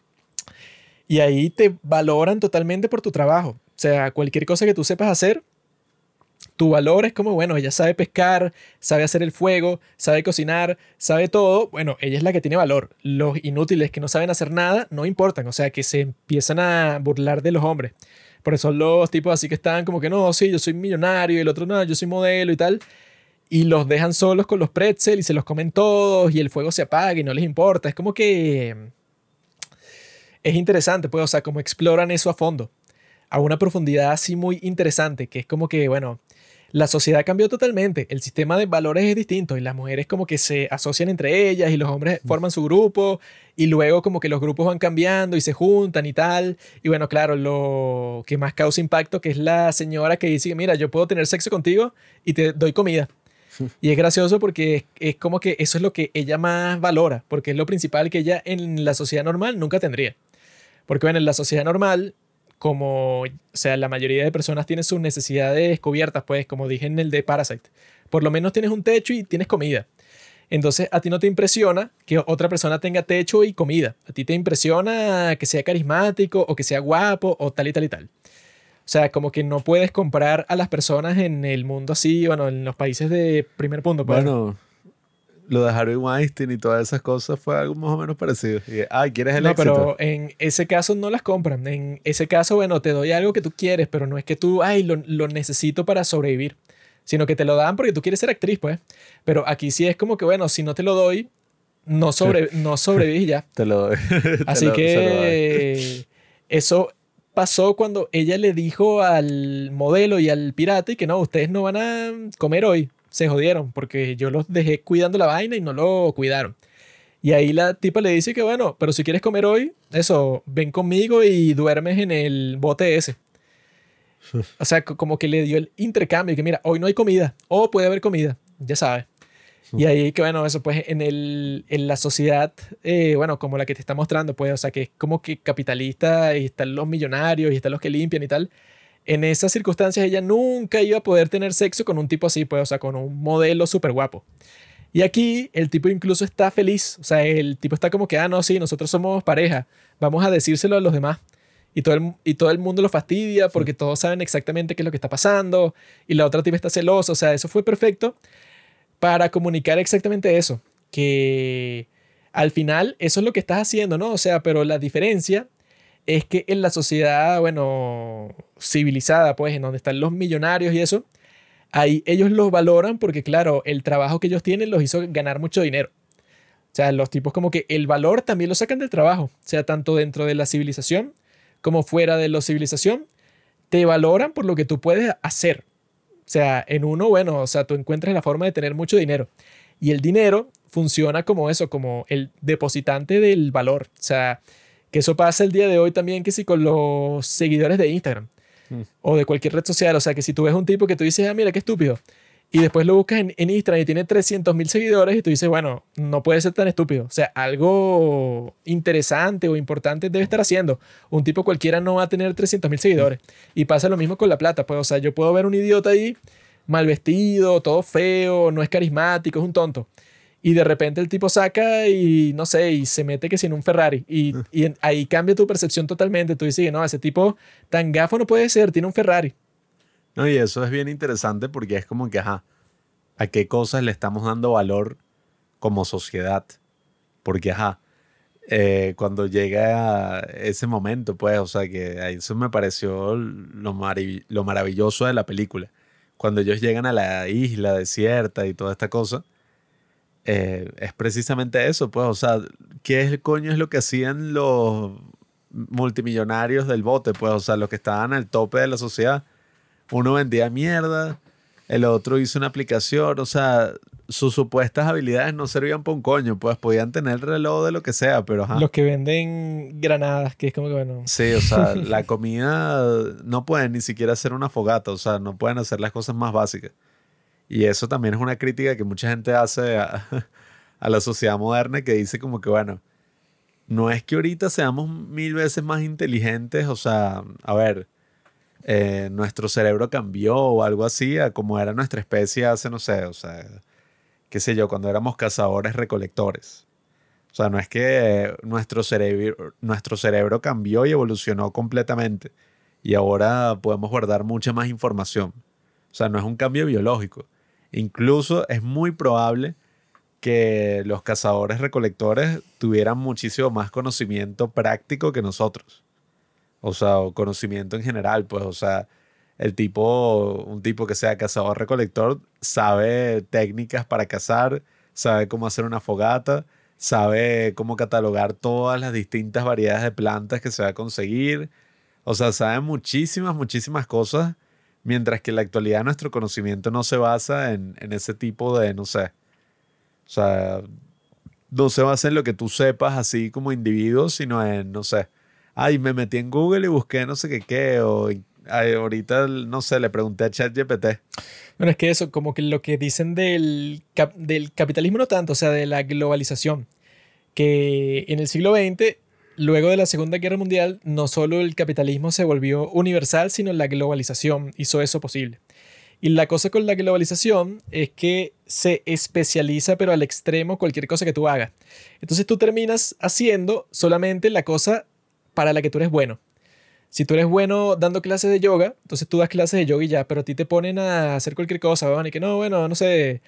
Y ahí te valoran totalmente por tu trabajo. O sea, cualquier cosa que tú sepas hacer, tu valor es como, bueno, ella sabe pescar, sabe hacer el fuego, sabe cocinar, sabe todo. Bueno, ella es la que tiene valor. Los inútiles que no saben hacer nada no importan. O sea, que se empiezan a burlar de los hombres. Por eso son los tipos así que están como que no, sí, yo soy millonario y el otro no, yo soy modelo y tal. Y los dejan solos con los pretzel y se los comen todos y el fuego se apaga y no les importa. Es como que es interesante, pues, o sea, como exploran eso a fondo, a una profundidad así muy interesante, que es como que, bueno, la sociedad cambió totalmente. El sistema de valores es distinto y las mujeres como que se asocian entre ellas y los hombres forman su grupo y luego como que los grupos van cambiando y se juntan y tal. Y bueno, claro, lo que más causa impacto que es la señora que dice, mira, yo puedo tener sexo contigo y te doy comida. Y es gracioso porque es como que eso es lo que ella más valora, porque es lo principal que ella en la sociedad normal nunca tendría. Porque bueno, en la sociedad normal, como, o sea, la mayoría de personas tienen sus necesidades cubiertas, pues, como dije en el de Parasite. Por lo menos tienes un techo y tienes comida. Entonces, a ti no te impresiona que otra persona tenga techo y comida. A ti te impresiona que sea carismático o que sea guapo o tal y tal y tal. O sea, como que no puedes comprar a las personas en el mundo así, bueno, en los países de primer punto. Pues. Bueno, lo de Harvey Weinstein y todas esas cosas fue algo más o menos parecido. Y, ¿quieres el No, éxito? pero en ese caso no las compran. En ese caso, bueno, te doy algo que tú quieres, pero no es que tú, lo necesito para sobrevivir, sino que te lo dan porque tú quieres ser actriz, pues. Pero aquí sí es como que, bueno, si no te lo doy, no sobrevives y ya. Te lo doy. Así que eso pasó cuando ella le dijo al modelo y al pirata y que no, ustedes no van a comer hoy. Se jodieron porque yo los dejé cuidando la vaina y no lo cuidaron. Y ahí la tipa le dice que bueno, pero si quieres comer hoy, eso, ven conmigo y duermes en el bote ese. O sea, como que le dio el intercambio, que mira, hoy no hay comida, o puede haber comida, ya sabes. Y ahí que bueno, eso pues en la sociedad, bueno, como la que te está mostrando, pues, o sea, que es como que capitalista y están los millonarios y están los que limpian y tal. En esas circunstancias ella nunca iba a poder tener sexo con un tipo así, pues, o sea, con un modelo súper guapo. Y aquí el tipo incluso está feliz, o sea, el tipo está como que, no, sí, nosotros somos pareja, vamos a decírselo a los demás. Y todo el mundo lo fastidia porque todos saben exactamente qué es lo que está pasando y la otra tipa está celosa, o sea, eso fue perfecto para comunicar exactamente eso, que al final eso es lo que estás haciendo, ¿no? O sea, pero la diferencia es que en la sociedad, bueno, civilizada, pues, en donde están los millonarios y eso, ahí ellos los valoran porque, claro, el trabajo que ellos tienen los hizo ganar mucho dinero. O sea, los tipos como que el valor también lo sacan del trabajo. O sea, tanto dentro de la civilización como fuera de la civilización, te valoran por lo que tú puedes hacer. O sea, en uno, bueno, o sea, tú encuentras la forma de tener mucho dinero. Y el dinero funciona como eso, como el depositante del valor. O sea, que eso pasa el día de hoy también, que sí, con los seguidores de Instagram o de cualquier red social. O sea, que si tú ves un tipo que tú dices, mira, qué estúpido, y después lo buscas en Instagram y tiene 300.000 seguidores y tú dices, bueno, no puede ser tan estúpido. O sea, algo interesante o importante debe estar haciendo. Un tipo cualquiera no va a tener 300.000 seguidores. Y pasa lo mismo con la plata. Pues, o sea, yo puedo ver un idiota ahí, mal vestido, todo feo, no es carismático, es un tonto. Y de repente el tipo saca y, no sé, y se mete que si en un Ferrari. Y ahí cambia tu percepción totalmente. Tú dices, no, ese tipo tan gafo no puede ser, tiene un Ferrari. No, y eso es bien interesante porque es como que, ¿a qué cosas le estamos dando valor como sociedad? Porque, cuando llega ese momento, pues, o sea, que eso me pareció lo maravilloso de la película. Cuando ellos llegan a la isla desierta y toda esta cosa, es precisamente eso, pues, o sea, coño es lo que hacían los multimillonarios del bote? Pues, o sea, los que estaban al tope de la sociedad. Uno vendía mierda, el otro hizo una aplicación, o sea, sus supuestas habilidades no servían para un coño, pues podían tener el reloj de lo que sea, pero Los que venden granadas, que es como que bueno. Sí, o sea, la comida no pueden ni siquiera hacer una fogata, o sea, no pueden hacer las cosas más básicas. Y eso también es una crítica que mucha gente hace a la sociedad moderna, que dice como que, bueno, no es que ahorita seamos 1000 veces más inteligentes, o sea, a ver, nuestro cerebro cambió o algo así a como era nuestra especie hace, no sé, o sea, qué sé yo, cuando éramos cazadores recolectores. O sea, no es que nuestro cerebro cambió y evolucionó completamente y ahora podemos guardar mucha más información. O sea, no es un cambio biológico. Incluso es muy probable que los cazadores recolectores tuvieran muchísimo más conocimiento práctico que nosotros. O sea, o conocimiento en general, pues, o sea, un tipo que sea cazador-recolector sabe técnicas para cazar, sabe cómo hacer una fogata, sabe cómo catalogar todas las distintas variedades de plantas que se va a conseguir. O sea, sabe muchísimas, muchísimas cosas Mientras que en la actualidad nuestro conocimiento no se basa en ese tipo de, no sé, o sea, no se basa en lo que tú sepas así como individuo, sino en, no sé, ay, me metí en Google y busqué no sé qué, o ay, ahorita, no sé, le pregunté a ChatGPT. Bueno, es que eso, como que lo que dicen del capitalismo no tanto, o sea, de la globalización, que en el siglo XX, luego de la Segunda Guerra Mundial, no solo el capitalismo se volvió universal, sino la globalización hizo eso posible. Y la cosa con la globalización es que se especializa, pero al extremo, cualquier cosa que tú hagas. Entonces tú terminas haciendo solamente la cosa para la que tú eres bueno. Si tú eres bueno dando clases de yoga, entonces tú das clases de yoga y ya, pero a ti te ponen a hacer cualquier cosa, ¿verdad? Y que no, bueno, no sé,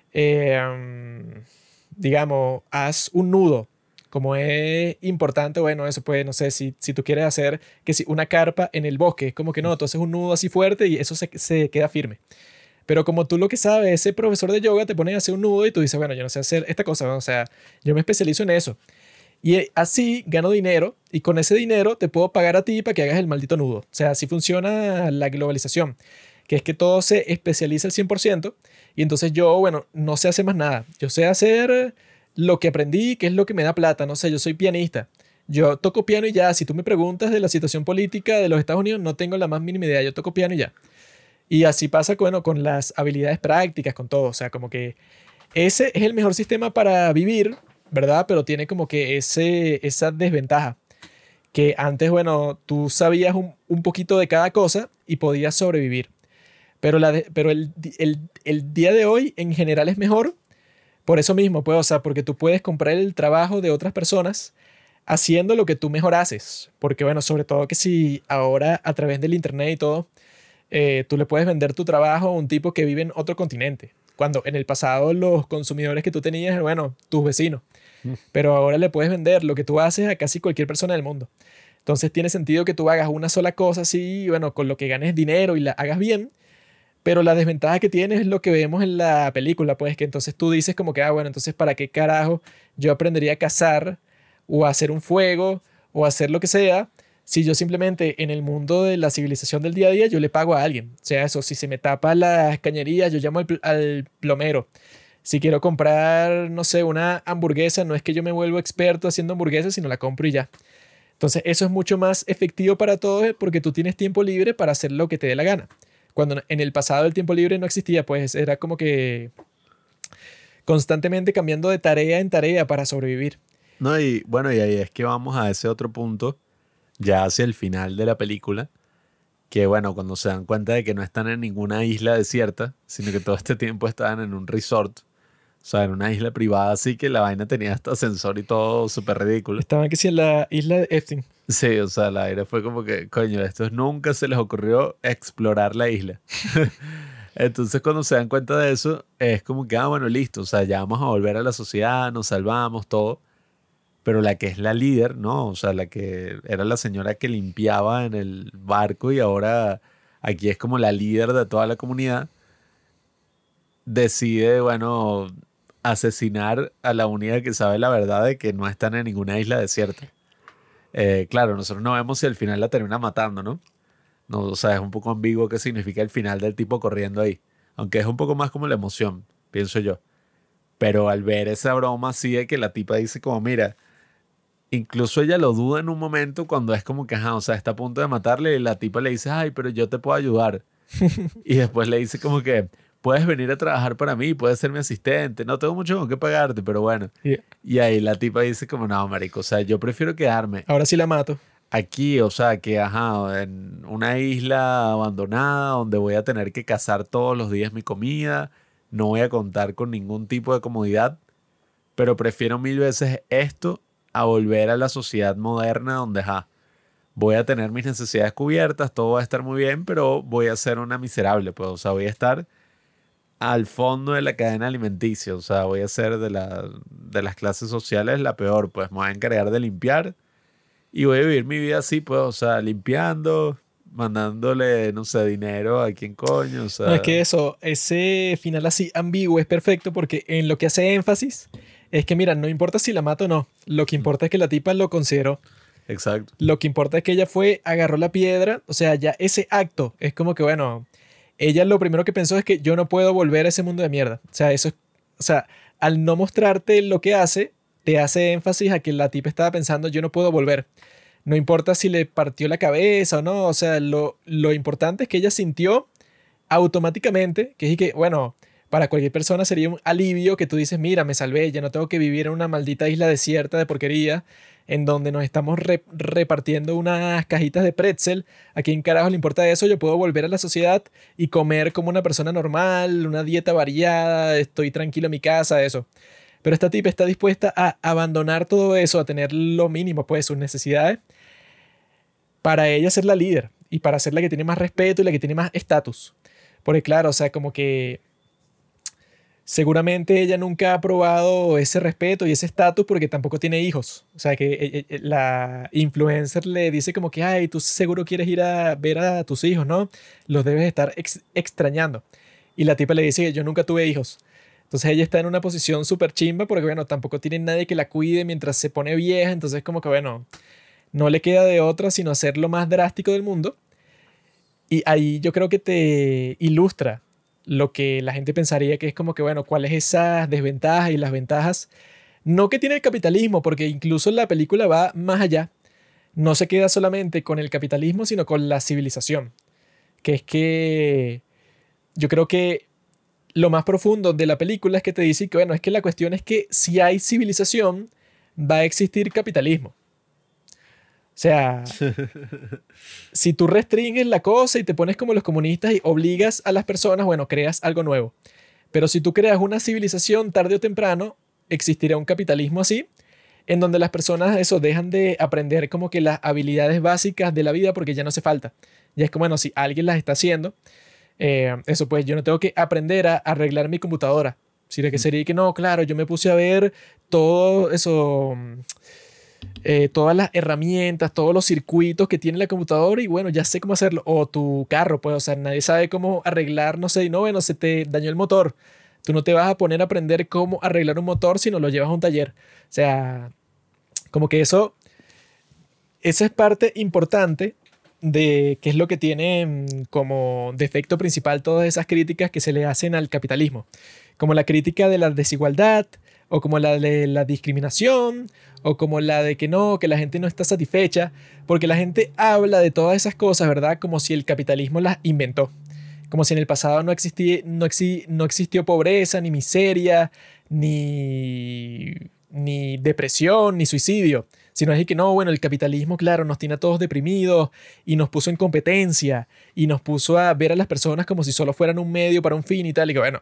digamos, haz un nudo. Como es importante, bueno, eso pues, no sé, si tú quieres hacer que si una carpa en el bosque, es como que no, tú haces un nudo así fuerte y eso se queda firme. Pero como tú lo que sabes, ese profesor de yoga te pone a hacer un nudo y tú dices, bueno, yo no sé hacer esta cosa, ¿no? O sea, yo me especializo en eso. Y así gano dinero y con ese dinero te puedo pagar a ti para que hagas el maldito nudo. O sea, así funciona la globalización, que es que todo se especializa al 100% y entonces yo, bueno, no sé hacer más nada. Yo sé hacer lo que aprendí, que es lo que me da plata. No sé, yo soy pianista. Yo toco piano y ya. Si tú me preguntas de la situación política de los Estados Unidos, no tengo la más mínima idea. Yo toco piano y ya. Y así pasa, bueno, con las habilidades prácticas, con todo. O sea, como que ese es el mejor sistema para vivir, ¿verdad? Pero tiene como que esa desventaja. Que antes, bueno, tú sabías un poquito de cada cosa y podías sobrevivir. Pero el día de hoy en general es mejor por eso mismo, pues, o sea, porque tú puedes comprar el trabajo de otras personas haciendo lo que tú mejor haces. Porque, bueno, sobre todo que si ahora a través del internet y todo, tú le puedes vender tu trabajo a un tipo que vive en otro continente. Cuando en el pasado los consumidores que tú tenías, bueno, tus vecinos. Pero ahora le puedes vender lo que tú haces a casi cualquier persona del mundo. Entonces tiene sentido que tú hagas una sola cosa así, bueno, con lo que ganes dinero y la hagas bien. Pero la desventaja que tiene es lo que vemos en la película, pues que entonces tú dices como que, bueno, entonces ¿para qué carajo yo aprendería a cazar o a hacer un fuego o a hacer lo que sea si yo simplemente en el mundo de la civilización del día a día yo le pago a alguien? O sea, eso, si se me tapa las cañerías, yo llamo al plomero. Si quiero comprar, no sé, una hamburguesa, no es que yo me vuelvo experto haciendo hamburguesas, sino la compro y ya. Entonces eso es mucho más efectivo para todos porque tú tienes tiempo libre para hacer lo que te dé la gana. Cuando en el pasado el tiempo libre no existía, pues era como que constantemente cambiando de tarea en tarea para sobrevivir. No, y bueno, y ahí es que vamos a ese otro punto, ya hacia el final de la película, que bueno, cuando se dan cuenta de que no están en ninguna isla desierta, sino que todo este tiempo estaban en un resort, o sea, en una isla privada, así que la vaina tenía hasta ascensor y todo súper ridículo. Estaban que sí en la isla de Epstein. Sí, o sea, el aire fue como que, coño, a estos nunca se les ocurrió explorar la isla. Entonces, cuando se dan cuenta de eso, es como que, bueno, listo, o sea, ya vamos a volver a la sociedad, nos salvamos, todo. Pero la que es la líder, ¿no? O sea, la que era la señora que limpiaba en el barco y ahora aquí es como la líder de toda la comunidad, decide, bueno, asesinar a la única que sabe la verdad de que no están en ninguna isla desierta. Claro, nosotros no vemos si al final la termina matando, ¿no? No, o sea, es un poco ambiguo qué significa el final del tipo corriendo ahí. Aunque es un poco más como la emoción, pienso yo. Pero al ver esa broma así de que la tipa dice como, mira, incluso ella lo duda en un momento cuando es como que, ajá, o sea, está a punto de matarle y la tipa le dice, ay, pero yo te puedo ayudar. Y después le dice como que, puedes venir a trabajar para mí, puedes ser mi asistente, no tengo mucho con qué pagarte, pero bueno. Yeah. Y ahí la tipa dice como, no, marico, o sea, yo prefiero quedarme Ahora sí la mato. aquí, o sea, que, ajá, en una isla abandonada donde voy a tener que cazar todos los días mi comida, no voy a contar con ningún tipo de comodidad, pero prefiero mil veces esto a volver a la sociedad moderna donde, ajá, voy a tener mis necesidades cubiertas, todo va a estar muy bien, pero voy a ser una miserable, pues, o sea, voy a estar al fondo de la cadena alimenticia, o sea, voy a ser de las clases sociales la peor, pues me voy a encargar de limpiar y voy a vivir mi vida así, pues, o sea, limpiando, mandándole, no sé, dinero a quien coño, o sea. No, es que eso, ese final así ambiguo es perfecto porque en lo que hace énfasis es que, mira, no importa si la mato o no, lo que importa es que la tipa lo consideró. Exacto. Lo que importa es que ella fue, agarró la piedra, o sea, ya ese acto es como que, bueno, ella lo primero que pensó es que yo no puedo volver a ese mundo de mierda. O sea, o sea, al no mostrarte lo que hace, te hace énfasis a que la tipa estaba pensando, yo no puedo volver. No importa si le partió la cabeza o no, o sea, lo importante es que ella sintió automáticamente, que es que, bueno, para cualquier persona sería un alivio que tú dices, mira, me salvé, ya no tengo que vivir en una maldita isla desierta de porquería en donde nos estamos repartiendo unas cajitas de pretzel. ¿A quién carajo le importa eso? Yo puedo volver a la sociedad y comer como una persona normal, una dieta variada, estoy tranquilo en mi casa, eso. Pero esta tipa está dispuesta a abandonar todo eso, a tener lo mínimo, pues, sus necesidades, para ella ser la líder y para ser la que tiene más respeto y la que tiene más estatus. Porque claro, o sea, como que seguramente ella nunca ha probado ese respeto y ese estatus porque tampoco tiene hijos. O sea, que la influencer le dice como que, ay, tú seguro quieres ir a ver a tus hijos, ¿no? Los debes estar extrañando. Y la tipa le dice que yo nunca tuve hijos. Entonces ella está en una posición súper chimba porque, bueno, tampoco tiene nadie que la cuide mientras se pone vieja. Entonces como que, bueno, no le queda de otra sino hacer lo más drástico del mundo. Y ahí yo creo que te ilustra lo que la gente pensaría que es como que, bueno, cuáles esas desventajas y las ventajas, no que tiene el capitalismo, porque incluso la película va más allá. No se queda solamente con el capitalismo, sino con la civilización. Que es que yo creo que lo más profundo de la película es que te dice que, bueno, es que la cuestión es que si hay civilización, va a existir capitalismo. O sea, si tú restringes la cosa y te pones como los comunistas y obligas a las personas, bueno, creas algo nuevo. Pero si tú creas una civilización, tarde o temprano, existirá un capitalismo así, en donde las personas eso dejan de aprender como que las habilidades básicas de la vida porque ya no hace falta. Ya es como, bueno, si alguien las está haciendo, eso pues yo no tengo que aprender a arreglar mi computadora. Sino que sería que no, claro, yo me puse a ver todo eso... todas las herramientas, todos los circuitos que tiene la computadora y bueno, ya sé cómo hacerlo. O tu carro, pues, o sea, nadie sabe cómo arreglar, no sé, no, bueno, se te dañó el motor. Tú no te vas a poner a aprender cómo arreglar un motor si no lo llevas a un taller. O sea, como que eso es parte importante de qué es lo que tiene como defecto principal todas esas críticas que se le hacen al capitalismo. Como la crítica de la desigualdad, o como la de la discriminación, o como la de que no, que la gente no está satisfecha, porque la gente habla de todas esas cosas, ¿verdad? Como si el capitalismo las inventó, como si en el pasado no existió pobreza, ni miseria, ni depresión, ni suicidio, sino es que no, bueno, el capitalismo, claro, nos tiene a todos deprimidos y nos puso en competencia y nos puso a ver a las personas como si solo fueran un medio para un fin y tal, y que bueno,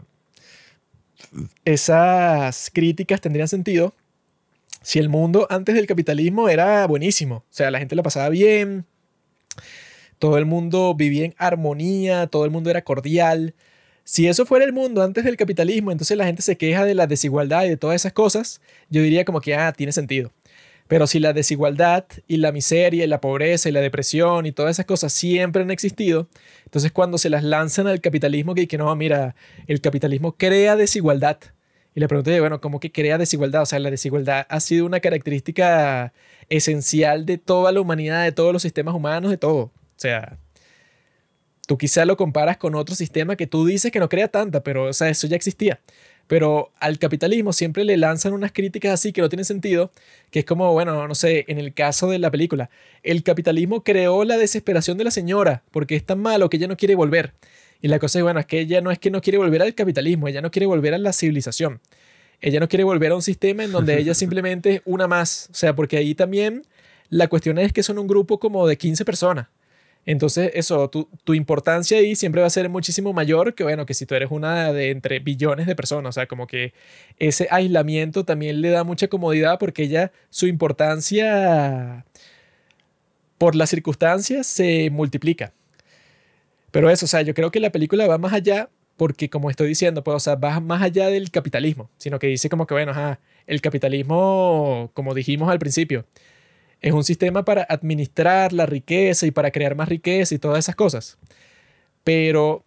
esas críticas tendrían sentido si el mundo antes del capitalismo era buenísimo. O sea, la gente la pasaba bien, todo el mundo vivía en armonía, todo el mundo era cordial. Si eso fuera el mundo antes del capitalismo, entonces la gente se queja de la desigualdad y de todas esas cosas, yo diría como que, tiene sentido. Pero si la desigualdad y la miseria y la pobreza y la depresión y todas esas cosas siempre han existido, entonces cuando se las lanzan al capitalismo que no, mira, el capitalismo crea desigualdad. Y le pregunté, bueno, ¿cómo que crea desigualdad? O sea, la desigualdad ha sido una característica esencial de toda la humanidad, de todos los sistemas humanos, de todo. O sea, tú quizá lo comparas con otro sistema que tú dices que no crea tanta, pero o sea, eso ya existía. Pero al capitalismo siempre le lanzan unas críticas así que no tienen sentido, que es como, bueno, no sé, en el caso de la película, el capitalismo creó la desesperación de la señora porque es tan malo que ella no quiere volver. Y la cosa es, bueno, es que ella no es que no quiere volver al capitalismo, ella no quiere volver a la civilización. Ella no quiere volver a un sistema en donde ella simplemente es una más. O sea, porque ahí también la cuestión es que son un grupo como de 15 personas. Entonces, eso, tu importancia ahí siempre va a ser muchísimo mayor que, bueno, que si tú eres una de entre billones de personas. O sea, como que ese aislamiento también le da mucha comodidad porque ella, su importancia por las circunstancias se multiplica. Pero eso, o sea, yo creo que la película va más allá porque, como estoy diciendo, pues, o sea, va más allá del capitalismo, sino que dice como que, bueno, el capitalismo, como dijimos al principio, es un sistema para administrar la riqueza y para crear más riqueza y todas esas cosas. Pero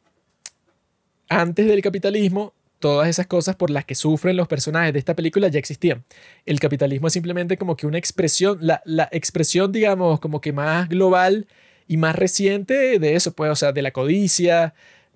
antes del capitalismo, todas esas cosas por las que sufren los personajes de esta película ya existían. El capitalismo es simplemente como que una expresión, la expresión, digamos, como que más global y más reciente de eso, pues, o sea, de la codicia,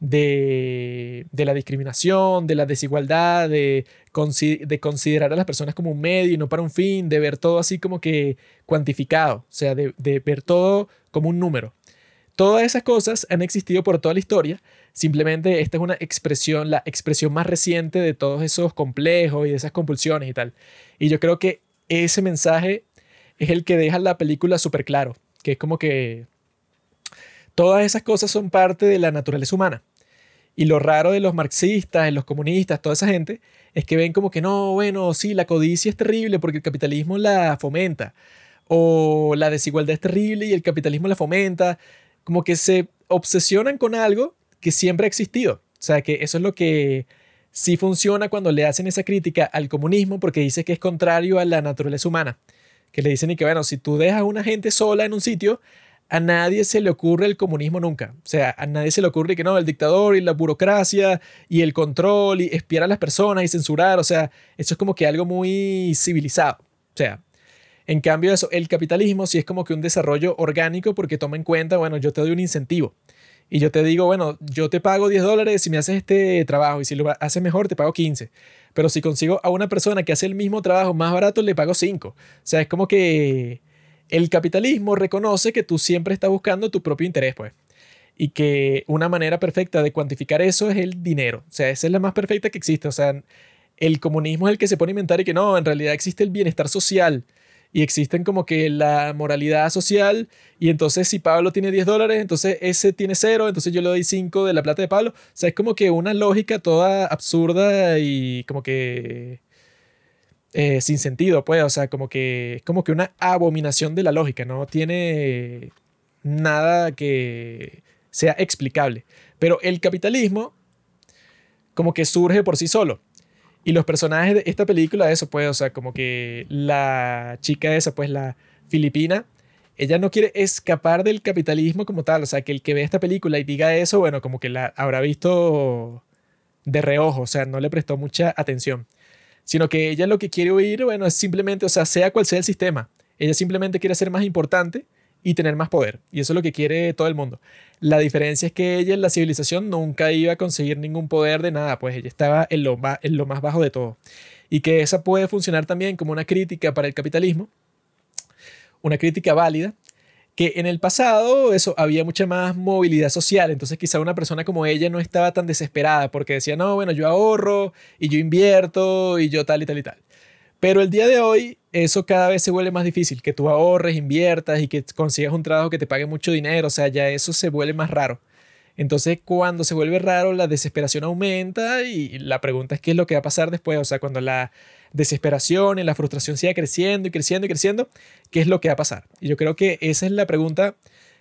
de la discriminación, de la desigualdad, de considerar a las personas como un medio y no para un fin, de ver todo así como que cuantificado, o sea, de ver todo como un número. Todas esas cosas han existido por toda la historia. Simplemente esta es una expresión, la expresión más reciente de todos esos complejos y de esas compulsiones y tal. Y yo creo que ese mensaje es el que deja la película súper claro, que es como que todas esas cosas son parte de la naturaleza humana. Y lo raro de los marxistas, de los comunistas, toda esa gente, es que ven como que no, bueno, sí, la codicia es terrible porque el capitalismo la fomenta. O la desigualdad es terrible y el capitalismo la fomenta. Como que se obsesionan con algo que siempre ha existido. O sea, que eso es lo que sí funciona cuando le hacen esa crítica al comunismo, porque dice que es contrario a la naturaleza humana. Que le dicen y que, bueno, si tú dejas a una gente sola en un sitio, a nadie se le ocurre el comunismo nunca. O sea, a nadie se le ocurre que no, el dictador y la burocracia y el control y espiar a las personas y censurar. O sea, eso es como que algo muy civilizado. O sea, en cambio eso, el capitalismo sí es como que un desarrollo orgánico porque toma en cuenta, bueno, yo te doy un incentivo. Y yo te digo, bueno, yo te pago $10 si me haces este trabajo y si lo haces mejor te pago 15. Pero si consigo a una persona que hace el mismo trabajo más barato, le pago 5. O sea, es como que el capitalismo reconoce que tú siempre estás buscando tu propio interés, pues. Y que una manera perfecta de cuantificar eso es el dinero. O sea, esa es la más perfecta que existe. O sea, el comunismo es el que se pone a inventar y que no, en realidad existe el bienestar social. Y existen como que la moralidad social. Y entonces si Pablo tiene $10, entonces ese tiene 0, entonces yo le doy 5 de la plata de Pablo. O sea, es como que una lógica toda absurda y como que sin sentido, pues. O sea, como que es como que una abominación de la lógica. No tiene nada que sea explicable. Pero el capitalismo como que surge por sí solo. Y los personajes de esta película, eso pues, o sea, como que la chica esa, pues la filipina, ella no quiere escapar del capitalismo como tal. O sea, que el que ve esta película y diga eso, bueno, como que la habrá visto de reojo, o sea, no le prestó mucha atención. Sino que ella lo que quiere oír, bueno, es simplemente, o sea, sea cual sea el sistema, ella simplemente quiere ser más importante y tener más poder. Y eso es lo que quiere todo el mundo. La diferencia es que ella en la civilización nunca iba a conseguir ningún poder de nada, pues ella estaba en lo más bajo de todo. Y que esa puede funcionar también como una crítica para el capitalismo, una crítica válida, que en el pasado eso había mucha más movilidad social, entonces quizá una persona como ella no estaba tan desesperada porque decía, no, bueno, yo ahorro y yo invierto y yo tal y tal y tal. Pero el día de hoy eso cada vez se vuelve más difícil, que tú ahorres, inviertas y que consigas un trabajo que te pague mucho dinero, o sea, ya eso se vuelve más raro. Entonces, cuando se vuelve raro, la desesperación aumenta y la pregunta es qué es lo que va a pasar después, o sea, cuando la desesperación y la frustración siga creciendo y creciendo y creciendo, ¿qué es lo que va a pasar? Y yo creo que esa es la pregunta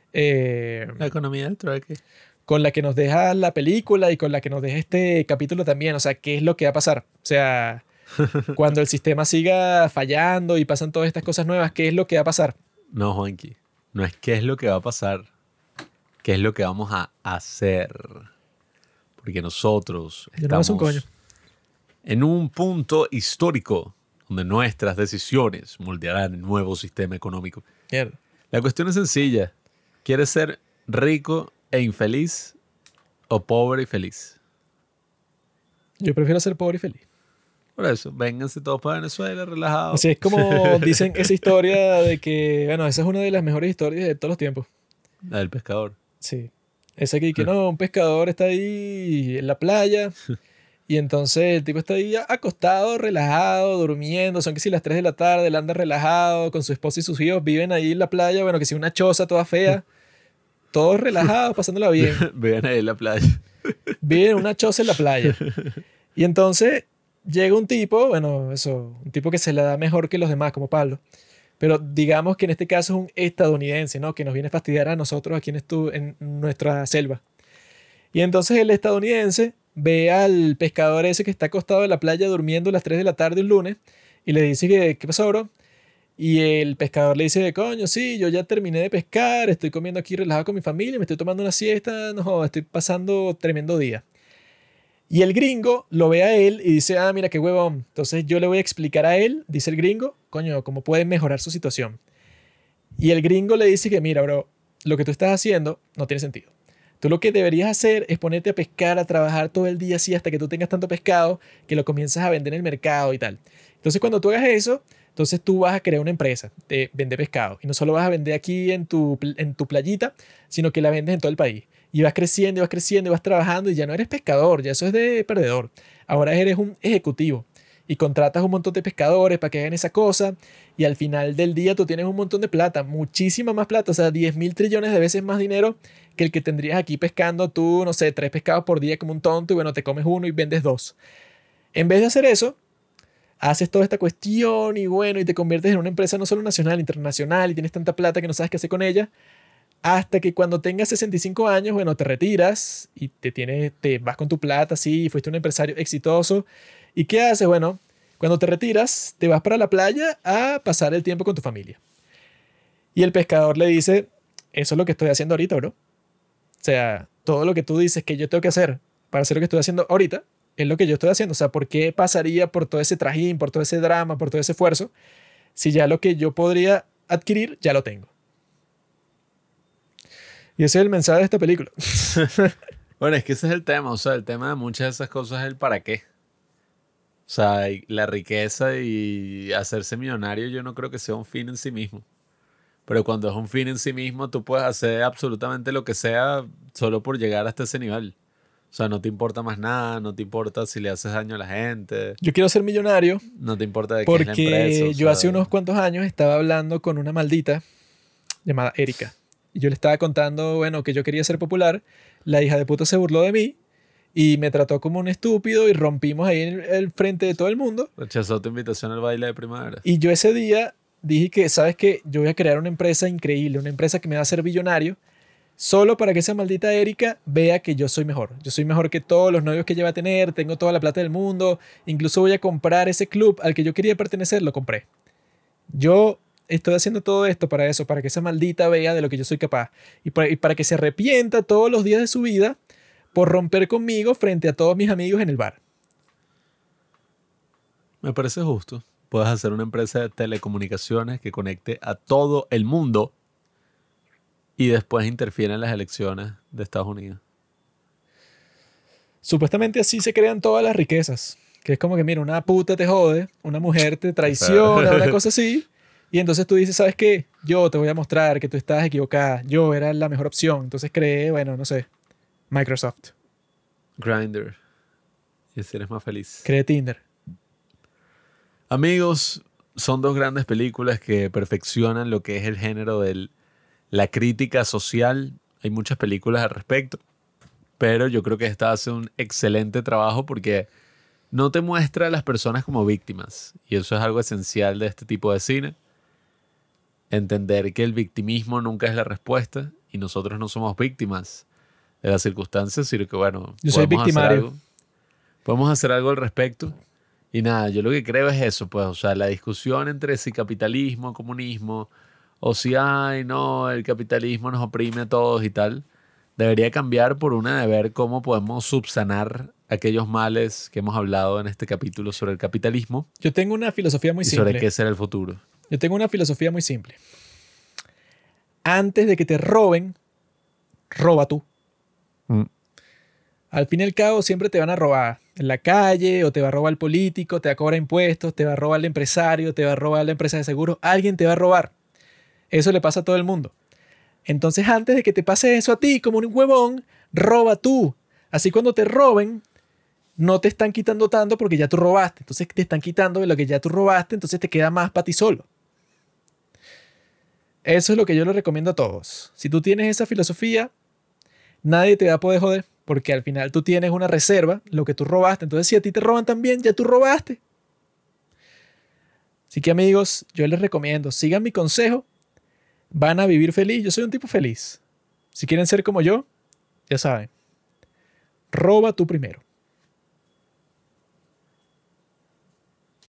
La economía del trueque. con la que nos deja la película y con la que nos deja este capítulo también, o sea, ¿qué es lo que va a pasar? O sea, cuando el sistema siga fallando y pasan todas estas cosas nuevas, ¿qué es lo que va a pasar? No, Juanqui. No es qué es lo que va a pasar. ¿Qué es lo que vamos a hacer? Porque nosotros Yo no me sé un estamos coño. en un punto histórico donde nuestras decisiones moldearán el nuevo sistema económico. Mierda. La cuestión es sencilla. ¿Quieres ser rico e infeliz o pobre y feliz? Yo prefiero ser pobre y feliz. Por eso, vénganse todos para Venezuela, relajados. Así es como dicen esa historia de que, bueno, esa es una de las mejores historias de todos los tiempos. La del pescador. Sí. Esa que no, un pescador está ahí en la playa y entonces el tipo está ahí acostado, relajado, durmiendo. Son que si las 3 de la tarde, él anda relajado con su esposa y sus hijos, viven ahí en la playa. Bueno, que si una choza toda fea, todos relajados, pasándola bien. Vean ahí en la playa. Viven en una choza en la playa. Y entonces llega un tipo, bueno, eso, un tipo que se la da mejor que los demás, como Pablo. Pero digamos que en este caso es un estadounidense, ¿no? Que nos viene a fastidiar a nosotros aquí en nuestra selva. Y entonces el estadounidense ve al pescador ese que está acostado en la playa durmiendo a las 3 de la tarde un lunes y le dice que, ¿qué pasó, bro? Y el pescador le dice, coño, sí, yo ya terminé de pescar, estoy comiendo aquí relajado con mi familia, me estoy tomando una siesta, no jodas, estoy pasando tremendo día. Y el gringo lo ve a él y dice, ah, mira qué huevón. Entonces yo le voy a explicar a él, dice el gringo, coño, cómo puede mejorar su situación. Y el gringo le dice que, mira, bro, lo que tú estás haciendo no tiene sentido. Tú lo que deberías hacer es ponerte a pescar, a trabajar todo el día así hasta que tú tengas tanto pescado que lo comienzas a vender en el mercado y tal. Entonces, cuando tú hagas eso, entonces tú vas a crear una empresa de vender pescado. Y no solo vas a vender aquí en tu playita, sino que la vendes en todo el país. Y vas creciendo y vas creciendo y vas trabajando y ya no eres pescador, ya eso es de perdedor. Ahora eres un ejecutivo y contratas un montón de pescadores para que hagan esa cosa y al final del día tú tienes un montón de plata, muchísima más plata, o sea, 10.000 trillones de veces más dinero que el que tendrías aquí pescando tú, no sé, 3 pescados por día como un tonto y bueno, te comes uno y vendes 2. En vez de hacer eso, haces toda esta cuestión y bueno, y te conviertes en una empresa no solo nacional, internacional y tienes tanta plata que no sabes qué hacer con ella. Hasta que cuando tengas 65 años, bueno, te retiras y te vas con tu plata, sí, fuiste un empresario exitoso. ¿Y qué haces? Bueno, cuando te retiras, te vas para la playa a pasar el tiempo con tu familia. Y el pescador le dice, eso es lo que estoy haciendo ahorita, bro. O sea, todo lo que tú dices que yo tengo que hacer para hacer lo que estoy haciendo ahorita, es lo que yo estoy haciendo. O sea, ¿por qué pasaría por todo ese trajín, por todo ese drama, por todo ese esfuerzo, si ya lo que yo podría adquirir, ya lo tengo? Y ese es el mensaje de esta película. Bueno, es que ese es el tema. O sea, el tema de muchas de esas cosas es el para qué. O sea, la riqueza y hacerse millonario yo no creo que sea un fin en sí mismo. Pero cuando es un fin en sí mismo, tú puedes hacer absolutamente lo que sea solo por llegar hasta ese nivel. O sea, no te importa más nada, no te importa si le haces daño a la gente, Yo quiero ser millonario no te importa de qué es la porque empresa. O yo sea, hace unos cuantos años estaba hablando con una maldita llamada Erika. Y yo le estaba contando, bueno, que yo quería ser popular. La hija de puta se burló de mí y me trató como un estúpido y rompimos ahí en el frente de todo el mundo. rechazó tu invitación al baile de primavera. Y yo ese día dije que, ¿sabes qué? Yo voy a crear una empresa increíble, una empresa que me va a hacer billonario, solo para que esa maldita Erika vea que yo soy mejor. Yo soy mejor que todos los novios que ella va a tener, tengo toda la plata del mundo, incluso voy a comprar ese club al que yo quería pertenecer, lo compré. Yo estoy haciendo todo esto para eso, para que esa maldita vea de lo que yo soy capaz y para que se arrepienta todos los días de su vida por romper conmigo frente a todos mis amigos en el bar. Me parece justo. Puedes hacer una empresa de telecomunicaciones que conecte a todo el mundo y después interfiere en las elecciones de Estados Unidos. Supuestamente así se crean todas las riquezas, que es como que, mira, una puta te jode, una mujer te traiciona, una cosa así, y entonces tú dices, ¿sabes qué? Yo te voy a mostrar que tú estás equivocada, yo era la mejor opción, entonces creé, bueno, no sé, Microsoft, Grindr. Y así eres más feliz. creé Tinder. Amigos, son dos grandes películas que perfeccionan lo que es el género de la crítica social. Hay muchas películas al respecto, pero yo creo que esta hace un excelente trabajo porque no te muestra a las personas como víctimas. Y eso es algo esencial de este tipo de cine. Entender que el victimismo nunca es la respuesta y nosotros no somos víctimas de las circunstancias, sino que, bueno, Yo soy victimario. Podemos hacer algo al respecto. Y nada, yo lo que creo es eso, pues, o sea, la discusión entre si capitalismo, comunismo, o si, ay, no, el capitalismo nos oprime a todos y tal, debería cambiar por una de ver cómo podemos subsanar aquellos males que hemos hablado en este capítulo sobre el capitalismo Yo tengo una filosofía muy y sobre simple. qué será el futuro. Yo tengo una filosofía muy simple. Antes de que te roben, roba tú. Al fin y al cabo siempre te van a robar en la calle o te va a robar el político, te va a cobrar impuestos, te va a robar el empresario, te va a robar la empresa de seguros, alguien te va a robar. Eso le pasa a todo el mundo. Entonces antes de que te pase eso a ti como un huevón, roba tú. Así cuando te roben, no te están quitando tanto porque ya tú robaste. Entonces te están quitando de lo que ya tú robaste, entonces te queda más para ti solo. Eso es lo que yo le recomiendo a todos. Si tú tienes esa filosofía, nadie te va a poder joder porque al final tú tienes una reserva, lo que tú robaste. Entonces si a ti te roban también, ya tú robaste. Así que amigos, yo les recomiendo, sigan mi consejo, van a vivir feliz. Yo soy un tipo feliz. Si quieren ser como yo, ya saben, roba tú primero.